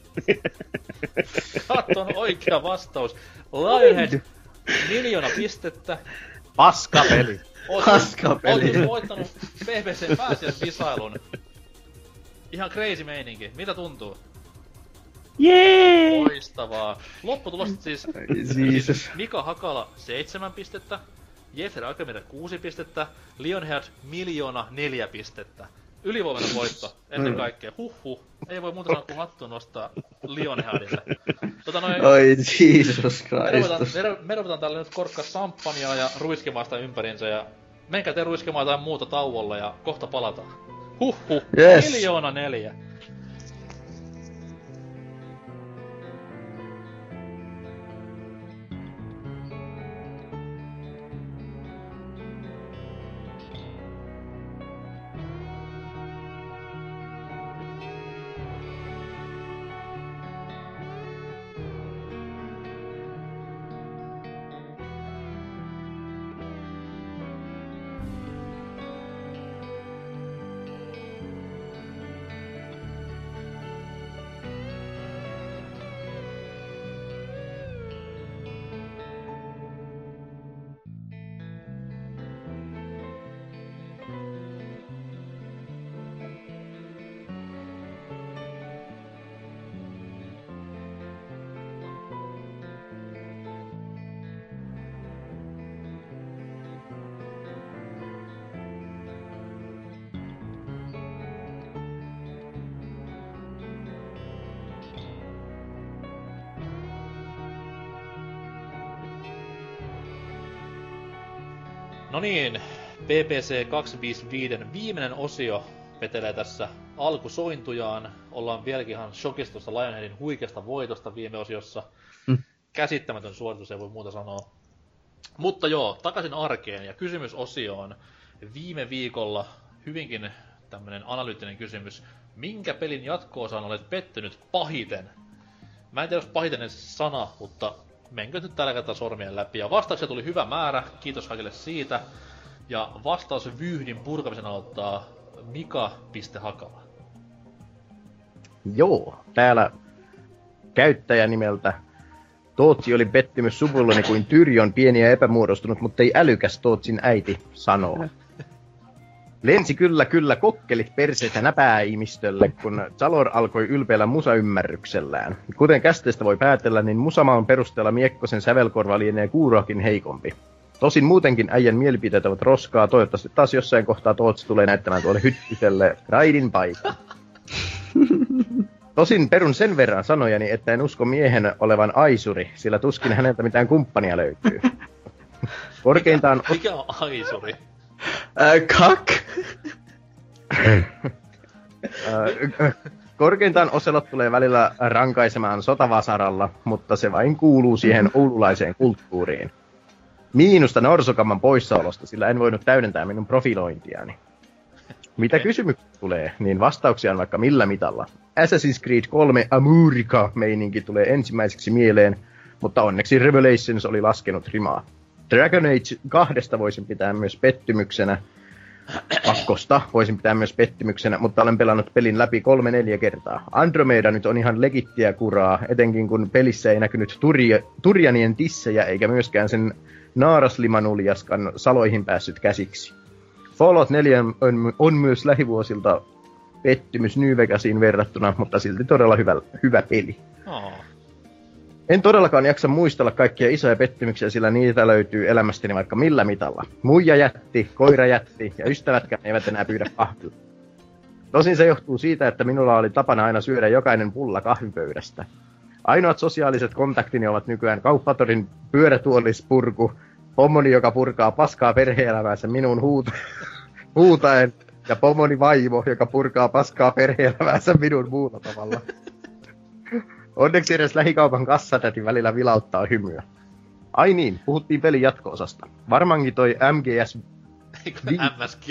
B: Cut on oikea vastaus. Lionhead, miljoona pistettä.
D: Paskapeli.
C: Paskapeli.
B: Oot voittanut B B C:n pääsiäisvisailun. Ihan crazy meininki. Mitä tuntuu?
E: Jee!
B: Loistavaa. Lopputulokset siis, siis Mika Hakala seitsemän pistettä, Jeffrey Akemire kuusi pistettä, Lionhead miljoona neljä pistettä. Ylivoimainen voitto ennen kaikkea. Huhhuh. Ei voi muuta sanoa kuin hattu nostaa Lionheadille. Tota noin,
C: Oi Jesus
B: me ruvetaan,
C: Christus.
B: me, me ruvetaan täällä nyt korkkaa samppania ja ruiskimaan sitä ympäriinsä ja menkää te ruiskimaan jotain muuta tauolla ja kohta palataan. Huhhuh.
C: Yes.
B: Miljoona neljä. No niin, B B C kaksisataaviisikymmentäviisi viimeinen osio vetelee tässä alkusointujaan. Ollaan vieläkin ihan shokistusta Lionheadin huikeasta voitosta viime osiossa.
C: Mm.
B: Käsittämätön suoritus, ei voi muuta sanoa. Mutta joo, takaisin arkeen ja kysymysosioon. Viime viikolla hyvinkin tämmönen analyyttinen kysymys. Minkä pelin jatko-osaan olet pettynyt pahiten? Mä en tiedä, jos pahiten edes sana, mutta menkö nyt tällä kertaa sormien läpi. Ja vastauksia tuli hyvä määrä, kiitos kaikille siitä. Ja vastausvyyhdin purkamisen aloittaa Mika Hakala.
D: Joo, täällä käyttäjä nimeltä Tootsi oli pettymys suvullani kuin Tyrion pieni ja epämuodostunut, mutta ei älykäs, Tootsin äiti sanoo. Lensi kyllä kyllä kokkelit perseitä näpääimistölle, kun Zalor alkoi ylpeillä musaymmärryksellään. Kuten kästeestä voi päätellä, niin musamaun perusteella Miekkosen sävelkorva lienee kuuroakin heikompi. Tosin muutenkin äijän mielipiteet ovat roskaa, toivottavasti taas jossain kohtaa Tootsi tulee näyttämään tuolle hyttyselle raidin paikan. Tosin perun sen verran sanojani, että en usko miehen olevan aisuri, sillä tuskin häneltä mitään kumppania löytyy. Korkeintaan...
B: Mikä on aisuri?
C: Äh, kak?
D: Korkeintaan Oselot tulee välillä rankaisemaan sotavasaralla, mutta se vain kuuluu siihen oululaiseen kulttuuriin. Miinusta Norsokamman poissaolosta, sillä en voinut täydentää minun profilointiani. Mitä kysymyksiä tulee, niin vastauksia on vaikka millä mitalla. Assassin's Creed kolme Amurica-meininki tulee ensimmäiseksi mieleen, mutta onneksi Revelations oli laskenut rimaa. Dragon Age kahdesta voisin pitää myös pettymyksenä. Kakkosta voisin pitää myös pettymyksenä, mutta olen pelannut pelin läpi kolme neljä kertaa. Andromeda nyt on ihan legittiä kuraa, etenkin kun pelissä ei näkynyt Turia, Turianien tissejä eikä myöskään sen naaraslimanuljaskan saloihin päässyt käsiksi. Fallout neljä on, on myös lähivuosilta pettymys New Vegasiin verrattuna, mutta silti todella hyvä, hyvä peli.
B: Oh.
D: En todellakaan jaksa muistella kaikkia isoja pettymyksiä, sillä niitä löytyy elämästäni vaikka millä mitalla. Muija jätti, koira jätti ja ystävätkään eivät enää pyydä kahvia. Tosin se johtuu siitä, että minulla oli tapana aina syödä jokainen pulla kahvipöydästä. Ainoat sosiaaliset kontaktini ovat nykyään kauppatorin pyörätuolispurku, pommoni, joka purkaa paskaa perhe-elämäänsä minun huuta- huutaen, ja pomoni vaimo, joka purkaa paskaa perhe-elämäänsä minun muulla tavalla. Onneksi edes lähikaupan kassatäti välillä vilauttaa hymyä. Ai niin, puhuttiin pelin jatko-osasta. Varmaankin toi M G S...
B: Eikö M S G?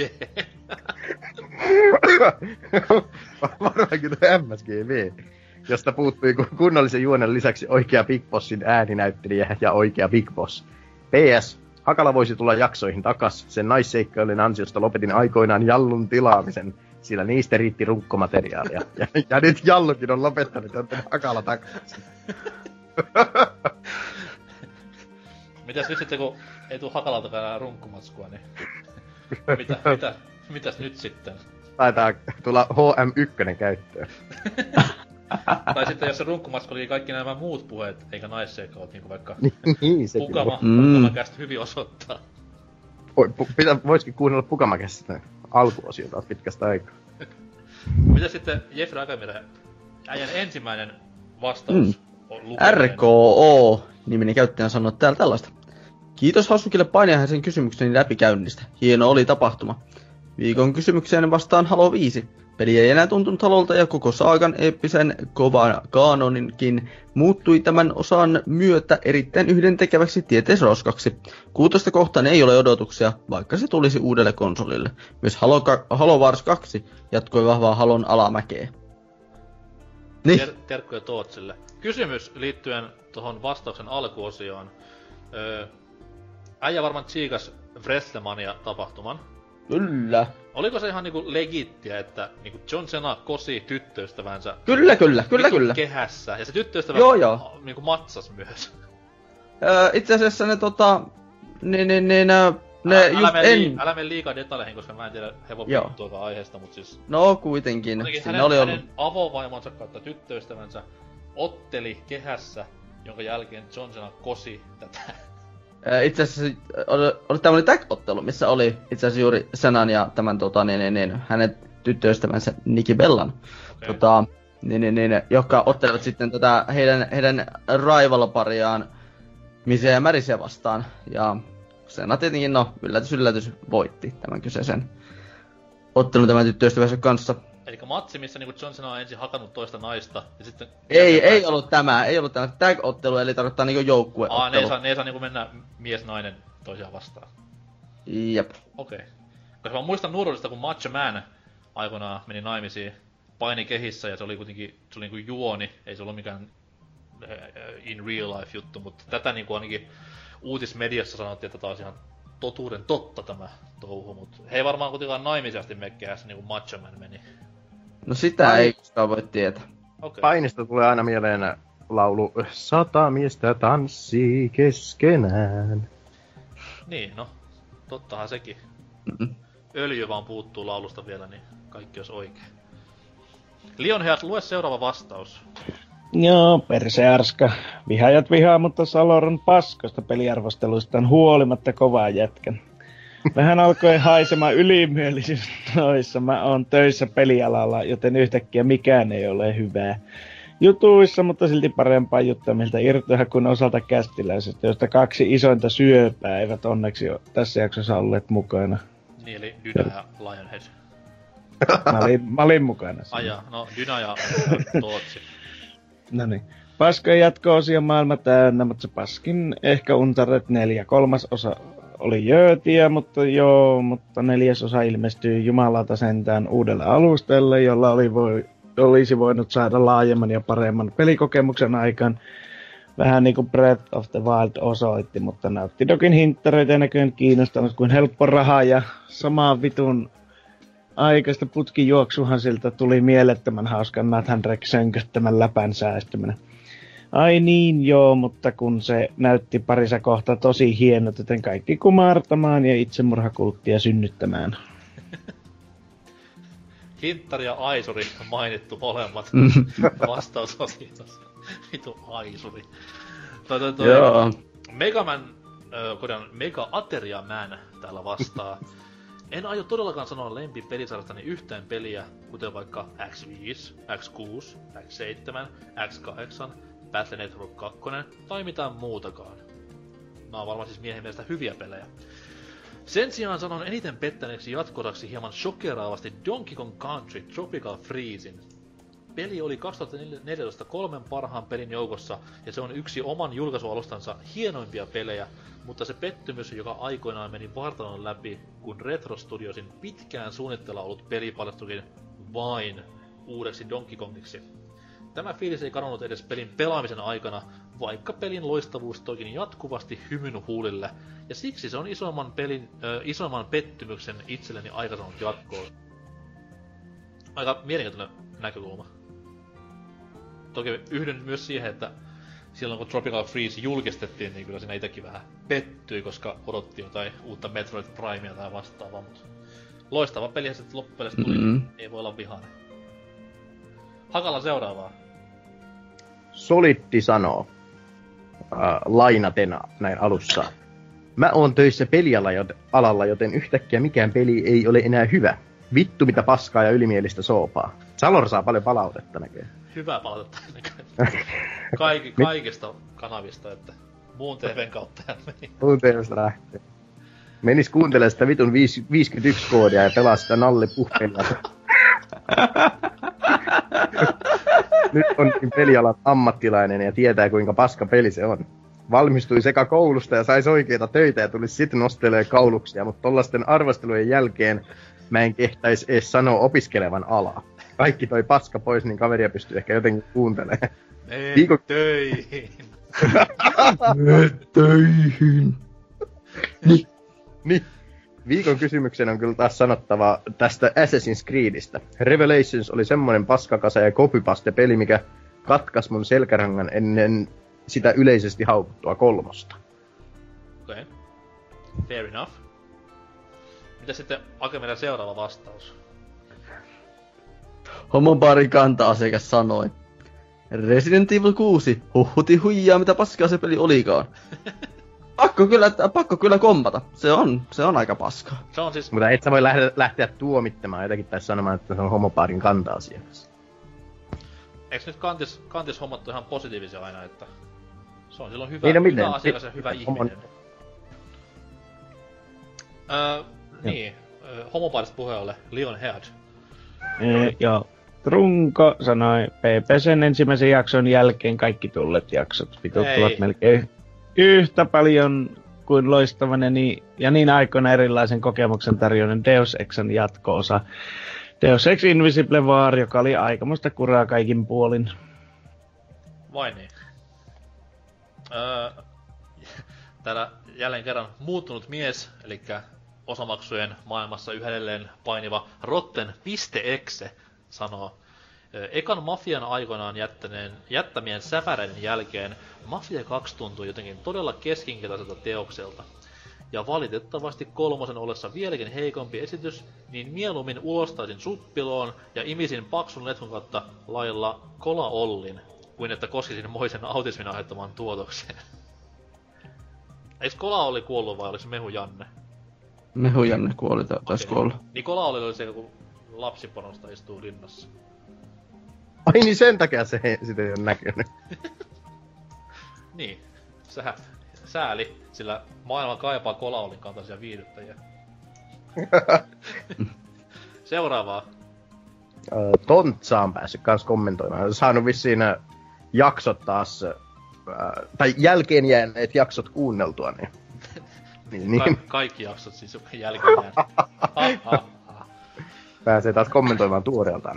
D: Varmaankin toi M S G V, josta puuttui kunnollisen juonen lisäksi oikea Big Bossin ääninäyttelijä ja oikea Big Boss. P S. Hakala voisi tulla jaksoihin takas. Sen naisseikkailun ansiosta lopetin aikoinaan Jallun tilaamisen, sillä niistä riitti runkkomateriaalia. Ja, ja nyt Jallukin on lopettanut, joten Hakala takaisin.
B: Mitäs nyt sitten, kun ei tuu Hakalaltakaan enää runkkumatskua, niin... Mitä, mitä, mitäs nyt sitten?
D: Taitaa tulla H M yksi käyttöön.
B: Tai sitten jos se runkkumatsku oli kaikki nämä muut puheet, eikä naisseikkailut, niin kuin vaikka
D: niin, sekin
B: Pukama,
C: Mm.
B: Pukamakästä hyvin osoittaa.
D: Voi, pu, pitä, voisikin kuunnella Pukamakästä alkuosio taas pitkästä aikaa.
B: Mitä sitten Jeffrey Akamire, äijän ensimmäinen vastaus
C: Mm.
B: on lukeminen?
C: R K O-niminen käyttäjä sanoi täällä tällaista. Kiitos Hasukille painiaisen kysymykseni läpikäynnistä. Hieno oli tapahtuma. Viikon kysymykseen vastaan Halo viisi. Peli ei enää tuntunut Halolta ja koko saagan eeppisen kovan kaanoninkin muuttui tämän osan myötä erittäin yhdentekeväksi tieteisroskaksi. Kuutosta kohtaan ei ole odotuksia, vaikka se tulisi uudelle konsolille. Myös Halo, ka- Halo Wars kaksi jatkoi vahvaa Halon alamäkeä. Niin.
B: Ter- terkkuja Tootsille. Kysymys liittyen tuohon vastauksen alkuosioon. Öö, äijä varmaan tsiikas Wrestlemania-tapahtuman.
C: Kyllä.
B: Oliko se ihan niinku legittiä, että niinku John Cena kosi tyttöystävänsä
C: Kyllä, kyllä, kyllä,
B: vitun
C: kyllä.
B: kehässä, ja se tyttöystävä
C: Joo, joo.
B: niinku matsas myös.
C: Öö, itse asiassa ne tota... Niin, niin, niin, nää- ne
B: älä,
C: just
B: älä, mene
C: en...
B: lii, älä mene liikaa detaileihin, koska mä en tiedä hevon
C: Joo.
B: vittuakaan aiheesta, mut siis...
C: No kuitenkin.
B: Jotenkin
C: Siinä
B: hänen,
C: oli ollut...
B: hänen avovaimonsa kautta tyttöystävänsä otteli kehässä, jonka jälkeen John Cena kosi tätä.
C: Öö, itse asiassa oli, oli tämmönen tag-ottelu, missä oli itse asiassa juuri Senan ja tämän tota niin, niin, niin hänen tyttöystävänsä Nikki Bellan.
B: Okay.
C: Tota, niin, niin, niin, jotka ottelivat sitten tätä heidän, heidän rival-pariaan Misiä ja Märisiä vastaan. Ja Sena tietenkin, no, yllätys yllätys, voitti tämän kyseisen ottelun tämän tyttöystävänsä kanssa.
B: Elikkä matsi, missä niinku John Cena on ensin hakannut toista naista, ja sitten...
C: Ei, ei ollut tämä, ei ollut tämä tag-ottelu, eli tarkoittaa niinku joukkueottelu.
B: Aa, ne ei saa, ne ei saa niinku mennä mies-nainen toisiaan vastaan.
C: Jep.
B: Okei. Okay. Koska mä muistan nuoruudesta, kun Macho Man aikoinaan meni naimisiin paini kehissä, ja se oli kuitenkin, se oli niinku juoni, ei se ollut mikään in real life juttu, mutta tätä niinku ainakin uutismediassa sanottiin, että taas ihan totuuden totta tämä touhu, mutta he ei varmaan kuitenkaan naimisiasti mene kehässä, niin kuin Macho Man meni.
C: No sitä
D: Ai.
C: ei koskaan voi tietää.
B: Okay.
D: Painista tulee aina mieleen laulu Sata miestä tanssii keskenään.
B: Niin, no, tottahan sekin.
C: Mm-mm.
B: Öljy vaan puuttuu laulusta vielä, niin kaikki olisi oikein. Lionheart, lue seuraava vastaus.
E: Joo, persearska. Vihaajat vihaa, mutta Saloron paskasta peliarvosteluistaan huolimatta kovaa jätkän. Vähän alkoi haisemaan ylimielisyys noissa. Mä oon töissä pelialalla, joten yhtäkkiä mikään ei ole hyvää. Jutuissa, mutta silti parempaa juttamilta irtoa kuin osalta kästiläisestä, josta kaksi isointa syöpää eivät onneksi ole tässä jaksossa olleet mukana.
B: Niin, eli Dyna ja Lionhead.
E: Mä olin, mä olin mukana siinä.
B: Aja, no Dyna ja Tootsi.
E: Noniin. Paskojen jatko-osio maailma täynnä, mutta se paskin ehkä Uncharted neljä. Kolmas osa oli jöötiä, mutta joo, mutta neljäs osa ilmestyi jumalalta sentään uudelle alustalle, jolla oli voi, olisi voinut saada laajemman ja paremman pelikokemuksen aikaan. Vähän niinku Breath of the Wild osoitti, mutta Naughty Dogin hinttareita ei näköjään kiinnostanut kuin helppo raha ja samaan vitun aikaista putkijuoksuhan siltä tuli mielettömän hauskan Nathan Drake sönköttämän läpän säästyminen. Ai niin joo, mutta kun se näytti parissa kohtaa tosi hienot, joten kaikki kumartamaan ja itsemurhakulttia synnyttämään.
B: Hinttari ja Aisuri mainittu molemmat vastausositossa. Vitu Aisuri. Toi, toi, toi.
C: Joo.
B: Megaman, äh, kodan Mega Ateria Man täällä vastaa. En aio todellakaan sanoa lempi pelisarjastani yhtään peliä, kuten vaikka X viisi, X kuusi, X seitsemän, X kahdeksan, Battle Network kaksi tai mitään muutakaan. Nää on varmaan siis miehen mielestä hyviä pelejä. Sen sijaan sanon eniten pettäneeksi jatkoraksi hieman shokeraavasti Donkey Kong Country Tropical Freezin. Peli oli kaksituhattaneljätoista kolmen parhaan pelin joukossa, ja se on yksi oman julkaisualustansa hienoimpia pelejä, mutta se pettymys, joka aikoinaan meni vartalon läpi, kun Retro Studiosin pitkään suunnitteilla ollut peli paljastuikin vain uudeksi Donkey Kongiksi. Tämä fiilis ei kadonnut edes pelin pelaamisen aikana, vaikka pelin loistavuus toikin jatkuvasti hymyn huulille, ja siksi se on isomman, pelin, äh, isomman pettymyksen itselleni aikaisemmin jatkoon. Aika mielenkiintoinen näkökulma. Toki yhdyn myös siihen, että silloin kun Tropical Freeze julkistettiin, niin kyllä siinä itsekin vähän pettyi, koska odotti jotain uutta Metroid Primea tai vastaavaa, mutta loistava peli ja sitten loppupeleissä tuli, mm-hmm. Ei voi olla vihainen. Hakala seuraavaa.
D: Solitti sanoo, äh, lainatena näin alussa. Mä oon töissä pelialalla, joten yhtäkkiä mikään peli ei ole enää hyvä. Vittu mitä paskaa ja ylimielistä soopaa. Salor saa paljon palautetta näköjään.
B: Hyvää palautetta näköjään. Kaik, kaikista kanavista, että muun T V:n kautta hän meni.
D: Muun T V:stä lähtee. Menis kuuntelemaan sitä vitun viisikymmentäyksi koodia ja pelaa sitä Nalle Puh-peliä. Nyt on pelialan ammattilainen ja tietää kuinka paska peli se on. Valmistui sekä koulusta ja sais oikeita töitä ja tuli sitten nostelee kauluksia, mutta tollasten arvostelujen jälkeen mä en kehtais ees sanoa opiskelevan alaa. Kaikki toi paska pois, niin kaveria pystyy ehkä jotenkin kuuntelemaan.
B: Mene
D: Viikon...
B: töihin!
C: Mene töihin!
D: Niin. Niin. Viikon kysymyksen on kyllä taas sanottava tästä Assassin's Creedistä. Revelations oli semmonen paskakasa ja copypaste peli, mikä katkas mun selkärangan ennen sitä yleisesti haukuttua kolmosta.
B: Okei. Okay. Fair enough. Mitä sitten Akemeren seuraava vastaus?
C: Homobarin kanta-asiakas sanoi. Resident Evil kuusi, huhhuti huijaa mitä paskaa se peli olikaan. Pakko kyllä, pakko kyllä kompata. Se on, se on aika paskaa.
B: Se on siis...
D: Mutta et sä voi lähteä, lähteä tuomittamaan jotakin tai sanomaan, että se on homopaarin kanta-asiakas.
B: Eiks nyt kantis, kantis hommattu ihan positiivisia aina, että... Se on silloin hyvä,
D: niin, no
B: hyvä asiakas ja hyvä ihminen. Öö, niin. Öö, homopaarista puheelle, Lionhead.
E: E, joo. Trunko sanoi P P C:n ensimmäisen jakson jälkeen kaikki tulleet jaksot vituttavat melkein yhtä paljon kuin loistavan ja niin, ja niin aikoina erilaisen kokemuksen tarjoinen Deus Exan jatko-osa. Deus Ex Invisible War, joka oli aikamoista kuraa kaikin puolin.
B: Vai niin? Öö, täällä jälleen kerran muuttunut mies, eli osamaksujen maailmassa yhä edelleen painiva Rotten.exe sanoo, ekan Mafian aikoinaan jättäneen, jättämien säpäreiden jälkeen Mafia kaksi tuntui jotenkin todella keskinkertaiselta teokselta. Ja valitettavasti kolmosen ollessa vieläkin heikompi esitys, niin mieluummin ulostaisin suppiloon ja imisin paksun letkun kautta lailla Kola Ollin, kuin että koskisin moisen autismin aiheuttamaan tuotokseen. Eiks Kola Olli kuollut vai oliko se Mehu Janne?
C: Mehu Janne kuoli, taisi
B: okay.
C: kuolla.
B: Niin Kola Olli oli se, kun lapsiponosta istuu linnassa.
D: Ai niin sen takia se ei, sitä ei oo näkynyt.
B: Niin, sähän sääli, sillä maailma kaipaa Kola Ollin kaltaisia viihdyttäjiä. Seuraavaa.
D: Tontsa on päässyt kans kommentoimaan. On saanut vissiin jaksot taas, ää, tai jälkeen jääneet jaksot kuunneltua, niin... niin, niin.
B: Ka- kaikki jaksot siis jälkeen jääneet.
D: Pääsee taas kommentoimaan tuoreeltaan.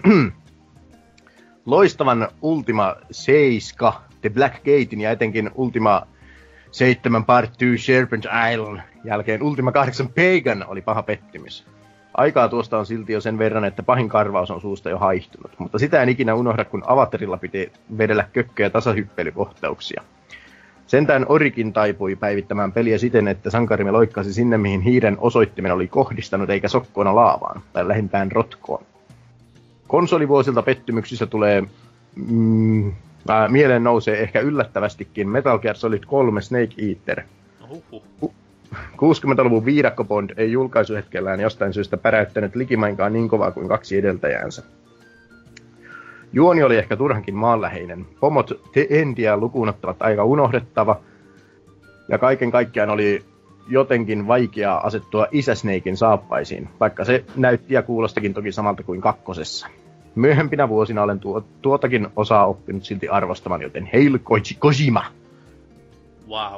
D: Loistavan Ultima seitsemän, The Black Gatein ja etenkin Ultima seitsemän Part two Serpent Island jälkeen Ultima kahdeksan Pagan oli paha pettymys. Aikaa tuosta on silti jo sen verran, että pahin karvaus on suusta jo haihtunut, mutta sitä en ikinä unohda, kun avatarilla piti vedellä kökköjä tasahyppelykohtauksia. Sentään Orikin taipui päivittämään peliä siten, että sankarimme loikkasi sinne, mihin hiiren osoittimen oli kohdistanut, eikä sokkoona laavaan, tai lähimpään rotkoon. Konsolivuosilta pettymyksissä tulee... Mm, ää, mieleen nousee ehkä yllättävästikin Metal Gear Solid kolme Snake Eater.
B: Uhuh.
D: kuusikymmentäluvun viidakkobond ei julkaisuhetkellään jostain syystä päräyttänyt likimainkaan niin kovaa kuin kaksi edeltäjäänsä. Juoni oli ehkä turhankin maanläheinen. Pomot The Endia lukuun ottavat aika unohdettava. Ja kaiken kaikkiaan oli jotenkin vaikeaa asettua Isä Snaken saappaisiin, vaikka se näytti ja kuulostikin toki samalta kuin kakkosessa. Myöhempinä vuosina olen tuo, tuotakin osaa oppinut silti arvostamaan, joten Hail Kojima!
B: Wow.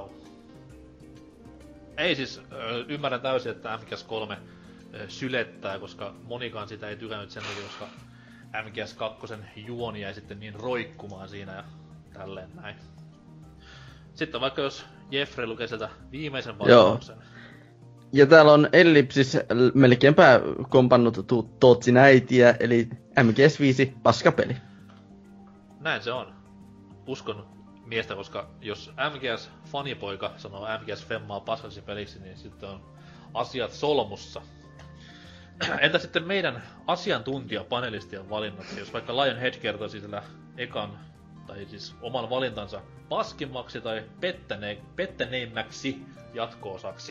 B: Ei siis, ymmärrän täysin, että M G S kolme sylettää, koska monikaan sitä ei tykännyt sen takia, koska M G S kaksi juoni jäi sitten niin roikkumaan siinä ja tälleen näin. Sitten vaikka jos Jeffrey lukee sieltä viimeisen vastauksen.
C: Ja täällä on Ellipsis melkeinpä kompannut tu- Tootsin äitiä, eli M G S viisi paskapeli.
B: Näin se on. Uskon miestä, koska jos M G S-fanipoika sanoo M G S-femmaa paskaksi peliksi, niin sitten on asiat solmussa. Entä sitten meidän asiantuntijapanelistien valinnat? Jos vaikka Lionhead kertoisi sillä ekan, tai siis oman valintansa paskimmaksi tai pettäne- pettäneimmäksi jatko-osaksi.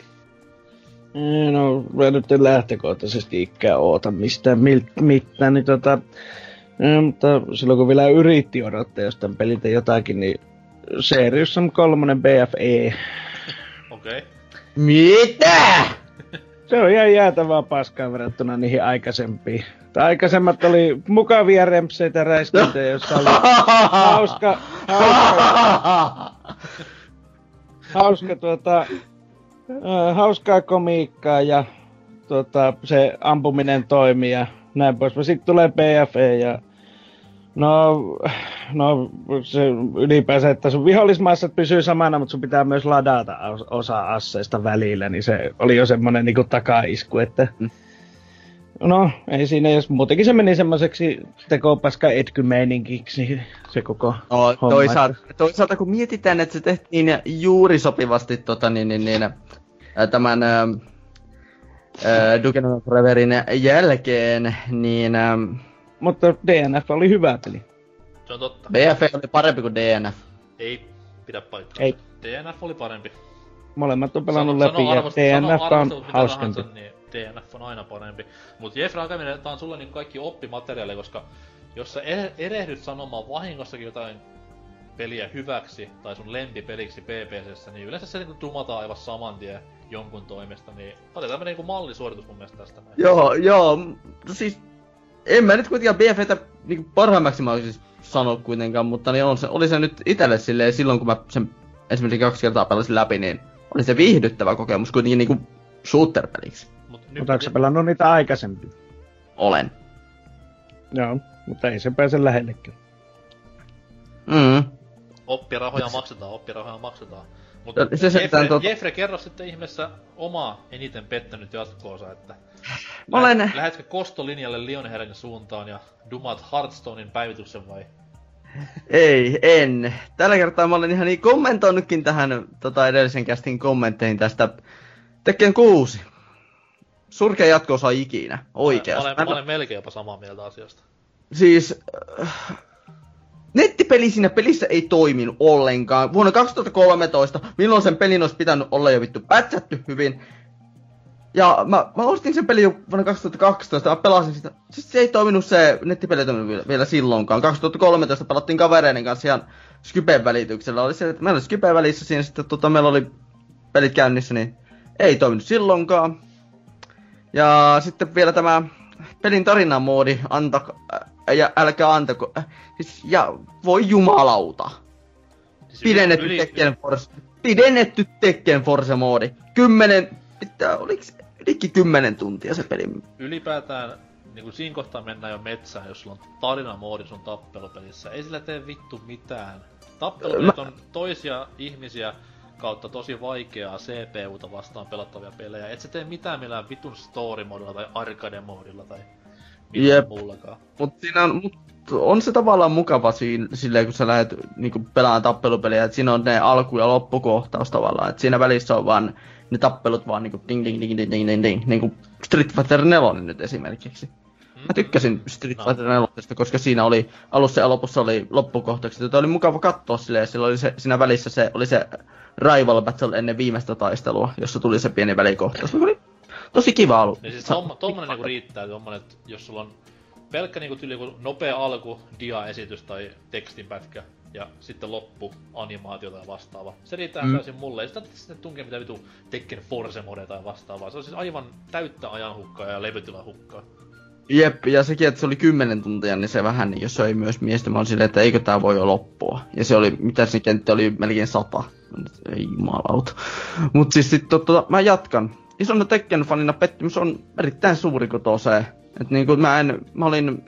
E: No, mä nyt en lähtökohtaisesti ikään oota mistään mil- mitään, niin tota... No, mutta silloin kun vielä yritti odottaa jostain peliltä jotakin, niin Serious Sam kolme B F E.
B: Okei. Okay.
C: Mitä? Se
E: on ihan jäätävää paskaa verrattuna niihin aikaisempiin. Tai aikaisemmat oli mukavia rempseitä räiskintöjä, jossa oli hauska, hauska, hauska tuota, äh, hauskaa komiikkaa ja tuota, se ampuminen toimii ja näin pois. Sitten tulee B F E ja no, no se ylipäänsä, että sun vihollismaassa pysyy samana, mutta sun pitää myös ladata osa asseista välillä, niin se oli jo semmonen niinku takaisku, että mm. no, ei siinä, jos muutenkin se meni semmoiseksi tekopaska etkymeiningiksi, niin se koko
C: no,
E: homma.
C: Toisaalta, toisaalta kun mietitään, että se tehtiin juuri sopivasti tota, niin, niin, niin, tämän ää, Duke Nukem Foreverin jälkeen, niin... Ää,
E: mutta D N F oli hyvä peli.
B: Se on totta.
C: B F oli parempi kuin D N F.
B: Ei pidä paikkaa.
E: Ei.
B: D N F oli parempi.
E: Molemmat on pelannut
B: sano,
E: läpi
B: sano
E: ja
B: arvost,
E: D N F
B: sano
E: on hauskempi.
B: Niin D N F on aina parempi. Mut Jeffrey Akaminen, tää on sulle niin kaikki oppimateriaali, koska jos sä erehdyt sanomaan vahingossakin jotain peliä hyväksi tai sun lempipeliksi P P C:ssä, niin yleensä se niinku tumataan aivan saman tien jonkun toimesta, niin oli tämmönen niinku mallisuoritus mun mielestä tästä näin.
C: Joo, joo, siis en mä nyt kuitenkaan B F E:tä niinku parhaimmaksi mä olisin sanoa kuitenkaan, mutta niin on se, oli se nyt itelle silleen silloin kun mä sen esimerkiksi kaksi kertaa pelasin läpi, niin oli se viihdyttävä kokemus kuitenkin niinku shooter-peliksi.
E: Mut ootko sä pelannut niitä aikaisempia?
C: Olen.
E: Joo, mutta ei se pääse lähellekään.
C: Mm.
B: Oppirahoja maksetaan, oppirahoja maksetaan. Mutta
C: se se
B: Jeffrey,
C: tuota...
B: Jeffrey, kerro sitten ihmeessä omaa eniten pettänyt jatko-osa, että...
C: Olen...
B: Lähet, lähetkö kostolinjalle Lionheadin suuntaan ja dumat Hearthstonein päivityksen vai?
C: Ei, en. Tällä kertaa mä olen ihan niin kommentoinutkin tähän tota, edellisen kästin kommentteihin tästä Tekken kuusi. Surkea jatko-osa ikinä, oikeasti.
B: Mä, mä, olen, mä olen melkein jopa samaa mieltä asiasta.
C: Siis... Äh, nettipeli siinä pelissä ei toiminut ollenkaan. Vuonna kaksituhattakolmetoista, milloin sen pelin olisi pitänyt olla jo vittu pätsätty hyvin. Ja mä, mä ostin sen pelin jo vuonna kaksituhattakaksitoista, mä pelasin sitä. Siis se ei toiminut se, nettipeli ei toiminut vielä, vielä silloinkaan. kaksituhattakolmetoista pelattiin kavereiden kanssa ihan Skypen välityksellä. Oli se, että meillä oli Skypen välissä siinä sitten, tota, meillä oli pelit käynnissä, niin ei toiminut silloinkaan. Ja sitten vielä tämä pelin tarinamoodi, anta, ja älkää antako, siis, ja voi jumalauta. Siis pidennetty yli, Tekken yli. Force, pidennetty Tekken Force-moodi. Kymmenen, pitää, oliks ylikin kymmenen tuntia se peli?
B: Ylipäätään, niinku siinä kohtaa mennään jo metsään, jos sulla on tarinamoodi sun tappelupelissä. Ei sillä tee vittu mitään. Tappelupelit Mä... on toisia ihmisiä kautta tosi vaikeaa C P U:ta vastaan pelattavia pelejä. Et sä tee mitään millään vitun story-modilla tai arcade-modilla tai mitään
C: Jep.
B: muullakaan.
C: Mut siinä on, mut on se tavallaan mukava siinä, silleen, kun sä lähdet niinku pelaamaan tappelupeliä, että siinä on ne alku- ja loppukohtaus tavallaan, että siinä välissä on vaan ne tappelut vaan niinku ding ding ding ding ding ding ding, niinku Street Fighter neljä nyt esimerkiksi. Mä tykkäsin Street Fighter neljä, koska siinä oli, alussa ja lopussa oli loppukohtaukset, jota oli mukava katsoa silleen, ja silloin oli se, siinä välissä se, oli se Rival Battle ennen viimeistä taistelua, jossa tuli se pieni välikohtaus, mikä oli tosi kiva alu.
B: Niin siis tommo, tommonen niinku riittää, tommonen, et jos sulla on pelkkä niinku tyyli joku nopea alku, dia-esitys tai tekstinpätkä, ja sitten loppu, animaatio tai vastaava. Se riittää mm. täysin mulle, ei sitä sitten tunkea mitään vitu Tekken Force Mode tai vastaavaa. Se on siis aivan täyttä ajanhukkaa ja levytilahukkaa.
C: Jep, ja sekin, että se oli kymmenen tuntia, niin se vähän niin, jos söi myös miestä. Mä olin silleen, että eikö tää voi jo loppua. Ja se oli, mitä se kenttä oli, melkein sata. Ei jumalauta. Mut siis sit tota, mä jatkan. Isona Tekken-fanina pettymys on erittäin suuri kotoseen. Et niinku mä en, mä olin...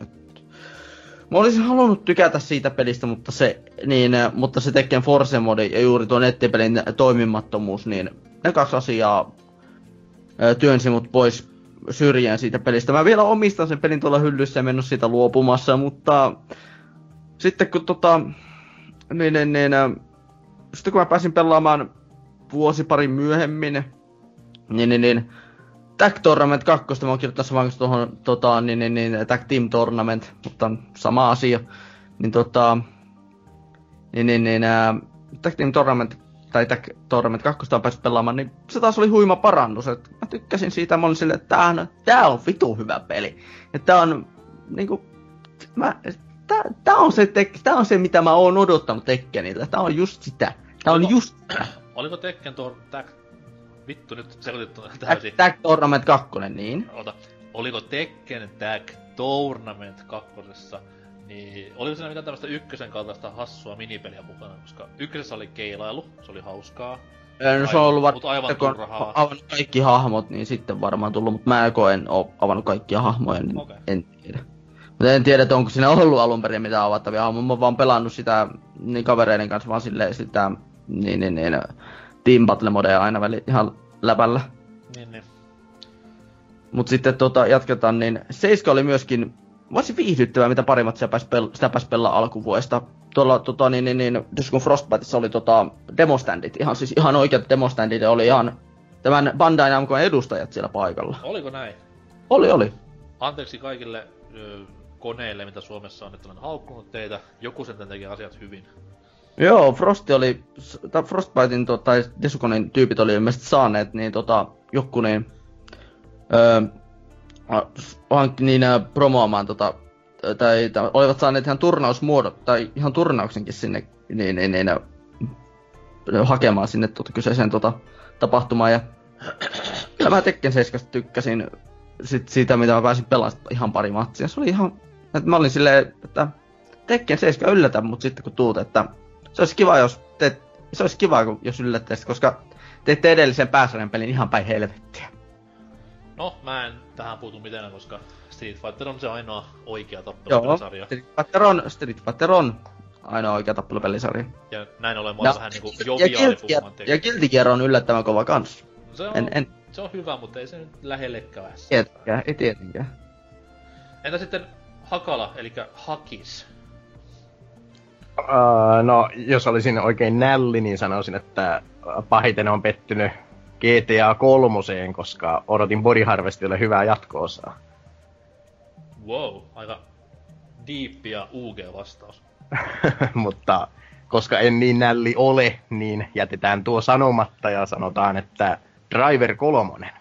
C: Mä olisin halunnut tykätä siitä pelistä, mutta se, niin, mutta se Tekken Force Mode ja juuri tuo nettipelin toimimattomuus, niin ne kaksi asiaa työnsi mut pois syrjään siitä pelistä. Mä vielä omistan sen pelin tuolla hyllyssä ja mennyt siitä luopumassa, mutta sitten kun tota, niin, niin, niin, sitten kun mä pääsin pelaamaan vuosi pari myöhemmin, niin, niin, niin Tag Tournament kaksi, mä oon kirjoittanut vaan tuohon tota, niin, niin, niin, Tag Team Tournament, mutta sama asia, niin tota, niin, niin, niin, ää, Tag Team Tournament tai Tag Tournament kaksi on päässyt pelaamaan, niin se taas oli huima parannus. Et mä tykkäsin siitä, mä olin silleen, että tää on, tää on vitu hyvä peli. Että tää on niinku, mä, tää, tää, on se, tää on se, mitä mä oon odottanut Tekkeniltä. Tää on just sitä. Tää on just sitä.
B: Oliko Tekken Tor... Tag... Vittu nyt sekoitettu täysin.
C: Tag Tournament kaksi, niin.
B: Ota. Oliko Tekken Tag Tournament kakkosessa, niin oliko siinä mitään tämmöstä ykkösen kaltaista hassua minipeliä mukana, koska ykkösessä oli keilailu, se oli hauskaa.
C: No se on ollut
B: var... aivan
C: kun
B: turhaa.
C: avannut kaikki hahmot, niin sitten varmaan tullut, mutta mä en oo avannut kaikkia hahmoja, niin okay. En tiedä. Mutta en tiedä, että onko siinä ollut alun perin mitään avattavia hahmoja, mä oon vaan pelannut sitä niin kavereiden kanssa vaan silleen sitä niin, niin, niin, Team Battle Modea aina väli ihan läpällä.
B: Niin, niin.
C: Mut sitten tota, jatketaan, niin Seiska oli myöskin varsin viihdyttävää, mitä parimmat sitä pääsi, pel- sitä pääsi pelaa alkuvuodesta. Tuolla tota, niin, niin, niin, kun Frostbiteissa oli tota, demoständit, ihan siis ihan oikeat demoständit, oli ihan tämän Bandai Namcon edustajat siellä paikalla.
B: Oliko näin?
C: Oli, oli.
B: Anteeksi kaikille ö, koneille, mitä Suomessa on, että olen haukkunut teitä. Joku sen teki asiat hyvin. Joo,
C: Frosti oli, tai Frostbitein to, tai Desukonin tyypit oli ilmeisesti saaneet, niin tota, joku niin, öö, hankki niin äh, promoamaan tota, tai, tai olivat saaneet ihan turnausmuodot, tai ihan turnauksenkin sinne, niin, niin, niin äh, hakemaan sinne tota, kyseiseen tota, tapahtumaan, ja mä Tekken seitsemästä tykkäsin sit siitä, mitä mä pääsin pelaamaan ihan pari matsia. Se oli ihan, että mä olin silleen, että Tekken seitsemän yllätä mut sitten kun tuut, että se olisi kiva, jos teet, se olisi kiva, jos yllättäisit, koska teette edellisen pääsarjan pelin ihan päin helvettiä.
B: No, mä en tähän puutu mitään, koska Street Fighter on se ainoa oikea tappelupelisarja.
C: Joo, Street Fighter on, Street Fighter on ainoa oikea tappelupelisarja.
B: Ja näin ollen mä oon vähän niinku joviaali puhumaan Tekken.
C: Ja Guilty Gear on yllättävän kova kans.
B: Se on,
C: en, en...
B: se on hyvä, mutta ei se nyt lähellekään.
C: Tietenkään, ei tietenkään.
B: Entä sitten Hakala, elikkä Hakis?
D: Uh, no, jos olisin oikein nälli, niin sanoisin, että pahiten on pettynyt G T A kolmoseen, koska odotin Body Harvestille hyvää jatko-osaa.
B: Wow, aika deep ja U G-vastaus.
D: Mutta koska en niin nälli ole, niin jätetään tuo sanomatta ja sanotaan, että Driver kolmonen.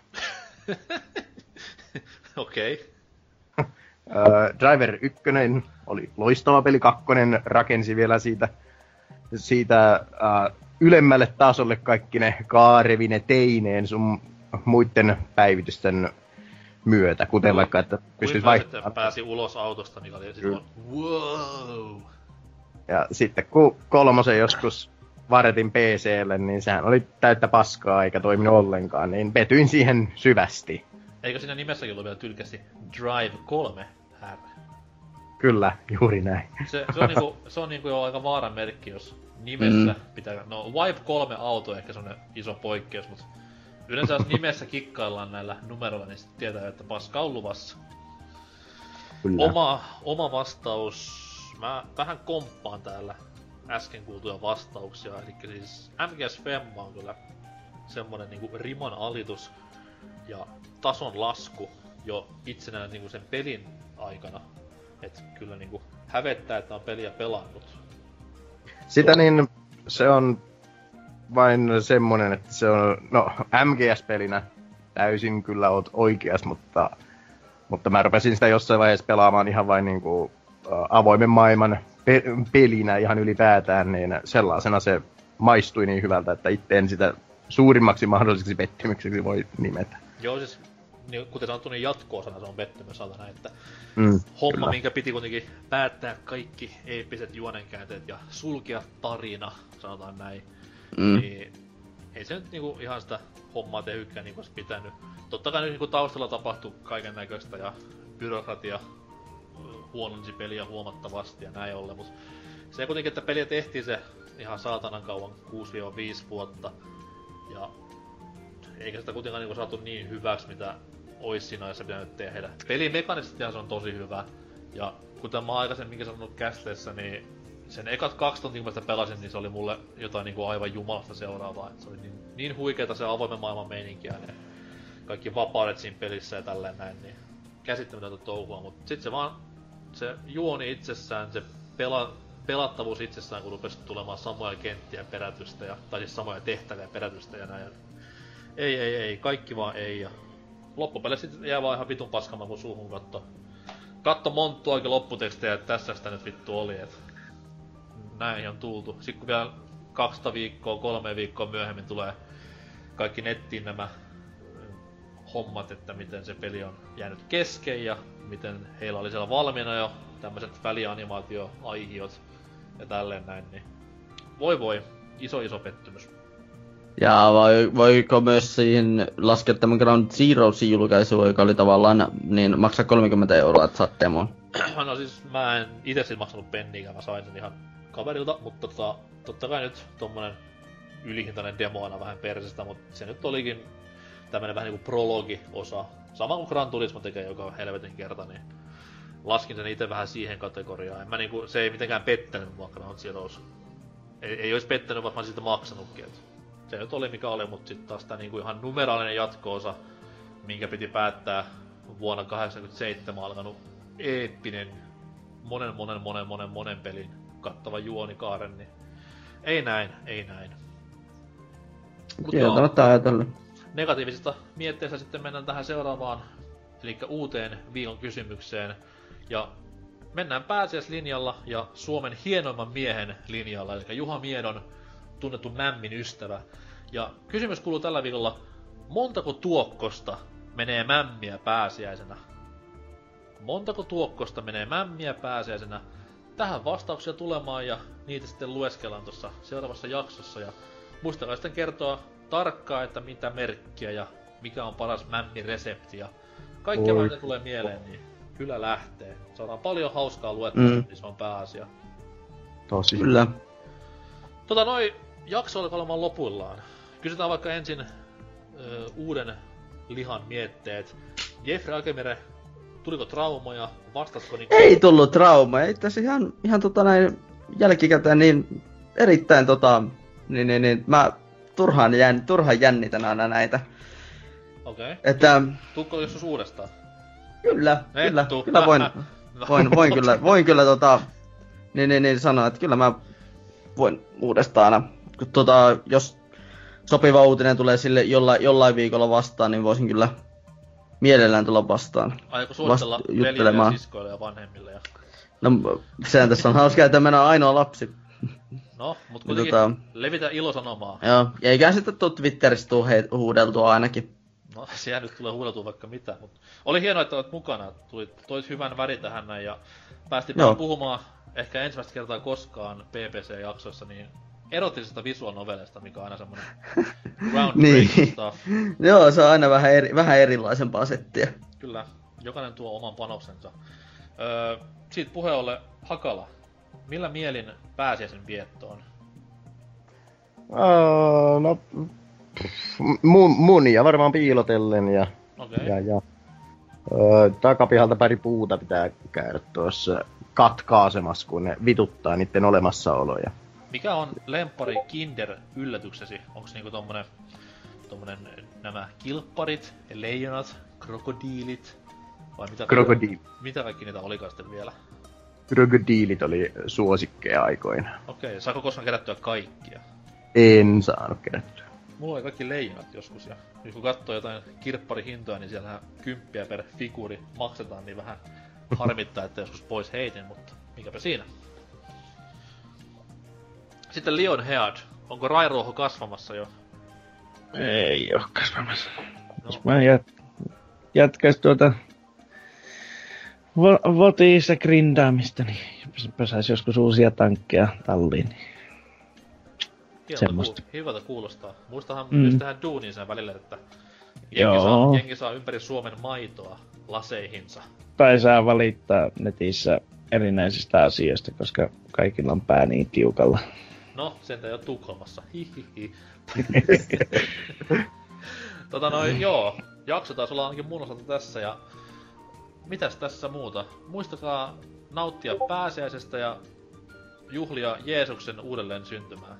B: Okei. Okay.
D: Uh, Driver ykkönen oli loistava peli, kakkonen rakensi vielä siitä, siitä uh, ylemmälle tasolle kaikki ne kaarevine teineen sun muiden päivitysten myötä, kuten Kui, vaikka, että pystyis vaihtamaan.
B: Pääsi ulos autosta, mikä oli sitten wow.
D: Ja sitten kun kolmosen joskus varretin P C:lle, niin sehän oli täyttä paskaa eikä toiminut ollenkaan, niin petyin siihen syvästi.
B: Eikö siinä nimessäkin ollut vielä tylkästi Drive kolme R?
D: Kyllä, juuri näin.
B: Se, se on niinku, se on niinku jo aika vaaran merkki, jos nimessä mm. pitää... No Wipe kolme auto ehkä semmonen iso poikkeus, mut yleensä jos nimessä kikkaillaan näillä numeroilla, niin sit tietää, että paska on luvassa.
D: Kyllä.
B: Oma, oma vastaus... Mä vähän komppaan täällä äsken kuultuja vastauksia, eli siis M G S Femma on kyllä semmonen niinku riman alitus ja tason lasku jo itsenään niinku sen pelin aikana. Et kyllä niinku hävettää, että on peliä pelannut.
D: Sitä niin se on vain semmonen, että se on, no M G S-pelinä täysin kyllä oot oikeas, mutta, mutta mä rupesin sitä jossain vaiheessa pelaamaan ihan vain niinku avoimen maailman pe- pelinä ihan ylipäätään, niin sellaisena se maistui niin hyvältä, että itse en sitä suurimmaksi mahdolliseksi pettymykseksi voi nimetä.
B: Joo, siis niin, kuten sanottu, niin jatko-osana se on pettymys satana, että
D: mm,
B: homma,
D: kyllä.
B: minkä piti kuitenkin päättää kaikki eeppiset juonenkäänteet ja sulkea tarina, sanotaan näin, mm. niin ei se nyt niinku ihan sitä hommaa tehykään niinku olisi pitänyt. Totta kai nyt niinku taustalla tapahtui kaiken näköistä ja byrokratia huononsi peliä huomattavasti ja näin ollen, mut se kuitenkin, että peliä tehtiin se ihan saatanan kauan, kuusi viisi vuotta, ja eikä sitä kuitenkaan niinku saatu niin hyväksi, mitä ois siinä ajassa pitänyt tehdä. Pelin mekanisestihan se on tosi hyvä, ja kuten mä aikaisemminkin sanonut kästeessä, niin sen ekat kaksi tuntia, kun mä sitä pelasin, niin se oli mulle jotain niinku aivan jumalasta seuraavaa. Et se oli niin, niin huikeeta se avoimen maailman meininkiä, ne kaikki vapaudet siinä pelissä ja tälleen näin, niin käsittämätöntä touhua, mut sit se vaan se juoni itsessään, se pela, pelattavuus itsessään, kun rupesi tulemaan samoja kenttiä perätystä, ja, tai siis samoja tehtäviä perätystä ja näin. Ei, ei, ei, kaikki vaan ei. Ja loppupeleissä sit jää vaan ihan vitun paskama, kun suuhun katto. Katto monttu oikein lopputekstejä, että tässä sitä nyt vittu oli, et näin on tultu. Sitten kun vielä kaksi viikkoa, kolme viikkoa myöhemmin tulee kaikki nettiin nämä hommat, että miten se peli on jäänyt kesken ja miten heillä oli siellä valmiina jo tämmöiset välianimaatio-aihiot ja tälleen näin, niin voi voi, iso iso pettymys.
C: Ja vai, voiko myös siihen laskea tämän Ground Zeroesin julkaisu, joka oli tavallaan niin maksaa kolmekymmentä euroa, että saat demon?
B: No siis mä en ite siis maksanut penniäkään, mä sain sen ihan kaverilta, mutta tota, totta kai nyt tommonen ylihintainen demo aina vähän persestä, mutta se nyt olikin tämmönen vähän niinku prologi-osa. Sama kuin Gran Turismo tekee joka helvetin kerta, niin laskin sen ite vähän siihen kategoriaan. En mä niinku, se ei mitenkään pettänyt mua Ground Zeroes. Ei, ei ois pettänyt, vaikka mä siitä maksanutkin. Et se nyt oli mikä oli, mut sit taas tää niinku ihan numeraalinen jatko-osa, minkä piti päättää vuonna kahdeksankymmentäseitsemän alkanut eeppinen monen monen monen monen monen pelin kattava juonikaaren, niin ei näin, ei näin.
C: Kieltämättä ajatella.
B: Negatiivisesta mietteestä sitten mennään tähän seuraavaan, eli uuteen viikon kysymykseen. Ja mennään pääsiäislinjalla ja Suomen hienoimman miehen linjalla, eli Juha Miedon tunnettu mämmin ystävä. Ja kysymys kuuluu tällä viikolla, montako tuokkosta menee mämmiä pääsiäisenä? Montako tuokkosta menee mämmiä pääsiäisenä? Tähän vastauksia tulemaan ja niitä sitten lueskellaan tuossa seuraavassa jaksossa. Ja muistakaa sitten kertoa tarkkaan, että mitä merkkiä ja mikä on paras mämmiresepti. Ja kaikkea mitä tulee mieleen, niin kyllä lähtee. Saadaan paljon hauskaa luettua, mm. niin se on pääasia.
D: Tosi.
C: Kyllä.
B: Tota noi, jakso alkaa olemaan lopuillaan. Kysytään vaikka ensin ö, uuden lihan mietteet. Jeffrey Akemire, tuliko traumoja? Vastatko niinku...
C: Ei tullut trauma, ei tässä ihan, ihan tota näin jälkikäteen niin erittäin tota... Niin, niin, niin mä turhaan, jänn, turhaan jännitän aina näitä.
B: Okei. Okay.
C: Että...
B: Tuukko joskus uudestaan?
C: Kyllä,
B: Et
C: kyllä,
B: tuu.
C: kyllä voin, voin, voin kyllä, voin kyllä tota... Niin, niin, niin sanoa, että kyllä mä voin uudestaan aina. Tota, jos sopiva uutinen tulee sille jollain, jollain viikolla vastaan, niin voisin kyllä mielellään tulla vastaan.
B: Aiko suositella veljille ja siskoille ja vanhemmille? Ja...
C: No, sehän tässä on hauskaa, että mennään ainoa lapsi.
B: No, mut kuitenkin tota, levitä ilosanomaa.
C: Joo, ja eiköhän sitten tuu Twitterissä tuu he, huudeltua ainakin.
B: No, siellä nyt tulee huudeltua vaikka mitä, mut oli hienoa, että olet mukana. Tulit, toit hyvän värin tähän näin ja päästiin puhumaan ehkä ensimmäistä kertaa koskaan P P C-jaksoissa niin erotisesta visual novelista, mikä on aina semmonen groundbreaking niin. Stuff.
C: Joo, se on aina vähän, eri, vähän erilaisempaa settiä.
B: Kyllä, jokainen tuo oman panoksensa. Öö, siitä puheolle Hakala. Millä mielin pääsiäisen viettoon?
E: Oh, no,
D: Mu- munia varmaan piilotellen ja,
B: Okei.
D: ja, ja öö, takapihalta pari puuta pitää käydä tuossa katkaasemassa, kun ne vituttaa niiden olemassaoloja.
B: Mikä on lemppari Kinder-yllätyksesi? Onks niinku tommonen, tommonen nämä kilpparit, leijonat, krokodiilit? Vai mitä,
D: Krokodiili.
B: mitä kaikki niitä olikaan sitten vielä?
D: Krokodiilit oli suosikkeja aikoina.
B: Okei, saako koskaan kerättyä kaikkia?
D: En saanut kerättyä.
B: Mulla oli kaikki leijonat joskus ja nyt kun katsoo jotain kirpparihintoja, niin siellähän kymppiä per figuuri maksetaan, niin vähän harmittaa, että joskus pois heitin, mutta mikäpä siinä. Sitten Lionhead. Onko rairuoho kasvamassa jo?
E: ei oo kasvamassa.
B: No,
E: Jos mä jät, jatkais tuota vo, votiissa grindaamista, niin pääsäis joskus uusia tankkeja talliin.
B: hienolta
E: semmoista.
B: Kuul- hyvältä kuulostaa. Muistahan
E: Mm.
B: mm. myös tehdä duunin sen välillä, että jengi
E: Joo.
B: saa, jengi saa ympäri Suomen maitoa laseihinsa.
E: Tai saa valittaa netissä erinäisistä asioista, koska kaikilla on pää niin tiukalla.
B: No, sen ei oo Tukholmassa. Hihihi. tota noin, joo. Jakso taas olla ainakin mun osalta tässä ja... Mitäs tässä muuta? Muistakaa nauttia pääsiäisestä ja juhlia Jeesuksen uudelleen syntymää.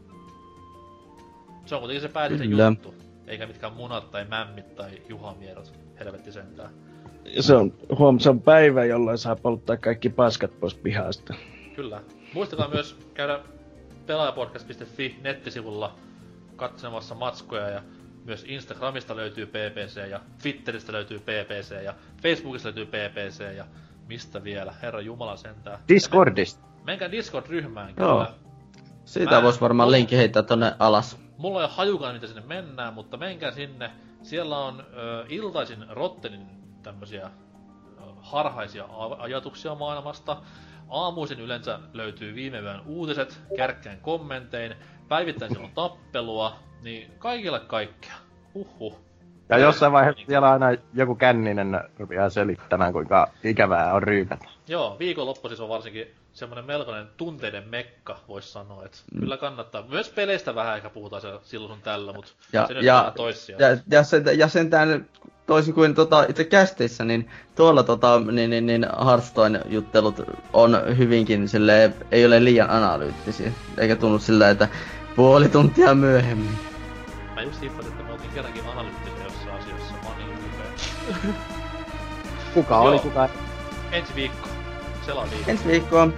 B: Se on kuitenkin se pääsiäisen
C: Kyllä.
B: juttu. Eikä mitkään munat tai mämmit tai juhamierot. Helvetti sentään.
E: Se on, huom, se on päivä, jolloin saa polttaa kaikki paskat pois pihasta.
B: Kyllä. Muistakaa myös käydä pelaajapodcast piste fi nettisivulla katselemassa matskoja ja myös Instagramista löytyy P P C ja Twitteristä löytyy P P C ja Facebookista löytyy P P C ja mistä vielä, herra jumala sentään.
D: Discordista.
B: Menkää Discord-ryhmään
C: Joo.
B: kyllä.
C: Siitä
B: Mä-
C: vois varmaan linkki heittää tonne alas.
B: Mulla ei ole hajukaan mitä sinne mennään, mutta menkää sinne. Siellä on ö, iltaisin Rottenin tämmösiä ö, harhaisia a- ajatuksia maailmasta. Aamuisin yleensä löytyy viime yön uutiset, kärkkään kommentein. Päivittäin siellä on tappelua, niin kaikille kaikkea. Huhhuh.
D: Ja jossain vaiheessa siellä aina joku känninen rupeaa selittämään, kuinka ikävää on ryypätä.
B: Joo, viikonloppu siis on varsinkin semmonen melkoinen tunteiden mekka, vois sanoa, että mm. kyllä kannattaa. Myös peleistä vähän ehkä puhutaan siellä silloin sun tällä, mutta
C: Ja,
B: se nyt
C: ja,
B: on toissijasta.
C: ja, ja, sen, ja sentään toisin kuin tota, itse kästeissä, niin tuolla tota, niin, niin, niin Hearthstone-juttelut on hyvinkin silleen, ei ole liian analyyttisiä. Eikä tunnu sillä, että puoli tuntia myöhemmin.
B: Mä just hippasin, että me oltiin kerrankin analyyttisiä jossain asioissa. Mä oon niin ylpeä.
D: Kuka
B: Joo.
D: oli, kuka...
B: Ensi viikko. Selaa viikko.
C: Ensi viikkoon.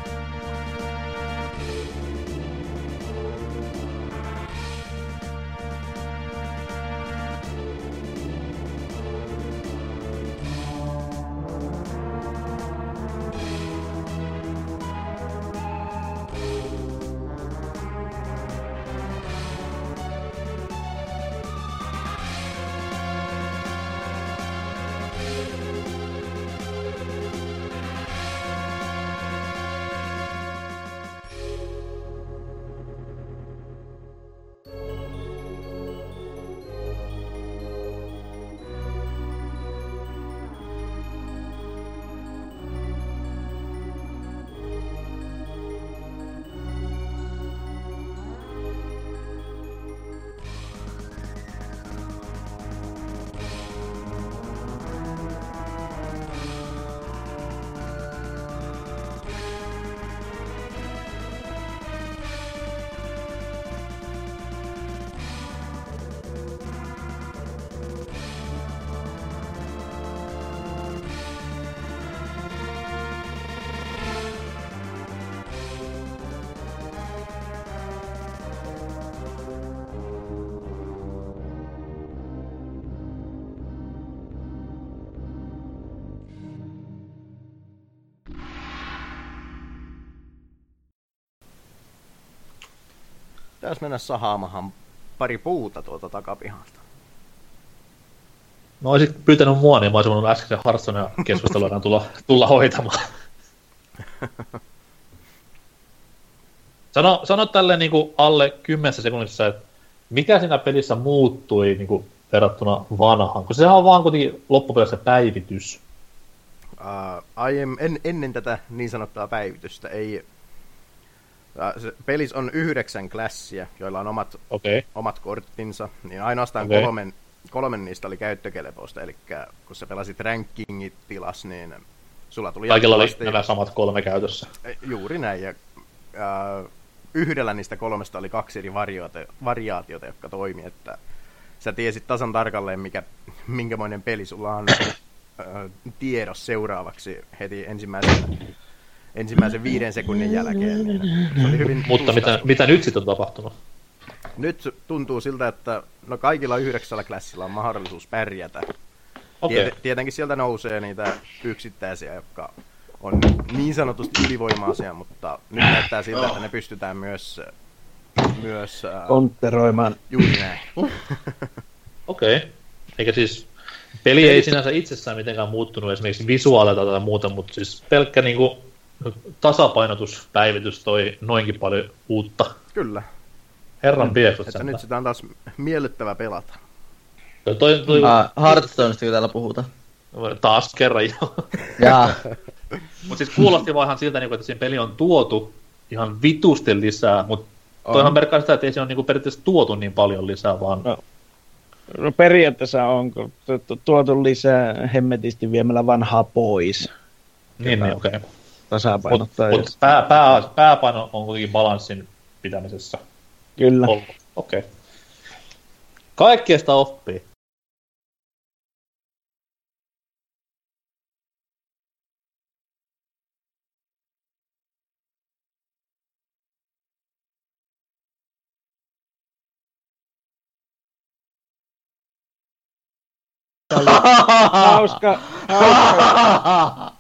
D: Pitäis mennä sahaamahan pari puuta tuolta takapihalta.
B: No oisit pyytänyt mua, niin mä oisin voinut äskeisen Hearthstonea keskustelua tulla, tulla hoitamaan. Sano, sano tälleen niinku alle kymmenessä sekunnissa, että mikä siinä pelissä muuttui niinku verrattuna vanhaan, kun sehän on vaan kuitenkin loppupeleissä päivitys.
D: Uh, aiemmin, en, ennen tätä niin sanottua päivitystä ei... Ää, se pelis on yhdeksän klassia, joilla on omat,
H: Okei. Okay.
D: omat korttinsa, niin ainoastaan
H: Okei.
D: kolmen, kolmen niistä oli käyttökelpoista, eli kun sä pelasit rankingit tilas, niin sulla tuli
H: Kaikilla oli
D: jatkuvasti-
H: nämä samat kolme käytössä.
D: Juuri näin, ja ää, yhdellä niistä kolmesta oli kaksi eri variaatiota, variaatiota jotka toimi, että sä tiesit tasan tarkalleen, mikä, minkämoinen peli sulla on ää, tiedos seuraavaksi heti ensimmäisen, ensimmäisen viiden sekunnin jälkeen. Niin se oli hyvin
H: Mutta mitä,
D: tuskaista.
H: mitä nyt sitten on tapahtunut?
D: Nyt tuntuu siltä, että no kaikilla yhdeksällä klassilla on mahdollisuus pärjätä.
H: Okei.
D: Tiet- tietenkin sieltä nousee niitä yksittäisiä, jotka on niin sanotusti ylivoimaisia, mutta nyt näyttää siltä, että ne pystytään myös, myös äh,
E: Kontteroimaan.
D: juuri näin.
H: Okei. Okay. Eikä siis peli ei sinänsä itsessään mitenkään muuttunut esimerkiksi visuaalilta tai muuta, mutta siis pelkkä niinku tasapainotuspäivitys toi noinkin paljon uutta.
D: Kyllä,
H: Herran pieksut
D: että nyt sitä on taas miellyttävä pelata.
H: Toi, toi, toi,
C: Ah, Hearthstonesta kun täällä puhutaan.
H: taas kerran jo.
C: Jaa.
B: Mut siis kuulosti vaan ihan siltä, niinku, että siinä peli on tuotu ihan vitusti lisää, mutta toihan merkkaa sitä, että ei se ole niinku periaatteessa tuotu niin paljon lisää, vaan
E: No. No periaatteessa onko tuotu lisää hemmetisti viemällä vanhaa pois.
H: niin, niin okei. Okay.
E: Tasapainottaa.
H: Mutta mut pää, pää, pääpaino on kuitenkin balanssin pitämisessä
E: Kyllä.
H: ollut. Okei. Okay. Kaikkea sitä oppii.
E: Hauska, hauska,